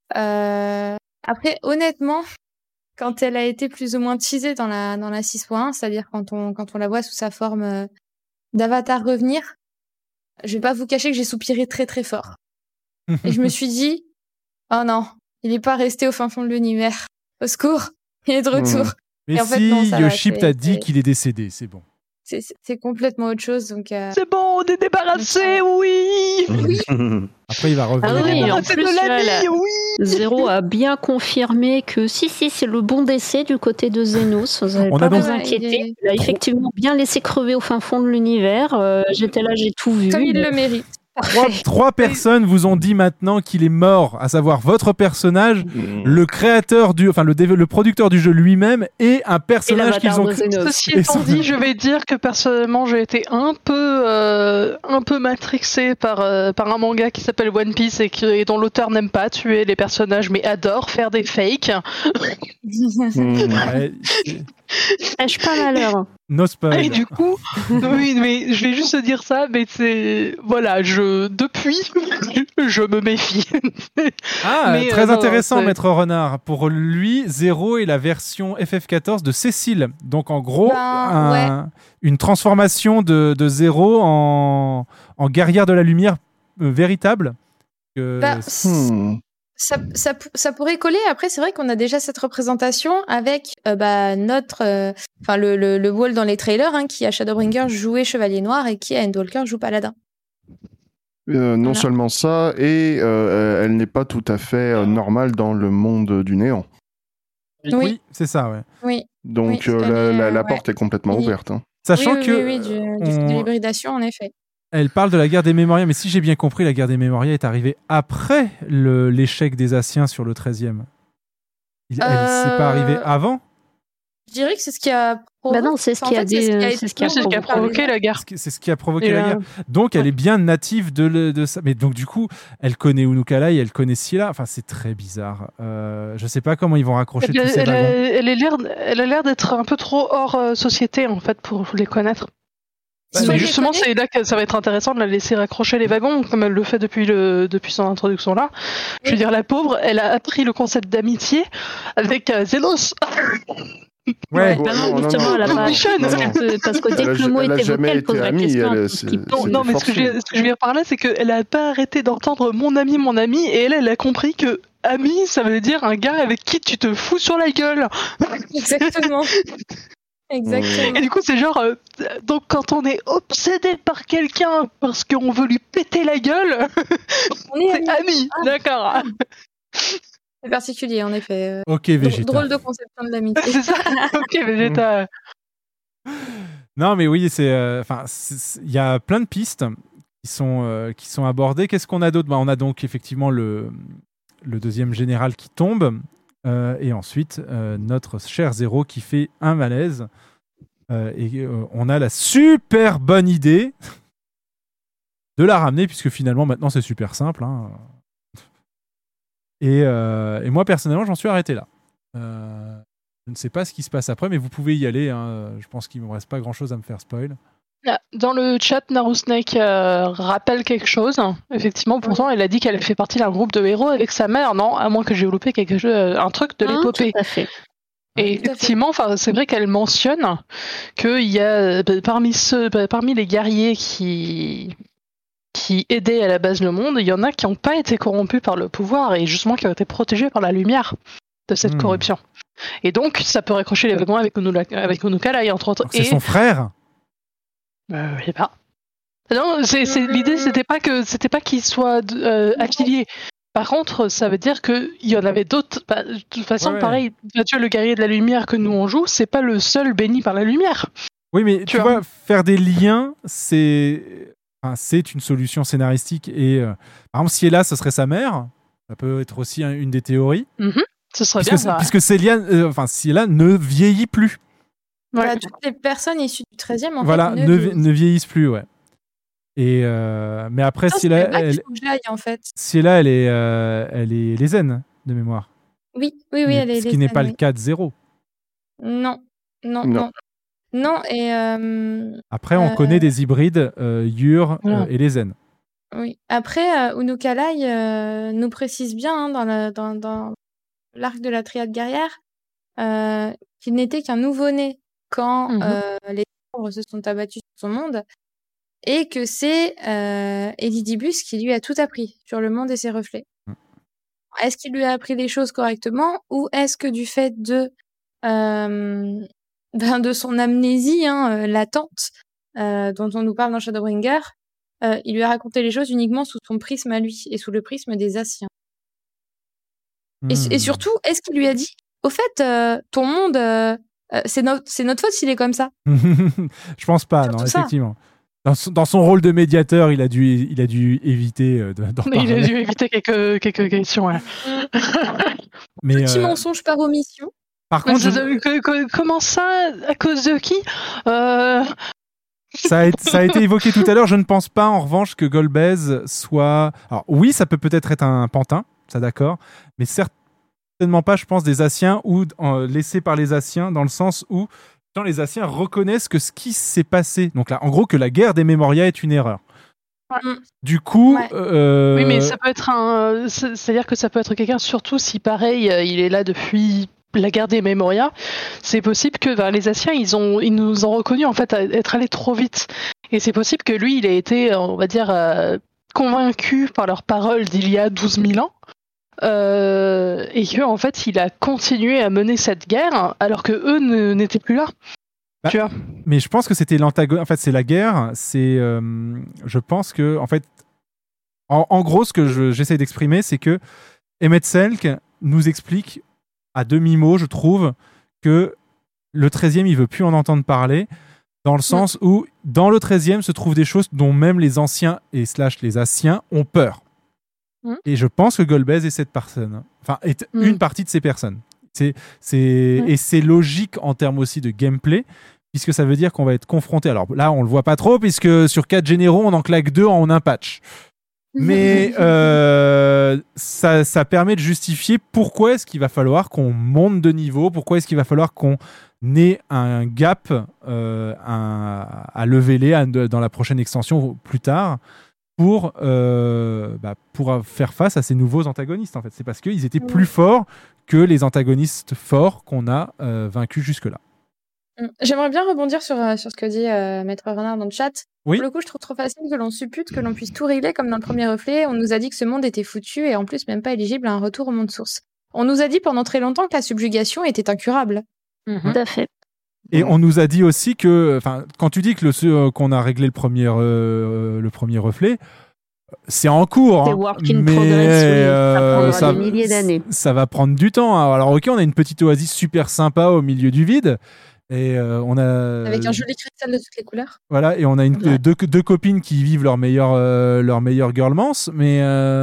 Après, honnêtement, quand elle a été plus ou moins teasée dans la 6.1, c'est-à-dire quand on la voit sous sa forme d'avatar revenir, je vais pas vous cacher que j'ai soupiré très très fort. Et je me suis dit, oh non, il est pas resté au fin fond de l'univers. Au secours, il est de retour. Mais et en fait, non, Yoship t'a dit qu'il est décédé, c'est bon. C'est complètement autre chose, donc. C'est bon, on est débarrassé, oui. Après, il va revenir. Ah oui, en c'est plus, de la vie, oui. Zéro a bien confirmé que si, c'est le bon décès du côté de Xenos. Vous n'avez pas à vous inquiéter. Il a effectivement bien laissé crever au fin fond de l'univers. J'étais là, j'ai tout vu. Comme il le mérite. 3 personnes vous ont dit maintenant qu'il est mort, à savoir votre personnage, le créateur le producteur du jeu lui-même et un personnage qu'ils ont créé. Ceci étant dit, je vais dire que personnellement j'ai été un peu matrixé par un manga qui s'appelle One Piece et dont l'auteur n'aime pas tuer les personnages mais adore faire des fakes. Ai-je pas malheur? No spoil. Et du coup, oui, mais je vais juste dire ça, mais c'est voilà, depuis, je me méfie. Mais, très intéressant, Maître Renard. Pour lui, Zéro est la version FF14 de Cécile. Donc en gros, une transformation de Zéro en guerrière de la lumière véritable. Ça pourrait coller. Après, c'est vrai qu'on a déjà cette représentation avec le wall dans les trailers, qui à Shadowbringer jouait Chevalier Noir et qui à Endwalker joue Paladin. Non seulement ça, et elle n'est pas tout à fait normale dans le monde du néant. Oui, c'est ça, ouais. Oui. Donc la porte est complètement ouverte. Sachant de l'hybridation, en effet. Elle parle de la guerre des Mémorias, mais si j'ai bien compris, la guerre des Mémorias est arrivée après l'échec des Asciens sur le 13e. Elle s'est pas arrivée avant ? Je dirais que c'est ce qui a provoqué. Bah non, c'est ce qui a provoqué la guerre. C'est ce qui a provoqué la guerre. Donc elle est bien native de ça. Mais donc du coup, elle connaît Unukalai, elle connaît Scylla. Enfin, c'est très bizarre. Je sais pas comment ils vont raccrocher tous ces wagons. Elle a l'air d'être un peu trop hors société en fait pour les connaître. Mais justement, c'est là que ça va être intéressant de la laisser raccrocher les wagons, comme elle le fait depuis son introduction là. Je veux dire, la pauvre, elle a appris le concept d'amitié avec Zélos. Ouais, non, justement, elle a pas. Parce que dès que le mot est évoqué, elle pose la question. Non, mais ce que je veux dire par là, c'est qu'elle a pas arrêté d'entendre mon ami, et elle a compris que ami, ça veut dire un gars avec qui tu te fous sur la gueule. Exactement. Exactement. Et du coup, c'est genre, donc quand on est obsédé par quelqu'un parce qu'on veut lui péter la gueule, c'est ami, d'accord. C'est particulier, en effet. Ok, Vegeta. Drôle de conception de l'amitié. C'est ça. Ok, Vegeta. Non, mais oui, il y a plein de pistes qui sont abordées. Qu'est-ce qu'on a d'autre ? On a donc effectivement le deuxième général qui tombe. Et ensuite, notre cher Zéro qui fait un malaise. On a la super bonne idée de la ramener, puisque finalement, maintenant, c'est super simple. Hein. Et moi, personnellement, j'en suis arrêté là. Je ne sais pas ce qui se passe après, mais vous pouvez y aller. Hein. Je pense qu'il ne me reste pas grand-chose à me faire spoil. Dans le chat, Narusnake rappelle quelque chose. Effectivement, pourtant, elle a dit qu'elle fait partie d'un groupe de héros avec sa mère, non ? À moins que j'ai loupé un truc de l'épopée. Tout à fait. Et effectivement, c'est vrai qu'elle mentionne qu'il y a parmi les guerriers qui aidaient à la base le monde, il y en a qui n'ont pas été corrompus par le pouvoir et justement qui ont été protégés par la lumière de cette corruption. Et donc, ça peut raccrocher les wagons avec Unukalai, entre autres. C'est son frère ? Je sais pas. Non, l'idée, c'était pas qu'il soit affilié. Par contre, ça veut dire qu'il y en avait d'autres. De toute façon, pareil, tu vois, le guerrier de la lumière que nous on joue, c'est pas le seul béni par la lumière. Oui, mais tu vois, faire des liens, c'est une solution scénaristique. Et par exemple, Scylla, ce serait sa mère. Ça peut être aussi une des théories. Ce serait bien ça. Puisque Scylla ne vieillit plus. Voilà, toutes les personnes issues du 13e en fait, ne vieillissent plus, ouais. Et mais après, Scylla, elle est lézenne de mémoire. Oui, elle est lézenne. Ce qui n'est pas le cas de Zéro. Non. Et après, on connaît des hybrides Yur et lézenne. Oui. Après, Unukalai nous précise bien dans l'arc de la triade guerrière qu'il n'était qu'un nouveau-né quand les ombres se sont abattus sur son monde, et que c'est Elidibus qui lui a tout appris sur le monde et ses reflets. Est-ce qu'il lui a appris les choses correctement, ou est-ce que du fait de son amnésie latente dont on nous parle dans Shadowbringer, il lui a raconté les choses uniquement sous son prisme à lui et sous le prisme des Asiens. Et surtout, est-ce qu'il lui a dit, au fait, ton monde, c'est notre faute s'il est comme ça? Je pense pas, non, effectivement. Dans son rôle de médiateur, il a dû éviter d'en parler. Il a dû éviter quelques questions. Ouais. Mais, petit mensonge par omission. Par contre, comment ça? À cause de qui? Ça a été évoqué tout à l'heure. Je ne pense pas, en revanche, que Golbez soit... Alors oui, ça peut peut-être être un pantin, ça d'accord, mais certainement pas, je pense, des Asiens ou laissés par les Asiens, dans le sens où quand les Asiens reconnaissent que ce qui s'est passé, donc là, en gros, que la guerre des Memoria est une erreur. Ouais. Du coup... Oui, mais ça peut être c'est-à-dire que ça peut être quelqu'un, surtout si, pareil, il est là depuis la guerre des Memoria, c'est possible que les Asiens, ils nous ont reconnus, en fait, être allés trop vite. Et c'est possible que lui, il ait été, on va dire, convaincu par leurs paroles d'il y a 12 000 ans, et que en fait il a continué à mener cette guerre alors que eux n'étaient plus là. Tu vois. Mais je pense que c'était l'antagoniste. En fait, c'est la guerre. C'est, je pense que en fait, en gros, ce que j'essaie d'exprimer, c'est que Emmet Selk nous explique à demi-mot, je trouve, que le 13e, il veut plus en entendre parler, dans le sens où dans le 13e se trouvent des choses dont même les anciens et / les Asiens ont peur. Et je pense que Golbez est cette personne. Enfin, est une partie de ces personnes. Et c'est logique en termes aussi de gameplay, puisque ça veut dire qu'on va être confronté. Alors là, on le voit pas trop, puisque sur 4 généraux, on en claque 2 en un patch. Mais ça permet de justifier pourquoi est-ce qu'il va falloir qu'on monte de niveau, pourquoi est-ce qu'il va falloir qu'on ait un gap à leveler dans la prochaine extension plus tard pour faire face à ces nouveaux antagonistes. En fait, c'est parce qu'ils étaient plus forts que les antagonistes forts qu'on a vaincus jusque-là. J'aimerais bien rebondir sur ce que dit Maître Renard dans le chat. Oui. Pour le coup, je trouve trop facile que l'on suppute que l'on puisse tout régler comme dans le premier reflet. On nous a dit que ce monde était foutu et en plus même pas éligible à un retour au monde source. On nous a dit pendant très longtemps que la subjugation était incurable. Tout à fait. Et on nous a dit aussi que, quand tu dis que qu'on a réglé le premier reflet, c'est en cours. C'est work in progress, ça prendra des milliers d'années. Ça va prendre du temps. Alors ok, on a une petite oasis super sympa au milieu du vide. Et on a avec un joli cristal de toutes les couleurs. Voilà, et on a deux copines qui vivent leur meilleure girlmance, mais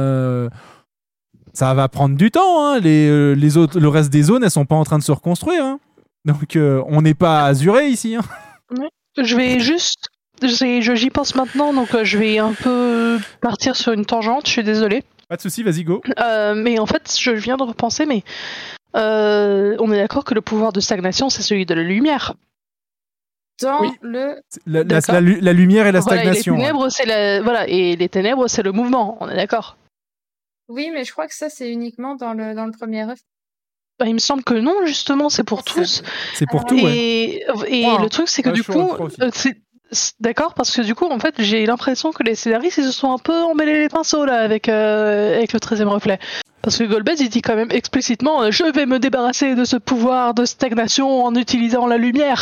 ça va prendre du temps. Hein. Les autres, le reste des zones, elles sont pas en train de se reconstruire. Hein. Donc on n'est pas azuré ici. Hein. Ouais. Je vais juste, j'y pense maintenant, donc je vais un peu partir sur une tangente. Je suis désolée. Pas de souci, vas-y go. Mais en fait, je viens de repenser, mais on est d'accord que le pouvoir de stagnation, c'est celui de la lumière. Dans la lumière et la stagnation. Et les ténèbres, et les ténèbres, c'est le mouvement. On est d'accord. Oui, mais je crois que ça, c'est uniquement dans le premier œuf. Il me semble que non, justement, c'est pour tous. C'est pour tout, et le truc, c'est que du coup, d'accord, parce que du coup, en fait, j'ai l'impression que les scénaristes, ils se sont un peu emmêlés les pinceaux là avec le 13e reflet. Parce que Golbez, il dit quand même explicitement je vais me débarrasser de ce pouvoir de stagnation en utilisant la lumière.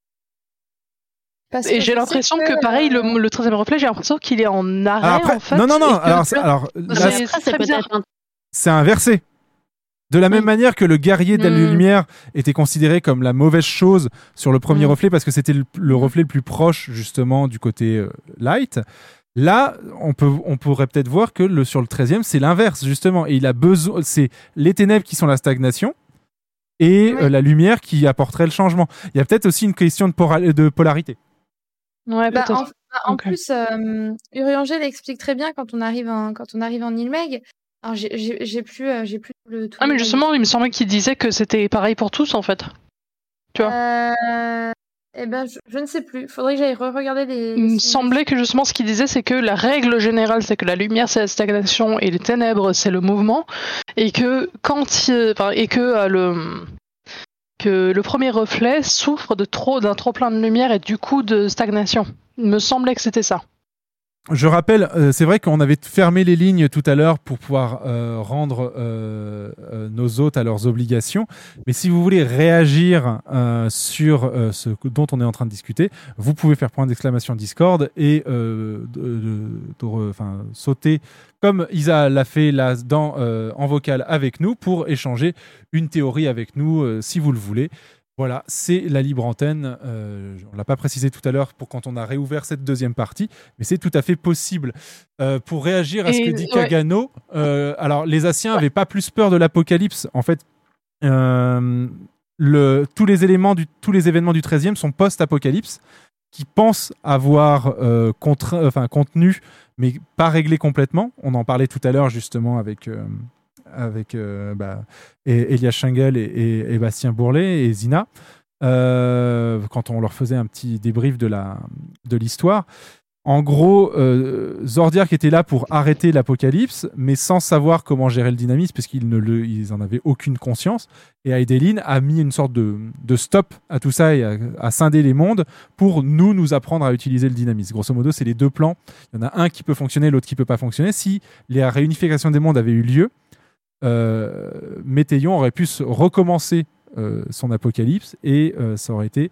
Et j'ai l'impression que pareil, le 13e reflet, j'ai l'impression qu'il est en arrêt en fait. Non. C'est inversé. De la même manière que le guerrier de la lumière était considéré comme la mauvaise chose sur le premier reflet parce que c'était le reflet le plus proche justement du côté light. Là, on pourrait peut-être voir que sur le 13e, c'est l'inverse justement. Et il a besoin, c'est les ténèbres qui sont la stagnation et la lumière qui apporterait le changement. Il y a peut-être aussi une question de polarité. Ouais, en plus, Urianger l'explique très bien quand on arrive en Ilmeg. Alors j'ai plus le tout. Ah mais justement, il me semblait qu'il disait que c'était pareil pour tous en fait. Tu vois. Eh ben je ne sais plus. Faudrait que j'aille re-regarder les. Il me semblait que justement ce qu'il disait, c'est que la règle générale, c'est que la lumière c'est la stagnation et les ténèbres c'est le mouvement, et que que le premier reflet souffre d'un trop plein de lumière et du coup de stagnation. Il me semblait que c'était ça. Je rappelle, c'est vrai qu'on avait fermé les lignes tout à l'heure pour pouvoir rendre nos hôtes à leurs obligations. Mais si vous voulez réagir sur ce dont on est en train de discuter, vous pouvez faire point d'exclamation Discord et sauter comme Isa l'a fait là en vocal avec nous pour échanger une théorie avec nous si vous le voulez. Voilà, c'est la libre antenne. On ne l'a pas précisé tout à l'heure pour quand on a réouvert cette deuxième partie, mais c'est tout à fait possible. Pour réagir à ce que dit Kagano, alors les Asiens n'avaient pas plus peur de l'apocalypse. En fait, tous les événements du 13e sont post-apocalypse, qui pensent avoir contenu, mais pas réglé complètement. On en parlait tout à l'heure justement avec Elias Schengel et Bastien Bourlet et Zina quand on leur faisait un petit débrief de l'histoire. En gros, Zordiar qui était là pour arrêter l'apocalypse, mais sans savoir comment gérer le dynamisme, parce qu'ils n'en avaient aucune conscience. Et Aidelin a mis une sorte de stop à tout ça et à scinder les mondes pour nous apprendre à utiliser le dynamisme. Grosso modo, c'est les deux plans. Il y en a un qui peut fonctionner, l'autre qui ne peut pas fonctionner. Si la réunification des mondes avait eu lieu, Météion aurait pu recommencer son apocalypse et ça aurait été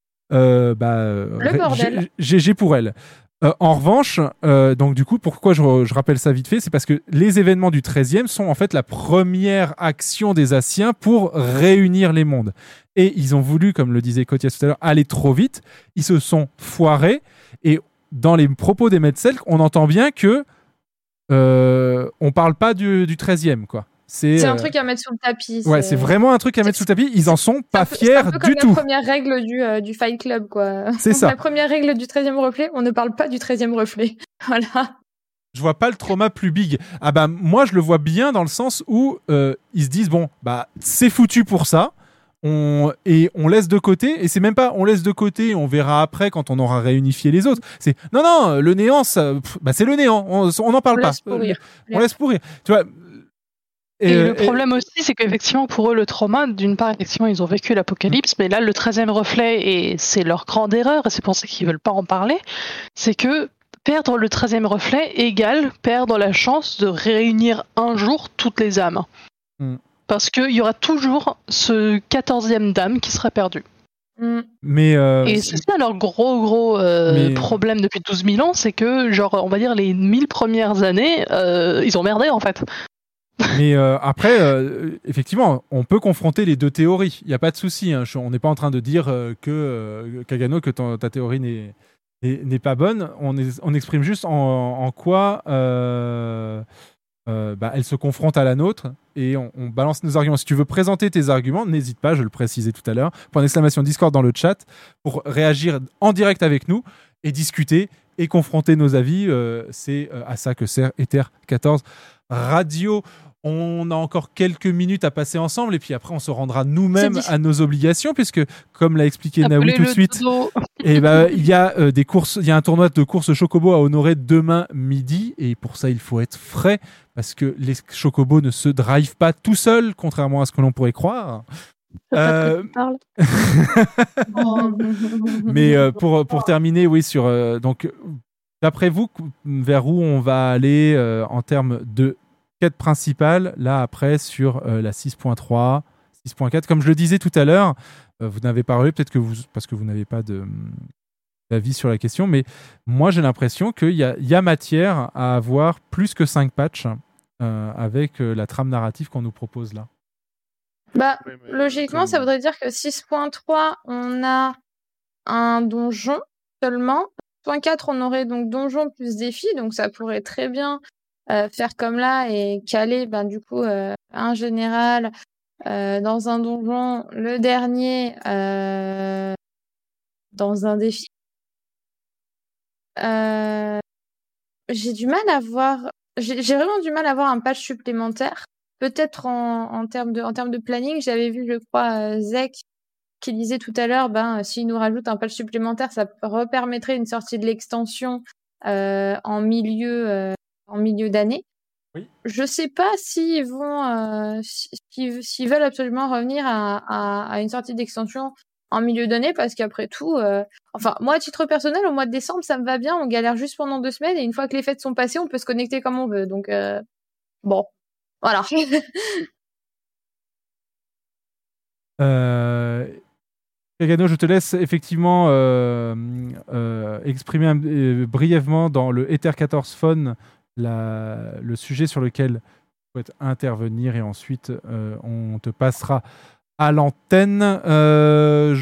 le bordel. GG pour elle. En revanche, donc du coup, pourquoi je rappelle ça vite fait, c'est parce que les événements du 13e sont en fait la première action des Asiens pour réunir les mondes. Et ils ont voulu, comme le disait Kotia tout à l'heure, aller trop vite. Ils se sont foirés. Et dans les propos des Metzelk, on entend bien que on parle pas du 13e, quoi. C'est un truc à mettre sous le tapis. Ouais, c'est vraiment un truc à mettre sous le tapis. Ils en sont pas fiers du tout. C'est un peu comme la première règle du Fight Club, quoi. C'est ça. La première règle du 13e reflet, on ne parle pas du 13e reflet. Voilà. Je vois pas le trauma plus big. Ah bah moi je le vois bien dans le sens où ils se disent bon bah c'est foutu pour ça. On laisse de côté, et c'est même pas on laisse de côté, on verra après quand on aura réunifié les autres. C'est non, le néant, c'est le néant, on n'en parle pas. On laisse pourrir. Tu vois. Et le problème aussi, c'est qu'effectivement, pour eux, le trauma, d'une part, effectivement, ils ont vécu l'apocalypse, mais là, le 13e reflet, et c'est leur grande erreur, et c'est pour ça qu'ils veulent pas en parler, c'est que perdre le 13e reflet égale perdre la chance de réunir un jour toutes les âmes. Parce qu'il y aura toujours ce 14e dame qui sera perdu. Mais et c'est ça leur gros problème depuis 12 000 ans, c'est que, genre, on va dire, les 1000 premières années, ils ont merdé, en fait. Mais après, effectivement, on peut confronter les deux théories. Il n'y a pas de souci. Hein. On n'est pas en train de dire que Kagano, que ta théorie n'est pas bonne. On exprime juste en quoi elle se confronte à la nôtre et on balance nos arguments. Si tu veux présenter tes arguments, n'hésite pas, je le précisais tout à l'heure, point d'exclamation Discord dans le chat pour réagir en direct avec nous et discuter et confronter nos avis. C'est à ça que sert Ether 14 Radio. On a encore quelques minutes à passer ensemble et puis après on se rendra nous-mêmes à nos obligations puisque comme l'a expliqué Naoui tout de suite, il y a des courses, il y a un tournoi de courses Chocobo à honorer demain midi et pour ça il faut être frais parce que les Chocobos ne se drivent pas tout seuls contrairement à ce que l'on pourrait croire. Mais pour terminer, oui, sur donc d'après vous, vers où on va aller en termes de quête principale, là après sur la 6.3, 6.4. Comme je le disais tout à l'heure, vous n'avez pas parlé, peut-être que parce que vous n'avez pas d'avis sur la question, mais moi j'ai l'impression qu'il y a matière à avoir plus que 5 patchs avec la trame narrative qu'on nous propose là. Logiquement, ça voudrait dire que 6.3, on a un donjon seulement. 6.4, on aurait donc donjon plus défi, donc ça pourrait très bien faire comme là et caler du coup un général dans un donjon, le dernier dans un défi. J'ai du mal à voir, j'ai vraiment du mal à voir un patch supplémentaire. Peut-être en termes de planning, j'avais vu, je crois, Zek qui disait tout à l'heure, s'il nous rajoute un patch supplémentaire, ça repermettrait une sortie de l'extension en milieu d'année. Oui. Je sais pas s'ils vont, s'ils veulent absolument revenir à une sortie d'extension en milieu d'année, parce qu'après tout, moi, à titre personnel, au mois de décembre, ça me va bien, on galère juste pendant 2 semaines, et une fois que les fêtes sont passées, on peut se connecter comme on veut. Donc, bon, voilà. Kagano, je te laisse effectivement exprimer brièvement dans le Ether 14 Phone le sujet sur lequel tu souhaites intervenir et ensuite on te passera à l'antenne. À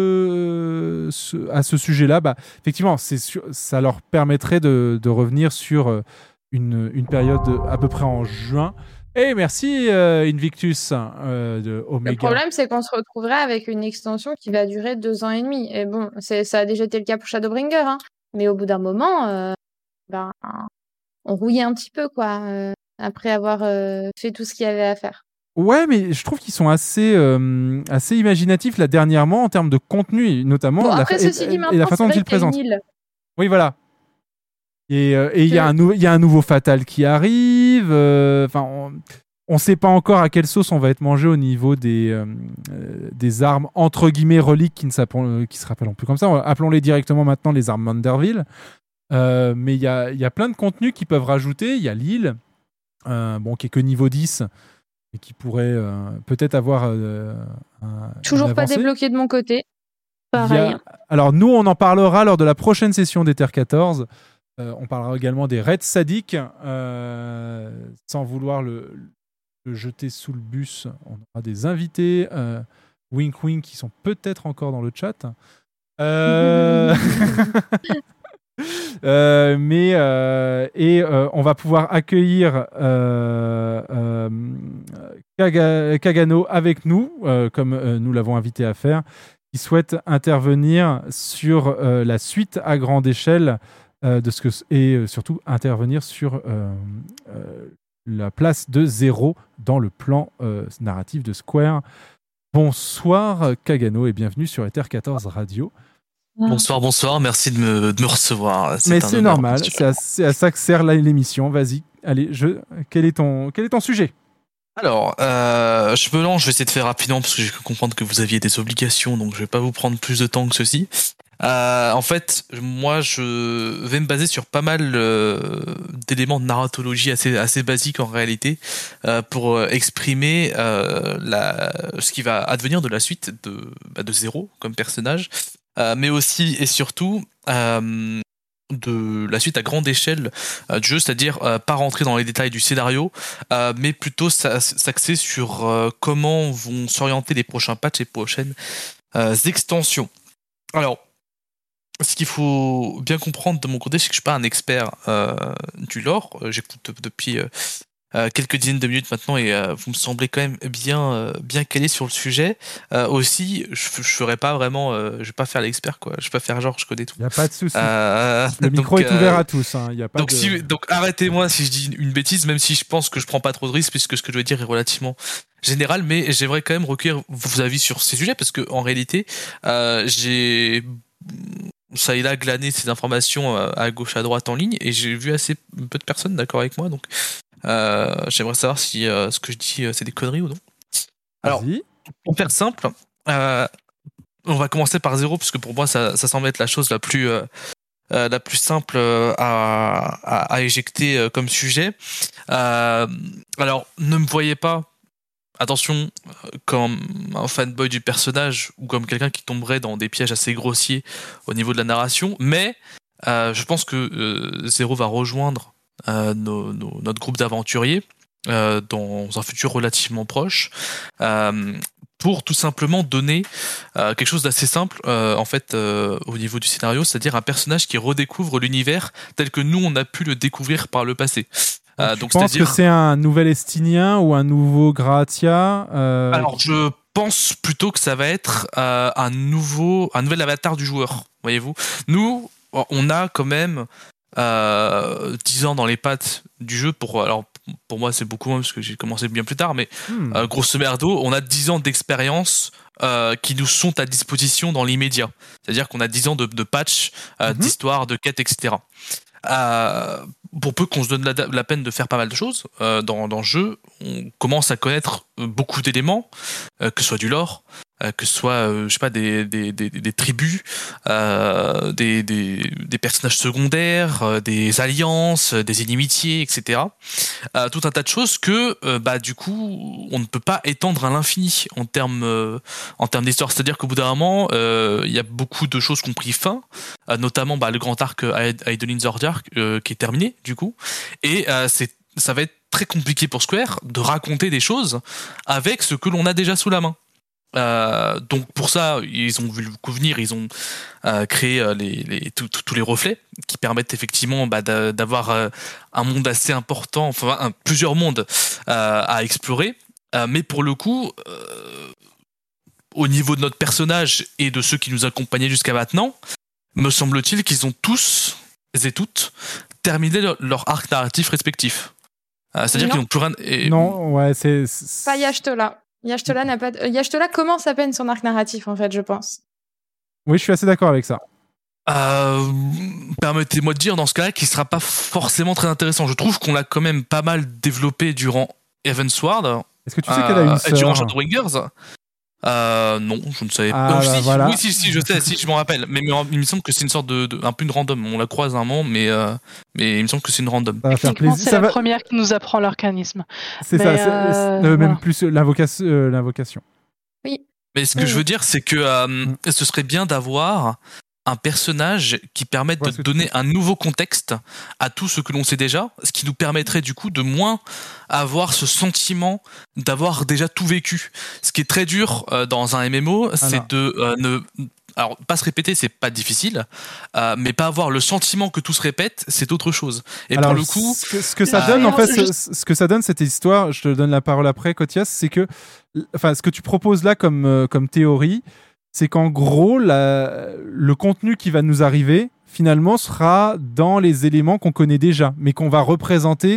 ce sujet-là, effectivement, ça leur permettrait de revenir sur une période à peu près en juin. Et merci Invictus de Omega. Le problème, c'est qu'on se retrouverait avec une extension qui va durer 2 ans et demi. Et bon, ça a déjà été le cas pour Shadowbringer, hein. Mais au bout d'un moment, on rouillait un petit peu, quoi, après avoir fait tout ce qu'il y avait à faire. Ouais, mais je trouve qu'ils sont assez imaginatifs là dernièrement en termes de contenu, notamment la façon dont ils le présentent. Oui, voilà. Et il y a un nouveau Fatal qui arrive. On ne sait pas encore à quelle sauce on va être mangé au niveau des armes entre guillemets reliques qui se rappellent plus comme ça. Appelons-les directement maintenant les armes Manderville. Mais il y a plein de contenus qui peuvent rajouter. Il y a l'île, qui est que niveau 10 et qui pourrait peut-être avoir toujours pas débloqué de mon côté. Pareil. Alors nous, on en parlera lors de la prochaine session d'Ether 14. On parlera également des raids sadiques. Sans vouloir le jeter sous le bus, on aura des invités wink wink qui sont peut-être encore dans le chat. On va pouvoir accueillir Kagano avec nous, comme nous l'avons invité à faire, qui souhaite intervenir sur la suite à grande échelle et surtout intervenir sur la place de Zero dans le plan narratif de Square. Bonsoir Kagano et bienvenue sur Ether 14 Radio. Bonsoir, merci de me recevoir. Mais c'est normal, c'est à ça que sert l'émission. Vas-y, allez, quel est ton sujet ? Alors, je vais essayer de faire rapidement parce que j'ai cru comprendre que vous aviez des obligations, donc je vais pas vous prendre plus de temps que ceci. En fait, moi, je vais me baser sur pas mal d'éléments de narratologie assez basiques en réalité pour exprimer ce qui va advenir de la suite de Zero comme personnage, mais aussi et surtout de la suite à grande échelle du jeu, c'est-à-dire pas rentrer dans les détails du scénario, mais plutôt s'axer sur comment vont s'orienter les prochains patchs et prochaines extensions. Alors, ce qu'il faut bien comprendre de mon côté, c'est que je suis pas un expert du lore. J'écoute depuis quelques dizaines de minutes maintenant et vous me semblez quand même bien calé sur le sujet. Aussi, je ferai pas vraiment, je vais pas faire l'expert quoi. Je vais pas faire genre je connais tout. Y a pas de souci. Le micro est ouvert à tous. Hein. Y a pas donc arrêtez-moi si je dis une bêtise, même si je pense que je prends pas trop de risques puisque ce que je vais dire est relativement général, mais j'aimerais quand même recueillir vos avis sur ces sujets parce que en réalité, j'ai ça et là glané ces informations à gauche à droite en ligne et j'ai vu assez peu de personnes d'accord avec moi, donc j'aimerais savoir si ce que je dis c'est des conneries ou non. Alors, pour faire simple, on va commencer par Zero puisque pour moi ça semble être la chose la plus simple à éjecter comme sujet. Alors, ne me voyez pas, attention, comme un fanboy du personnage ou comme quelqu'un qui tomberait dans des pièges assez grossiers au niveau de la narration, mais je pense que Zero va rejoindre notre groupe d'aventuriers dans un futur relativement proche pour tout simplement donner quelque chose d'assez simple en fait au niveau du scénario, c'est-à-dire un personnage qui redécouvre l'univers tel que nous on a pu le découvrir par le passé. Donc, tu penses que c'est un nouvel Estinien ou un nouveau Gratia Alors je pense plutôt que ça va être un nouvel avatar du joueur, voyez-vous. Nous, on a quand même 10 ans dans les pattes du jeu pour moi c'est beaucoup moins parce que j'ai commencé bien plus tard, mais grosso merdo on a 10 ans d'expérience qui nous sont à disposition dans l'immédiat, c'est-à-dire qu'on a 10 ans de patch, d'histoire, de quête, etc. Pour peu qu'on se donne la peine de faire pas mal de choses dans le jeu, on commence à connaître beaucoup d'éléments, que ce soit du lore, que ce soit je sais pas des tribus, des personnages secondaires, des alliances, des inimitiés, etc. Tout un tas de choses que du coup on ne peut pas étendre à l'infini en termes d'histoire. C'est-à-dire qu'au bout d'un moment il y a beaucoup de choses qui ont pris fin, notamment le grand arc Eidolon Zordiark qui est terminé du coup, et ça va être très compliqué pour Square de raconter des choses avec ce que l'on a déjà sous la main. Donc pour ça ils ont vu le coup venir, ils ont créé tous les reflets qui permettent effectivement d'avoir un monde assez important, enfin plusieurs mondes à explorer, mais pour le coup au niveau de notre personnage et de ceux qui nous accompagnaient jusqu'à maintenant, me semble-t-il qu'ils ont tous et toutes terminé leur arc narratif respectif. C'est-à-dire qu'ils n'ont plus rien. Non, ouais, c'est pas Y'Ashtola. Y'Ashtola commence à peine son arc narratif, en fait, je pense. Oui, je suis assez d'accord avec ça. Permettez-moi de dire, dans ce cas-là, qu'il ne sera pas forcément très intéressant. Je trouve qu'on l'a quand même pas mal développé durant Heavensward. Est-ce que tu sais qu'elle a une sœur durant Shadowbringers. Non, je ne savais pas. Voilà. Oui, si, je sais, si je m'en rappelle. Mais il me semble que c'est une sorte un peu une random. On la croise un moment, mais il me semble que c'est une random. C'est la première qui nous apprend l'arcanisme. C'est ça, même plus l'invocation. Oui. Mais ce que je veux dire, c'est que ce serait bien d'avoir un personnage qui permette de donner un nouveau contexte à tout ce que l'on sait déjà, ce qui nous permettrait du coup de moins avoir ce sentiment d'avoir déjà tout vécu. Ce qui est très dur dans un MMO, c'est de Alors, pas se répéter, c'est pas difficile, mais pas avoir le sentiment que tout se répète, c'est autre chose. Et alors, pour le coup, ce que ça donne, en fait, ce que ça donne cette histoire, je te donne la parole après, Kotias, c'est que, enfin, ce que tu proposes là comme théorie, c'est qu'en gros, le contenu qui va nous arriver, finalement, sera dans les éléments qu'on connaît déjà, mais qu'on va présenter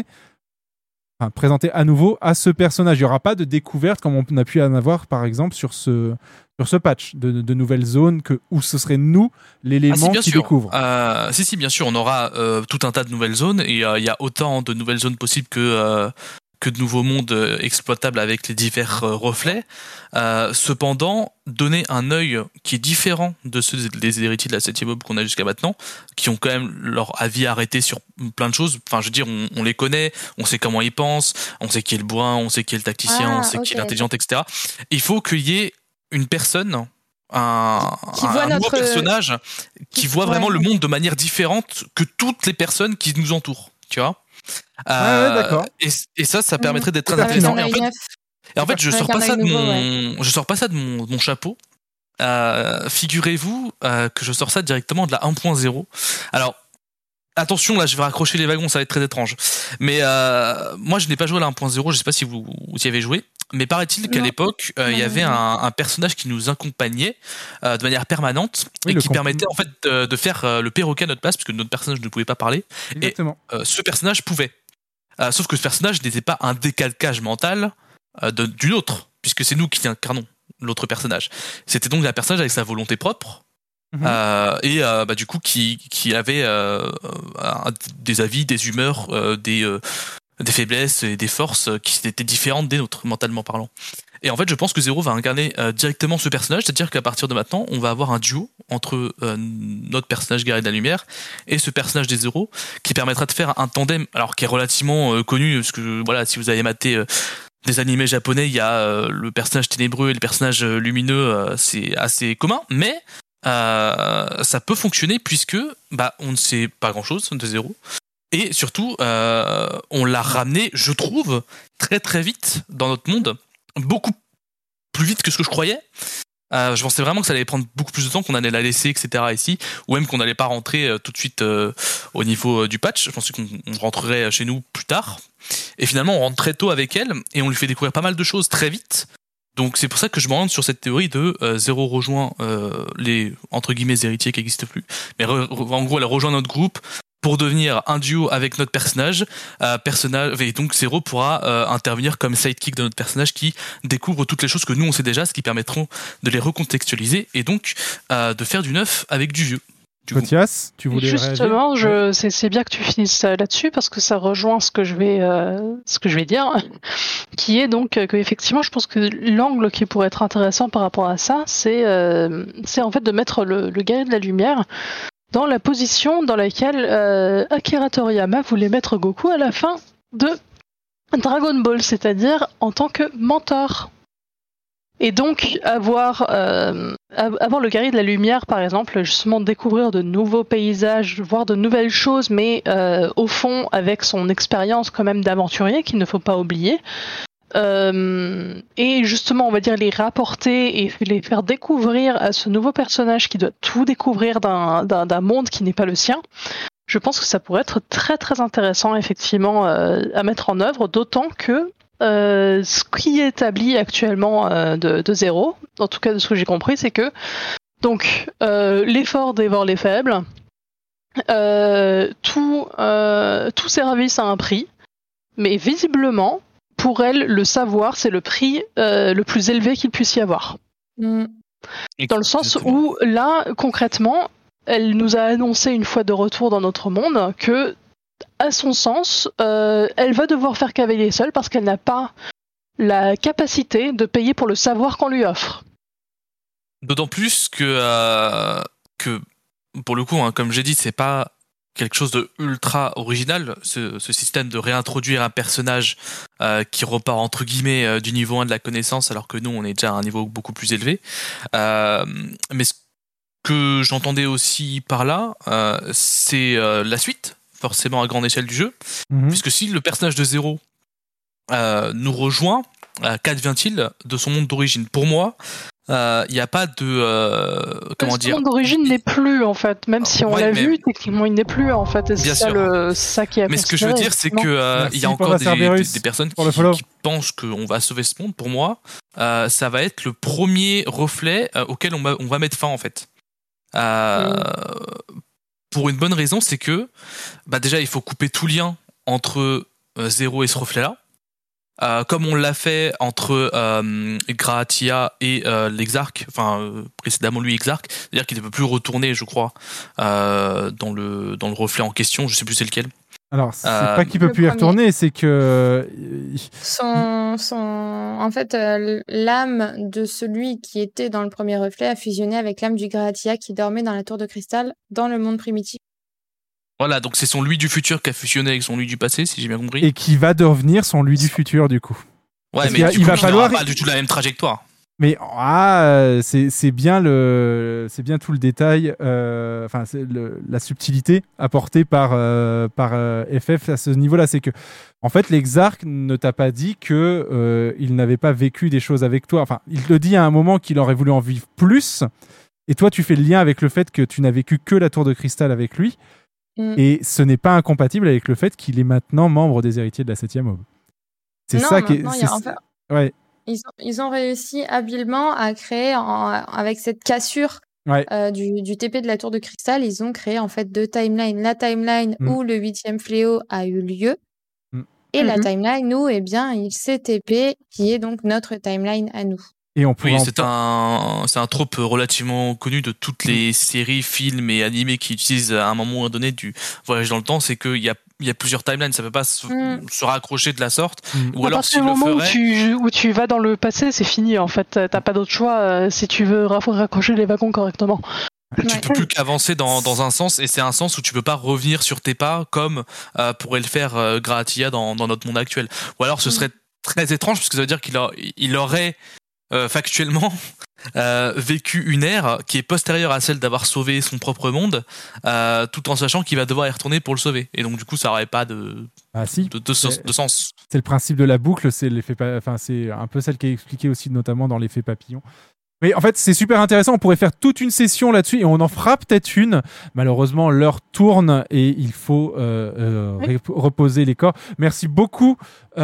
à nouveau à ce personnage. Il n'y aura pas de découverte comme on a pu en avoir, par exemple, sur ce patch de nouvelles zones où ce serait nous l'élément qui découvre. Si, bien sûr, on aura tout un tas de nouvelles zones et il y a autant de nouvelles zones possibles que de nouveaux mondes exploitables avec les divers reflets. Cependant, donner un œil qui est différent de ceux des héritiers de la 7e aube qu'on a jusqu'à maintenant, qui ont quand même leur avis arrêté sur plein de choses. Enfin, je veux dire, on les connaît, on sait comment ils pensent, on sait qui est le bourrin, on sait qui est le tacticien, on sait qui est l'intelligent, etc. Il faut qu'il y ait une personne, un nouveau personnage qui voit vraiment le monde de manière différente que toutes les personnes qui nous entourent, tu vois. Ouais, d'accord. Et ça permettrait d'être très intéressant. Et en fait, je sors pas ça de mon chapeau. Figurez-vous que je sors ça directement de la 1.0. Alors, attention, là, je vais raccrocher les wagons, ça va être très étrange. Mais moi, je n'ai pas joué à la 1.0, je sais pas si vous y avez joué. Mais paraît-il qu'à l'époque, il y avait un personnage qui nous accompagnait de manière permanente et qui permettait en fait de faire le perroquet à notre place, puisque notre personnage ne pouvait pas parler. Exactement. Et ce personnage pouvait. Sauf que ce personnage n'était pas un décalcage mental d'une autre, puisque c'est nous qui incarnons l'autre personnage. C'était donc la personne avec sa volonté propre. Et du coup qui avait des avis, des humeurs, des faiblesses et des forces qui étaient différentes des nôtres, mentalement parlant. Et en fait, je pense que Zero va incarner directement ce personnage, c'est-à-dire qu'à partir de maintenant, on va avoir un duo entre notre personnage Guerrier de la Lumière et ce personnage des Zero, qui permettra de faire un tandem, alors qui est relativement connu, parce que voilà, si vous avez maté des animés japonais, il y a le personnage ténébreux et le personnage lumineux, c'est assez commun, mais ça peut fonctionner puisque on ne sait pas grand-chose de Zero. Et surtout, on l'a ramené, je trouve, très très vite dans notre monde, beaucoup plus vite que ce que je croyais. Je pensais vraiment que ça allait prendre beaucoup plus de temps, qu'on allait la laisser, etc. ici, ou même qu'on n'allait pas rentrer tout de suite au niveau du patch. Je pensais qu'on rentrerait chez nous plus tard. Et finalement, on rentre très tôt avec elle, et on lui fait découvrir pas mal de choses très vite. Donc c'est pour ça que je m'oriente sur cette théorie de Zero rejoint les, entre guillemets, héritiers qui n'existent plus. Mais en gros, elle rejoint notre groupe pour devenir un duo avec notre personnage, et donc Zero pourra intervenir comme sidekick de notre personnage qui découvre toutes les choses que nous on sait déjà, ce qui permettront de les recontextualiser et donc de faire du neuf avec du vieux. Mathias, tu voulais Justement, réagir ? c'est bien que tu finisses là-dessus parce que ça rejoint ce que je vais dire, qui est donc que effectivement, je pense que l'angle qui pourrait être intéressant par rapport à ça, c'est en fait de mettre le guerrier de la lumière dans la position dans laquelle Akira Toriyama voulait mettre Goku à la fin de Dragon Ball, c'est-à-dire en tant que mentor. Et donc avoir le guerrier de la lumière, par exemple, justement découvrir de nouveaux paysages, voir de nouvelles choses, mais au fond avec son expérience quand même d'aventurier qu'il ne faut pas oublier. Et justement, on va dire les rapporter et les faire découvrir à ce nouveau personnage qui doit tout découvrir d'un monde qui n'est pas le sien. Je pense que ça pourrait être très très intéressant effectivement à mettre en œuvre, d'autant que ce qui est établi actuellement de Zero, en tout cas de ce que j'ai compris, c'est que donc l'effort dévore les faibles, tout service a un prix, mais visiblement pour elle, le savoir, c'est le prix le plus élevé qu'il puisse y avoir. Dans le sens où, là, concrètement, elle nous a annoncé une fois de retour dans notre monde que, à son sens, elle va devoir faire cavalier seule parce qu'elle n'a pas la capacité de payer pour le savoir qu'on lui offre. D'autant plus que pour le coup, hein, comme j'ai dit, c'est pas quelque chose de ultra original, ce système de réintroduire un personnage qui repart entre guillemets du niveau 1 de la connaissance, alors que nous on est déjà à un niveau beaucoup plus élevé. Mais ce que j'entendais aussi par là, c'est la suite, forcément à grande échelle du jeu, puisque si le personnage de Zero nous rejoint, qu'advient-il de son monde d'origine ? Pour moi, il n'y a pas de comment dire. Le monde d'origine n'est plus en fait, même si on l'a vu, techniquement il n'est plus en fait. Et c'est ça qui est. Mais ce que je veux dire, c'est que il y a encore des personnes qui pensent qu'on va sauver ce monde. Pour moi, ça va être le premier reflet auquel on va mettre fin en fait. Pour une bonne raison, c'est que déjà il faut couper tout lien entre Zéro et ce reflet-là. Comme on l'a fait entre Gratia et l'Exarque, précédemment lui Exarque, c'est-à-dire qu'il ne peut plus retourner, je crois, dans le reflet en question, je sais plus c'est lequel. Alors, c'est pas qu'il peut plus y retourner, c'est que en fait, l'âme de celui qui était dans le premier reflet a fusionné avec l'âme du Gratia qui dormait dans la tour de cristal dans le monde primitif. Voilà, donc c'est son lui du futur qui a fusionné avec son lui du passé, si j'ai bien compris. Et qui va devenir son lui du futur, du coup. Ouais, mais il va falloir pas du tout la même trajectoire. Mais c'est bien tout le détail, c'est la subtilité apportée par FF à ce niveau-là, c'est que en fait l'Exarque ne t'a pas dit que il n'avait pas vécu des choses avec toi. Enfin, il te dit à un moment qu'il aurait voulu en vivre plus, et toi tu fais le lien avec le fait que tu n'as vécu que la tour de cristal avec lui. Et ce n'est pas incompatible avec le fait qu'il est maintenant membre des héritiers de la 7e aube. C'est ça qui est... Ouais. Ils ont réussi habilement à créer, avec cette cassure du TP de la tour de cristal, ils ont créé en fait deux timelines. La timeline où le 8e fléau a eu lieu et la timeline où il s'est TP, qui est donc notre timeline à nous. Et c'est un trope relativement connu de toutes les séries, films et animés qui utilisent à un moment donné du voyage dans le temps, c'est qu'il y a plusieurs timelines, ça peut pas se raccrocher de la sorte. Ou alors si le moment où tu vas dans le passé, c'est fini en fait, t'as pas d'autre choix si tu veux raccrocher les wagons correctement. Tu peux plus qu'avancer dans un sens, et c'est un sens où tu peux pas revenir sur tes pas comme pourrait le faire Gratia dans notre monde actuel. Ou alors ce serait très étrange, parce que ça veut dire qu'il aurait factuellement vécu une ère qui est postérieure à celle d'avoir sauvé son propre monde, tout en sachant qu'il va devoir y retourner pour le sauver, et donc du coup ça aurait pas de sens. C'est le principe de la boucle, c'est un peu celle qui est expliquée aussi notamment dans l'effet papillon. Mais en fait, c'est super intéressant. On pourrait faire toute une session là-dessus et on en fera peut-être une. Malheureusement, l'heure tourne et il faut reposer les corps. Merci beaucoup,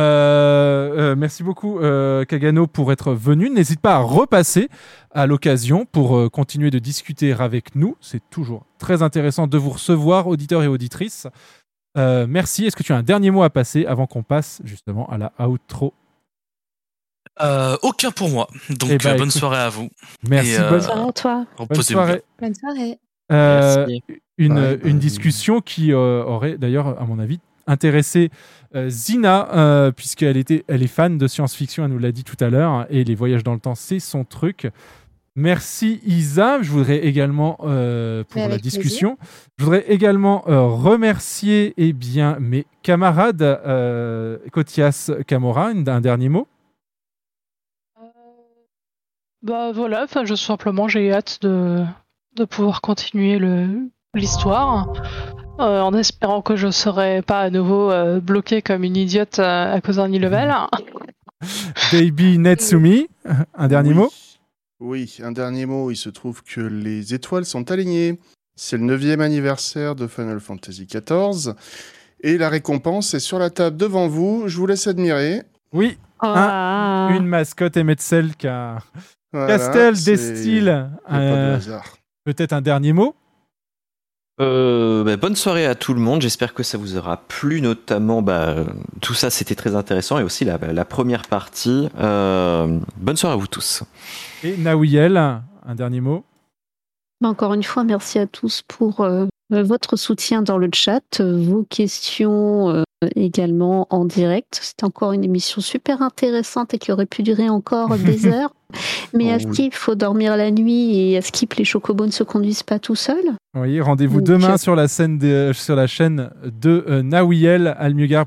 Kagano, pour être venu. N'hésite pas à repasser à l'occasion pour continuer de discuter avec nous. C'est toujours très intéressant de vous recevoir, auditeurs et auditrices. Merci. Est-ce que tu as un dernier mot à passer avant qu'on passe justement à la outro? Aucun pour moi. Donc bonne soirée à vous. Merci. Bonne soirée à toi. Bonne soirée. Bonne soirée. Une discussion qui aurait d'ailleurs, à mon avis, intéressé Zina, puisqu'elle est fan de science-fiction, elle nous l'a dit tout à l'heure, et les voyages dans le temps, c'est son truc. Merci Isa. Je voudrais également, pour la discussion, je voudrais également remercier mes camarades Kotias Kamora. Un dernier mot? Voilà, simplement j'ai hâte de pouvoir continuer l'histoire, en espérant que je ne serai pas à nouveau bloqué comme une idiote à cause d'un e-level. Baby Netsumi, un dernier mot? Oui, un dernier mot. Il se trouve que les étoiles sont alignées. C'est le 9e anniversaire de Final Fantasy XIV. Et la récompense est sur la table devant vous. Je vous laisse admirer. Oui, une mascotte Emetzel qui a... Castel Destil, peut-être un dernier mot? Bonne soirée à tout le monde, j'espère que ça vous aura plu, notamment tout ça c'était très intéressant, et aussi la première partie. Bonne soirée à vous tous. Et Nawiel, un dernier mot? Encore une fois, merci à tous pour votre soutien dans le chat, vos questions également en direct. C'était encore une émission super intéressante et qui aurait pu durer encore des heures. Mais à Skip, il faut dormir la nuit, et à Skip, les chocobos ne se conduisent pas tout seuls. Oui, rendez-vous demain sur la chaîne de Nawiel, Almieugar, !!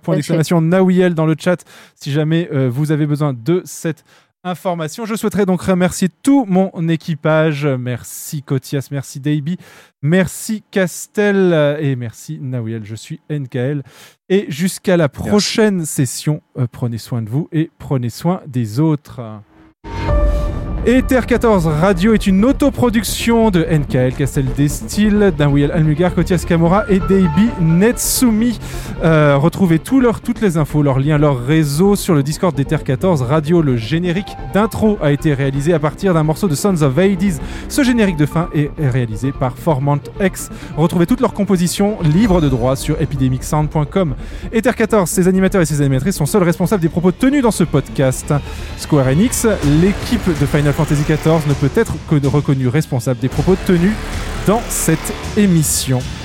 dans le chat, si jamais vous avez besoin de cette information. Je souhaiterais donc remercier tout mon équipage. Merci Kotias, merci Deibi, merci Castel et merci Nawiel. Je suis NKL. Et jusqu'à la prochaine session, prenez soin de vous et prenez soin des autres. Ether 14 Radio est une autoproduction de NKL Castel Destil, Danwiel Almugar, Kotias Kamora et Deibi Netsumi. Retrouvez toutes les infos, leurs liens, leurs réseaux sur le Discord d'Ether 14 Radio. Le générique d'intro a été réalisé à partir d'un morceau de Sons of Hades. Ce générique de fin est réalisé par Formant X. Retrouvez toutes leurs compositions libres de droit sur epidemicsound.com. Ether 14, ses animateurs et ses animatrices sont seuls responsables des propos tenus dans ce podcast. Square Enix, l'équipe de Final Fantasy XIV ne peut être que reconnue responsable des propos tenus dans cette émission.